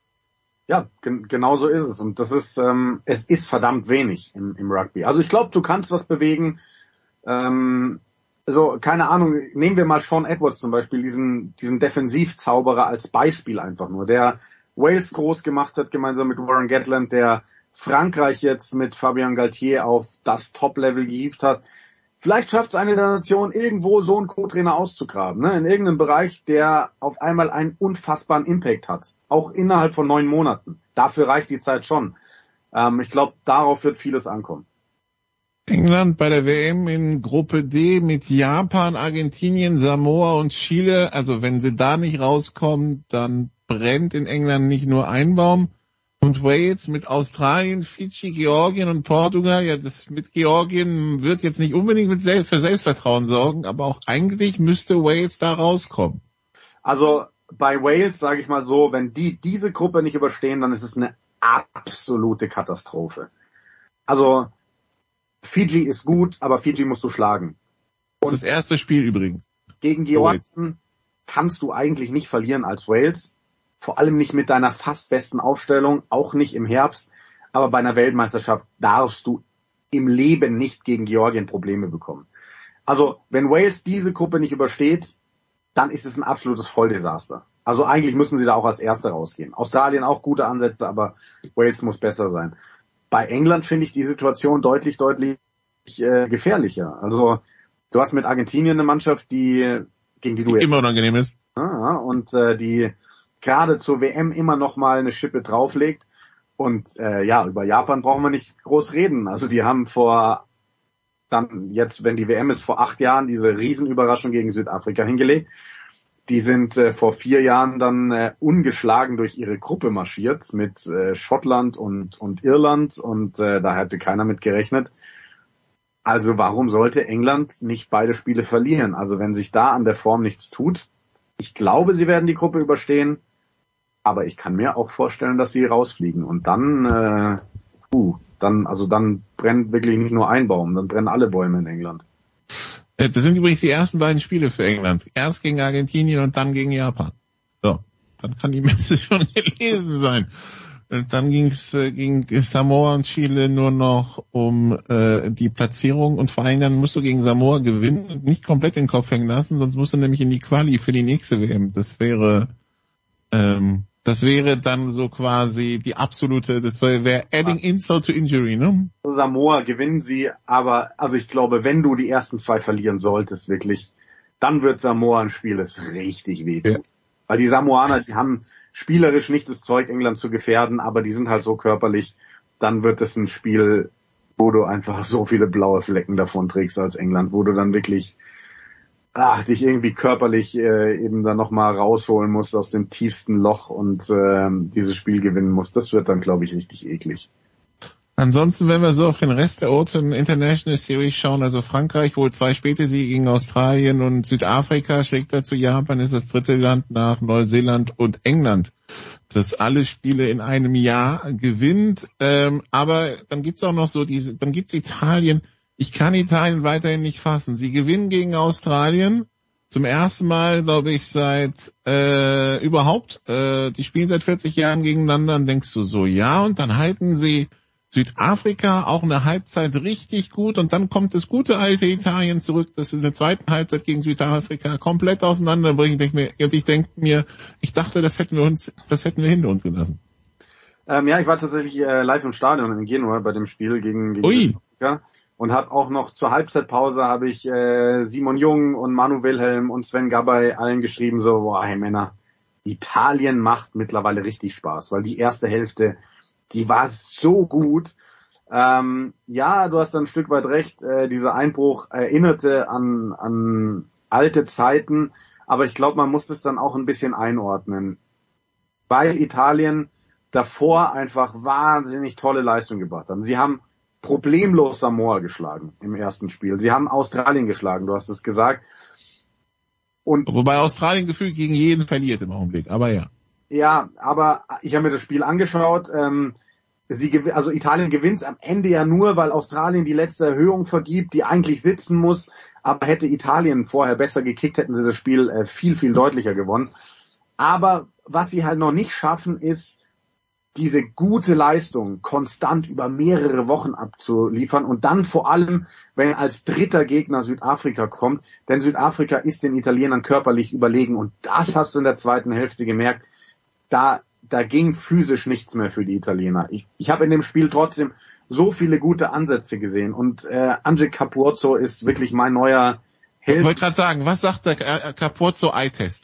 Ja, gen- genau so ist es. Und das ist, ähm, es ist verdammt wenig im, im Rugby. Also ich glaube, du kannst was bewegen. Ähm, also, keine Ahnung, nehmen wir mal Sean Edwards zum Beispiel, diesen, diesen Defensivzauberer als Beispiel einfach nur, der Wales groß gemacht hat, gemeinsam mit Warren Gatland, der Frankreich jetzt mit Fabien Galtier auf das Top-Level gehievt hat. Vielleicht schafft es eine der Nationen, irgendwo so einen Co-Trainer auszugraben, ne? In irgendeinem Bereich, der auf einmal einen unfassbaren Impact hat. Auch innerhalb von neun Monaten. Dafür reicht die Zeit schon. Ähm, ich glaube, darauf wird vieles ankommen. England bei der W M in Gruppe D mit Japan, Argentinien, Samoa und Chile. Also wenn sie da nicht rauskommen, dann brennt in England nicht nur ein Baum. Und Wales mit Australien, Fidschi, Georgien und Portugal. Ja, das mit Georgien wird jetzt nicht unbedingt mit Sel- für Selbstvertrauen sorgen, aber auch eigentlich müsste Wales da rauskommen. Also bei Wales, sage ich mal so, wenn die diese Gruppe nicht überstehen, dann ist es eine absolute Katastrophe. Also Fidji ist gut, aber Fidji musst du schlagen. Und das erste Spiel übrigens. Gegen Georgien kannst du eigentlich nicht verlieren als Wales. Vor allem nicht mit deiner fast besten Aufstellung, auch nicht im Herbst. Aber bei einer Weltmeisterschaft darfst du im Leben nicht gegen Georgien Probleme bekommen. Also wenn Wales diese Gruppe nicht übersteht, dann ist es ein absolutes Volldesaster. Also eigentlich müssen sie da auch als Erste rausgehen. Australien auch gute Ansätze, aber Wales muss besser sein. Bei England finde ich die Situation deutlich, deutlich äh, gefährlicher. Also du hast mit Argentinien eine Mannschaft, die gegen die du jetzt immer unangenehm ist. Ja, und äh, die gerade zur W M immer noch mal eine Schippe drauflegt. Und äh, ja, über Japan brauchen wir nicht groß reden. Also die haben vor, dann jetzt, wenn die W M ist, vor acht Jahren diese Riesenüberraschung gegen Südafrika hingelegt. Die sind äh, vor vier Jahren dann äh, ungeschlagen durch ihre Gruppe marschiert mit äh, Schottland und, und Irland. Und äh, da hätte keiner mit gerechnet. Also warum sollte England nicht beide Spiele verlieren? Also wenn sich da an der Form nichts tut, ich glaube, sie werden die Gruppe überstehen. Aber ich kann mir auch vorstellen, dass sie rausfliegen. Und dann, äh, uh, dann, also dann brennt wirklich nicht nur ein Baum, dann brennen alle Bäume in England. Das sind übrigens die ersten beiden Spiele für England. Erst gegen Argentinien und dann gegen Japan. So, dann kann die Messe schon gelesen sein. Und dann ging es äh, gegen Samoa und Chile nur noch um äh, die Platzierung. Und vor allem dann musst du gegen Samoa gewinnen und nicht komplett den Kopf hängen lassen, sonst musst du nämlich in die Quali für die nächste W M. Das wäre... Ähm, Das wäre dann so quasi die absolute, das wäre wär adding insult to injury, ne? Samoa gewinnen sie, aber also ich glaube, wenn du die ersten zwei verlieren solltest, wirklich, dann wird Samoa ein Spiel, das richtig wehtut. Ja. Weil die Samoaner, die haben spielerisch nicht das Zeug, England zu gefährden, aber die sind halt so körperlich, dann wird es ein Spiel, wo du einfach so viele blaue Flecken davon trägst als England, wo du dann wirklich ach, dich irgendwie körperlich äh, eben dann nochmal rausholen musst aus dem tiefsten Loch und äh, dieses Spiel gewinnen musst. Das wird dann, glaube ich, richtig eklig. Ansonsten, wenn wir so auf den Rest der Autumn International Series schauen, also Frankreich wohl zwei späte Siege gegen Australien und Südafrika, schlägt dazu Japan, ist das dritte Land nach Neuseeland und England, das alle Spiele in einem Jahr gewinnt. Ähm, aber dann gibt's auch noch so diese, dann gibt's Italien. Ich kann Italien weiterhin nicht fassen. Sie gewinnen gegen Australien zum ersten Mal, glaube ich, seit äh, überhaupt. Äh, die spielen seit vierzig Jahren gegeneinander. Dann denkst du so, ja, und dann halten sie Südafrika auch eine Halbzeit richtig gut. Und dann kommt das gute alte Italien zurück, das in der zweiten Halbzeit gegen Südafrika komplett auseinanderbringt. Denk mir, und ich denke mir, ich dachte, das hätten wir uns, das hätten wir hinter uns gelassen. Ähm, ja, ich war tatsächlich äh, live im Stadion in Genua bei dem Spiel gegen, gegen Ui. Südafrika. Und habe auch noch zur Halbzeitpause habe ich äh, Simon Jung und Manu Wilhelm und Sven Gabay allen geschrieben, so, boah, hey Männer, Italien macht mittlerweile richtig Spaß, weil die erste Hälfte, die war so gut. Ähm, ja, du hast ein Stück weit recht, äh, dieser Einbruch erinnerte an, an alte Zeiten, aber ich glaube, man muss das dann auch ein bisschen einordnen. Weil Italien davor einfach wahnsinnig tolle Leistung gebracht haben. Sie haben problemlos Samoa geschlagen im ersten Spiel. Sie haben Australien geschlagen, du hast es gesagt. Und wobei Australien gefühlt gegen jeden verliert im Augenblick, aber ja. Ja, aber ich habe mir das Spiel angeschaut. Ähm, sie, also Italien gewinnt am Ende ja nur, weil Australien die letzte Erhöhung vergibt, die eigentlich sitzen muss. Aber hätte Italien vorher besser gekickt, hätten sie das Spiel äh, viel, viel deutlicher gewonnen. Aber was sie halt noch nicht schaffen, ist, diese gute Leistung konstant über mehrere Wochen abzuliefern und dann vor allem, wenn als dritter Gegner Südafrika kommt, denn Südafrika ist den Italienern körperlich überlegen und das hast du in der zweiten Hälfte gemerkt, da da ging physisch nichts mehr für die Italiener. Ich, ich habe in dem Spiel trotzdem so viele gute Ansätze gesehen und äh, Ange Capozzo ist wirklich mein neuer Held. Ich wollte gerade sagen, was sagt der äh, Capozzo Eye-Test?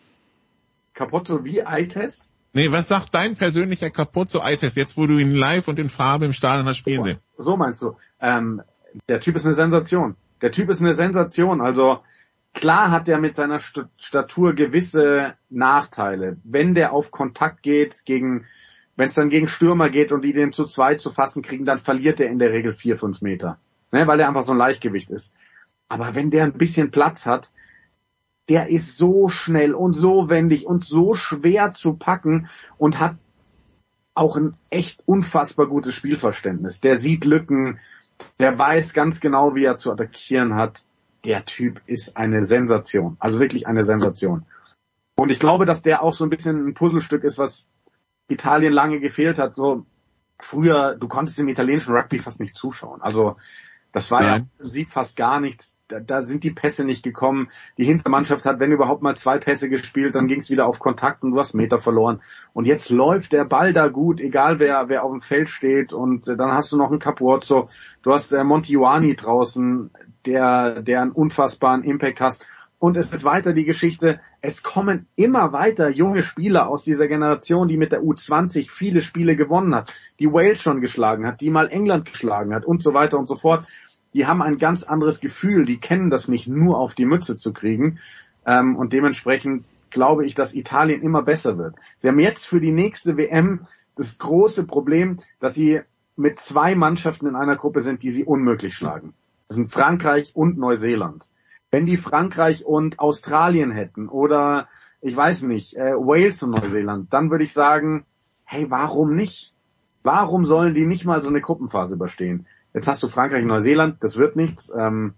Capozzo wie Eye-Test? Nee, was sagt dein persönlicher Capozzo Eye-Test, jetzt wo du ihn live und in Farbe im Stadion hast spielen sehen? So meinst du. Ähm, der Typ ist eine Sensation. Der Typ ist eine Sensation. Also klar hat er mit seiner St- Statur gewisse Nachteile. Wenn der auf Kontakt geht, gegen, wenn es dann gegen Stürmer geht und die den zu zweit zu fassen kriegen, dann verliert er in der Regel vier, fünf Meter. Ne, weil er einfach so ein Leichtgewicht ist. Aber wenn der ein bisschen Platz hat, der ist so schnell und so wendig und so schwer zu packen und hat auch ein echt unfassbar gutes Spielverständnis. Der sieht Lücken, der weiß ganz genau, wie er zu attackieren hat. Der Typ ist eine Sensation, also wirklich eine Sensation. Und ich glaube, dass der auch so ein bisschen ein Puzzlestück ist, was Italien lange gefehlt hat. So früher, du konntest im italienischen Rugby fast nicht zuschauen. Also das war Nein. ja sieht fast gar nichts. Da, da sind die Pässe nicht gekommen. Die Hintermannschaft hat, wenn überhaupt mal zwei Pässe gespielt, dann ging es wieder auf Kontakt und du hast Meter verloren. Und jetzt läuft der Ball da gut, egal wer wer auf dem Feld steht. Und äh, dann hast du noch einen Capozzo. Du hast äh, Montiuani draußen, der der einen unfassbaren Impact hat. Und es ist weiter die Geschichte, es kommen immer weiter junge Spieler aus dieser Generation, die mit der U zwanzig viele Spiele gewonnen hat, die Wales schon geschlagen hat, die mal England geschlagen hat und so weiter und so fort. Die haben ein ganz anderes Gefühl, die kennen das nicht nur auf die Mütze zu kriegen. Ähm, und dementsprechend glaube ich, dass Italien immer besser wird. Sie haben jetzt für die nächste W M das große Problem, dass sie mit zwei Mannschaften in einer Gruppe sind, die sie unmöglich schlagen. Das sind Frankreich und Neuseeland. Wenn die Frankreich und Australien hätten oder, ich weiß nicht, äh, Wales und Neuseeland, dann würde ich sagen, hey, warum nicht? Warum sollen die nicht mal so eine Gruppenphase überstehen? Jetzt hast du Frankreich und Neuseeland, das wird nichts, ähm,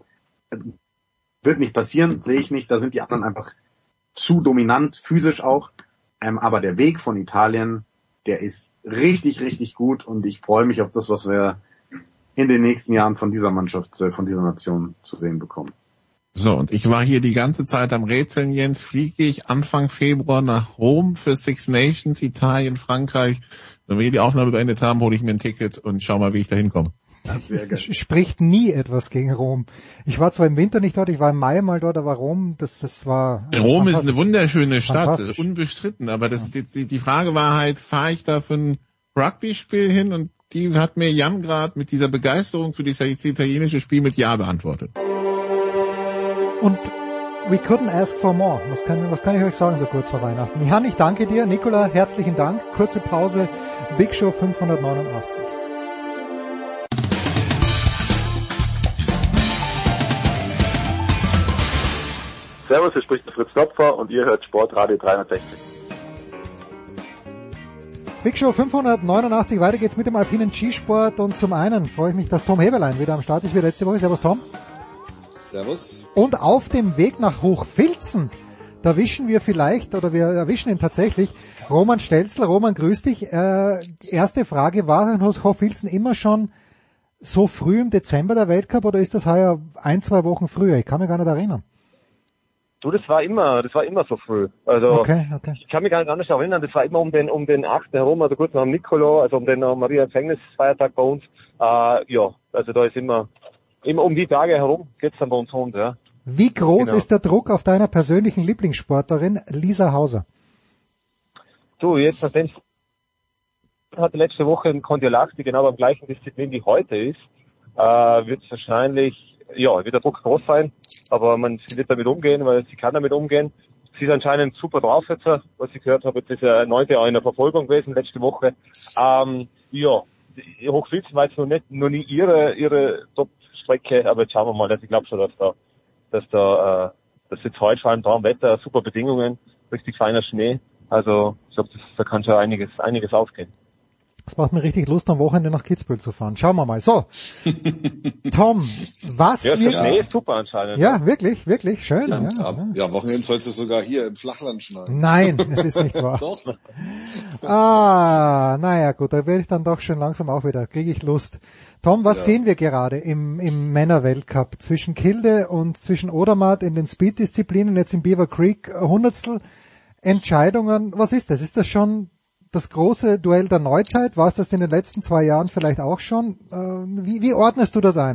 wird nicht passieren, sehe ich nicht, da sind die anderen einfach zu dominant, physisch auch, ähm, aber der Weg von Italien, der ist richtig, richtig gut und ich freue mich auf das, was wir in den nächsten Jahren von dieser Mannschaft, von dieser Nation zu sehen bekommen. So, und ich war hier die ganze Zeit am Rätseln, Jens, fliege ich Anfang Februar nach Rom für Six Nations, Italien, Frankreich. Wenn wir hier die Aufnahme beendet haben, hole ich mir ein Ticket und schau mal, wie ich da hinkomme. Das spricht nie etwas gegen Rom. Ich war zwar im Winter nicht dort, ich war im Mai mal dort, aber Rom, das, das war... Rom ist eine wunderschöne Stadt, ist unbestritten, aber das, die, die Frage war halt, fahre ich da für ein Rugby-Spiel hin? Und die hat mir Jan gerade mit dieser Begeisterung für dieses italienische Spiel mit Ja beantwortet. Und we couldn't ask for more. Was kann, was kann ich euch sagen so kurz vor Weihnachten? Jan, ich danke dir. Nicola, herzlichen Dank. Kurze Pause. Big Show fünfhundertneunundachtzig. Servus, hier spricht der Fritz Topfer und ihr hört Sportradio dreihundertsechzig. Big Show fünfhundertneunundachtzig, weiter geht's mit dem alpinen Skisport und zum einen freue ich mich, dass Tom Heberlein wieder am Start ist wie letzte Woche. Servus Tom. Servus. Und auf dem Weg nach Hochfilzen, da erwischen wir vielleicht, oder wir erwischen ihn tatsächlich, Roman Stelzl. Roman, grüß dich. Äh, erste Frage, war in Hochfilzen immer schon so früh im Dezember der Weltcup oder ist das heuer ein, zwei Wochen früher? Ich kann mich gar nicht erinnern. Du, das war immer, das war immer so früh. Also, okay, okay. Ich kann mich gar nicht anders erinnern, das war immer um den, um den achten herum, also kurz nach dem Nicolo, also um den uh, Maria-Empfängnis-Feiertag bei uns. Äh, ja, also da ist immer, immer um die Tage herum geht's dann bei uns rund, ja. Wie groß genau. ist der Druck auf deiner persönlichen Lieblingssportlerin, Lisa Hauser? Du, jetzt, nachdem hatte letzte Woche ein Kondiolakt, die genau beim gleichen Disziplin wie heute ist, äh, wird es wahrscheinlich, ja, wird der Druck groß sein, aber man sie wird damit umgehen, weil sie kann damit umgehen. sie ist anscheinend super drauf jetzt, was ich gehört habe. Jetzt ist ja neunte Jahr in der Verfolgung gewesen, letzte Woche. Ähm, ja, Hochfilzen war jetzt noch nicht, noch nie ihre, ihre Top-Strecke, aber jetzt schauen wir mal. Also ich glaube schon, dass da, dass da, äh, dass jetzt heute vor allem da am Wetter, super Bedingungen, richtig feiner Schnee. Also, ich glaube, da kann schon einiges, einiges aufgehen. Das macht mir richtig Lust, am Wochenende nach Kitzbühel zu fahren. Schauen wir mal. So, Tom, was ja, wir... Ja, Schnee ist super anscheinend. Ja, wirklich, wirklich, schön. Ja, ja, ja. ja Wochenende sollst du sogar hier im Flachland schneiden. Nein, es ist nicht wahr. Doch. Ah, naja gut, da werde ich dann doch schon langsam auch wieder, kriege ich Lust. Tom, was ja. sehen wir gerade im, im Männerweltcup zwischen Kilde und zwischen Odermatt in den Speed-Disziplinen, jetzt im Beaver Creek, Hundertstel Entscheidungen? Was ist das? Ist das schon das große Duell der Neuzeit? War es das in den letzten zwei Jahren vielleicht auch schon? Äh, wie, wie ordnest du das ein?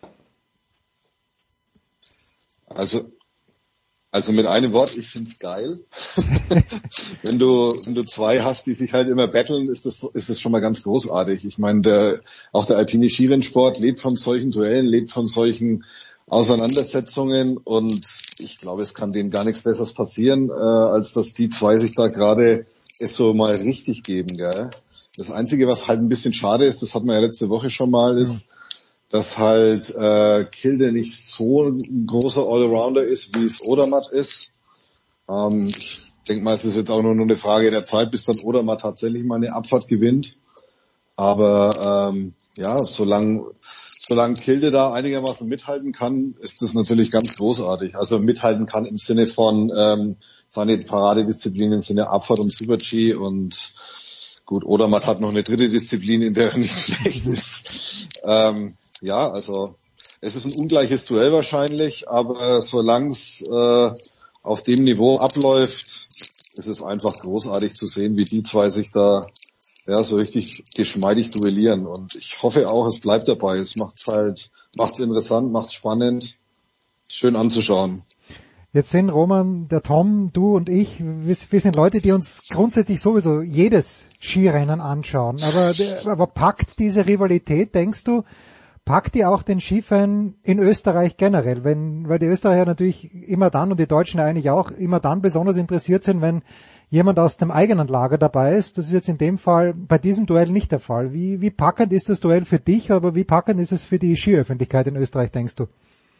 Also, also mit einem Wort, ich find's geil. wenn du, wenn du zwei hast, die sich halt immer battlen, ist das, ist das schon mal ganz großartig. Ich meine, der, auch der alpine Skirennsport lebt von solchen Duellen, lebt von solchen Auseinandersetzungen und ich glaube, es kann denen gar nichts Besseres passieren, äh, als dass die zwei sich da gerade es so mal richtig geben, gell? Das Einzige, was halt ein bisschen schade ist, das hatten wir ja letzte Woche schon mal, ist, dass halt äh, Kilde nicht so ein großer Allrounder ist, wie es Odermatt ist. Ähm, ich denke mal, es ist jetzt auch nur eine Frage der Zeit, bis dann Odermatt tatsächlich mal eine Abfahrt gewinnt. Aber ähm, ja, solange solange Kilde da einigermaßen mithalten kann, ist das natürlich ganz großartig. Also mithalten kann im Sinne von ähm, seine Paradedisziplinen sind ja Abfahrt und Super-G und gut, Odermatt hat noch eine dritte Disziplin, in der er nicht schlecht ist. Ähm, ja, also es ist ein ungleiches Duell wahrscheinlich, aber solange es äh, auf dem Niveau abläuft, ist es einfach großartig zu sehen, wie die zwei sich da ja so richtig geschmeidig duellieren. Und ich hoffe auch, es bleibt dabei. Es macht's halt, macht's interessant, macht's spannend, schön anzuschauen. Jetzt sind Roman, der Tom, du und ich, wir, wir sind Leute, die uns grundsätzlich sowieso jedes Skirennen anschauen. Aber, aber packt diese Rivalität, denkst du, packt die auch den Skifan in Österreich generell? Wenn, weil die Österreicher natürlich immer dann und die Deutschen eigentlich auch immer dann besonders interessiert sind, wenn jemand aus dem eigenen Lager dabei ist. Das ist jetzt in dem Fall bei diesem Duell nicht der Fall. Wie, wie packend ist das Duell für dich, aber wie packend ist es für die Skiöffentlichkeit in Österreich, denkst du?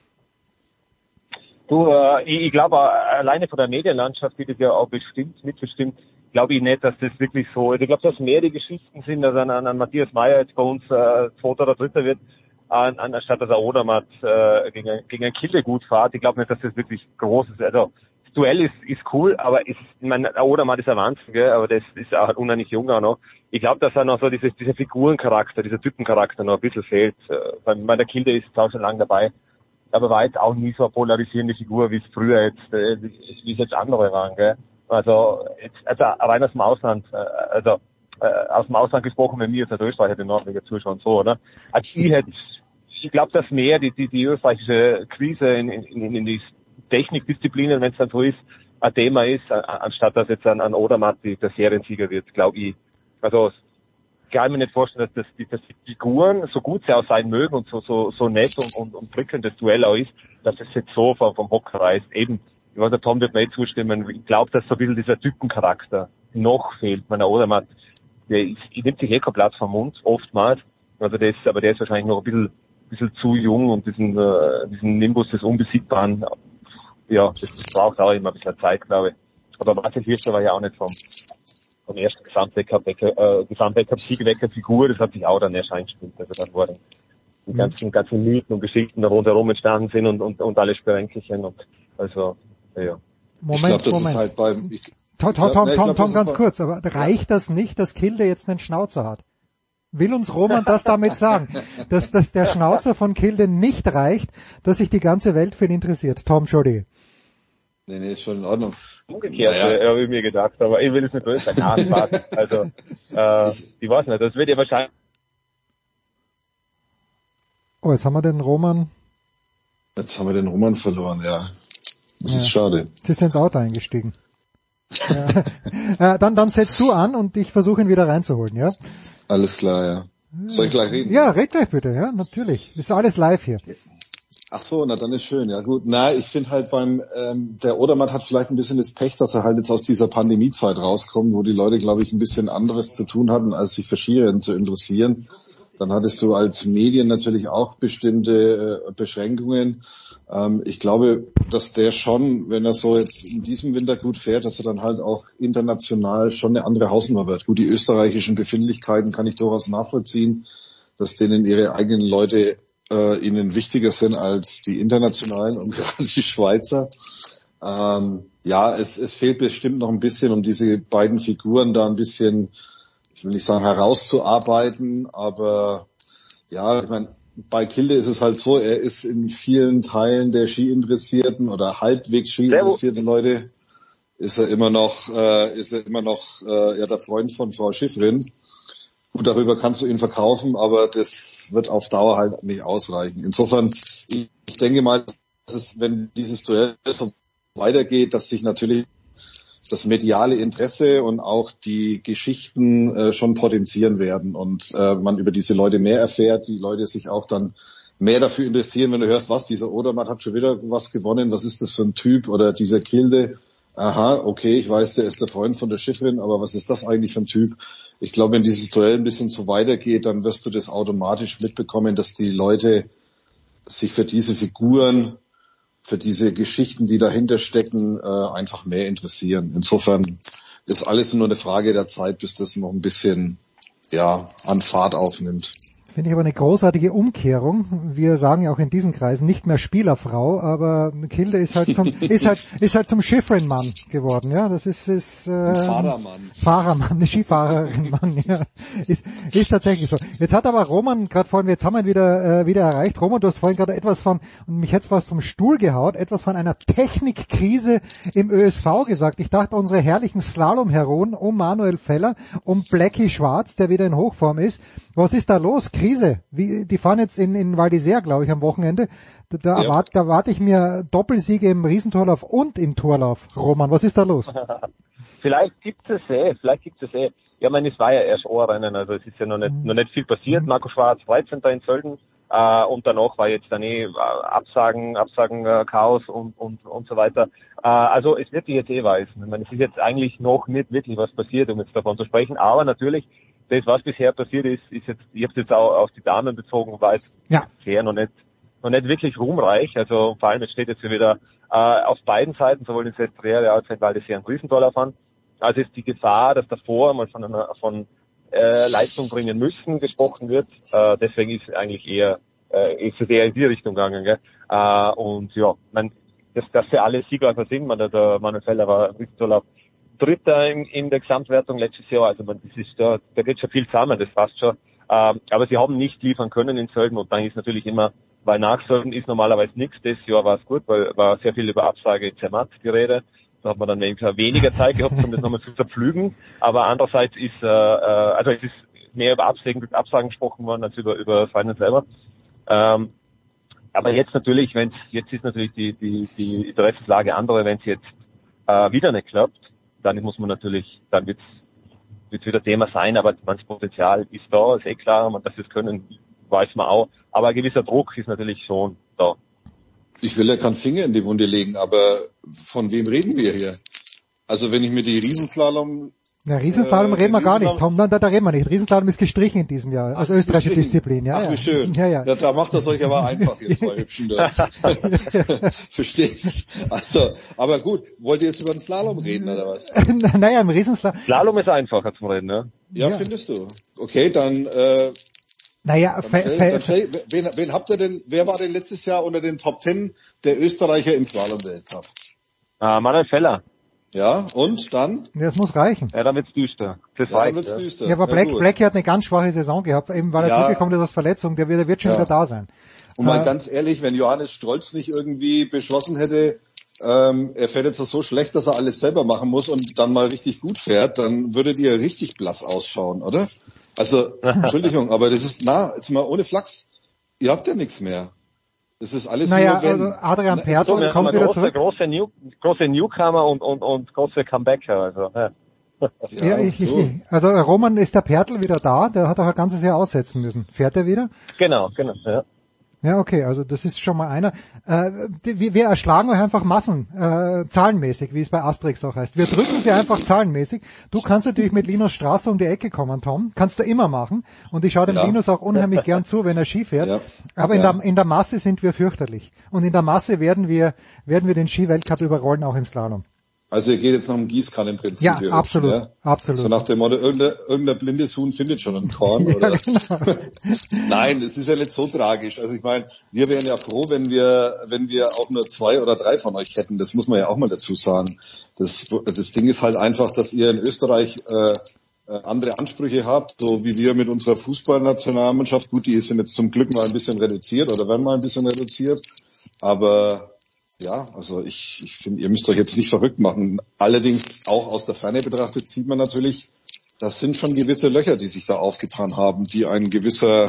Du, äh, ich, ich glaube, alleine von der Medienlandschaft, die das ja auch bestimmt, mitbestimmt, glaube ich nicht, dass das wirklich so ist. Ich glaube, dass mehr die Geschichten sind, dass an, an Matthias Mayr jetzt bei uns äh, Zweiter oder Dritter wird, an, anstatt dass er Odermatt äh, gegen, gegen ein Kilde gut fährt. Ich glaube nicht, dass das wirklich groß ist. Also das Duell ist, ist cool, aber ist, ich meine, Odermatt ist ein Wahnsinn, gell? Aber das ist auch unheimlich jung auch noch. Ich glaube, dass er noch so dieses, dieser Figurencharakter, dieser Typencharakter noch ein bisschen fehlt. Weil äh, der Kilde ist auch schon lange dabei. Aber war jetzt auch nie so eine polarisierende Figur, wie es früher jetzt, äh, wie es jetzt andere waren, gell? Also, jetzt, also rein aus dem Ausland, äh, also äh, aus dem Ausland gesprochen, wenn wir jetzt als Österreicher den Norweger zuschauen, so, oder? Also ich hätte, ich glaube, dass mehr die, die, die österreichische Krise in, in, in die Technikdisziplinen, wenn es dann so ist, ein Thema ist, anstatt dass jetzt an, an Odermatt die, der Seriensieger wird, glaube ich. Also, ich kann mir nicht vorstellen, dass, das, die, dass die Figuren, so gut sie auch sein mögen und so, so, so nett und, und, und prickelnd das Duell auch ist, dass es jetzt so vom, vom Hocker reißt. Eben, ich weiß, der Tom wird mir eh zustimmen, ich glaube, dass so ein bisschen dieser Typencharakter noch fehlt. Meiner Odermatt, der ist, ich nimmt sich eh keinen Platz vom Mund, oftmals. Also der ist, aber der ist wahrscheinlich noch ein bisschen, bisschen zu jung und diesen, äh, diesen Nimbus des Unbesiegbaren, ja, das braucht auch immer ein bisschen Zeit, glaube ich. Aber Martin Hirscher war ja auch nicht vom, vom ersten Gesamtweltcup, äh, Gesamtweltcup-Sieg weg, Figur, das hat sich auch dann erst eingespielt. Also dann wurden die ganzen, ganzen Mythen und Geschichten rundherum entstanden sind und, und, und alle Sprenkelchen und, also, ja. Moment, ich glaub, Moment. Halt beim, ich, Tom, Tom, ich glaub, Tom, nee, Tom, glaub, Tom ganz war, kurz, aber reicht das nicht, dass Kilde jetzt einen Schnauzer hat? Will uns Roman das damit sagen, dass, dass der Schnauzer von Kilde nicht reicht, dass sich die ganze Welt für ihn interessiert? Tom, Entschuldige. Nee, nee, ist schon in Ordnung. Umgekehrt, naja. habe ich mir gedacht, aber ich will es nicht böse sagen. Also, äh, ich weiß nicht, das wird ja wahrscheinlich... Oh, jetzt haben wir den Roman... Jetzt haben wir den Roman verloren, ja. Das ja. ist schade. Jetzt ist er ins Auto eingestiegen. ja. äh, dann, dann setzt du an und ich versuche ihn wieder reinzuholen, ja? Alles klar, ja. Soll ich gleich reden? Ja, red gleich bitte, ja, natürlich. Ist alles live hier. Ach so, na dann ist schön, ja gut. Na, ich finde halt beim, ähm, der Odermatt hat vielleicht ein bisschen das Pech, dass er halt jetzt aus dieser Pandemiezeit rauskommt, wo die Leute, glaube ich, ein bisschen anderes zu tun hatten, als sich für Skirennen zu interessieren. Dann hattest du als Medien natürlich auch bestimmte äh, Beschränkungen. Ähm, ich glaube, dass der schon, wenn er so jetzt in diesem Winter gut fährt, dass er dann halt auch international schon eine andere Hausnummer wird. Gut, die österreichischen Befindlichkeiten kann ich durchaus nachvollziehen, dass denen ihre eigenen Leute äh, ihnen wichtiger sind als die internationalen und gerade die Schweizer. Ähm, ja, es, es fehlt bestimmt noch ein bisschen, um diese beiden Figuren da ein bisschen, ich will nicht sagen herauszuarbeiten, aber ja, ich meine, bei Kilde ist es halt so, er ist in vielen Teilen der Ski-Interessierten oder halbwegs Ski-interessierten Leute, ist er immer noch, äh, ist er immer noch äh, ja der Freund von Frau Schiffrin. Gut, darüber kannst du ihn verkaufen, aber das wird auf Dauer halt nicht ausreichen. Insofern, ich denke mal, dass es, wenn dieses Duell so weitergeht, dass sich natürlich das mediale Interesse und auch die Geschichten äh, schon potenzieren werden und äh, man über diese Leute mehr erfährt, die Leute sich auch dann mehr dafür interessieren, wenn du hörst, was, dieser Odermatt hat schon wieder was gewonnen, was ist das für ein Typ, oder dieser Kilde, aha, okay, ich weiß, der ist der Freund von der Schifferin, aber was ist das eigentlich für ein Typ? Ich glaube, wenn dieses Duell ein bisschen so weitergeht, dann wirst du das automatisch mitbekommen, dass die Leute sich für diese Figuren, für diese Geschichten, die dahinter stecken, äh, einfach mehr interessieren. Insofern ist alles nur eine Frage der Zeit, bis das noch ein bisschen, ja, an Fahrt aufnimmt. Finde ich aber eine großartige Umkehrung. Wir sagen ja auch in diesen Kreisen nicht mehr Spielerfrau, aber Kilde ist halt zum ist halt ist halt zum Schiffrin-Mann geworden, ja. Das ist ist äh, Fahrermann. Fahrermann, eine Skifahrerin-Mann, ja. Ist ist tatsächlich so. Jetzt hat aber Roman gerade vorhin, jetzt haben wir ihn wieder äh, wieder erreicht. Roman, du hast vorhin gerade etwas von, und mich jetzt fast vom Stuhl gehaut, etwas von einer Technikkrise im Ö S V gesagt. Ich dachte, unsere herrlichen Slalom-Heroen um Manuel Feller, um Blackie Schwarz, der wieder in Hochform ist. Was ist da los? Krise. Wie, die fahren jetzt in, in Val d'Isère, glaube ich, am Wochenende. Da, da, ja. erwarte, da erwarte ich mir Doppelsiege im Riesentorlauf und im Torlauf. Roman, was ist da los? Vielleicht gibt's es eh, vielleicht gibt's es eh. Ja, ich meine, es war ja erst Ohrrennen, also es ist ja noch nicht, mhm. noch nicht viel passiert. Marco Schwarz, dreizehnter in Sölden, äh, und danach war jetzt dann eh äh, Absagen, Absagen, äh, Chaos und, und, und so weiter. Äh, also es wird die jetzt eh weisen. Ich meine, es ist jetzt eigentlich noch nicht wirklich was passiert, um jetzt davon zu sprechen, aber natürlich, das, was bisher passiert ist, ist jetzt, ich habe es jetzt auch auf die Damen bezogen, war jetzt ja. bisher noch nicht, noch nicht wirklich ruhmreich. Also vor allem, jetzt steht jetzt wieder äh, auf beiden Seiten, sowohl in Sestriere als auch in Val d'Isère, ein Riesentorlauf an. Also ist die Gefahr, dass davor mal von einer von äh, Leistung bringen müssen gesprochen wird. Äh, deswegen ist eigentlich eher äh, ist es eher in die Richtung gegangen. Gell? Äh, und ja, man, dass, dass sie alle Siegläufer sind. Man, der Manuel Feller war im Riesentorlauf Dritter in, in der Gesamtwertung letztes Jahr, also man, das ist da, da geht schon viel zusammen, das passt schon. Ähm, aber sie haben nicht liefern können in Sölden, und dann ist natürlich immer, weil nach Sölden ist normalerweise nichts. Das Jahr war es gut, weil war sehr viel über Absage in Zermatt die Rede. Da hat man dann weniger Zeit gehabt, um das nochmal zu zerpflügen. Aber andererseits ist, äh, also es ist mehr über Absagen, Absagen gesprochen worden als über über das Rennen selber. Ähm, aber jetzt natürlich, wenn jetzt ist natürlich die die die Interessenslage andere, wenn es jetzt äh, wieder nicht klappt, dann muss man natürlich, dann wird's wird's wieder Thema sein, aber das Potenzial ist da, ist eh klar, man das können, weiß man auch, aber ein gewisser Druck ist natürlich schon da. Ich will ja keinen Finger in die Wunde legen, aber von wem reden wir hier? Also wenn ich mir die Riesenslalom... Ja, Riesenslalom äh, reden wir gar nicht, Tom, da, da reden wir nicht. Riesenslalom ist gestrichen in diesem Jahr, als österreichische Disziplin. Ja, Ach, wie ja. schön. Ja, ja. Ja, da macht das euch aber einfach, ihr zwei Hübschen da. Verstehst? Also, aber gut, wollt ihr jetzt über den Slalom reden, oder was? Naja, im Riesenslalom... Slalom ist einfacher zum Reden, ne? Ja, ja, findest du? Okay, dann... Äh, Naja, dann stell, dann stell, wen, wen habt ihr denn, wer war denn letztes Jahr unter den Top Ten der Österreicher im Slalom-Weltcup? Ah, Manuel Feller. Ja, und dann? Ja, das muss reichen. Ja, dann wird's düster. Das ja, reicht, dann wird's ja. düster. Ja, aber Black, ja, Black hat eine ganz schwache Saison gehabt, eben weil er ja. zurückgekommen ist aus Verletzung, der wird, der wird schon ja. wieder da sein. Und mal äh, ganz ehrlich, wenn Johannes Strolz nicht irgendwie beschlossen hätte, ähm, er fährt jetzt so schlecht, dass er alles selber machen muss und dann mal richtig gut fährt, dann würdet ihr richtig blass ausschauen, oder? Also, Entschuldigung, aber das ist, na, jetzt mal ohne Flachs, ihr habt ja nichts mehr. Das ist alles naja, nur, wenn... Also Adrian Pertl so, kommt wieder große, zurück. Große, New, große Newcomer und, und, und große Comebacker, also, ja. Ja, ja ich, so. ich, also Roman, ist der Pertl wieder da? Der hat auch ein ganzes Jahr aussetzen müssen. Fährt er wieder? Genau, genau, ja. Ja, okay, also das ist schon mal einer. Äh, wir, wir erschlagen euch einfach Massen, äh, zahlenmäßig, wie es bei Asterix auch heißt. Wir drücken sie einfach zahlenmäßig. Du kannst natürlich mit Linus Strasser um die Ecke kommen, Tom. Kannst du immer machen. Und ich schaue dem ja. Linus auch unheimlich gern zu, wenn er Ski fährt. Ja. Aber in, ja. der, in der Masse sind wir fürchterlich. Und in der Masse werden wir, werden wir den Ski-Weltcup überrollen, auch im Slalom. Also ihr geht jetzt nach dem Gießkannenprinzip. Ja, hier absolut, ja? absolut. So nach dem Motto, irgendein, irgendein blindes Huhn findet schon ein Korn, ja, oder? Genau. Nein, es ist ja nicht so tragisch. Also ich meine, wir wären ja froh, wenn wir, wenn wir auch nur zwei oder drei von euch hätten. Das muss man ja auch mal dazu sagen. Das, das Ding ist halt einfach, dass ihr in Österreich äh, andere Ansprüche habt, so wie wir mit unserer Fußballnationalmannschaft. Gut, die sind jetzt zum Glück mal ein bisschen reduziert oder werden mal ein bisschen reduziert, aber ja, also ich, ich finde, ihr müsst euch jetzt nicht verrückt machen. Allerdings auch aus der Ferne betrachtet sieht man natürlich, das sind schon gewisse Löcher, die sich da aufgetan haben, die ein gewisser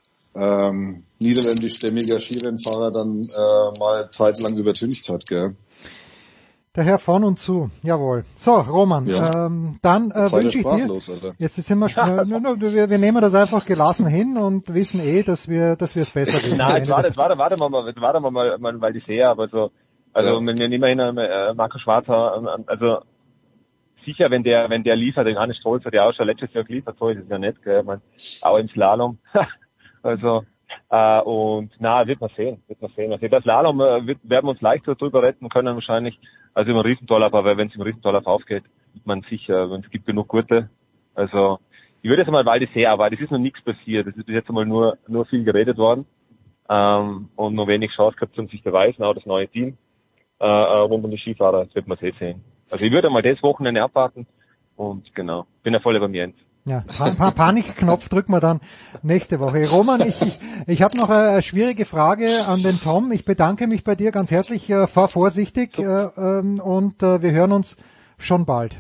ähm, niederländischstämmiger Skirennfahrer dann äh, mal zeitlang übertüncht hat, gell? Der Herr von und zu, jawohl. So, Roman, ja. ähm, dann äh, wünsche ich dir, oder? Jetzt sind wir, wir, wir nehmen das einfach gelassen hin und wissen eh, dass wir, dass wir es besser wissen. Nein, jetzt warte, warte, warte mal, warte mal, mal, mal, weil ich sehe, aber so, also ja. wenn wir nehmen hin, äh, Marco Schwarzer, äh, also sicher, wenn der, wenn der liefert, den Hannes Stolz hat ja auch schon letztes Jahr geliefert, so ist es ja nicht, gell, ich mein, auch im Slalom, also. Uh, und na, wird man sehen, wird man sehen. Also das Slalom äh, wird, werden wir uns leichter drüber retten können wahrscheinlich, als über den Riesentorlauf, aber wenn es im Riesentorlauf aufgeht, wird man sicher, wenn es gibt genug Gurte. Also ich würde jetzt mal Val d'Isère, aber das ist noch nichts passiert. Es ist bis jetzt einmal nur nur viel geredet worden ähm, und nur wenig Chance gehabt, um sich beweisen, auch das neue Team äh, rund um die Skifahrer, das wird man sehr sehen. Also ich würde mal das Wochenende abwarten und genau, bin ja voll bei mir jetzt. Ja, pa- Panikknopf drücken wir dann nächste Woche. Roman, ich, ich, ich habe noch eine schwierige Frage an den Tom. Ich bedanke mich bei dir ganz herzlich, äh, fahr vorsichtig äh, ähm, und äh, wir hören uns schon bald.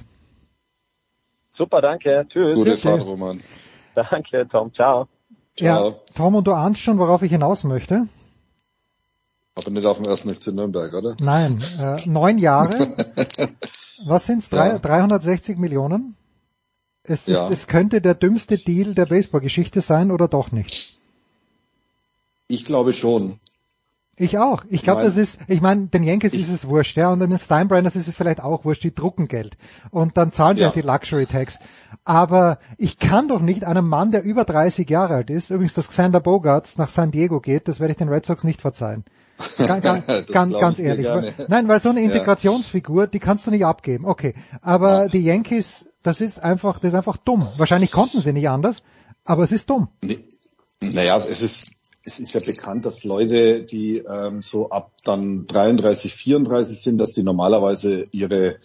Super, danke. Tschüss. Gute Fahrt, Roman. Danke, Tom. Ciao. Ciao. Ja, Tom, und du ahnst schon, worauf ich hinaus möchte? Aber nicht auf dem ersten F C Nürnberg, oder? Nein, äh, neun Jahre. Was sind's? Drei, ja. dreihundertsechzig Millionen? Es, ja. es, es könnte der dümmste Deal der Baseballgeschichte sein oder doch nicht? Ich glaube schon. Ich auch. Ich glaube, das ist, ich meine, den Yankees ich, ist es wurscht, ja, und den Steinbrenners ist es vielleicht auch wurscht, die drucken Geld. Und dann zahlen sie ja. auch die Luxury Tax. Aber ich kann doch nicht einem Mann, der über dreißig Jahre alt ist, übrigens, dass Xander Bogaerts nach San Diego geht, das werde ich den Red Sox nicht verzeihen. Ganz, ganz, ganz, ganz ehrlich. Nein, weil so eine Integrationsfigur, die kannst du nicht abgeben. Okay. Aber ja. die Yankees, das ist einfach, das ist einfach dumm. Wahrscheinlich konnten sie nicht anders, aber es ist dumm. Nee. Naja, es ist, es ist ja bekannt, dass Leute, die ähm, so ab dann dreiunddreißig, vierunddreißig sind, dass die normalerweise ihre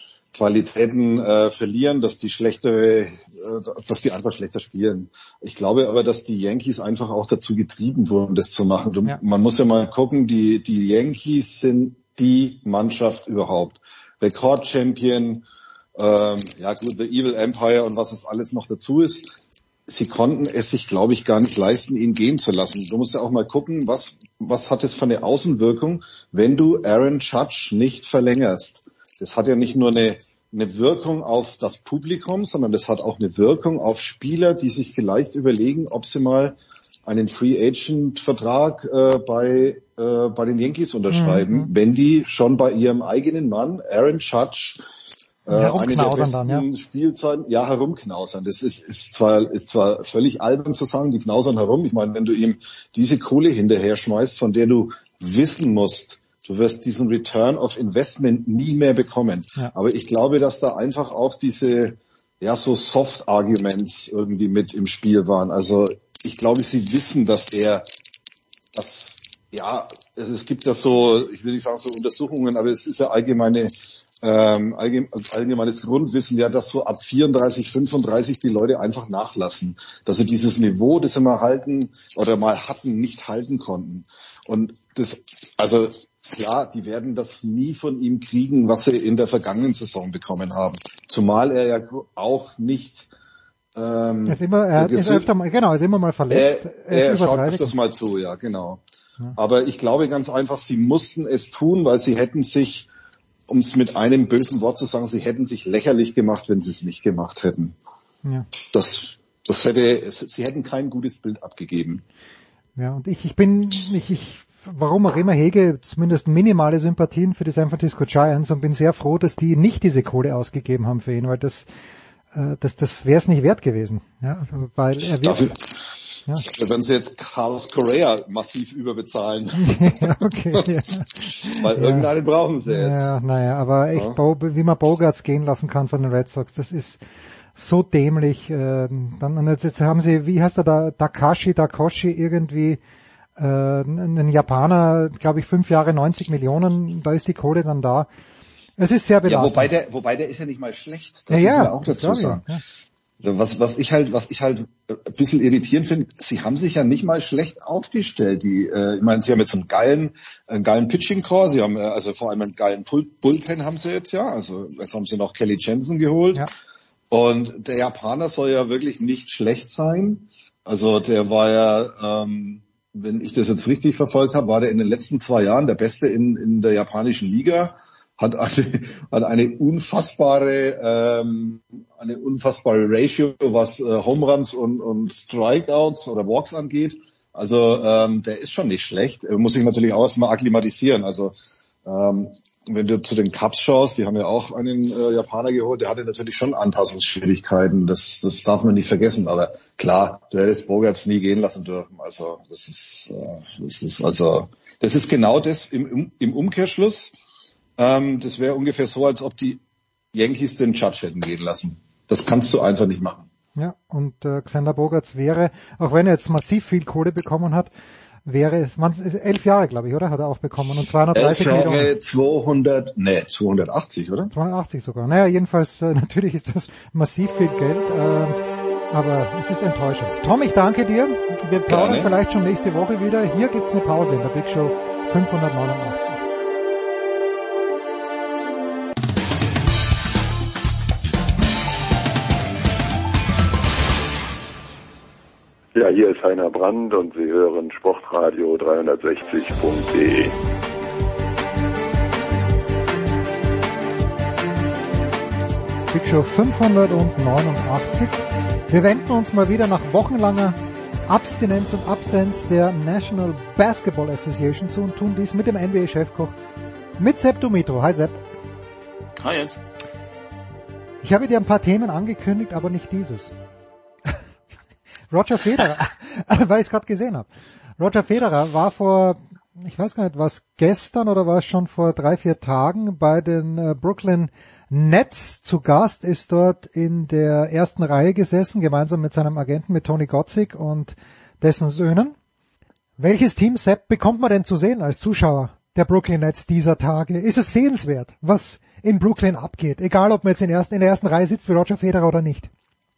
Qualitäten äh, verlieren, dass die schlechtere, äh, dass die einfach schlechter spielen. Ich glaube aber, dass die Yankees einfach auch dazu getrieben wurden, das zu machen. Du, ja. Man muss ja mal gucken, die die Yankees sind die Mannschaft überhaupt. Rekordchampion, ähm, ja gut, The Evil Empire und was es alles noch dazu ist. Sie konnten es sich, glaube ich, gar nicht leisten, ihn gehen zu lassen. Du musst ja auch mal gucken, was was hat es für eine Außenwirkung, wenn du Aaron Judge nicht verlängerst. Das hat ja nicht nur eine, eine Wirkung auf das Publikum, sondern das hat auch eine Wirkung auf Spieler, die sich vielleicht überlegen, ob sie mal einen Free Agent Vertrag äh, bei äh, bei den Yankees unterschreiben, mhm. wenn die schon bei ihrem eigenen Mann Aaron Judge äh, eine der besten dann, ja. Spielzeiten ja herumknausern. Das ist ist zwar ist zwar völlig albern zu sagen, die knausern herum. Ich meine, wenn du ihm diese Kohle hinterher schmeißt, von der du wissen musst, du wirst diesen Return of Investment nie mehr bekommen. Ja. Aber ich glaube, dass da einfach auch diese, ja, so Soft Arguments irgendwie mit im Spiel waren. Also ich glaube, sie wissen, dass er, dass, ja, es, es gibt ja so, ich will nicht sagen so Untersuchungen, aber es ist ja allgemeine, ähm, allgemein, also allgemeines Grundwissen, ja, dass so ab vierunddreißig, fünfunddreißig die Leute einfach nachlassen. Dass sie dieses Niveau, das sie mal halten oder mal hatten, nicht halten konnten. Und das, also, klar, die werden das nie von ihm kriegen, was sie in der vergangenen Saison bekommen haben. Zumal er ja auch nicht ähm, ist immer, er ist öfter mal, genau, ist immer mal verletzt. Er, er, er schaut öfters mal zu, ja, genau. Ja. Aber ich glaube ganz einfach, sie mussten es tun, weil sie hätten sich, um es mit einem bösen Wort zu sagen, sie hätten sich lächerlich gemacht, wenn sie es nicht gemacht hätten. Ja. Das, das hätte, sie hätten kein gutes Bild abgegeben. Ja, und ich, ich bin, ich, ich, warum auch immer hege zumindest minimale Sympathien für die San Francisco Giants und bin sehr froh, dass die nicht diese Kohle ausgegeben haben für ihn, weil das, äh, das, das wäre es nicht wert gewesen. Ja, weil er wird, Dafür, ja. Da werden sie jetzt Carlos Correa massiv überbezahlen. Ja, okay, ja. Weil ja. irgendeinen brauchen sie jetzt. Ja, naja, aber echt, ja. Bo, wie man Bogarts gehen lassen kann von den Red Sox, das ist so dämlich. Äh, dann jetzt, jetzt haben sie, wie heißt er da, Takashi Takoshi irgendwie, äh, ein Japaner, glaube ich, fünf Jahre neunzig Millionen, da ist die Kohle dann da. Es ist sehr belastend. Ja, wobei der, wobei der ist ja nicht mal schlecht. Das ja, muss man ja, auch dazu sagen. Ja. Was, was ich halt, was ich halt ein bisschen irritierend finde, sie haben sich ja nicht mal schlecht aufgestellt. Die, äh, ich meine, sie haben jetzt einen geilen, einen geilen Pitching Core, sie haben äh, also vor allem einen geilen Bull, Bullpen haben sie jetzt ja, also jetzt haben sie noch Kelly Jensen geholt. Ja. Und der Japaner soll ja wirklich nicht schlecht sein. Also der war ja, ähm, wenn ich das jetzt richtig verfolgt habe, war der in den letzten zwei Jahren der Beste in, in der japanischen Liga. Hat eine, hat eine unfassbare, ähm, eine unfassbare Ratio, was äh, Home Runs und, und Strikeouts oder Walks angeht. Also ähm, der ist schon nicht schlecht. Er muss sich natürlich auch erstmal akklimatisieren. Also ähm, wenn du zu den Cubs schaust, die haben ja auch einen äh, Japaner geholt, der hatte natürlich schon Anpassungsschwierigkeiten. Das, das darf man nicht vergessen. Aber klar, du hättest Bogarts nie gehen lassen dürfen. Also das ist, äh, das ist also, das ist genau das im, im Umkehrschluss. Ähm, das wäre ungefähr so, als ob die Yankees den Judge hätten gehen lassen. Das kannst du einfach nicht machen. Ja, und äh, Xander Bogaerts wäre, auch wenn er jetzt massiv viel Kohle bekommen hat, wäre es, man, elf Jahre, glaube ich, oder? Hat er auch bekommen und zweihundertdreißig elf Jahre, Millionen. zweihundert, nee, zweihundertachtzig, oder? zweihundertachtzig sogar. Naja, jedenfalls, äh, natürlich ist das massiv viel Geld, äh, aber es ist enttäuschend. Tom, ich danke dir. Wir plaudern vielleicht schon nächste Woche wieder. Hier gibt's eine Pause in der Big Show fünfhundertneunundachtzig. Ja, hier ist Heiner Brandt und Sie hören Sportradio dreihundertsechzig punkt de. Big Show fünfhundertneunundachtzig. Wir wenden uns mal wieder nach wochenlanger Abstinenz und Absenz der National Basketball Association zu und tun dies mit dem N B A-Chefkoch, mit Sepp Dumitro. Hi Sepp. Hi Jens. Ich habe dir ein paar Themen angekündigt, aber nicht dieses. Roger Federer, weil ich es gerade gesehen habe. Roger Federer war vor, ich weiß gar nicht, was gestern oder war es schon vor drei, vier Tagen bei den äh, Brooklyn Nets zu Gast, ist dort in der ersten Reihe gesessen, gemeinsam mit seinem Agenten, mit Tony Gotzig und dessen Söhnen. Welches Team, Sepp, bekommt man denn zu sehen als Zuschauer der Brooklyn Nets dieser Tage? Ist es sehenswert, was in Brooklyn abgeht? Egal, ob man jetzt in, ersten, in der ersten Reihe sitzt wie Roger Federer oder nicht.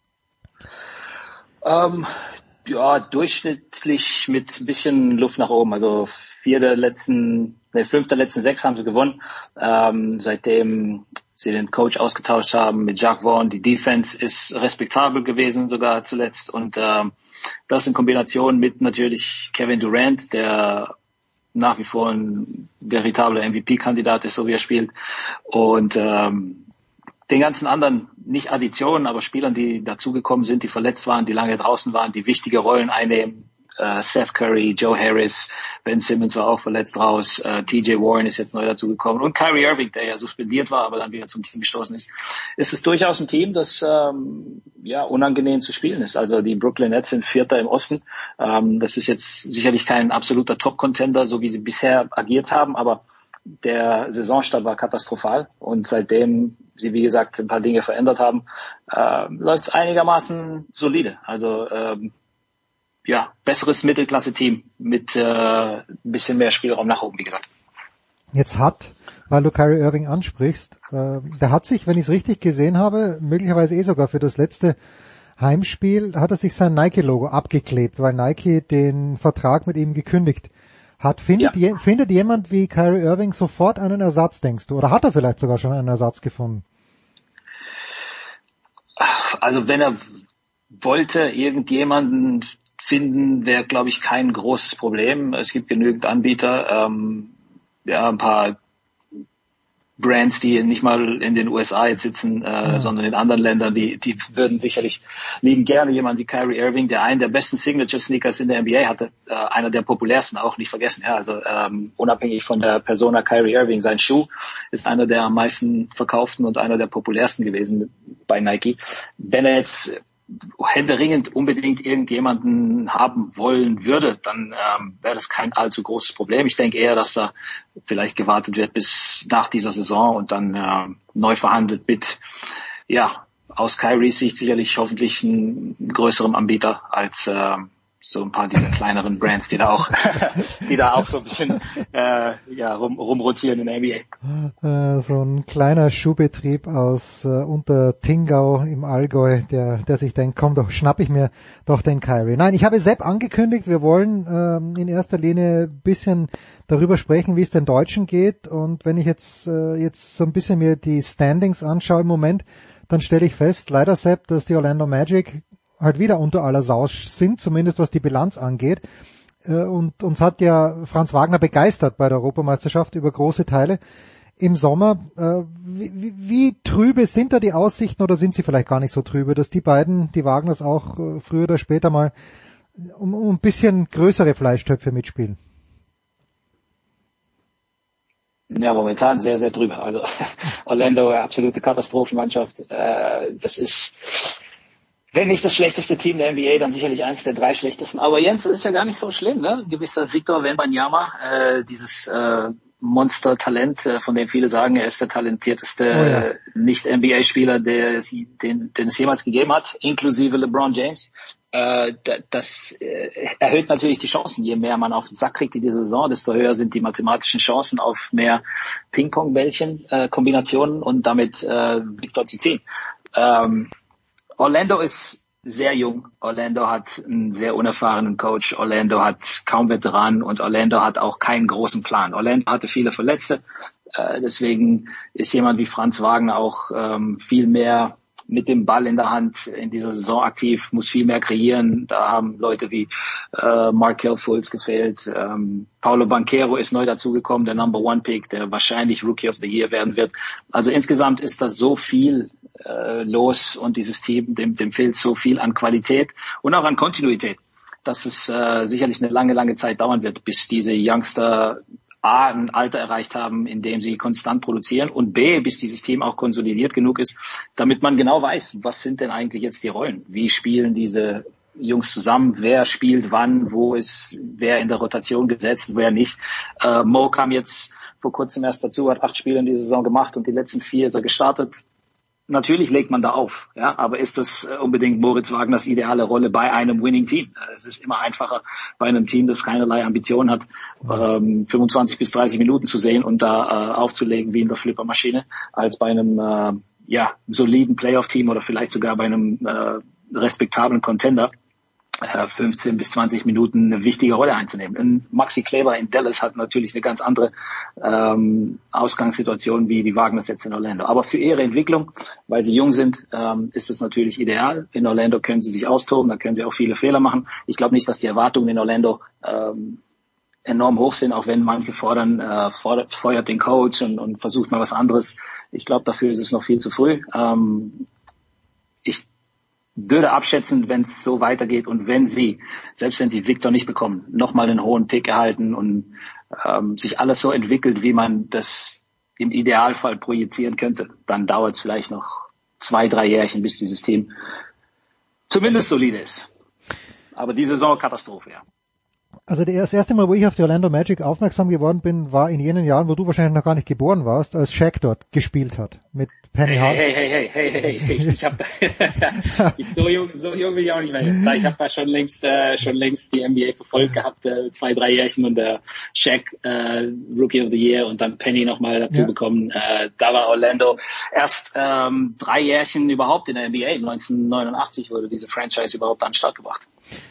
Ähm, ja, durchschnittlich mit ein bisschen Luft nach oben. Also vier der letzten, ne, fünf der letzten sechs haben sie gewonnen. Ähm, seitdem sie den Coach ausgetauscht haben mit Jacques Vaughn. Die Defense ist respektabel gewesen sogar zuletzt. Und ähm, das in Kombination mit natürlich Kevin Durant, der nach wie vor ein veritabler M V P-Kandidat ist, so wie er spielt. Und ähm, den ganzen anderen, nicht Additionen, aber Spielern, die dazugekommen sind, die verletzt waren, die lange draußen waren, die wichtige Rollen einnehmen. Äh, Seth Curry, Joe Harris, Ben Simmons war auch verletzt raus, äh, T J Warren ist jetzt neu dazugekommen und Kyrie Irving, der ja suspendiert war, aber dann wieder zum Team gestoßen ist. Es ist durchaus ein Team, das ähm, ja unangenehm zu spielen ist. Also die Brooklyn Nets sind Vierter im Osten. Ähm, das ist jetzt sicherlich kein absoluter Top-Contender, so wie sie bisher agiert haben, aber der Saisonstart war katastrophal und seitdem sie, wie gesagt, ein paar Dinge verändert haben, äh, läuft es einigermaßen solide. Also ähm, ja, besseres Mittelklasse-Team mit äh, ein bisschen mehr Spielraum nach oben, wie gesagt. Jetzt hat, weil du Kyrie Irving ansprichst, äh, der hat sich, wenn ich es richtig gesehen habe, möglicherweise eh sogar für das letzte Heimspiel, hat er sich sein Nike-Logo abgeklebt, weil Nike den Vertrag mit ihm gekündigt hat. Findet, ja. je, findet jemand wie Kyrie Irving sofort einen Ersatz, denkst du? Oder hat er vielleicht sogar schon einen Ersatz gefunden? Also wenn er wollte, irgendjemanden finden, wäre, glaube ich, kein großes Problem. Es gibt genügend Anbieter, ähm, ja, ein paar Brands, die nicht mal in den U S A jetzt sitzen, äh, ja. sondern in anderen Ländern, die, die würden sicherlich lieben gerne jemand wie Kyrie Irving, der einen der besten Signature-Sneakers in der N B A hatte, äh, einer der populärsten auch, nicht vergessen. Ja, also ähm, unabhängig von der Persona Kyrie Irving, sein Schuh ist einer der am meisten verkauften und einer der populärsten gewesen bei Nike. Wenn er jetzt händeringend unbedingt irgendjemanden haben wollen würde, dann ähm, wäre das kein allzu großes Problem. Ich denke eher, dass da vielleicht gewartet wird bis nach dieser Saison und dann äh, neu verhandelt mit, ja, aus Kyries Sicht sicherlich hoffentlich ein größerem Anbieter als äh, so ein paar dieser kleineren Brands, die da auch, die da auch so ein bisschen äh, ja rum, rumrotieren in der N B A. Äh, so ein kleiner Schuhbetrieb aus äh, unter Tingau im Allgäu, der, der sich denkt, komm doch, schnapp ich mir doch den Kyrie. Nein, ich habe Sepp angekündigt, wir wollen ähm, in erster Linie ein bisschen darüber sprechen, wie es den Deutschen geht. Und wenn ich jetzt äh, jetzt so ein bisschen mir die Standings anschaue im Moment, dann stelle ich fest, leider Sepp, dass die Orlando Magic halt wieder unter aller Sau sind, zumindest was die Bilanz angeht. Und uns hat ja Franz Wagner begeistert bei der Europameisterschaft über große Teile im Sommer. Wie, wie trübe sind da die Aussichten oder sind sie vielleicht gar nicht so trübe, dass die beiden, die Wagners auch früher oder später mal um, um ein bisschen größere Fleischtöpfe mitspielen? Ja, momentan sehr, sehr trübe. Also Orlando, absolute Katastrophenmannschaft. Das ist... Wenn nicht das schlechteste Team der N B A, dann sicherlich eins der drei schlechtesten. Aber Jens, das ist ja gar nicht so schlimm, ne? Gewisser Victor Wembanyama, äh, dieses äh, Monster-Talent, äh, von dem viele sagen, er ist der talentierteste oh ja. äh, Nicht-N B A-Spieler, der den, den es jemals gegeben hat, inklusive LeBron James. Äh, das äh, erhöht natürlich die Chancen. Je mehr man auf den Sack kriegt in dieser Saison, desto höher sind die mathematischen Chancen auf mehr Ping-Pong-Bällchen, äh, Kombinationen und damit äh, Victor zu ziehen. Ähm, Orlando ist sehr jung. Orlando hat einen sehr unerfahrenen Coach. Orlando hat kaum Veteranen und Orlando hat auch keinen großen Plan. Orlando hatte viele Verletzte. Äh, deswegen ist jemand wie Franz Wagner auch ähm, viel mehr mit dem Ball in der Hand in dieser Saison aktiv, muss viel mehr kreieren. Da haben Leute wie äh, Markelle Fultz gefehlt. Ähm, Paolo Banchero ist neu dazugekommen, der Number One Pick, der wahrscheinlich Rookie of the Year werden wird. Also insgesamt ist das so viel äh, los und dieses Team, dem, dem fehlt so viel an Qualität und auch an Kontinuität, dass es äh, sicherlich eine lange, lange Zeit dauern wird, bis diese Youngster A, ein Alter erreicht haben, in dem sie konstant produzieren und B, bis dieses Team auch konsolidiert genug ist, damit man genau weiß, was sind denn eigentlich jetzt die Rollen? Wie spielen diese Jungs zusammen? Wer spielt wann? Wo ist wer in der Rotation gesetzt? Wer nicht? Äh, Mo kam jetzt vor kurzem erst dazu, hat acht Spiele in dieser Saison gemacht und die letzten vier ist er gestartet. Natürlich legt man da auf, ja, aber ist das unbedingt Moritz Wagners ideale Rolle bei einem Winning-Team? Es ist immer einfacher, bei einem Team, das keinerlei Ambition hat, ähm, fünfundzwanzig bis dreißig Minuten zu sehen und da äh, aufzulegen wie in der Flippermaschine, als bei einem äh, ja soliden Playoff-Team oder vielleicht sogar bei einem äh, respektablen Contender fünfzehn bis zwanzig Minuten eine wichtige Rolle einzunehmen. Und Maxi Kleber in Dallas hat natürlich eine ganz andere ähm, Ausgangssituation wie die Wagners jetzt in Orlando. Aber für ihre Entwicklung, weil sie jung sind, ähm, ist es natürlich ideal. In Orlando können sie sich austoben, da können sie auch viele Fehler machen. Ich glaube nicht, dass die Erwartungen in Orlando ähm, enorm hoch sind, auch wenn manche fordern, äh, fordert, feuert den Coach und, und versucht mal was anderes. Ich glaube, dafür ist es noch viel zu früh. Ähm, ich würde abschätzen, wenn es so weitergeht und wenn sie, selbst wenn sie Victor nicht bekommen, nochmal einen hohen Pick erhalten und ähm, sich alles so entwickelt, wie man das im Idealfall projizieren könnte, dann dauert es vielleicht noch zwei, drei Jährchen, bis dieses Team zumindest solide ist. Aber die Saison Katastrophe, ja. Also das erste Mal, wo ich auf die Orlando Magic aufmerksam geworden bin, war in jenen Jahren, wo du wahrscheinlich noch gar nicht geboren warst, als Shaq dort gespielt hat mit Penny Hardaway. Hey, hey, hey, hey, hey, hey, ich hab ich so jung, so jung bin ich auch nicht mehr jetzt. Ich habe da schon längst, äh, schon längst die N B A verfolgt gehabt, äh, zwei, drei Jährchen und der äh, Shaq äh, Rookie of the Year und dann Penny nochmal dazu ja. bekommen. Äh, da war Orlando erst ähm, drei Jährchen überhaupt in der N B A. neunzehnhundertneunundachtzig wurde diese Franchise überhaupt an den Start gebracht.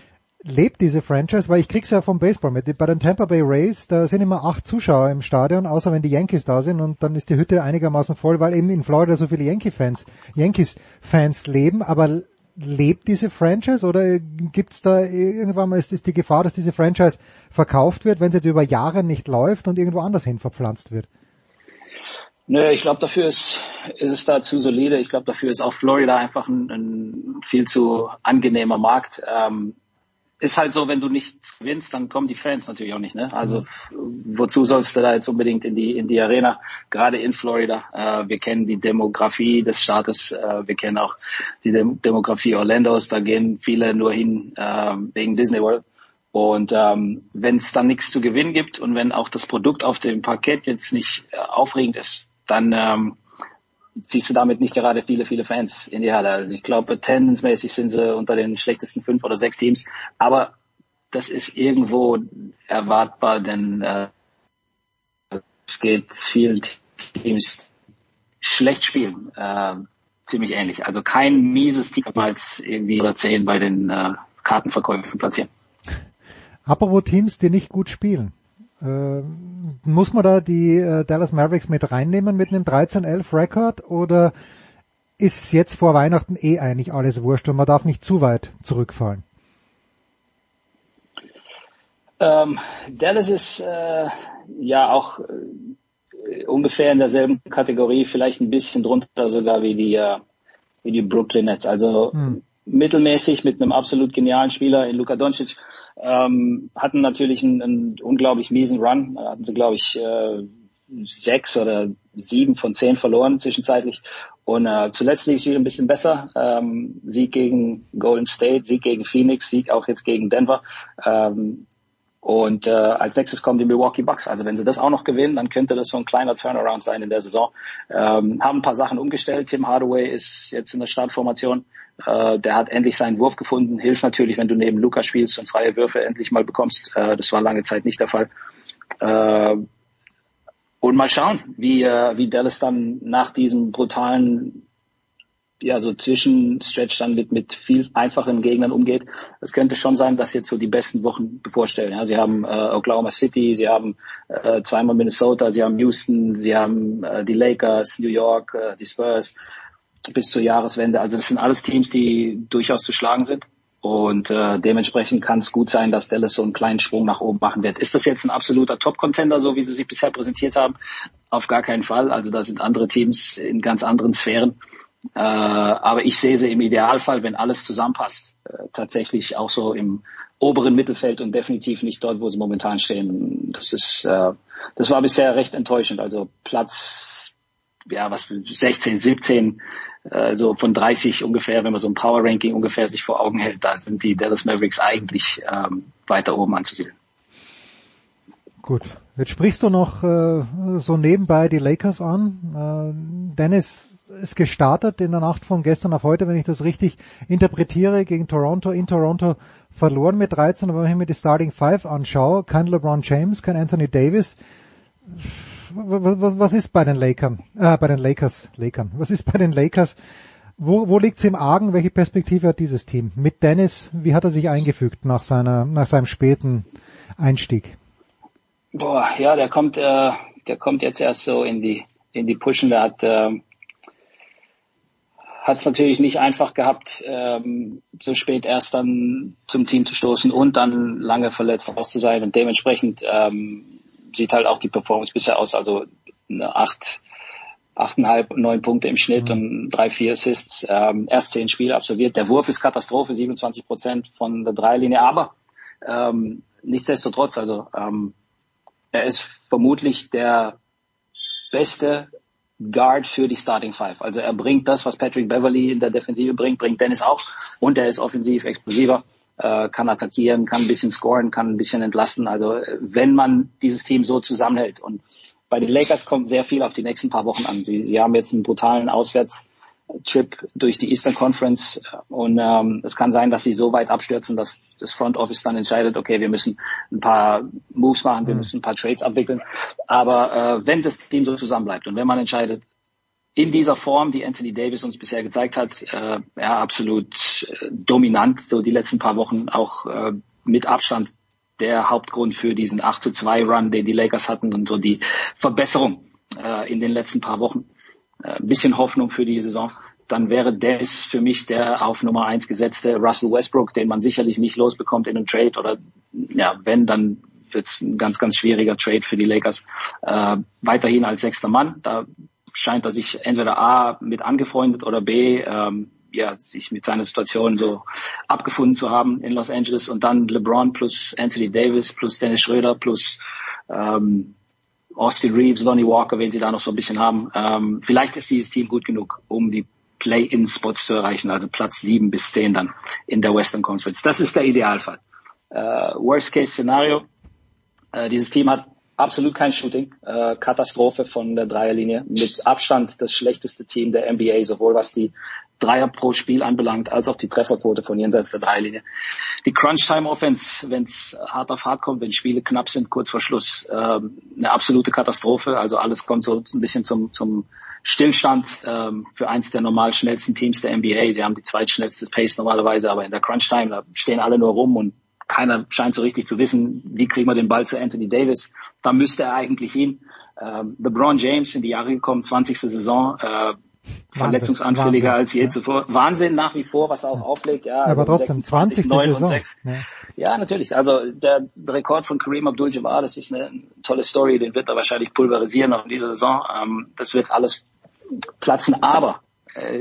Lebt diese Franchise, weil ich krieg's ja vom Baseball mit. Bei den Tampa Bay Rays, da sind immer acht Zuschauer im Stadion, außer wenn die Yankees da sind und dann ist die Hütte einigermaßen voll, weil eben in Florida so viele Yankee-Fans, Yankees-Fans leben. Aber lebt diese Franchise oder gibt's da irgendwann mal, ist, ist die Gefahr, dass diese Franchise verkauft wird, wenn sie jetzt über Jahre nicht läuft und irgendwo anders hin verpflanzt wird? Nö, ich glaube, dafür ist, ist es da zu solide. Ich glaube, dafür ist auch Florida einfach ein, ein viel zu angenehmer Markt. Ähm, ist halt so, wenn du nicht gewinnst, dann kommen die Fans natürlich auch nicht, ne? Also, wozu sollst du da jetzt unbedingt in die, in die Arena? Gerade in Florida. Äh, wir kennen die Demografie des Staates. Äh, wir kennen auch die Dem- Demografie Orlandos. Da gehen viele nur hin, äh, wegen Disney World. Und ähm, wenn es dann nichts zu gewinnen gibt und wenn auch das Produkt auf dem Parkett jetzt nicht äh, aufregend ist, dann ähm, ziehst du damit nicht gerade viele, viele Fans in die Halle. Also ich glaube, attendance-mäßig sind sie unter den schlechtesten fünf oder sechs Teams. Aber das ist irgendwo erwartbar, denn äh, es geht vielen Teams schlecht spielen. Äh, ziemlich ähnlich. Also kein mieses Team als irgendwie oder zehn bei den äh, Kartenverkäufen platzieren. Apropos Teams, die nicht gut spielen. Äh, muss man da die äh, Dallas Mavericks mit reinnehmen mit einem dreizehn elf Rekord oder ist jetzt vor Weihnachten eh eigentlich alles wurscht und man darf nicht zu weit zurückfallen? Ähm, Dallas ist äh, ja auch äh, ungefähr in derselben Kategorie, vielleicht ein bisschen drunter sogar wie die äh, wie die Brooklyn Nets. Also hm. mittelmäßig mit einem absolut genialen Spieler in Luka Doncic. Ähm, hatten natürlich einen, einen unglaublich miesen Run. Da hatten sie, glaube ich, äh, sechs oder sieben von zehn verloren zwischenzeitlich. Und äh, zuletzt lief es wieder ein bisschen besser. Ähm, Sieg gegen Golden State, Sieg gegen Phoenix, Sieg auch jetzt gegen Denver. Ähm, und äh, als nächstes kommen die Milwaukee Bucks. Also wenn sie das auch noch gewinnen, dann könnte das so ein kleiner Turnaround sein in der Saison. Ähm, haben ein paar Sachen umgestellt. Tim Hardaway ist jetzt in der Startformation. Uh, der hat endlich seinen Wurf gefunden. Hilft natürlich, wenn du neben Luka spielst und freie Würfe endlich mal bekommst. Uh, das war lange Zeit nicht der Fall. Uh, und mal schauen, wie, uh, wie Dallas dann nach diesem brutalen, ja, so Zwischenstretch dann mit, mit viel einfachen Gegnern umgeht. Es könnte schon sein, dass jetzt so die besten Wochen bevorstellen. Ja, sie haben uh, Oklahoma City, sie haben uh, zweimal Minnesota, sie haben Houston, sie haben uh, die Lakers, New York, uh, die Spurs bis zur Jahreswende. Also das sind alles Teams, die durchaus zu schlagen sind. Und äh, dementsprechend kann es gut sein, dass Dallas so einen kleinen Sprung nach oben machen wird. Ist das jetzt ein absoluter Top-Contender, so wie sie sich bisher präsentiert haben? Auf gar keinen Fall. Also da sind andere Teams in ganz anderen Sphären. Äh, aber ich sehe sie im Idealfall, wenn alles zusammenpasst, äh, tatsächlich auch so im oberen Mittelfeld und definitiv nicht dort, wo sie momentan stehen. Das ist, äh, das war bisher recht enttäuschend. Also Platz, ja, was sechzehn, siebzehn, äh, so von dreißig ungefähr, wenn man so ein Power Ranking ungefähr sich vor Augen hält, da sind die Dallas Mavericks eigentlich ähm, weiter oben anzusiedeln. Gut, jetzt sprichst du noch äh, so nebenbei die Lakers an. Äh, Dennis ist gestartet in der Nacht von gestern auf heute, wenn ich das richtig interpretiere, gegen Toronto, in Toronto verloren mit dreizehn, aber wenn ich mir die Starting Five anschaue, kein LeBron James, kein Anthony Davis. Was, was ist bei den Lakern? Äh, bei den Lakers, Lakern. Was ist bei den Lakers? Wo, wo liegt's im Argen? Welche Perspektive hat dieses Team? Mit Dennis, wie hat er sich eingefügt nach seiner, nach seinem späten Einstieg? Boah, ja, der kommt, äh, der kommt jetzt erst so in die, in die Pushen. Der hat, äh, hat's natürlich nicht einfach gehabt, ähm, so spät erst dann zum Team zu stoßen und dann lange verletzt raus zu sein und dementsprechend, ähm, sieht halt auch die Performance bisher aus, also eine acht, achteinhalb, neun Punkte im Schnitt und drei, vier Assists, ähm, erst zehn Spiele absolviert. Der Wurf ist Katastrophe, siebenundzwanzig Prozent von der Dreilinie, aber ähm, nichtsdestotrotz, also ähm, er ist vermutlich der beste Guard für die Starting Five. Also er bringt das, was Patrick Beverley in der Defensive bringt, bringt Dennis auch und er ist offensiv explosiver. Äh, kann attackieren, kann ein bisschen scoren, kann ein bisschen entlasten. Also wenn man dieses Team so zusammenhält. Und bei den Lakers kommt sehr viel auf die nächsten paar Wochen an. Sie, sie haben jetzt einen brutalen Auswärtstrip durch die Eastern Conference und ähm, es kann sein, dass sie so weit abstürzen, dass das Front Office dann entscheidet, okay, wir müssen ein paar Moves machen, wir müssen ein paar Trades abwickeln. Aber äh, wenn das Team so zusammenbleibt und wenn man entscheidet, in dieser Form, die Anthony Davis uns bisher gezeigt hat, äh, ja, absolut äh, dominant, so die letzten paar Wochen auch äh, mit Abstand der Hauptgrund für diesen acht zu zwei Run, den die Lakers hatten und so die Verbesserung äh, in den letzten paar Wochen. Äh, ein bisschen Hoffnung für die Saison. Dann wäre das für mich der auf Nummer eins gesetzte Russell Westbrook, den man sicherlich nicht losbekommt in einem Trade oder ja, wenn, dann wird es ein ganz, ganz schwieriger Trade für die Lakers. Äh, weiterhin als sechster Mann, da scheint er sich entweder A mit angefreundet oder B ähm, ja sich mit seiner Situation so abgefunden zu haben in Los Angeles. Und dann LeBron plus Anthony Davis plus Dennis Schröder plus ähm, Austin Reeves, Lonnie Walker, wen sie da noch so ein bisschen haben. Ähm, vielleicht ist dieses Team gut genug, um die Play-in-Spots zu erreichen, also Platz sieben bis zehn dann in der Western Conference. Das ist der Idealfall. Äh, Worst-Case-Szenario, äh, dieses Team hat absolut kein Shooting, äh, Katastrophe von der Dreierlinie, mit Abstand das schlechteste Team der N B A, sowohl was die Dreier pro Spiel anbelangt, als auch die Trefferquote von jenseits der Dreierlinie. Die Crunch-Time-Offense, wenn es hart auf hart kommt, wenn Spiele knapp sind, kurz vor Schluss, äh, eine absolute Katastrophe, also alles kommt so ein bisschen zum, zum Stillstand ähm, für eins der normal schnellsten Teams der N B A. Sie haben die zweitschnellste Pace normalerweise, aber in der Crunch-Time, da stehen alle nur rum und keiner scheint so richtig zu wissen, wie kriegen wir den Ball zu Anthony Davis. Da müsste er eigentlich hin. Ähm, LeBron James in die Jahre gekommen, zwanzigste Saison, äh, verletzungsanfälliger Wahnsinn, als je ja. zuvor. Wahnsinn nach wie vor, was er auch ja. auflegt. Ja, aber also trotzdem, zwanzigste Saison. Ja. ja, natürlich. Also der, der Rekord von Kareem Abdul-Jabbar, das ist eine tolle Story, den wird er wahrscheinlich pulverisieren noch in dieser Saison. Ähm, das wird alles platzen, aber äh,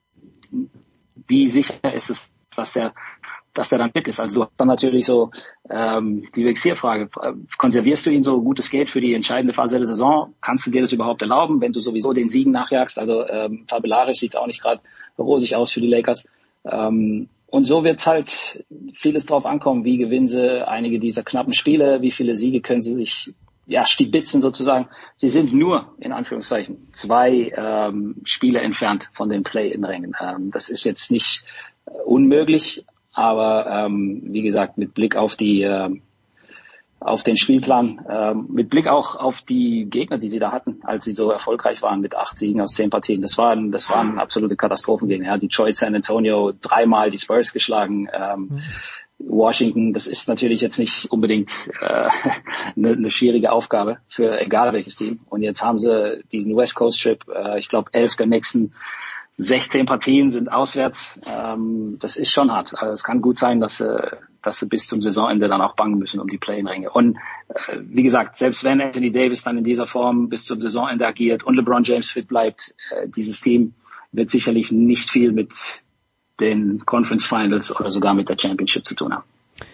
wie sicher ist es, dass der dass der dann fit ist. Also du hast dann natürlich so ähm, die Vexierfrage, konservierst du ihn so gut es geht für die entscheidende Phase der Saison? Kannst du dir das überhaupt erlauben, wenn du sowieso den Siegen nachjagst? Also ähm, tabellarisch sieht es auch nicht gerade rosig aus für die Lakers. Ähm, und so wird es halt vieles drauf ankommen. Wie gewinnen sie einige dieser knappen Spiele? Wie viele Siege können sie sich ja stibitzen sozusagen? Sie sind nur, in Anführungszeichen, zwei ähm, Spiele entfernt von den Play-in-Rängen. Ähm, das ist jetzt nicht äh, unmöglich, aber ähm, wie gesagt, mit Blick auf die äh, auf den Spielplan, äh, mit Blick auch auf die Gegner, die sie da hatten, als sie so erfolgreich waren mit acht Siegen aus zehn Partien. Das waren das waren absolute Katastrophengegner. Ja, Detroit, San Antonio, dreimal die Spurs geschlagen. Ähm, mhm. Washington, das ist natürlich jetzt nicht unbedingt äh, eine, eine schwierige Aufgabe für egal welches Team. Und jetzt haben sie diesen West Coast Trip, äh, ich glaube elf der nächsten sechzehn Partien sind auswärts. Ähm, das ist schon hart. Also es kann gut sein, dass sie, dass sie bis zum Saisonende dann auch bangen müssen um die Play-in-Ränge. Und äh, wie gesagt, selbst wenn Anthony Davis dann in dieser Form bis zum Saisonende agiert und LeBron James fit bleibt, äh, dieses Team wird sicherlich nicht viel mit den Conference Finals oder sogar mit der Championship zu tun haben.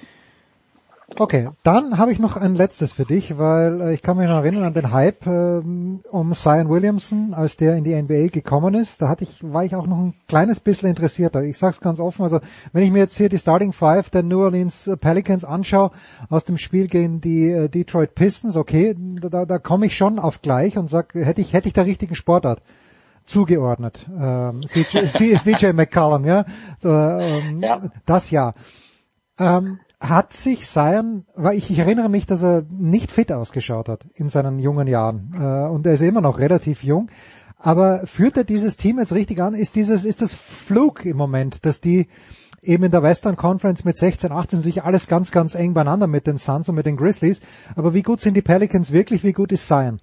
Okay, dann habe ich noch ein letztes für dich, weil äh, ich kann mich noch erinnern an den Hype ähm, um Zion Williamson, als der in die N B A gekommen ist. Da hatte ich, war ich auch noch ein kleines bisschen interessierter. Ich sag's ganz offen, also wenn ich mir jetzt hier die Starting Five der New Orleans Pelicans anschaue aus dem Spiel gegen die äh, Detroit Pistons, okay, da, da komme ich schon auf gleich und sag, hätte ich hätte ich der richtigen Sportart zugeordnet. Ähm, C J McCollum, ja, so, ähm, ja, das ja. Ähm, Hat sich Zion, weil ich, ich erinnere mich, dass er nicht fit ausgeschaut hat in seinen jungen Jahren, äh, und er ist immer noch relativ jung, aber führt er dieses Team jetzt richtig an? Ist dieses, ist das Flug im Moment, dass die eben in der Western Conference mit sechzehn, achtzehn natürlich alles ganz, ganz eng beieinander mit den Suns und mit den Grizzlies, aber wie gut sind die Pelicans wirklich, wie gut ist Zion?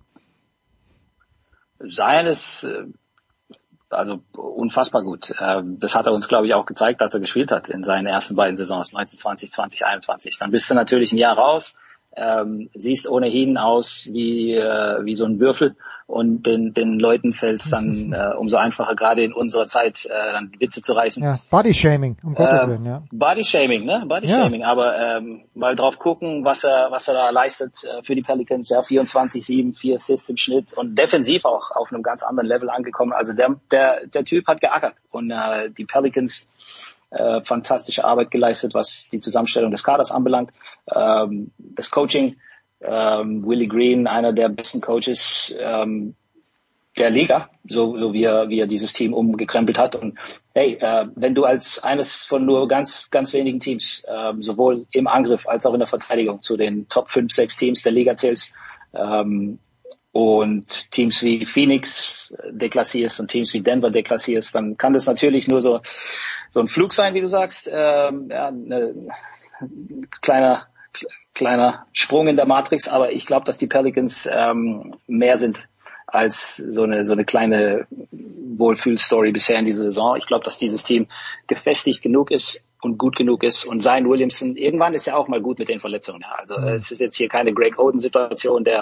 Zion ist äh also unfassbar gut. Das hat er uns, glaube ich, auch gezeigt, als er gespielt hat in seinen ersten beiden Saisons, neunzehn zwanzig, zwanzig einundzwanzig. Dann bist du natürlich ein Jahr raus, ähm, siehst ohnehin aus wie äh, wie so ein Würfel und den den Leuten fällt es dann äh, umso einfacher, gerade in unserer Zeit, äh, dann Witze zu reißen. Ja, Bodyshaming, um Gottes äh, Willen, ja. Bodyshaming, ne? Bodyshaming, ja. Aber ähm, mal drauf gucken, was er was er da leistet äh, für die Pelicans. Ja, vierundzwanzig sieben, vier Assists im Schnitt und defensiv auch auf einem ganz anderen Level angekommen. Also der der der Typ hat geackert und äh, die Pelicans Äh, fantastische Arbeit geleistet, was die Zusammenstellung des Kaders anbelangt. Ähm, das Coaching, ähm, Willie Green, einer der besten Coaches ähm, der Liga, so, so wie er, wie er dieses Team umgekrempelt hat. Und hey, äh, wenn du als eines von nur ganz, ganz wenigen Teams äh, sowohl im Angriff als auch in der Verteidigung zu den Top fünf, sechs Teams der Liga zählst, ähm, und Teams wie Phoenix deklassierst und Teams wie Denver deklassierst, dann kann das natürlich nur so so ein Flug sein, wie du sagst, ähm, ja, ne, kleiner kleiner Sprung in der Matrix, aber ich glaube, dass die Pelicans ähm, mehr sind als so eine so eine kleine Wohlfühlstory bisher in dieser Saison. Ich glaube, dass dieses Team gefestigt genug ist und gut genug ist. Und Zion Williamson, irgendwann ist ja auch mal gut mit den Verletzungen. Ja. Also mhm. es ist jetzt hier keine Greg Oden-Situation, der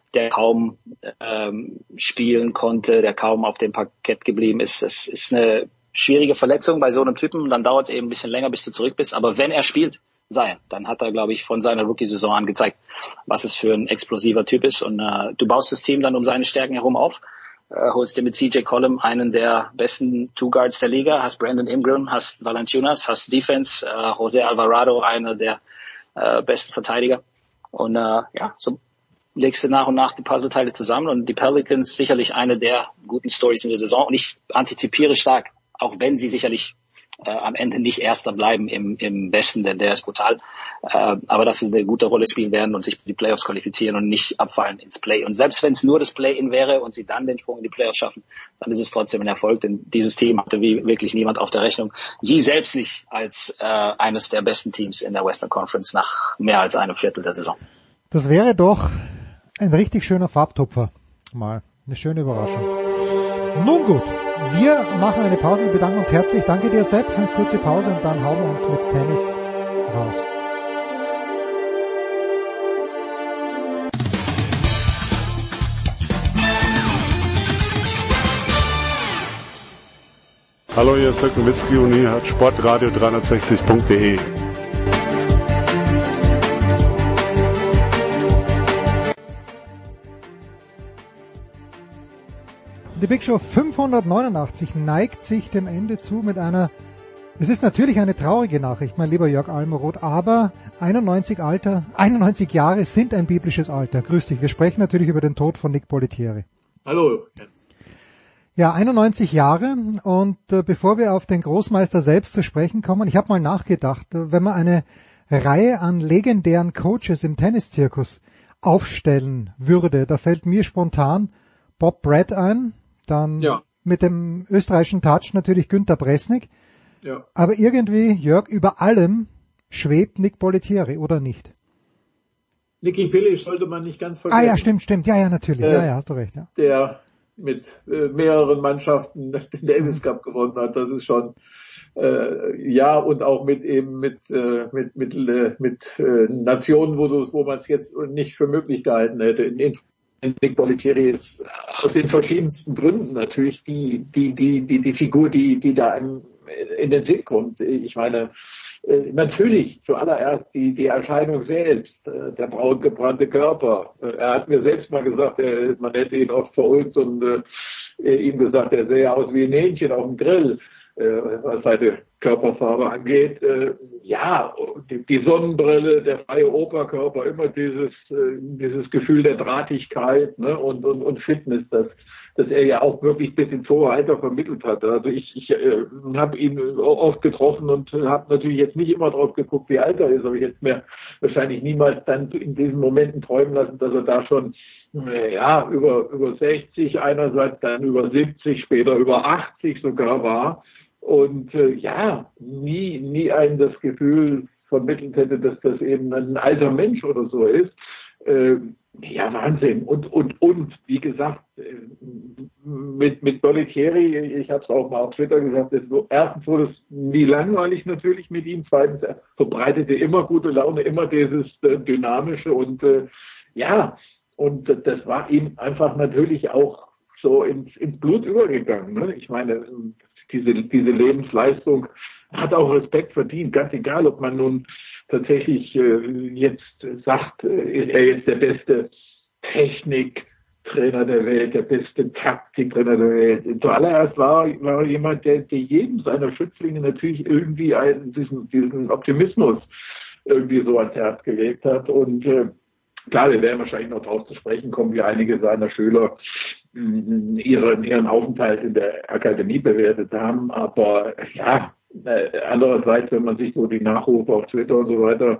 der kaum ähm, spielen konnte, der kaum auf dem Parkett geblieben ist. Es ist eine schwierige Verletzung bei so einem Typen. Dann dauert es eben ein bisschen länger, bis du zurück bist. Aber wenn er spielt, Zion, dann hat er, glaube ich, von seiner Rookie-Saison an gezeigt, was es für ein explosiver Typ ist. Und äh, du baust das Team dann um seine Stärken herum auf. Äh, holst dir mit C J Collum einen der besten Two Guards der Liga, hast Brandon Ingram, hast Valanciunas, hast Defense, äh, José Alvarado, einer der äh, besten Verteidiger. Und äh, ja, so legst du nach und nach die Puzzleteile zusammen und die Pelicans sicherlich eine der guten Stories in der Saison. Und ich antizipiere stark, auch wenn sie sicherlich äh, am Ende nicht Erster bleiben im, im Westen, denn der ist brutal. Äh, aber dass sie eine gute Rolle spielen werden und sich für die Playoffs qualifizieren und nicht abfallen ins Play. Und selbst wenn es nur das Play-In wäre und sie dann den Sprung in die Playoffs schaffen, dann ist es trotzdem ein Erfolg, denn dieses Team hatte wie wirklich niemand auf der Rechnung. Sie selbst nicht als äh, eines der besten Teams in der Western Conference nach mehr als einem Viertel der Saison. Das wäre doch ein richtig schöner Farbtupfer. Mal eine schöne Überraschung. Nun gut, wir machen eine Pause. Wir bedanken uns herzlich. Danke dir, Sepp. Eine kurze Pause und dann hauen wir uns mit Tennis raus. Hallo, hier ist Dirk Nowitzki und hier hat Sportradio dreihundertsechzig punkt de. Die Big Show fünfhundertneunundachtzig neigt sich dem Ende zu mit einer, es ist natürlich eine traurige Nachricht, mein lieber Jörg Almeroth, aber einundneunzig Alter, einundneunzig Jahre sind ein biblisches Alter. Grüß dich. Wir sprechen natürlich über den Tod von Nick Bollettieri. Hallo, Jens. Ja, einundneunzig Jahre und äh, bevor wir auf den Großmeister selbst zu sprechen kommen, ich habe mal nachgedacht, äh, wenn man eine Reihe an legendären Coaches im Tenniszirkus aufstellen würde, da fällt mir spontan Bob Brett ein, dann ja. mit dem österreichischen Touch natürlich Günter Bresnik, ja. aber irgendwie, Jörg, über allem schwebt Nick Bollettieri, oder nicht? Niki Bilic sollte man nicht ganz vergessen. Ah ja, stimmt, stimmt, ja, ja, natürlich, äh, ja, ja, hast du recht, ja. Der mit äh, mehreren Mannschaften den Davis Cup gewonnen hat, das ist schon äh, ja, und auch mit eben mit äh, mit mit äh, mit äh, Nationen, wo du, wo man es jetzt nicht für möglich gehalten hätte. In, in Nick Bollettieri ist aus den verschiedensten Gründen natürlich die die die die die Figur, die die da in, in den Sinn kommt. Ich meine, äh, natürlich zuallererst die die Erscheinung selbst, äh, der braun gebrannte Körper. Äh, er hat mir selbst mal gesagt, er, man hätte ihn oft verulgt und äh, ihm gesagt, er sähe aus wie ein Hähnchen auf dem Grill, äh, was seine Körperfarbe angeht. Äh, ja, die, die Sonnenbrille, der freie Oberkörper, immer dieses äh, dieses Gefühl der Drahtigkeit, ne, und und und Fitness, das dass er ja auch wirklich bis ins hohe Alter vermittelt hat. Also ich, ich äh, habe ihn oft getroffen und habe natürlich jetzt nicht immer drauf geguckt, wie alt er ist, aber ich hätte mir wahrscheinlich niemals dann in diesen Momenten träumen lassen, dass er da schon äh, ja über über sechzig, einerseits dann über siebzig, später über achtzig sogar war und äh, ja, nie nie einem das Gefühl vermittelt hätte, dass das eben ein alter Mensch oder so ist. Äh, Ja, Wahnsinn. Und, und, und, wie gesagt, mit, mit Bollettieri, ich habe es auch mal auf Twitter gesagt, ist so, erstens wurde es nie langweilig natürlich mit ihm, zweitens, er verbreitete immer gute Laune, immer dieses äh, Dynamische und, äh, ja, und äh, das war ihm einfach natürlich auch so ins, ins Blut übergegangen, ne? Ich meine, diese, diese Lebensleistung hat auch Respekt verdient, ganz egal, ob man nun tatsächlich äh, jetzt sagt, äh, ist er jetzt der beste Techniktrainer der Welt, der beste Taktiktrainer der Welt. Zuallererst war, war jemand, der, der jedem seiner Schützlinge natürlich irgendwie einen, diesen, diesen Optimismus irgendwie so ans Herz gelegt hat. Und äh, klar, wir werden wahrscheinlich noch darauf zu sprechen kommen, wie einige seiner Schüler mh, ihren, ihren Aufenthalt in der Akademie bewertet haben. Aber ja, Äh, andererseits, wenn man sich so die Nachrufe auf Twitter und so weiter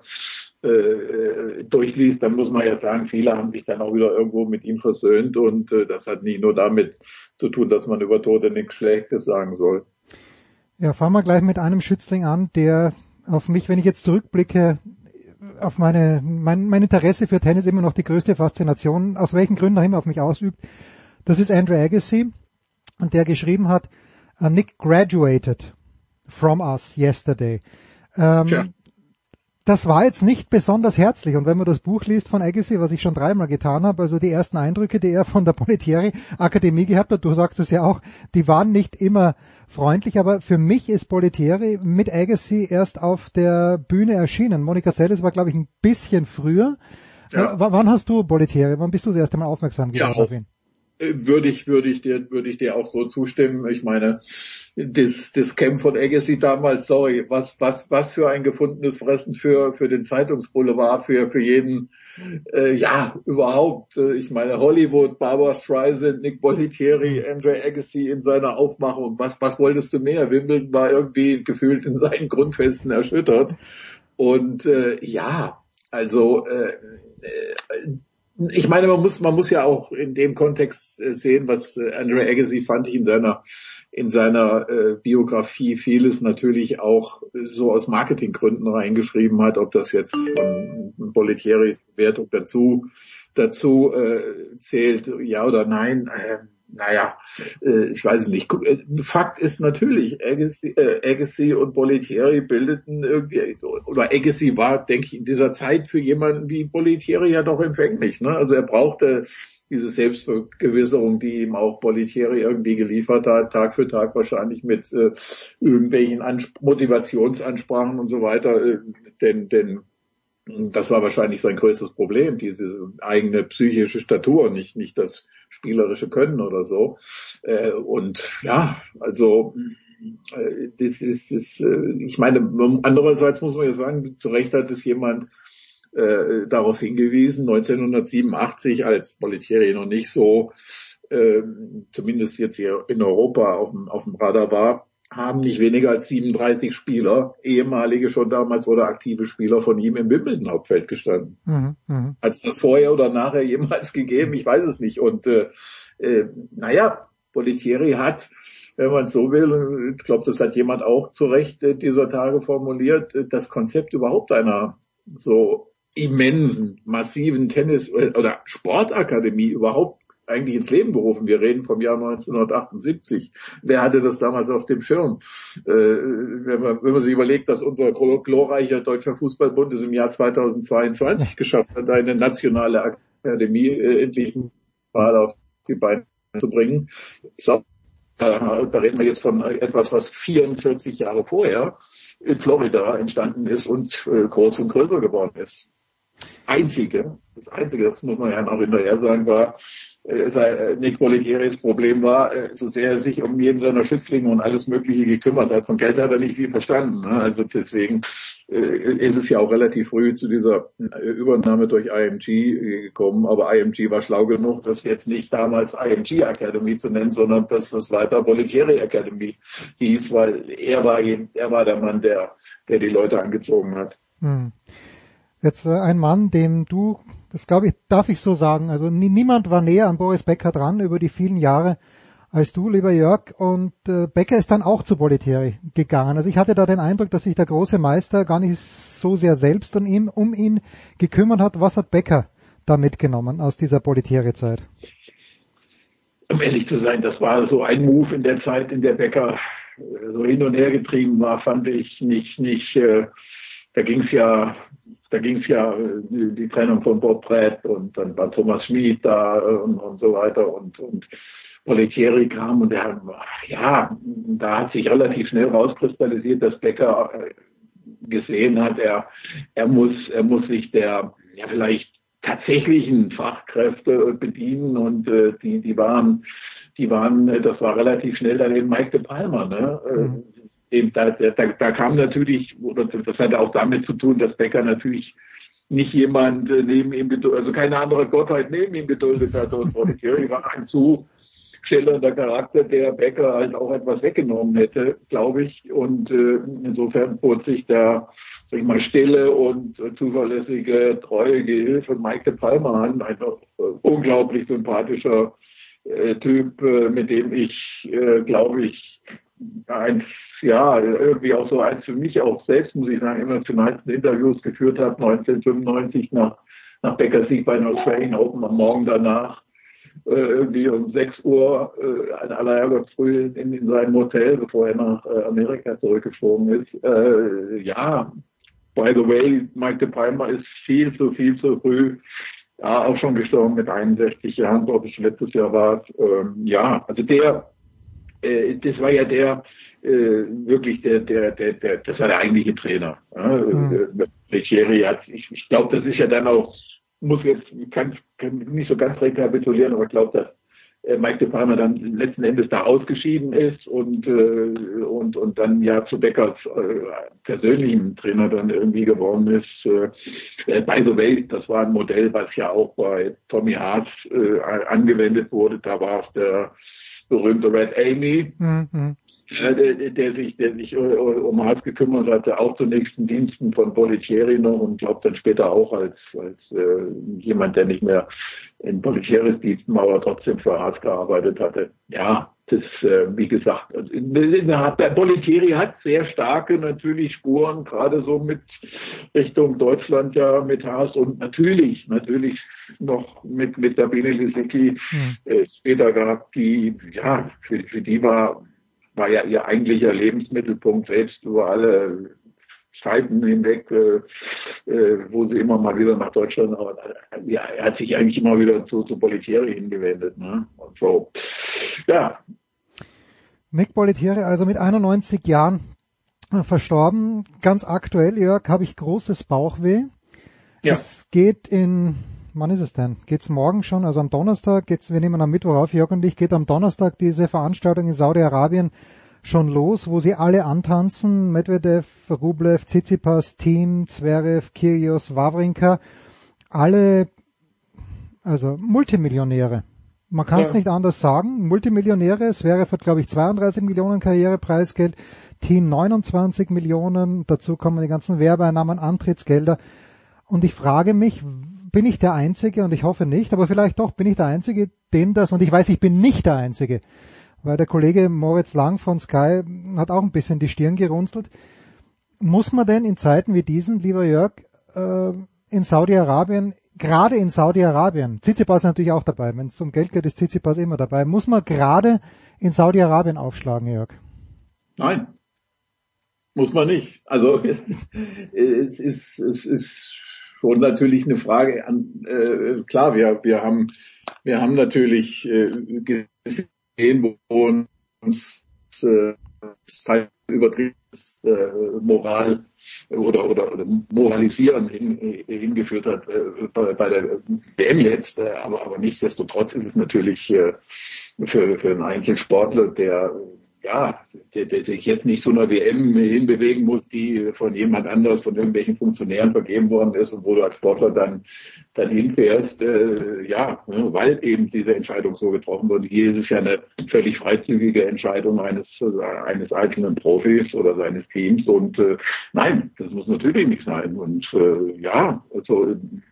äh, durchliest, dann muss man ja sagen, viele haben sich dann auch wieder irgendwo mit ihm versöhnt und äh, das hat nicht nur damit zu tun, dass man über Tote nichts Schlechtes sagen soll. Ja, fangen wir gleich mit einem Schützling an, der auf mich, wenn ich jetzt zurückblicke, auf meine mein, mein Interesse für Tennis immer noch die größte Faszination, aus welchen Gründen auch immer, auf mich ausübt. Das ist Andrew Agassi, und der geschrieben hat, Nick graduated from us yesterday. Ähm, ja. das war jetzt nicht besonders herzlich. Und wenn man das Buch liest von Agassi, was ich schon dreimal getan habe, also die ersten Eindrücke, die er von der Bollettieri-Akademie gehabt hat, du sagst es ja auch, die waren nicht immer freundlich, aber für mich ist Bollettieri mit Agassi erst auf der Bühne erschienen. Monica Seles war, glaube ich, ein bisschen früher. Ja. W- wann hast du Bollettieri? Wann bist du das erste Mal aufmerksam geworden ja, auf ihn? Würde ich, würde ich dir, würde ich dir auch so zustimmen. Ich meine, das, das Camp von Agassi damals, sorry, was, was, was für ein gefundenes Fressen für, für den Zeitungsboulevard, für, für jeden, äh, ja, überhaupt. Ich meine, Hollywood, Barbra Streisand, Nick Bollettieri, Andre Agassi in seiner Aufmachung. Was, was wolltest du mehr? Wimbledon war irgendwie gefühlt in seinen Grundfesten erschüttert. Und, äh, ja, also, äh, äh, ich meine, man muss, man muss ja auch in dem Kontext sehen, was Andre Agassi, fand ich in seiner, in seiner äh, Biografie vieles natürlich auch so aus Marketinggründen reingeschrieben hat, ob das jetzt von Bollettieris Bewertung dazu, dazu äh, zählt, ja oder nein. Äh, Naja, äh, ich weiß es nicht. Fakt ist natürlich, Agassi, äh, Agassi und Bollettieri bildeten irgendwie, oder Agassi war, denke ich, in dieser Zeit für jemanden wie Bollettieri ja doch empfänglich. Ne? Also er brauchte diese Selbstvergewisserung, die ihm auch Bollettieri irgendwie geliefert hat, Tag für Tag wahrscheinlich mit äh, irgendwelchen Ansp- Motivationsansprachen und so weiter. Äh, denn, denn das war wahrscheinlich sein größtes Problem, diese eigene psychische Statur, nicht nicht das spielerische Können oder so. Äh, und ja, also äh, das ist, ist äh, ich meine, andererseits muss man ja sagen, zu Recht hat es jemand äh, darauf hingewiesen, neunzehnhundertsiebenundachtzig, als Bollettieri noch nicht so, äh, zumindest jetzt hier in Europa auf dem, auf dem Radar war, haben nicht weniger als siebenunddreißig Spieler, ehemalige schon damals oder aktive Spieler von ihm im Wimbledon-Hauptfeld gestanden. Mhm, mh. Hat es das vorher oder nachher jemals gegeben? Ich weiß es nicht. Und äh, äh, naja, Bollettieri hat, wenn man es so will, ich glaube, das hat jemand auch zu Recht äh, dieser Tage formuliert, äh, das Konzept überhaupt einer so immensen, massiven Tennis- oder Sportakademie überhaupt eigentlich ins Leben gerufen. Wir reden vom Jahr neunzehnhundertachtundsiebzig. Wer hatte das damals auf dem Schirm? Äh, wenn, man, wenn man sich überlegt, dass unser glorreicher Deutscher Fußballbund es im Jahr zweitausendzweiundzwanzig geschafft hat, eine nationale Akademie äh, endlich mal auf die Beine zu bringen. So, da, da reden wir jetzt von etwas, was vierundvierzig Jahre vorher in Florida entstanden ist und äh, groß und größer geworden ist. Das Einzige, das Einzige, das muss man ja noch hinterher sagen, war, Nick Bollettieris Problem war, so sehr er sich um jeden seiner Schützlinge und alles Mögliche gekümmert hat. Von Geld hat er nicht viel verstanden. Ne? Also deswegen äh, ist es ja auch relativ früh zu dieser Übernahme durch I M G gekommen. Aber I M G war schlau genug, das jetzt nicht damals I M G Academy zu nennen, sondern dass das weiter Bollettieri Academy hieß, weil er war, er war der Mann, der, der die Leute angezogen hat. Hm. Jetzt äh, ein Mann, dem du, das glaube ich, darf ich so sagen, also nie, niemand war näher an Boris Becker dran über die vielen Jahre als du, lieber Jörg, und äh, Becker ist dann auch zu Bollettieri gegangen. Also ich hatte da den Eindruck, dass sich der große Meister gar nicht so sehr selbst um ihn, um ihn gekümmert hat. Was hat Becker da mitgenommen aus dieser Bollettieri-Zeit? Um ehrlich zu sein, das war so ein Move in der Zeit, in der Becker so hin und her getrieben war, fand ich nicht, nicht, äh, da ging's ja, da ging's ja die, die Trennung von Bob Brett und dann war Thomas Schmid da und, und so weiter und, und Bollettieri kam und der, ja, da hat sich relativ schnell rauskristallisiert, dass Becker gesehen hat, er, er muss, er muss sich der, ja, vielleicht tatsächlichen Fachkräfte bedienen und äh, die, die waren, die waren, das war relativ schnell dann eben Mike de Palma, ne? Mhm. Eben da, da, da kam natürlich, oder das hatte auch damit zu tun, dass Becker natürlich nicht jemand neben ihm, also keine andere Gottheit neben ihm geduldet hat. Und Bollettieri war ein zu schillernder Charakter, der Becker halt auch etwas weggenommen hätte, glaube ich. Und äh, insofern bot sich da, sag ich mal, stille und äh, zuverlässige, treue Gehilfe von Mike de Palma an, ein äh, unglaublich sympathischer äh, Typ, äh, mit dem ich, äh, glaube ich, eins, ja, irgendwie auch so eins für mich auch selbst, muss ich sagen, emotionalsten Interviews geführt habe, neunzehnhundertfünfundneunzig nach, nach Beckers Sieg bei den Australian Open am Morgen danach, äh, irgendwie um sechs Uhr, äh, in aller Herrgott früh in, in seinem Hotel, bevor er nach äh, Amerika zurückgeflogen ist. Äh, ja, by the way, Mike de Palma ist viel zu, viel zu früh, ja, auch schon gestorben mit einundsechzig Jahren, glaube ich, letztes Jahr war es. Ähm, ja, also der, äh, das war ja der, äh, wirklich der, der, der, der, das war der eigentliche Trainer. Ja? Mhm. Leggeri hat, ich, ich glaube, das ist ja dann auch, muss jetzt, kann, kann nicht so ganz rekapitulieren, aber ich glaube, dass Mike de Palma dann letzten Endes da ausgeschieden ist und äh, und und dann ja zu Beckers äh, persönlichem Trainer dann irgendwie geworden ist. Äh, by the way, das war ein Modell, was ja auch bei Tommy Haas äh, angewendet wurde. Da war es der berühmte Red Amy, mhm. äh, der, der sich der sich uh, um Haas gekümmert hatte, auch zunächst in Diensten von Bollettieri noch und glaubt dann später auch als als äh, jemand, der nicht mehr in Bolletieris Diensten, aber trotzdem für Haas gearbeitet hatte. Ja, das, äh, wie gesagt, der Bollettieri hat sehr starke natürlich Spuren, gerade so mit Richtung Deutschland ja mit Haas und natürlich, natürlich noch mit, mit der Bene Lisicki hm. äh, später gehabt, die, ja, für, für die war, war ja ihr eigentlicher Lebensmittelpunkt selbst über alle Zeiten hinweg, äh, äh, wo sie immer mal wieder nach Deutschland, aber äh, ja, er hat sich eigentlich immer wieder zu, zu Bollettieri hingewendet, ne? Und so, ja. Mick Bollettieri, also mit einundneunzig Jahren äh, verstorben. Ganz aktuell, Jörg, habe ich großes Bauchweh. Ja. Es geht in, wann ist es denn? Geht's morgen schon? Also am Donnerstag geht's, wir nehmen am Mittwoch auf, Jörg und ich, geht am Donnerstag diese Veranstaltung in Saudi-Arabien schon los, wo sie alle antanzen, Medvedev, Rublev, Tsitsipas, Thiem, Zverev, Kyrgios, Wawrinka, alle, also Multimillionäre. Man kann es ja nicht anders sagen, Multimillionäre. Zverev hat, glaube ich, zweiunddreißig Millionen Karrierepreisgeld, Thiem neunundzwanzig Millionen, dazu kommen die ganzen Werbeeinnahmen, Antrittsgelder. Und ich frage mich, bin ich der Einzige, und ich hoffe nicht, aber vielleicht doch, bin ich der Einzige, dem das, und ich weiß, ich bin nicht der Einzige, weil der Kollege Moritz Lang von Sky hat auch ein bisschen die Stirn gerunzelt. Muss man denn in Zeiten wie diesen, lieber Jörg, äh, in Saudi-Arabien, gerade in Saudi-Arabien, Tsitsipas ist natürlich auch dabei, wenn es um Geld geht, ist Tsitsipas immer dabei, muss man gerade in Saudi-Arabien aufschlagen, Jörg? Nein, muss man nicht. Also es, es, ist, es ist schon natürlich eine Frage an, äh, klar, wir, wir haben, wir haben natürlich äh, gesehen, wo uns äh, übertriebenes äh, Moral oder, oder, oder Moralisieren hin, hingeführt hat äh, bei, bei der W M jetzt. Äh, aber, aber nichtsdestotrotz ist es natürlich äh, für, für einen Einzelsportler, der ja, der, der sich jetzt nicht zu einer W M hinbewegen muss, die von jemand anders, von irgendwelchen Funktionären vergeben worden ist und wo du als Sportler dann dann hinfährst, äh, ja, weil eben diese Entscheidung so getroffen wurde. Hier ist es ja eine völlig freizügige Entscheidung eines eines einzelnen Profis oder seines Teams und äh, nein, das muss natürlich nicht sein. Und äh, ja, also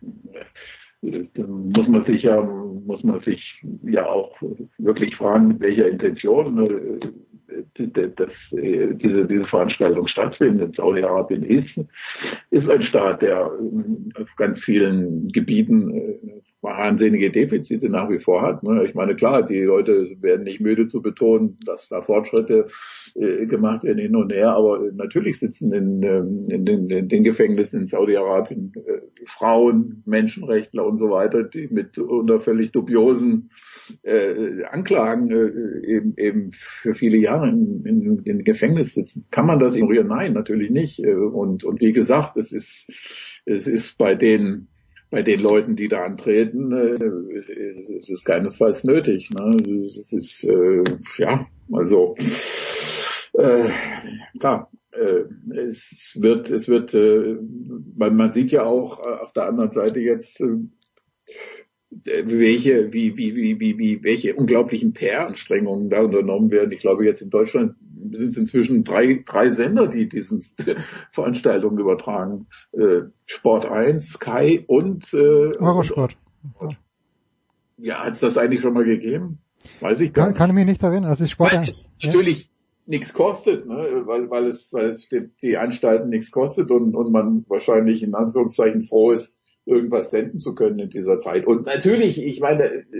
dann muss man sich ja muss man sich ja auch wirklich fragen, mit welcher Intention äh, dass äh, diese diese Veranstaltung stattfindet. Saudi-Arabien ist ist ein Staat, der äh, auf ganz vielen Gebieten äh, wahnsinnige Defizite nach wie vor hat. Ne? Ich meine, klar, die Leute werden nicht müde zu betonen, dass da Fortschritte äh, gemacht werden hin und her, aber natürlich sitzen in, in, den, in den Gefängnissen in Saudi-Arabien äh, Frauen, Menschenrechtler und so weiter, die mit unter völlig dubiosen äh, Anklagen äh, eben, eben für viele Jahre in, in, in Gefängnis sitzen. Kann man das ignorieren? Nein, natürlich nicht. Und, und wie gesagt, es ist, es ist bei den Bei den Leuten, die da antreten, äh, es ist keinesfalls nötig. Ne? Es ist, äh, ja, also, äh, klar, äh, es wird, es wird, äh, man, man sieht ja auch auf der anderen Seite jetzt, äh, welche, wie, wie, wie, wie, wie, welche unglaublichen P R-Anstrengungen da unternommen werden. Ich glaube, jetzt in Deutschland sind es inzwischen drei, drei Sender, die diesen Veranstaltungen übertragen. Äh, Sport eins, Sky und, äh, Eurosport. Und, ja, hat es das eigentlich schon mal gegeben? Weiß ich gar kann, nicht. Kann ich mich nicht erinnern. Das ist Sport weil es ja. natürlich nichts kostet, ne? weil, weil es, weil es die, die Anstalten nichts kostet und, und man wahrscheinlich in Anführungszeichen froh ist, irgendwas senden zu können in dieser Zeit. Und natürlich, ich meine,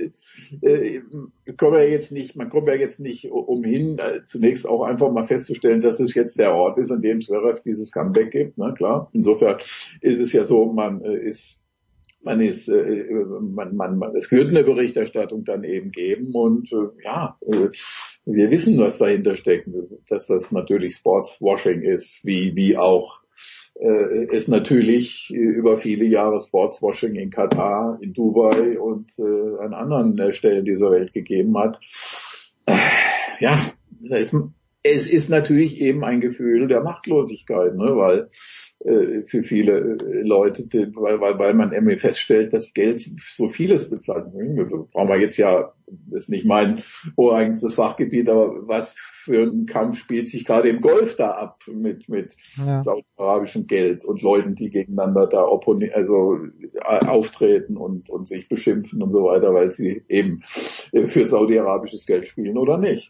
äh, kommen wir jetzt nicht, man kommt ja jetzt nicht umhin, äh, zunächst auch einfach mal festzustellen, dass es jetzt der Ort ist, an dem Zverev dieses Comeback gibt. Na klar. Insofern ist es ja so, man äh, ist Man ist, äh, man, man, man, es wird eine Berichterstattung dann eben geben und äh, ja, äh, wir wissen, was dahinter steckt, dass das natürlich Sportswashing ist, wie wie auch äh, es natürlich über viele Jahre Sportswashing in Katar, in Dubai und äh, an anderen äh, Stellen dieser Welt gegeben hat. Äh, ja, es, es ist natürlich eben ein Gefühl der Machtlosigkeit, ne, weil für viele Leute, weil, weil, weil man irgendwie feststellt, dass Geld so vieles bezahlt. Brauchen wir jetzt ja, das ist nicht mein ureigenstes Fachgebiet, aber was für ein Kampf spielt sich gerade im Golf da ab mit, mit ja. saudi-arabischem Geld und Leuten, die gegeneinander da opponi- also auftreten und, und sich beschimpfen und so weiter, weil sie eben für saudi-arabisches Geld spielen oder nicht.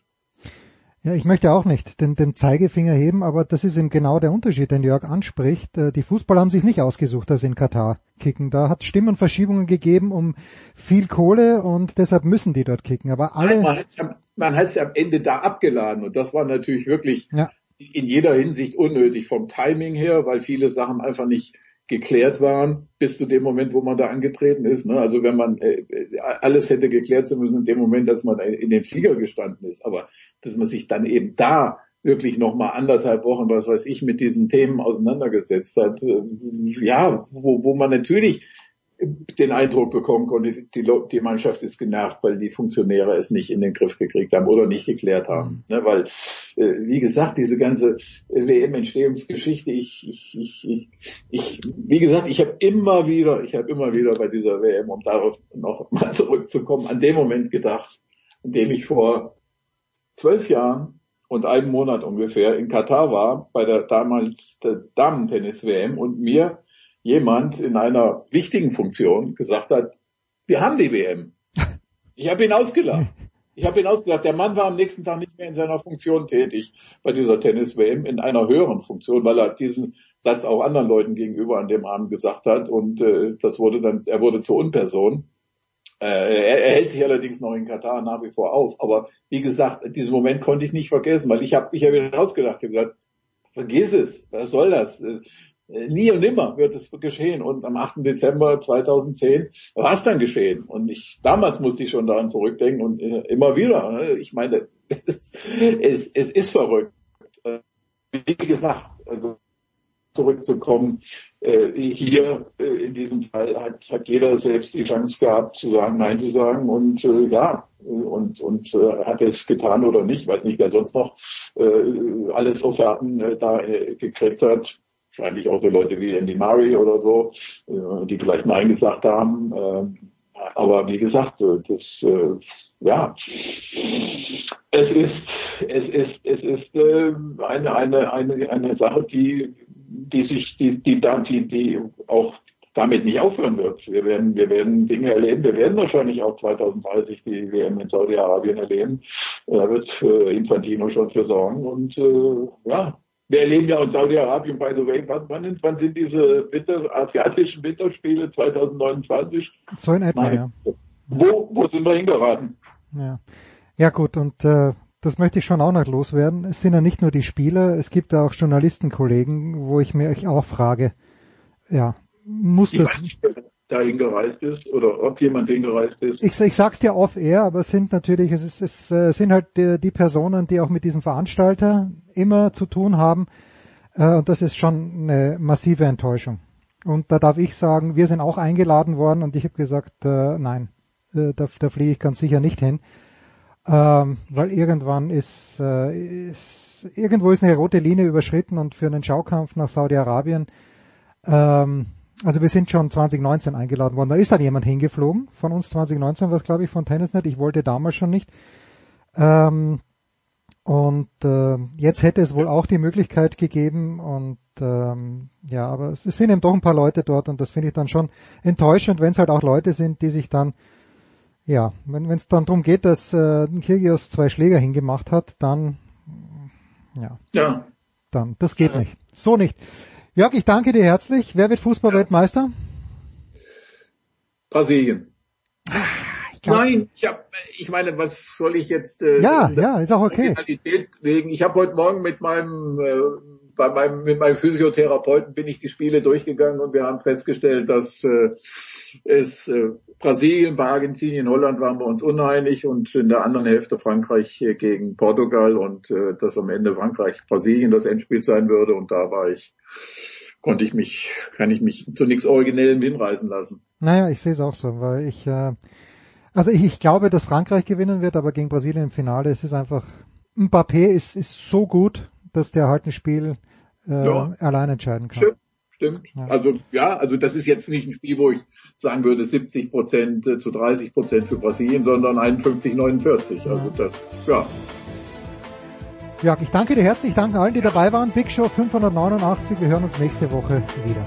Ja, ich möchte auch nicht den, den Zeigefinger heben, aber das ist eben genau der Unterschied, den Jörg anspricht. Die Fußballer haben sich nicht ausgesucht, dass sie in Katar kicken. Da hat es Stimmenverschiebungen gegeben um viel Kohle und deshalb müssen die dort kicken. Aber alle man hat es am, man hat's am Ende da abgeladen und das war natürlich wirklich ja. in jeder Hinsicht unnötig vom Timing her, weil viele Sachen einfach nicht geklärt waren bis zu dem Moment, wo man da angetreten ist. Ne? Also wenn man äh, alles hätte geklärt sein müssen in dem Moment, dass man in den Flieger gestanden ist. Aber dass man sich dann eben da wirklich nochmal anderthalb Wochen, was weiß ich, mit diesen Themen auseinandergesetzt hat, äh, ja, wo, wo man natürlich den Eindruck bekommen konnte, die, die Mannschaft ist genervt, weil die Funktionäre es nicht in den Griff gekriegt haben oder nicht geklärt haben. Ne, weil, äh, wie gesagt, diese ganze W M-Entstehungsgeschichte, ich, ich, ich, ich, ich, wie gesagt, ich habe immer wieder, ich habe immer wieder bei dieser W M, um darauf noch mal zurückzukommen, an dem Moment gedacht, in dem ich vor zwölf Jahren und einem Monat ungefähr in Katar war, bei der damals der Damen-Tennis-W M und mir jemand in einer wichtigen Funktion gesagt hat, wir haben die W M. Ich habe ihn ausgelacht. Ich habe ihn ausgelacht. Der Mann war am nächsten Tag nicht mehr in seiner Funktion tätig bei dieser Tennis-W M, in einer höheren Funktion, weil er diesen Satz auch anderen Leuten gegenüber an dem Abend gesagt hat und äh, das wurde dann, er wurde zur Unperson. Äh, er, er hält sich allerdings noch in Katar nach wie vor auf. Aber wie gesagt, diesen Moment konnte ich nicht vergessen, weil ich habe ich hab ihn ausgelacht. Ich habe gesagt, vergiss es, was soll das? Nie und nimmer wird es geschehen. Und am achten Dezember zweitausendzehn war es dann geschehen. Und ich, damals musste ich schon daran zurückdenken und immer wieder. Ich meine, es, es, es ist verrückt. Wie gesagt, also zurückzukommen, hier in diesem Fall hat, hat jeder selbst die Chance gehabt, zu sagen, Nein zu sagen. Und ja, und, und hat es getan oder nicht. Ich weiß nicht, wer sonst noch alles Offerten da gekriegt hat. Wahrscheinlich auch so Leute wie Andy Murray oder so, die vielleicht Nein gesagt haben. Aber wie gesagt, das, ja, es ist, es ist, es ist eine, eine, eine, eine Sache, die, die sich, die, die, die, die auch damit nicht aufhören wird. Wir werden, wir werden Dinge erleben. Wir werden wahrscheinlich auch zweitausenddreißig die W M in Saudi-Arabien erleben. Da wird Infantino schon für sorgen und, ja. Wir erleben ja in Saudi-Arabien, by the way, wann, wann, wann sind diese Winter, asiatischen Winterspiele zweitausendneunundzwanzig? So in etwa, Nein. ja. Wo, wo sind wir hingeraten? Ja, ja gut, und äh, das möchte ich schon auch noch loswerden. Es sind ja nicht nur die Spieler, es gibt ja auch Journalistenkollegen, wo ich mir auch frage, ja, muss ich das... weiß nicht, wer da hingereist ist oder ob jemand hingereist ist. Ich, ich sag's dir off-air, aber es sind natürlich, es, ist, es äh, sind halt die, die Personen, die auch mit diesem Veranstalter immer zu tun haben. Äh, und das ist schon eine massive Enttäuschung. Und da darf ich sagen, wir sind auch eingeladen worden und ich habe gesagt, äh, nein, äh, da, da fliege ich ganz sicher nicht hin. Ähm, weil irgendwann ist, äh, ist, irgendwo ist eine rote Linie überschritten und für einen Schaukampf nach Saudi-Arabien, ähm, also wir sind schon zwanzig neunzehn eingeladen worden. Da ist dann jemand hingeflogen. Von uns zwanzig neunzehn war es, glaube ich, von Tennisnet. Ich wollte damals schon nicht. Ähm, und äh, jetzt hätte es wohl auch die Möglichkeit gegeben. Und ähm, ja, aber es sind eben doch ein paar Leute dort. Und das finde ich dann schon enttäuschend, wenn es halt auch Leute sind, die sich dann, ja, wenn es dann darum geht, dass äh, Kyrgios zwei Schläger hingemacht hat, dann, ja, ja. dann, das geht ja. nicht. So nicht. Jörg, ich danke dir herzlich. Wer wird Fußballweltmeister? Brasilien. Nein, ich hab, ich meine, was soll ich jetzt? Äh, ja, ja, ist auch okay. Wegen, ich habe heute Morgen mit meinem, äh, bei meinem, mit meinem Physiotherapeuten bin ich die Spiele durchgegangen und wir haben festgestellt, dass äh, es äh, Brasilien, bei Argentinien, Holland waren wir uns uneinig und in der anderen Hälfte Frankreich äh, gegen Portugal und äh, dass am Ende Frankreich Brasilien das Endspiel sein würde und da war ich, konnte ich mich, kann ich mich zu nichts Originellem hinreißen lassen. Naja, ich sehe es auch so, weil ich äh, Also ich, ich glaube, dass Frankreich gewinnen wird, aber gegen Brasilien im Finale, es ist einfach, Mbappé ist, ist so gut, dass der halt ein Spiel äh, ja. allein entscheiden kann. Stimmt, stimmt. Ja. Also ja, also das ist jetzt nicht ein Spiel, wo ich sagen würde siebzig Prozent zu dreißig Prozent für Brasilien, sondern einundfünfzig neunundvierzig. Ja. Also das, ja. Jörg, ich danke dir herzlich, ich danke allen, die dabei waren. Big Show fünfhundertneunundachtzig, wir hören uns nächste Woche wieder.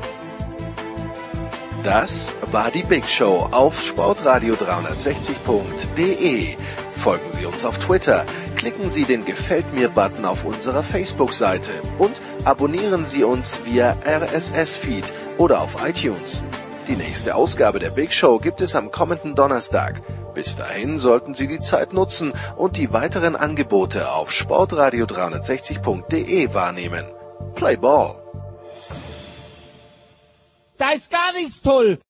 Das war die Big Show auf sportradio dreihundertsechzig punkt de. Folgen Sie uns auf Twitter, klicken Sie den Gefällt mir-Button auf unserer Facebook-Seite und abonnieren Sie uns via R S S-Feed oder auf iTunes. Die nächste Ausgabe der Big Show gibt es am kommenden Donnerstag. Bis dahin sollten Sie die Zeit nutzen und die weiteren Angebote auf sportradio dreihundertsechzig punkt de wahrnehmen. Play Ball! Da ist gar nichts toll.